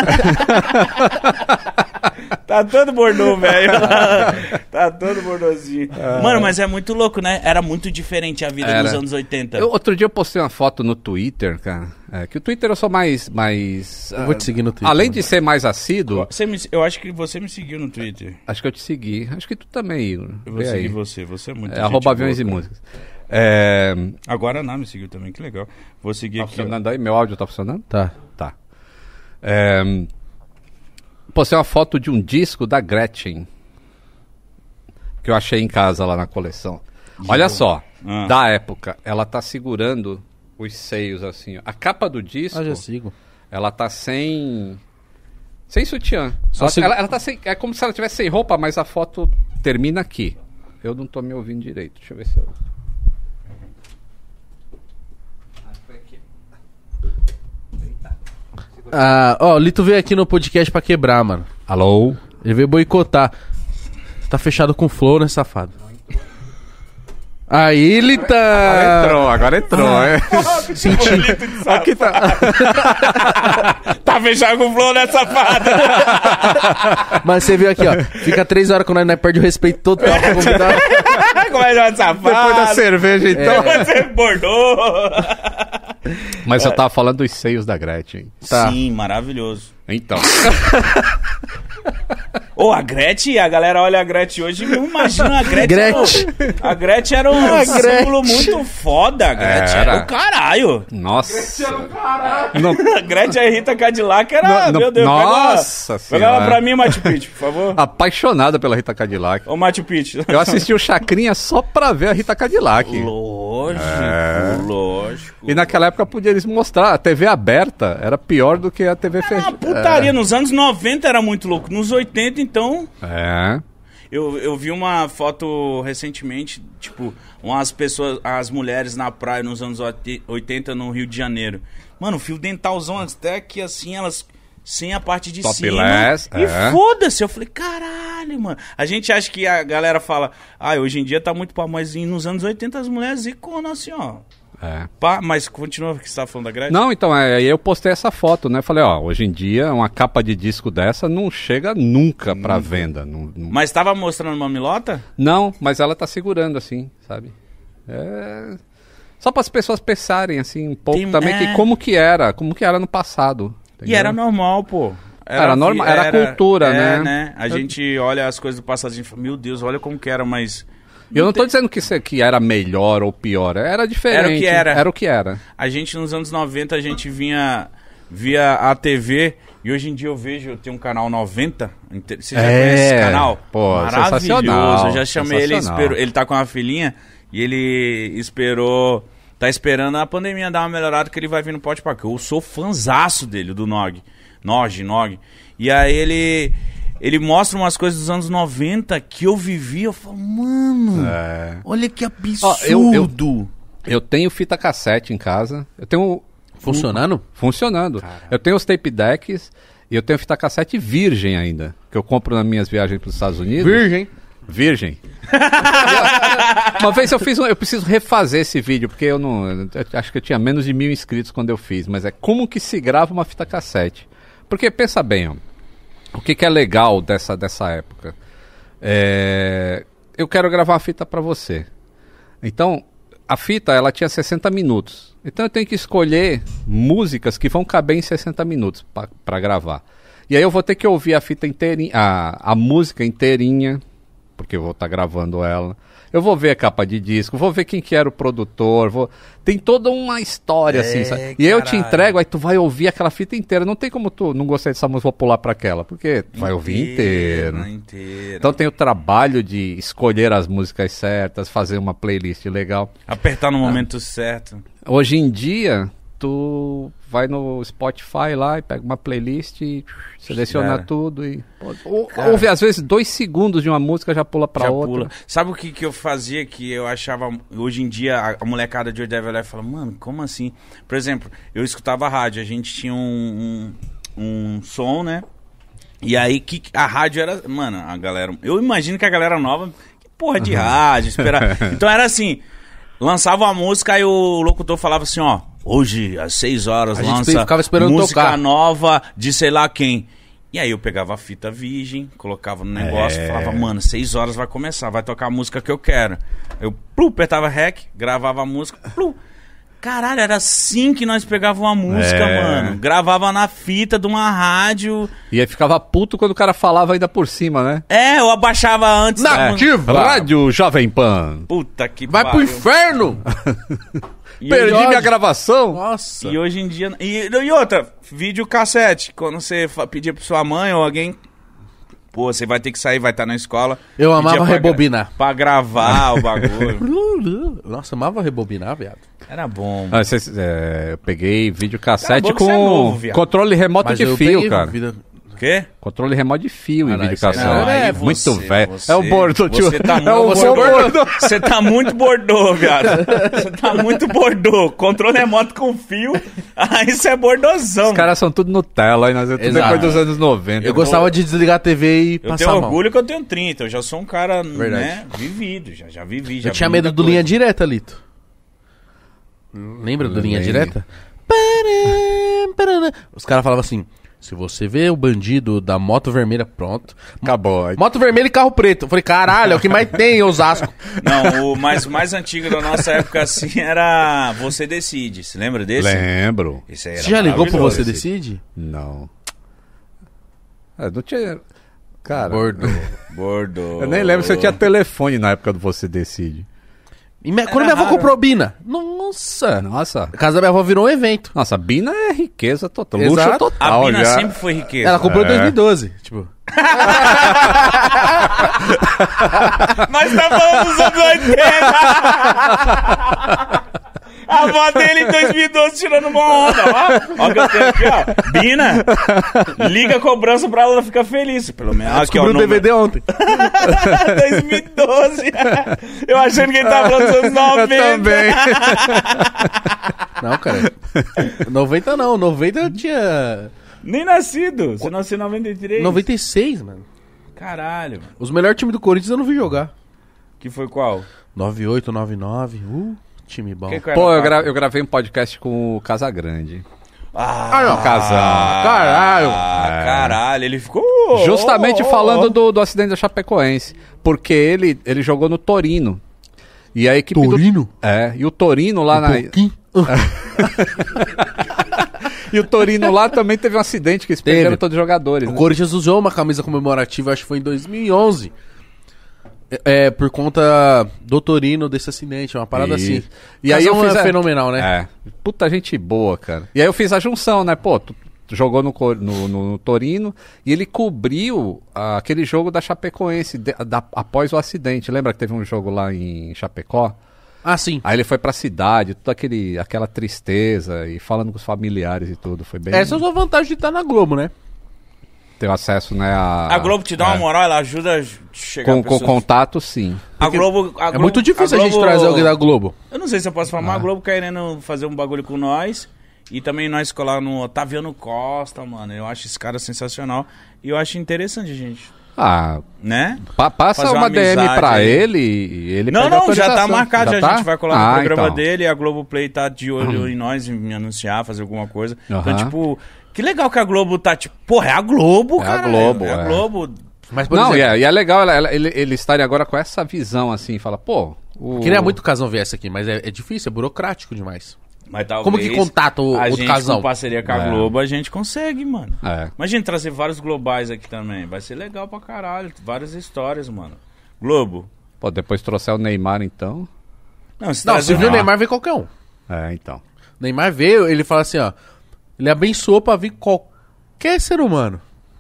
Tá todo Bordeaux, velho. Tá todo Bordeauxzinho. Mano, mas é muito louco, né? Era muito diferente a vida Era. dos anos 80. Outro dia eu postei uma foto no Twitter, cara. Que o Twitter eu sou mais Eu vou te seguir no Twitter. além de ser mais assíduo, Eu acho que você me seguiu no Twitter. acho que eu te segui. Acho que tu também, Igor. Eu vou Vê seguir aí. você é muito @ Aviões e Músicas. Agora a Ana me seguiu também, que legal. Vou seguir Tá aqui. ó. funcionando aí? Meu áudio tá funcionando? Tá. Tá. Postei uma foto de um disco da Gretchen. Que eu achei em casa lá na coleção. Olha só, Ah. da época, ela tá segurando os seios assim. Ó. A capa do disco, Já sigo. ela tá sem sutiã. Só Ela, se- ela tá sem, é como se ela tivesse sem roupa, mas a foto termina aqui. Eu não tô me ouvindo direito. Deixa eu ver se eu... O Lito veio aqui no podcast pra quebrar, mano. Alô? Ele veio boicotar. Tá fechado com flow, né, safado? Aí, Lita! Agora entrou, é. Senti. Aqui tá... Tá fechado com o flow, né, safada? Mas você viu aqui, ó. Fica 3 horas quando nós perde o respeito total pro convidado. Como é que é safado? Depois da cerveja, então. Você bordou. Mas eu tava falando dos seios da Gretchen. Tá. Sim, maravilhoso. Então. Ô, a Gretchen, a galera olha a Gretchen hoje e não imagina a Gretchen. Gretchen. A Gretchen era um A símbolo Gretchen. muito foda, a Gretchen. Era Era. o caralho. Nossa. A Gretchen e a Rita Cadillac era, Não, meu Deus. nossa pega ela senhora. pra mim, Machu Picchu, por favor. Apaixonada pela Rita Cadillac. Ô, Machu Picchu. Eu assisti o Chacrinha só pra ver a Rita Cadillac. Lógico. E naquela época podia eles mostrar. A TV aberta era pior do que a TV Era uma fechada. putaria. Nos anos 90 era muito louco. Nos 80, então... É. Eu vi uma foto recentemente, tipo, umas pessoas, as mulheres na praia nos anos 80 no Rio de Janeiro. Mano, fio dentalzão até que assim, elas sem a parte de Topless, cima. E foda-se. Eu falei, caralho, mano. A gente acha que a galera fala, hoje em dia tá muito pau, mas nos anos 80 as mulheres iconas assim, ó. Pá, mas continua que você tá falando da grade? Não, então, aí eu postei essa foto, né? Falei, hoje em dia uma capa de disco dessa não chega nunca pra venda. Não... Mas tava mostrando mamilota? Não, mas ela tá segurando assim, sabe? Só para as pessoas pensarem assim um pouco também que como que era no passado. Entendeu? E era normal, pô. Era normal, era cultura, né? A gente olha as coisas do passado e fala, meu Deus, olha como que era, mas... Eu não tô dizendo que era melhor ou pior, era diferente. Era o que era. A gente nos anos 90, a gente via a TV, e hoje em dia eu tenho um canal 90, você já conhece esse canal? Pô, maravilhoso, eu já chamei ele, ele tá com uma filhinha, e ele tá esperando a pandemia dar uma melhorada, que ele vai vir no Pode Pá, que eu sou fanzaço dele, do Nog. E aí ele mostra umas coisas dos anos 90 que eu vivi, eu falo, mano, olha que absurdo. Eu tenho fita cassete em casa, eu tenho... Funcionando? Funcionando. Caramba. Eu tenho os tape decks e eu tenho fita cassete virgem ainda, que eu compro nas minhas viagens para os Estados Unidos. Virgem. Uma vez eu preciso refazer esse vídeo, porque eu acho que eu tinha menos de 1.000 inscritos quando eu fiz, mas é como que se grava uma fita cassete. Porque, pensa bem, o que é legal dessa época? Eu quero gravar a fita para você. Então, a fita, ela tinha 60 minutos. Então eu tenho que escolher músicas que vão caber em 60 minutos para gravar. E aí eu vou ter que ouvir a fita inteirinha, a música inteirinha, porque eu vou estar gravando ela. Eu vou ver a capa de disco, vou ver quem que era o produtor, tem toda uma história assim, sabe? E eu te entrego, aí tu vai ouvir aquela fita inteira. Não tem como tu não gostar dessa música, vou pular pra aquela, porque tu vai ouvir inteira. Então tem o trabalho de escolher as músicas certas, fazer uma playlist legal. Apertar no momento certo. Hoje em dia, tu vai no Spotify lá e pega uma playlist e seleciona tudo e... Ouve, às vezes, 2 segundos de uma música já pula pra outra. Pula. Sabe o que eu fazia que eu achava... Hoje em dia, a molecada de hoje deve olhar e falar, mano, como assim? Por exemplo, eu escutava rádio, a gente tinha um som, né? E aí, a rádio era... Mano, a galera... Eu imagino que a galera nova... Que porra de rádio, esperar... Então era assim... Lançava uma música e o locutor falava assim, ó... Hoje, às 6 horas, lança música nova de sei lá quem. E aí eu pegava a fita virgem, colocava no negócio e falava, mano, 6 horas vai começar, vai tocar a música que eu quero. Eu apertava REC, gravava a música, Caralho, era assim que nós pegávamos uma música, mano. Gravava na fita de uma rádio. E aí ficava puto quando o cara falava ainda por cima, né? Eu abaixava antes. Nativa! Rádio Jovem Pan. Puta que pariu. Vai pro inferno! Perdi minha gravação. Nossa. E hoje em dia... E outra, videocassete. Quando você pedia pra sua mãe ou alguém... Pô, você vai ter que sair, vai estar na escola. Eu amava rebobinar. Pra gravar o bagulho. Nossa, eu amava rebobinar, viado. Era bom. Eu peguei videocassete com controle remoto de fio, cara. Quê? Controle remoto de fio em videocassete. Muito velho. É o Bordeaux, tio. Você tá muito Bordeaux, viado. Você tá muito Bordeaux. Controle remoto com fio. Isso é Bordeauxão. Os caras são tudo Nutella. Aí nós é tudo depois dos anos 90. Eu gostava de desligar a TV e passar a mão. Eu tenho orgulho que eu tenho 30. Eu já sou um cara, né, vivido. Já vivi. Eu tinha medo do Linha Direta, Lito. Lembra do Linha Direta? Os caras falavam assim... Se você vê o bandido da moto vermelha, pronto. Acabou. Moto vermelha e carro preto. Eu falei, caralho, é o que mais tem em Osasco. Não, o mais antigo da nossa época, assim, era Você Decide. Você lembra desse? Lembro. Esse aí era você já ligou pro Você Decide? Não. Não tinha... Cara... Bordeaux. Eu nem lembro se eu tinha telefone na época do Você Decide. Quando minha avó comprou Bina, nossa, a casa da minha avó virou um evento. Nossa, a Bina é riqueza total, luxo total. A Bina sempre foi riqueza. Ela comprou em 2012, tipo. Nós tá falando dos anos 80. A avó dele em 2012 tirando uma onda, ó. Ó o que eu tenho aqui, ó. Bina, liga a cobrança pra ela ficar feliz. Pelo menos. Aqui, ó, o DVD ontem. 2012. Eu achando que ele tava falando dos anos 90. Eu também. Não, cara. 90 não. 90 eu tinha Nem nascido. Você nasceu em 93? 96, mano. Caralho. Mano. Os melhores times do Corinthians eu não vi jogar. Que foi qual? 98, 99. Time bom. Pô, eu gravei um podcast com o Casagrande. Não. Casão. Caralho. Caralho, ele ficou... Justamente falando do acidente da Chapecoense. Porque ele jogou no Torino. E a equipe Torino? E o Torino lá E o Torino lá também teve um acidente que eles perderam todos os jogadores. O Corinthians usou uma camisa comemorativa, acho que foi em 2011. Por conta do Torino, desse acidente, uma parada assim. E aí eu fiz fenomenal, né? Puta gente boa, cara. E aí eu fiz a junção, né? Pô, tu jogou no Torino e ele cobriu aquele jogo da Chapecoense após o acidente. Lembra que teve um jogo lá em Chapecó? Ah, sim. Aí ele foi pra cidade, toda aquela tristeza e falando com os familiares e tudo. Foi bem... Essa é a sua vantagem de estar na Globo, né? Ter acesso, né, a Globo te dá uma moral, ela ajuda a chegar com contato, sim. A Globo, é muito difícil a gente trazer alguém da Globo. Eu não sei se eu posso falar, mas a Globo querendo fazer um bagulho com nós. E também nós colar no Otaviano Costa, mano. Eu acho esse cara sensacional. E eu acho interessante, gente. Né? Passa uma DM pra ele e ele Não, já tá marcado. Já a gente vai colar no programa então. dele. E a Globoplay tá de olho em nós, em me anunciar, fazer alguma coisa. Então, tipo... Que legal que a Globo tá, tipo... Porra, é a Globo, cara. É a Globo. Mas, por exemplo, e é legal eles estarem agora com essa visão, assim. Fala, pô... Queria muito que o Casão viesse aqui, mas é difícil, é burocrático demais. Mas talvez como que contata o Casão? Com parceria com a Globo, a gente consegue, mano. Imagina trazer vários globais aqui também. Vai ser legal pra caralho. Várias histórias, mano. Globo. Pô, depois trouxer o Neymar, então... Não, se viu o Neymar, veio qualquer um. Então. Neymar veio, ele fala assim, ó... Ele abençoou pra vir qualquer ser humano.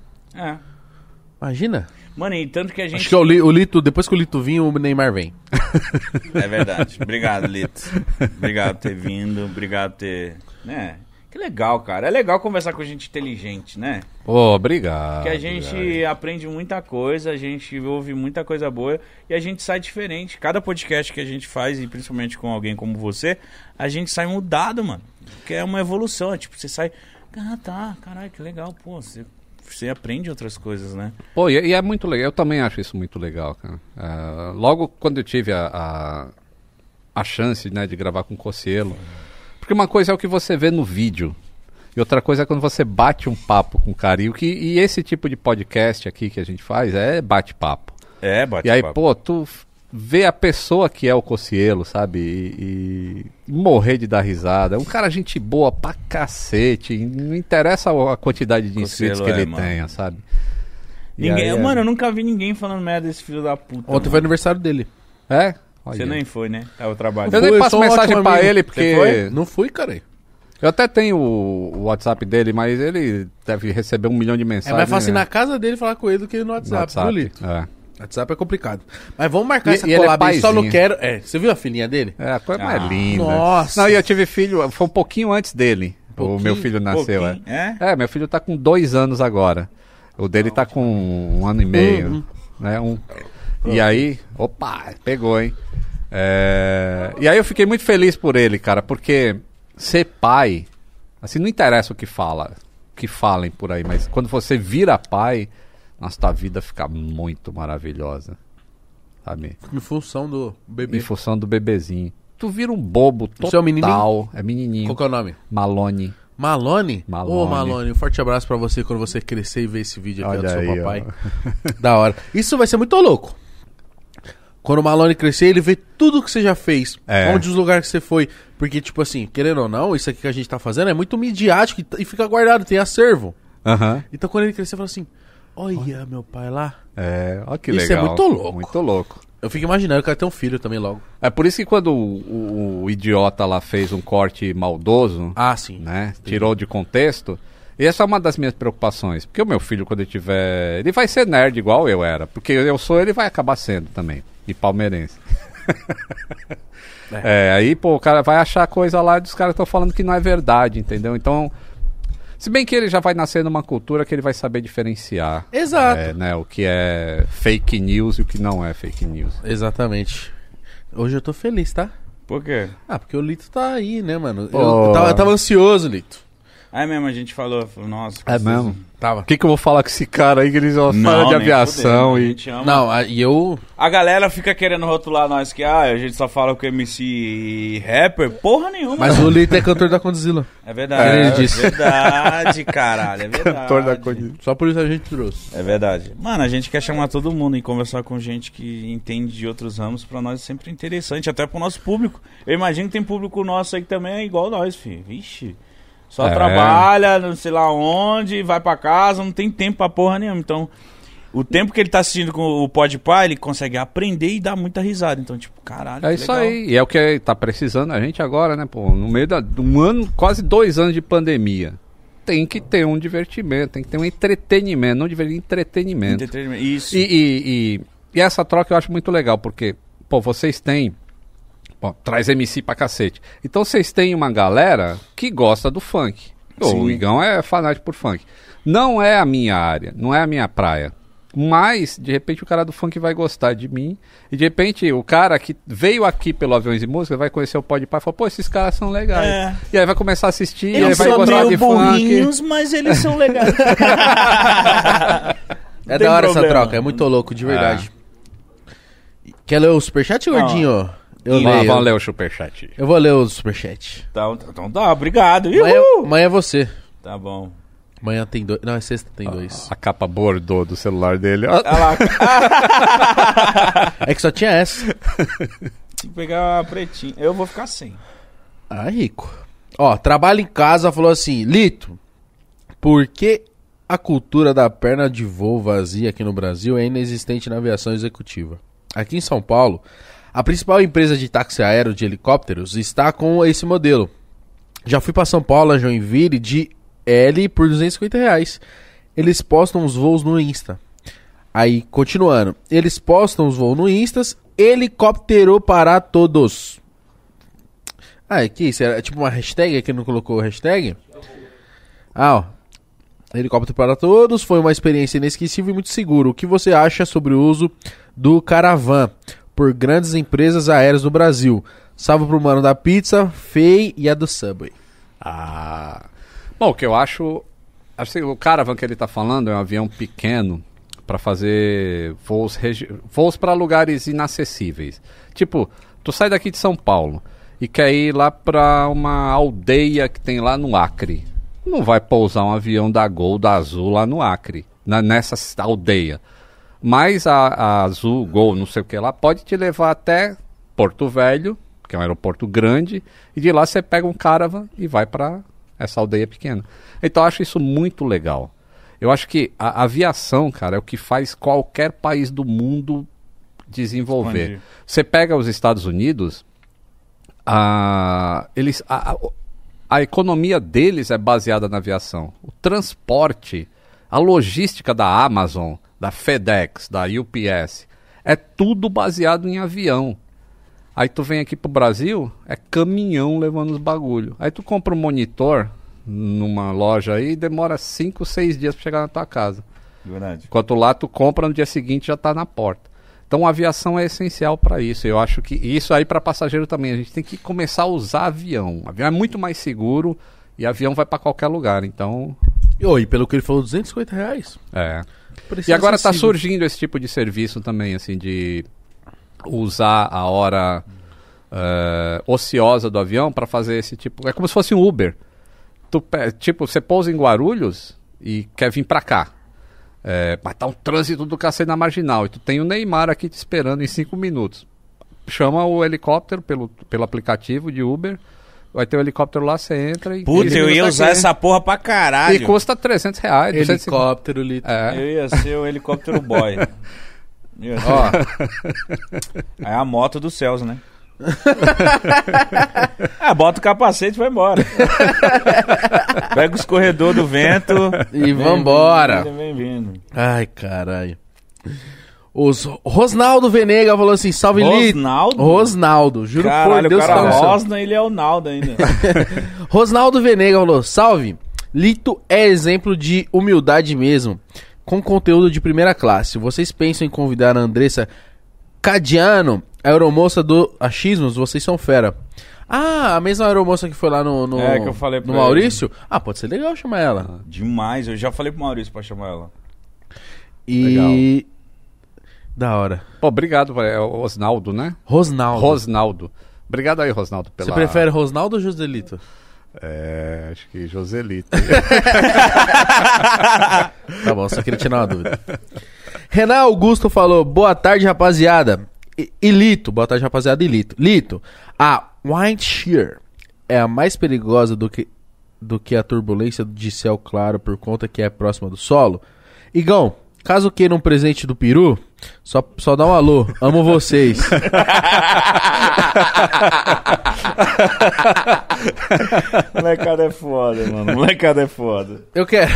Imagina. Mano, e tanto que a gente... Acho que o Lito, depois que o Lito vir, o Neymar vem. É verdade. Obrigado, Lito. Obrigado por ter vindo. Obrigado por ter... Né? Que legal, cara. É legal conversar com gente inteligente, né? Pô, obrigado. Porque a gente aprende muita coisa, a gente ouve muita coisa boa e a gente sai diferente. Cada podcast que a gente faz, e principalmente com alguém como você, a gente sai mudado, mano. Porque é uma evolução. É tipo, você sai... caralho, que legal. Pô, você aprende outras coisas, né? Pô, e é muito legal. Eu também acho isso muito legal, cara. Logo quando eu tive a chance, né, de gravar com o Cocielo. Porque uma coisa é o que você vê no vídeo. E outra coisa é quando você bate um papo com o cara. E esse tipo de podcast aqui que a gente faz é bate-papo. Bate-papo. E aí, pô, tu vê a pessoa que é o Cocielo, sabe? E morrer de dar risada. É um cara gente boa pra cacete. Não interessa a quantidade de inscritos que ele tenha, sabe? Mano, eu nunca vi ninguém falando merda desse filho da puta. Ontem foi aniversário dele. É? Você nem foi, né? O trabalho. Eu nem passo mensagem pra ele, porque... Você foi? Não fui, cara. Eu até tenho o WhatsApp dele, mas ele deve receber 1 milhão de mensagens. É mais fácil ir na casa dele falar com ele do que no WhatsApp. WhatsApp é complicado. Mas vamos marcar essa collab aí, só não quero... Você viu a filhinha dele? A coisa mais linda. Nossa. Não, e eu tive filho, foi um pouquinho antes dele. O meu filho nasceu, meu filho tá com 2 anos agora. O dele tá com 1 ano e meio, né? E aí, opa, pegou, hein? E aí eu fiquei muito feliz por ele, cara, porque ser pai, assim, não interessa o que falem por aí, mas quando você vira pai, nossa, tua vida fica muito maravilhosa, sabe? Em função do bebê. Em função do bebezinho. Tu vira um bobo total. Seu menininho? É menininho. Qual que é o nome? Malone. Malone? Malone. Ô, Malone, um forte abraço pra você quando você crescer e ver esse vídeo aqui do seu papai. Ó. Da hora. Isso vai ser muito louco. Quando o Malone crescer, ele vê tudo que você já fez. Onde os lugares que você foi. Porque, tipo assim, querendo ou não, isso aqui que a gente tá fazendo é muito midiático e fica guardado, tem acervo. Então quando ele crescer, fala assim, olha meu pai lá. Olha que isso legal. Isso é muito louco. Muito louco. Eu fico imaginando, eu quero ter um filho também logo. É por isso que quando o idiota lá fez um corte maldoso, sim, né? Tirou de contexto. E essa é uma das minhas preocupações. Porque o meu filho, quando ele tiver... Ele vai ser nerd igual eu era. Porque eu sou, ele vai acabar sendo também. E palmeirense. Aí, pô, o cara vai achar coisa lá e os caras estão falando que não é verdade, entendeu? Então... Se bem que ele já vai nascer numa cultura que ele vai saber diferenciar. Exato. Né, o que é fake news e o que não é fake news. Exatamente. Hoje eu tô feliz, tá? Por quê? Porque o Lito tá aí, né, mano? Eu tava ansioso, Lito. Aí mesmo a gente falou, nossa... É mesmo? Tava. O que eu vou falar com esse cara aí que eles falam de aviação fudendo, e... a gente ama. Não, e eu... A galera fica querendo rotular nós que a gente só fala com MC rapper. Porra nenhuma. Mas o Lito é cantor da Condzilla. É verdade. Ele disse. É verdade, caralho. É verdade. Cantor da Condzilla. Só por isso a gente trouxe. É verdade. Mano, a gente quer chamar todo mundo e conversar com gente que entende de outros ramos. Pra nós é sempre interessante, até pro nosso público. Eu imagino que tem público nosso aí que também é igual nós, filho. Vixe. Só trabalha, não sei lá onde, vai pra casa, não tem tempo pra porra nenhuma. Então, o tempo que ele tá assistindo com o Podpah, ele consegue aprender e dar muita risada. Então, tipo, caralho, É isso aí. E é o que tá precisando a gente agora, né, pô? No meio de um ano, quase 2 anos de pandemia. Tem que ter um divertimento, tem que ter um entretenimento. Não entretenimento. Isso. E essa troca eu acho muito legal, porque, pô, vocês têm... Bom, traz MC pra cacete. Então vocês têm uma galera que gosta do funk. Sim. O Igão é fanático por funk. Não é a minha área, não é a minha praia. Mas, de repente, o cara do funk vai gostar de mim. E, de repente, o cara que veio aqui pelo Aviões e Música vai conhecer o Podpah e fala, pô, esses caras são legais. É. E aí vai começar a assistir, Eles e aí vai são gostar meio de burrinhos, funk. mas eles são legais. É da hora essa troca, é muito louco, de verdade. Quer ler o superchat, gordinho? Eu leio. Vamos ler o superchat. Eu vou ler o superchat. Então tá, obrigado. Amanhã é você. Tá bom. Amanhã tem 2. Não, é sexta tem 2. A capa bordô do celular dele. Olha lá. É que só tinha essa. Tem que pegar a pretinha. Eu vou ficar sem. Ah, rico. Ó, trabalho em casa, falou assim, Lito, por que a cultura da perna de voo vazia aqui no Brasil é inexistente na aviação executiva? Aqui em São Paulo, a principal empresa de táxi aéreo de helicópteros está com esse modelo. Já fui para São Paulo, a Joinville, de L por R$250. Eles postam os voos no Insta. Aí, continuando. Eles postam os voos no Insta, helicóptero para todos. Ah, é que isso? É tipo uma hashtag aqui, não colocou hashtag? Ah, ó. Helicóptero para todos, foi uma experiência inesquecível e muito seguro. O que você acha sobre o uso do Caravan por grandes empresas aéreas do Brasil? Salve pro mano da pizza, Fei e a do Subway. Bom, o que eu acho... Assim, o Caravan que ele tá falando é um avião pequeno para fazer voos para lugares inacessíveis. Tipo, tu sai daqui de São Paulo e quer ir lá para uma aldeia que tem lá no Acre. Não vai pousar um avião da Gol, da Azul lá no Acre, nessa aldeia. Mas a Azul, Gol, não sei o que lá, pode te levar até Porto Velho, que é um aeroporto grande, e de lá você pega um Caravan e vai para essa aldeia pequena. Então eu acho isso muito legal. Eu acho que a aviação, cara, é o que faz qualquer país do mundo desenvolver. Entendi. Você pega os Estados Unidos, a economia deles é baseada na aviação. O transporte, a logística da Amazon, da FedEx, da UPS, é tudo baseado em avião. Aí tu vem aqui pro Brasil, é caminhão levando os bagulho. Aí tu compra um monitor numa loja aí e demora 5, 6 dias pra chegar na tua casa. Verdade. Enquanto lá tu compra, no dia seguinte já tá na porta. Então a aviação é essencial para isso. Eu acho que isso aí para passageiro também. A gente tem que começar a usar avião. Avião é muito mais seguro e avião vai para qualquer lugar. Então... E pelo que ele falou, R$250. É. Parecia E agora tá acessível. surgindo esse tipo de serviço também, assim, de usar a hora ociosa do avião para fazer esse tipo... É como se fosse um Uber. Tipo, você pousa em Guarulhos e quer vir para cá. Mas tá um trânsito do cacete na Marginal. E tu tem o Neymar aqui te esperando em 5 minutos. Chama o helicóptero pelo aplicativo de Uber. Vai ter o helicóptero lá, você entra e... Puta, eu ia usar essa porra pra caralho. E custa R$300. Helicóptero, Lito. Eu ia ser o helicóptero boy. Ó. Aí a moto dos céus, né? Bota o capacete e vai embora. Pega os corredores do vento E vambora. Bem-vindo. Ai, caralho. Rosnaldo Venega falou assim, salve Lito. Rosnaldo, juro Caralho, por Deus o que cara tá no céu. Rosna, ele é o Naldo ainda. Rosnaldo Venega falou, salve. Lito é exemplo de humildade mesmo, com conteúdo de primeira classe. Vocês pensam em convidar a Andressa Cadiano, a aeromoça do Achismos? Vocês são fera. Ah, a mesma aeromoça que foi lá no que eu falei pra no Maurício? Ah, pode ser legal chamar ela. Demais, eu já falei pro Maurício pra chamar ela. E... Legal. Da hora. Pô, obrigado, é o Rosnaldo, né? Rosnaldo. Obrigado aí, Rosnaldo, pela... Você prefere Rosnaldo ou Joselito? Acho que Joselito. Tá bom, só queria tirar uma dúvida. Renan Augusto falou, boa tarde, rapaziada. E Lito, boa tarde, rapaziada. E Lito, a Wind Shear é a mais perigosa do que a turbulência de céu claro por conta que é próxima do solo? Igão, caso queira um presente do peru, só dá um alô. Amo vocês. Molecada é foda, mano. Molecada é foda. Eu quero.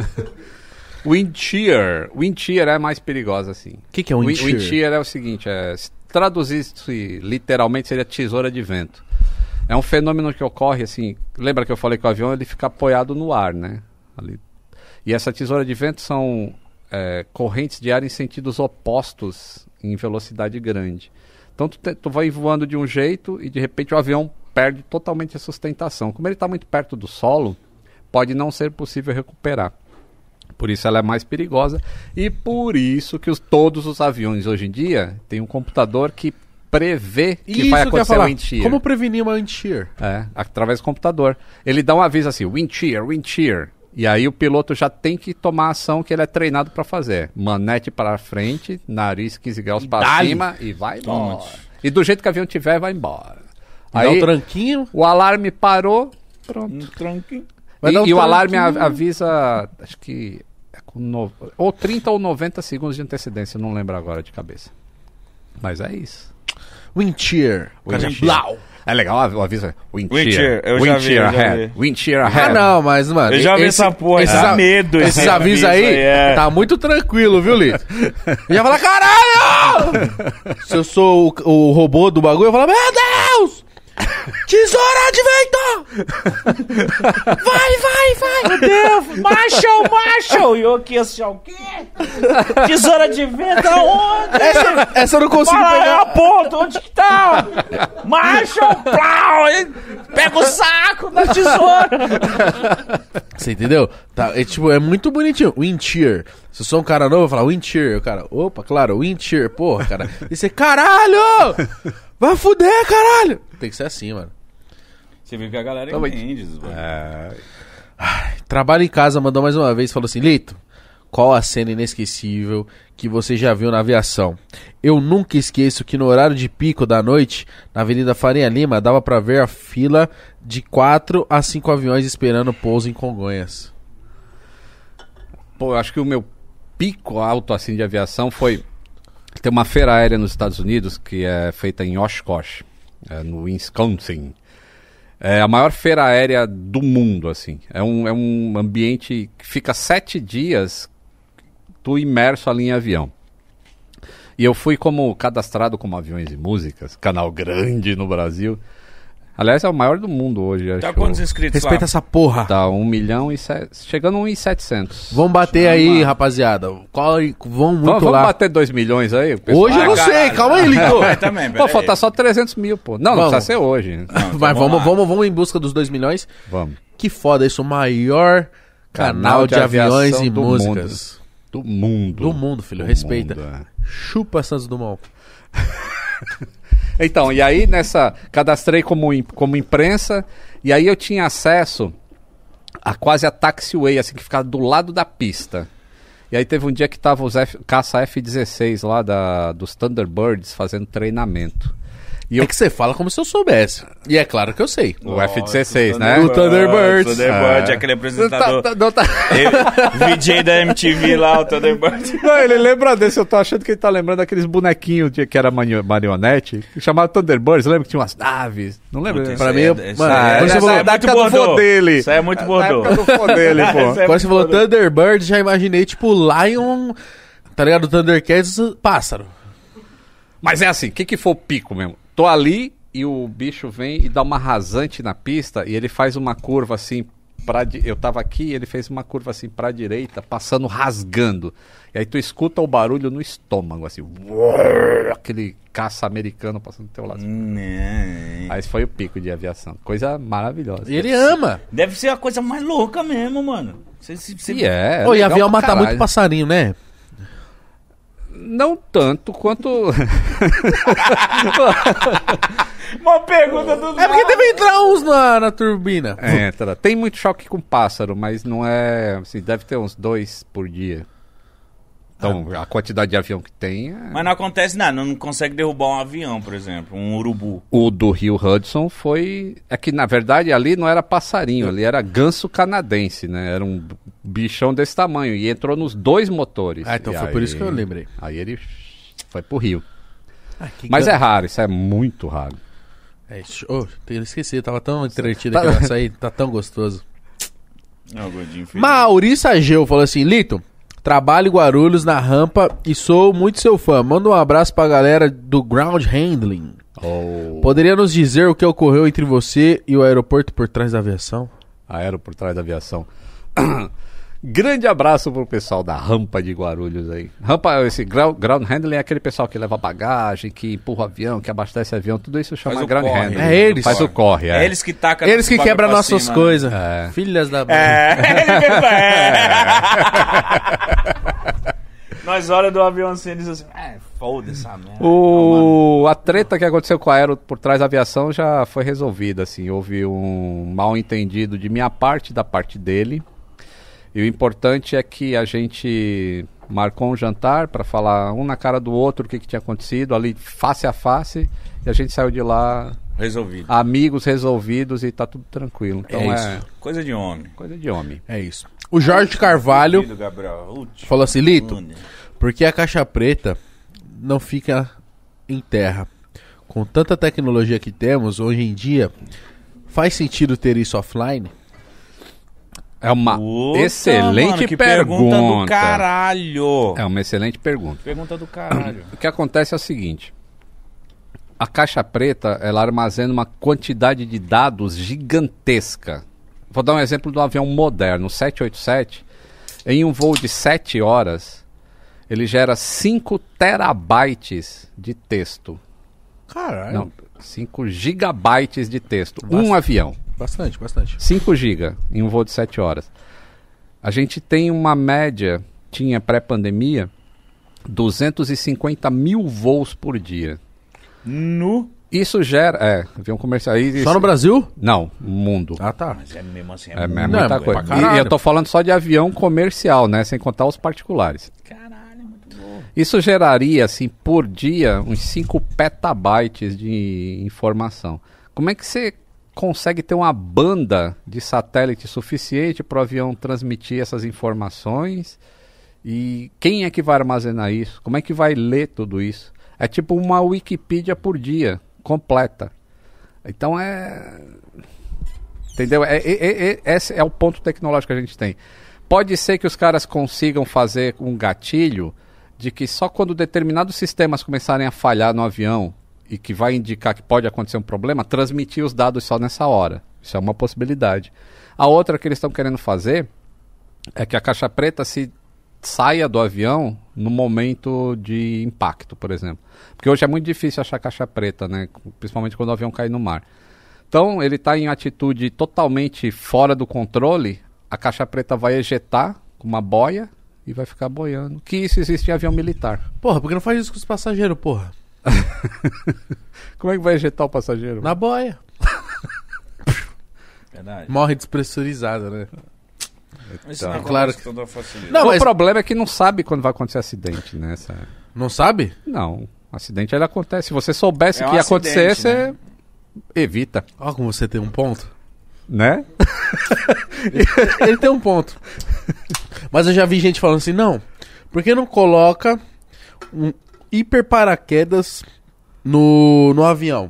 Wind Shear. Wind Shear é mais perigosa, assim. O que é Wind Shear? Wind Shear é o seguinte, se traduzisse literalmente seria tesoura de vento. É um fenômeno que ocorre, assim, lembra que eu falei que o avião ele fica apoiado no ar, né? Ali. E essa tesoura de vento são correntes de ar em sentidos opostos em velocidade grande. Então tu vai voando de um jeito e de repente o avião perde totalmente a sustentação. Como ele está muito perto do solo, pode não ser possível recuperar. Por isso ela é mais perigosa e por isso que todos os aviões hoje em dia têm um computador que prevê que vai acontecer o wind shear. Como prevenir uma wind shear? Através do computador. Ele dá um aviso assim, wind shear. E aí o piloto já tem que tomar a ação que ele é treinado para fazer. Manete para frente, nariz 15 graus para cima e vai embora. E do jeito que o avião tiver, vai embora. Aí dá um tranquinho. O alarme parou, pronto. Um tranquinho. E o alarme avisa, acho que é com ou 30 ou 90 segundos de antecedência, não lembro agora de cabeça. Mas é isso. Wind shear. Blau. É legal o aviso. Wind shear. Eu já vi. Wind shear ahead. Ah, não, mas, mano... Eu já vi essa porra, dá medo. Esses avisos aí, tá muito tranquilo, viu, Lito? Eu ia falar, caralho! Se eu sou o robô do bagulho, eu ia falar, meu Deus! Tesoura de vento! Vai! Meu Deus! Marshall! E eu aqui assim, o quê? Tesoura de vento aonde? Essa eu não consigo pegar. pegar. A ponta, onde que tá? Marshall! Plau! Pega o saco da tesoura! Você entendeu? Tá, é muito bonitinho. Wind shear. Se eu sou um cara novo, eu vou falar wind shear. O cara, opa, claro, wind shear. Porra, cara. E você, caralho! Vai fuder, caralho! Tem que ser assim, mano. Você viu que a galera entende, Trabalho em casa mandou mais uma vez, falou assim, Lito, qual a cena inesquecível que você já viu na aviação? Eu nunca esqueço que no horário de pico da noite, na Avenida Faria Lima, dava pra ver a fila de 4 a 5 aviões esperando pouso em Congonhas. Pô, eu acho que o meu pico alto assim de aviação foi... Tem uma feira aérea nos Estados Unidos que é feita em Oshkosh, no Wisconsin. É a maior feira aérea do mundo, assim. É um ambiente que fica 7 dias tu imerso ali em avião. E eu fui cadastrado como Aviões e Músicas, canal grande no Brasil. Aliás, é o maior do mundo hoje. Tá quantos inscritos Respeita lá? essa porra. Tá 1 milhão chegando a 1.700. Vamos bater aí, rapaziada. Vamos lá. Vamos bater 2 milhões aí? Hoje eu não sei, calma aí, Lito. Também, pô, falta só 300 mil, pô. Não precisa ser hoje. Não, mas vamos em busca dos 2 milhões. Vamos. Que foda isso, o maior canal de aviões e músicas. Do mundo. Do mundo, filho. Respeita. Chupa Santos Dumont. Então, e aí cadastrei como imprensa, e aí eu tinha acesso a quase a taxiway, assim, que ficava do lado da pista. E aí teve um dia que tava os caça F-16 lá dos Thunderbirds fazendo treinamento. E é que você fala como se eu soubesse. E é claro que eu sei. O F-16, né? O Thunderbirds. Aquele apresentador. VJ da MTV lá, o Thunderbirds. Não, ele lembra desse. Eu tô achando que ele tá lembrando daqueles bonequinhos que era marionete, que chamava Thunderbirds. Lembra que tinha umas naves? Não lembra? Putz, pra mim, mano, você falou é muito bordô dele. Isso aí é muito bordô. Dele, pô. Quando você falou Thunderbirds, já imaginei tipo Lion, tá ligado? Thundercats, pássaro. Mas é assim, o que foi o pico mesmo? Tô ali e o bicho vem e dá uma rasante na pista e ele faz uma curva assim eu tava aqui, ele fez uma curva assim pra direita, passando rasgando. E aí tu escuta o barulho no estômago, assim. Aquele caça americano passando do teu lado. Aí esse foi o pico de aviação. Coisa maravilhosa. E ele ama. Deve ser a coisa mais louca mesmo, mano. E é. E avião mata muito passarinho, né? Não tanto quanto... Uma pergunta do... É porque deve entrar uns na turbina. Entra. Tem muito choque com pássaro, mas não é... Assim, deve ter uns 2 por dia. Então, a quantidade de avião que tem... Mas não acontece nada, não consegue derrubar um avião, por exemplo, um urubu. O do Rio Hudson foi... É que, na verdade, ali não era passarinho, ali era ganso canadense, né? Era um bichão desse tamanho e entrou nos 2 motores. Então foi por isso que eu lembrei. Aí ele foi pro Rio. Mas é raro, isso é muito raro. Eu esqueci, eu tava tão entretido aqui nessa aí, tá tão gostoso. Não, gordinho, Maurício Ageu falou assim, Lito, trabalho em Guarulhos na rampa e sou muito seu fã. Manda um abraço pra galera do Ground Handling. Poderia nos dizer o que ocorreu entre você e o aeroporto por trás da aviação? Por trás da aviação. Grande abraço pro pessoal da rampa de Guarulhos aí. Esse ground handling é aquele pessoal que leva bagagem, que empurra o avião, que abastece o avião, tudo isso chama ground handling. É eles. Faz o corre. É eles que tacam. Eles que quebram nossas coisas. Filhas da... Nós olhamos do avião assim e diz assim, foda-se essa merda. A treta que aconteceu com a Aero por trás da aviação já foi resolvida, assim. Houve um mal entendido de minha parte e da parte dele. E o importante é que a gente marcou um jantar para falar um na cara do outro o que tinha acontecido, ali face a face, e a gente saiu de lá... Resolvido. Amigos resolvidos e tá tudo tranquilo. Então isso. Coisa de homem. Coisa de homem. É isso. O Jorge Carvalho falou assim, Lito, por que a caixa preta não fica em terra? Com tanta tecnologia que temos hoje em dia, faz sentido ter isso offline? É uma excelente pergunta do caralho. É uma excelente pergunta. Pergunta do caralho. O que acontece é o seguinte. A caixa preta, ela armazena uma quantidade de dados gigantesca. Vou dar um exemplo do avião moderno, o 787. Em um voo de 7 horas, ele gera 5 terabytes de texto. Caralho. Não, 5 gigabytes de texto. Um avião. Bastante. 5 GB em um voo de 7 horas. A gente tem uma média, tinha pré-pandemia, 250 mil voos por dia. Isso gera... avião comercial. Só no Brasil? Não, no mundo. Ah, tá. Mas é mesmo assim. É muita coisa. E eu tô falando só de avião comercial, né? Sem contar os particulares. Caralho, muito bom. Isso geraria, assim, por dia, uns 5 petabytes de informação. Como é que você consegue ter uma banda de satélite suficiente para o avião transmitir essas informações? E quem é que vai armazenar isso? Como é que vai ler tudo isso? É tipo uma Wikipedia por dia, completa. Então entendeu? Esse é o ponto tecnológico que a gente tem. Pode ser que os caras consigam fazer um gatilho de que só quando determinados sistemas começarem a falhar no avião e que vai indicar que pode acontecer um problema, transmitir os dados só nessa hora. Isso é uma possibilidade. A outra que eles estão querendo fazer é que a caixa preta saia do avião no momento de impacto, por exemplo. Porque hoje é muito difícil achar caixa preta, né? Principalmente quando o avião cai no mar. Então, ele está em atitude totalmente fora do controle, a caixa preta vai ejetar com uma boia e vai ficar boiando. Que isso existe em avião militar. Porra, por que não faz isso com os passageiros, porra? Como é que vai ejetar o passageiro? Na boia. Verdade. Morre despressurizada, né? Isso não é claro que toda facilidade. Não, mas... O problema é que não sabe quando vai acontecer acidente, né? Não sabe? Não. Acidente ele acontece. Se você soubesse que ia acidente, acontecer, você né? evita. Ó, como você tem um ponto. Né? Ele tem um ponto. Mas eu já vi gente falando assim, não, por que não coloca um hiper paraquedas no avião?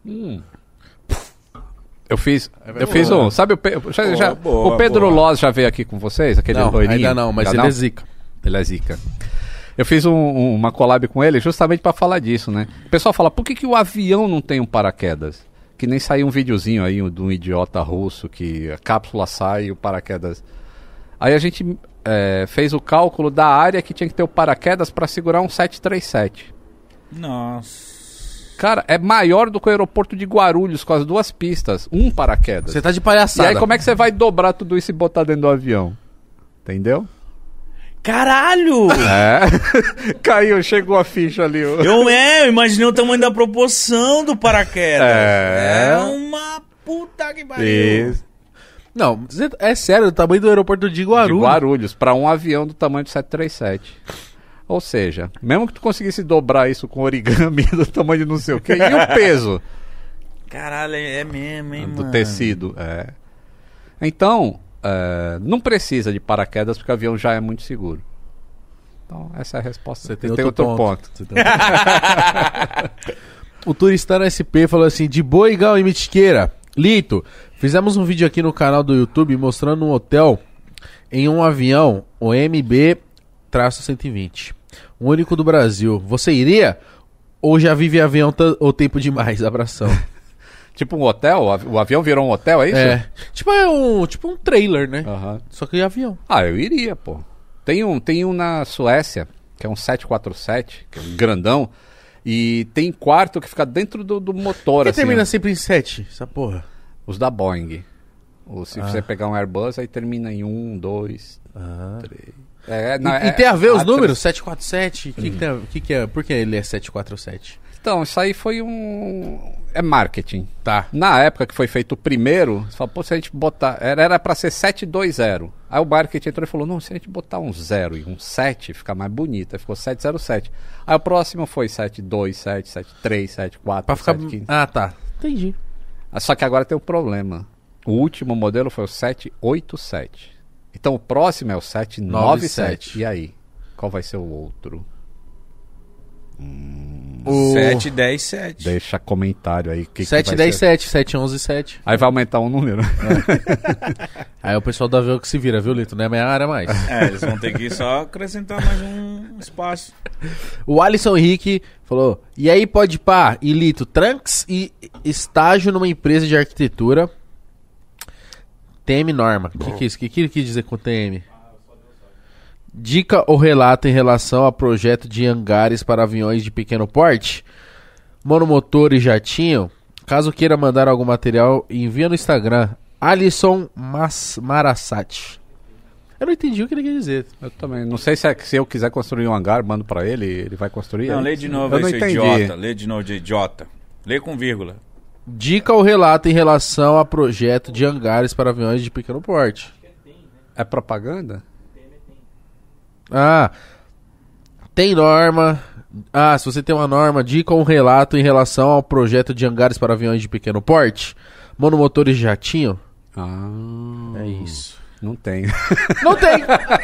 Eu fiz um, sabe o Pedro Loz já veio aqui com vocês? Aquele não, loirinho? Ainda não, mas já ele não? é zica. Ele é zica. Eu fiz uma collab com ele justamente para falar disso, né? O pessoal fala, por que o avião não tem um paraquedas? que nem saiu um videozinho aí de um idiota russo que a cápsula sai e o paraquedas... Aí a gente fez o cálculo da área que tinha que ter o paraquedas para segurar um 737. Nossa. Cara, é maior do que o aeroporto de Guarulhos, com as 2 pistas. Um paraquedas. Você tá de palhaçada. E aí como é que você vai dobrar tudo isso e botar dentro do avião? Entendeu? Caralho! Caiu, chegou a ficha ali. Eu imaginei o tamanho da proporção do paraquedas. É uma puta que pariu. Isso. Não, é sério, o tamanho do aeroporto de Guarulhos. De Guarulhos, pra um avião do tamanho do 737. Ou seja, mesmo que tu conseguisse dobrar isso com origami do tamanho de não sei o que, e o peso? Caralho, é mesmo, hein, do mano? tecido, Então, não precisa de paraquedas porque o avião já é muito seguro. Então, essa é a resposta. Você tem outro ponto. O Turistano SP falou assim, de boa igual em Mitiqueira. Lito, fizemos um vídeo aqui no canal do YouTube mostrando um hotel em um avião, o MB-120. O único do Brasil. Você iria? Ou já vive avião o tempo demais? Abração. Tipo um hotel? O avião virou um hotel, é isso? É. Tipo um trailer, né? Uhum. Só que avião. Ah, eu iria, pô. Tem um na Suécia, que é um 747, que é um grandão. E tem quarto que fica dentro do motor, Por que assim. termina sempre em 7, essa porra? Os da Boeing. Ou se você pegar um Airbus, aí termina em 1, 2, 3. E tem a ver os números? 747? Que é? Por que ele é 747? Então, isso aí foi é marketing. Tá. Na época que foi feito o primeiro, você falou, pô, se a gente botar... Era pra ser 720. Aí o marketing entrou e falou, não, se a gente botar um 0 e um 7, fica mais bonito. Aí ficou 707. Aí o próximo foi 727, 73, 74, Pra ficar... 715. Ah, tá. Entendi. Só que agora tem um problema. O último modelo foi o 787. Então o próximo é o 797. E aí? Qual vai ser o outro? 717. Deixa comentário aí. 717, 717. Aí vai aumentar um número. Aí o pessoal do avião que se vira, viu, Lito? Não é minha área mais. Eles vão ter que só acrescentar mais um espaço. O Alisson Henrique falou, e aí pode pá, e Lito, Trunks e estágio numa empresa de arquitetura. TM Norma. O que é isso? O que ele quis dizer com TM? Dica ou relato em relação a projeto de hangares para aviões de pequeno porte, monomotor e jatinho. Caso queira mandar algum material, envia no Instagram Alisson Marasati. Eu não entendi o que ele quer dizer. Eu também. Não sei se eu quiser construir um hangar, mando pra ele, ele vai construir. Não, lê de novo aí, seu idiota. Lê de novo de idiota. Lê com vírgula. Dica ou relato em relação a projeto de hangares para aviões de pequeno porte. É propaganda? Ah, tem norma. Ah, se você tem uma norma, dica ou um relato em relação ao projeto de hangares para aviões de pequeno porte, monomotores de jatinho. Ah, é isso. Não tem. Não tem.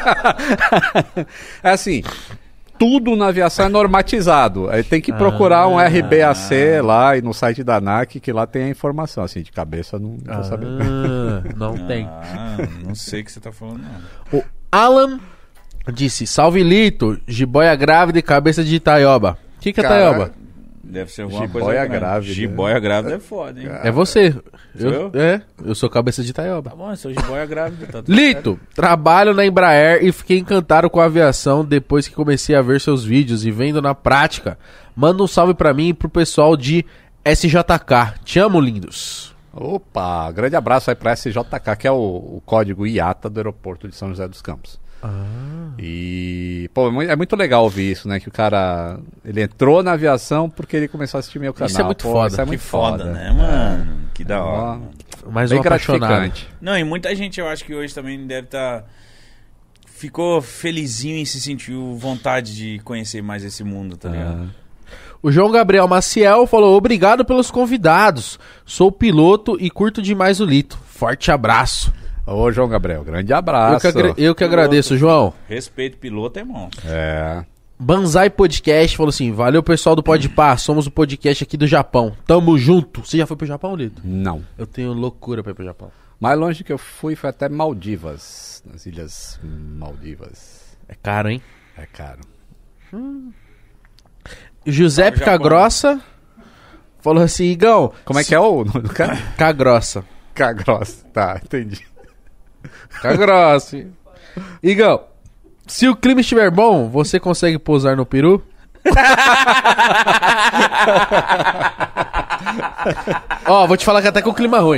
É assim, tudo na aviação é normatizado. Aí tem que procurar um RBAC lá e no site da ANAC, que lá tem a informação. Assim, de cabeça não tô sabendo. Não tem. Não sei o que você tá falando, não. O Alan disse, salve Lito, jiboia grávida e cabeça de Itaioba. O que é Itaioba? Deve ser alguma jiboia coisa grávida. Jiboia grávida é foda, hein? É você. Eu? Eu sou cabeça de Itaioba. Tá bom, eu sou jiboia grávida. Tá Lito, certo. trabalho na Embraer e fiquei encantado com a aviação depois que comecei a ver seus vídeos e vendo na prática. Manda um salve pra mim e pro pessoal de SJK. Te amo, lindos. Opa, grande abraço aí pra SJK, que é o código IATA do aeroporto de São José dos Campos. E, pô, é muito legal ouvir isso, né? Que o cara, ele entrou na aviação porque ele começou a assistir meu canal. Isso é muito foda. Isso é muito foda, né, mano? Que da hora. Mais bem um apaixonado. gratificante. Não, e muita gente eu acho que hoje também deve estar... Ficou felizinho e se sentiu vontade de conhecer mais esse mundo, tá ligado? O João Gabriel Maciel falou, obrigado pelos convidados. Sou piloto e curto demais o Lito. Forte abraço. Ô, João Gabriel, grande abraço. Eu que agradeço, João. Respeito piloto, irmão. Banzai Podcast falou assim, valeu pessoal do Podpah, somos o podcast aqui do Japão. Tamo junto. Você já foi pro Japão, Lito? Não. Eu tenho loucura pra ir pro Japão. Mais longe que eu fui foi até Maldivas, nas Ilhas Maldivas. É caro, hein? É caro. José Picagrossa Falou assim, Igão... Como é que é o nome do cara? Cagrossa. Cagrossa, tá, entendi. Cagrossa. Igão, se o clima estiver bom, você consegue pousar no peru? Ó, vou te falar que até com o clima ruim.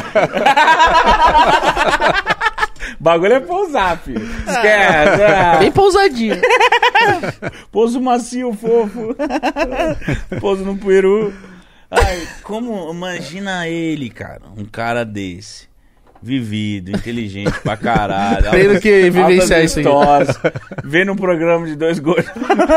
Bagulho é pousar, filho. Esquece. Bem pousadinho. Pouso macio, fofo. Pouso no peru. Ai, como... Imagina ele, cara. Um cara desse. Vivido, inteligente pra caralho. Tendo que vivenciar isso aí. Vendo um programa de 2 gordos.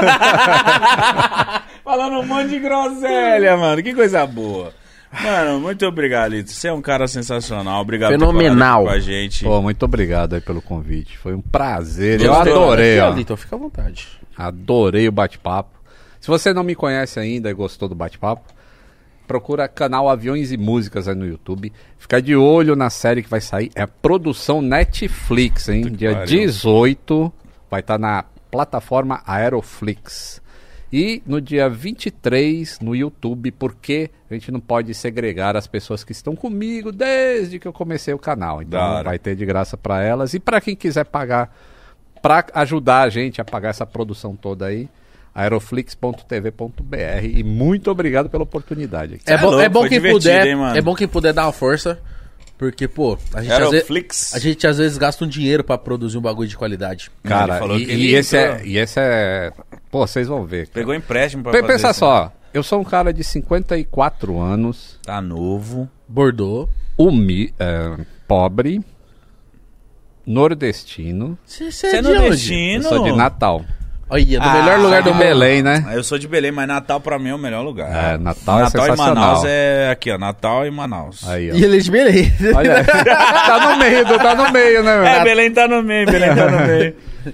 Falando um monte de groselha, mano. Que coisa boa. Mano, muito obrigado, Lito. Você é um cara sensacional. Obrigado fenomenal por estar aqui com a gente. Pô, muito obrigado aí pelo convite. Foi um prazer. Eu Gostei, adorei, ó. Lito, fica à vontade. Adorei o bate-papo. Se você não me conhece ainda e gostou do bate-papo, procura canal Aviões e Músicas aí no YouTube. Fica de olho na série que vai sair. É a produção Netflix, hein? Dia 18 vai estar na plataforma Aeroflix. E no dia 23 no YouTube, porque a gente não pode segregar as pessoas que estão comigo desde que eu comecei o canal. Então vai ter de graça para elas. E para quem quiser pagar, para ajudar a gente a pagar essa produção toda aí, aeroflix.tv.br. E muito obrigado pela oportunidade aqui. É bom quem puder, hein, é bom quem puder dar uma força, porque, pô, a gente às vezes gasta um dinheiro pra produzir um bagulho de qualidade. Cara, esse é... Pô, vocês vão ver. Cara. Pegou empréstimo pra fazer Pensa isso, só, eu sou um cara de 54 anos. Tá novo. Bordeaux. Pobre. Nordestino. Você é nordestino? Eu sou de Natal. Olha, do melhor lugar do Belém, né? Eu sou de Belém, mas Natal pra mim é o melhor lugar. Natal é sensacional. E Manaus é aqui, ó. Natal e Manaus. Aí, ó. E ele é de Belém. Olha aí. tá no meio, né, meu? Belém tá no meio, Belém tá no meio.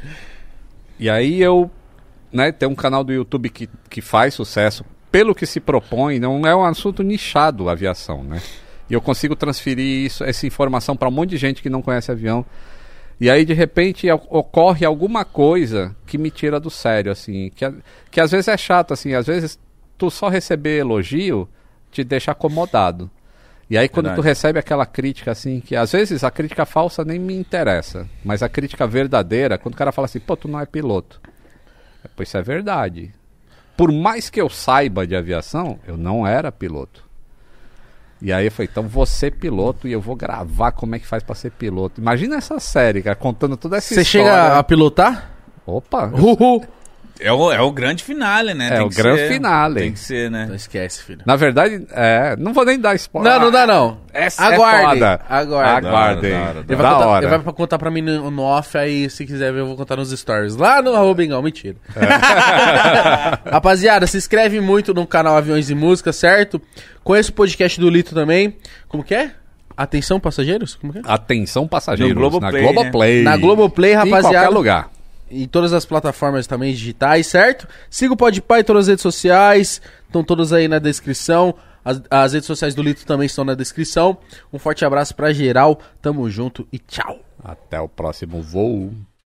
E aí eu, né, tem um canal do YouTube que faz sucesso pelo que se propõe, não é um assunto nichado a aviação, né? E eu consigo transferir essa informação pra um monte de gente que não conhece avião. E aí, de repente, ocorre alguma coisa que me tira do sério, assim. Que às vezes é chato, assim. Às vezes, tu só receber elogio te deixa acomodado. E aí, quando tu recebe aquela crítica, assim, que às vezes a crítica falsa nem me interessa. Mas a crítica verdadeira, quando o cara fala assim, pô, tu não é piloto. Pois isso é verdade. Por mais que eu saiba de aviação, eu não era piloto. E aí eu falei, então vou ser piloto e eu vou gravar como é que faz pra ser piloto. Imagina essa série, cara, contando toda essa história. Você chega a pilotar? Opa! É o grande finale, né? É o grande finale. Tem que ser, né? Não esquece, filho. Na verdade, não vou nem dar spoiler. Não dá não. Aguardem. Ele vai contar pra mim no off, aí se quiser ver eu vou contar nos stories. Lá no @Bingão, mentira. Rapaziada, se inscreve muito no canal Aviões e Música, certo? Conheça o podcast do Lito também. Como que é? Atenção, passageiros? Como que é? Atenção, passageiros. No Globoplay, na Globoplay. Na Globoplay, rapaziada. Em qualquer lugar. Em todas as plataformas também digitais, certo? Siga o Podpah em todas as redes sociais. Estão todas aí na descrição. As redes sociais do Lito também estão na descrição. Um forte abraço pra geral. Tamo junto e tchau. Até o próximo voo.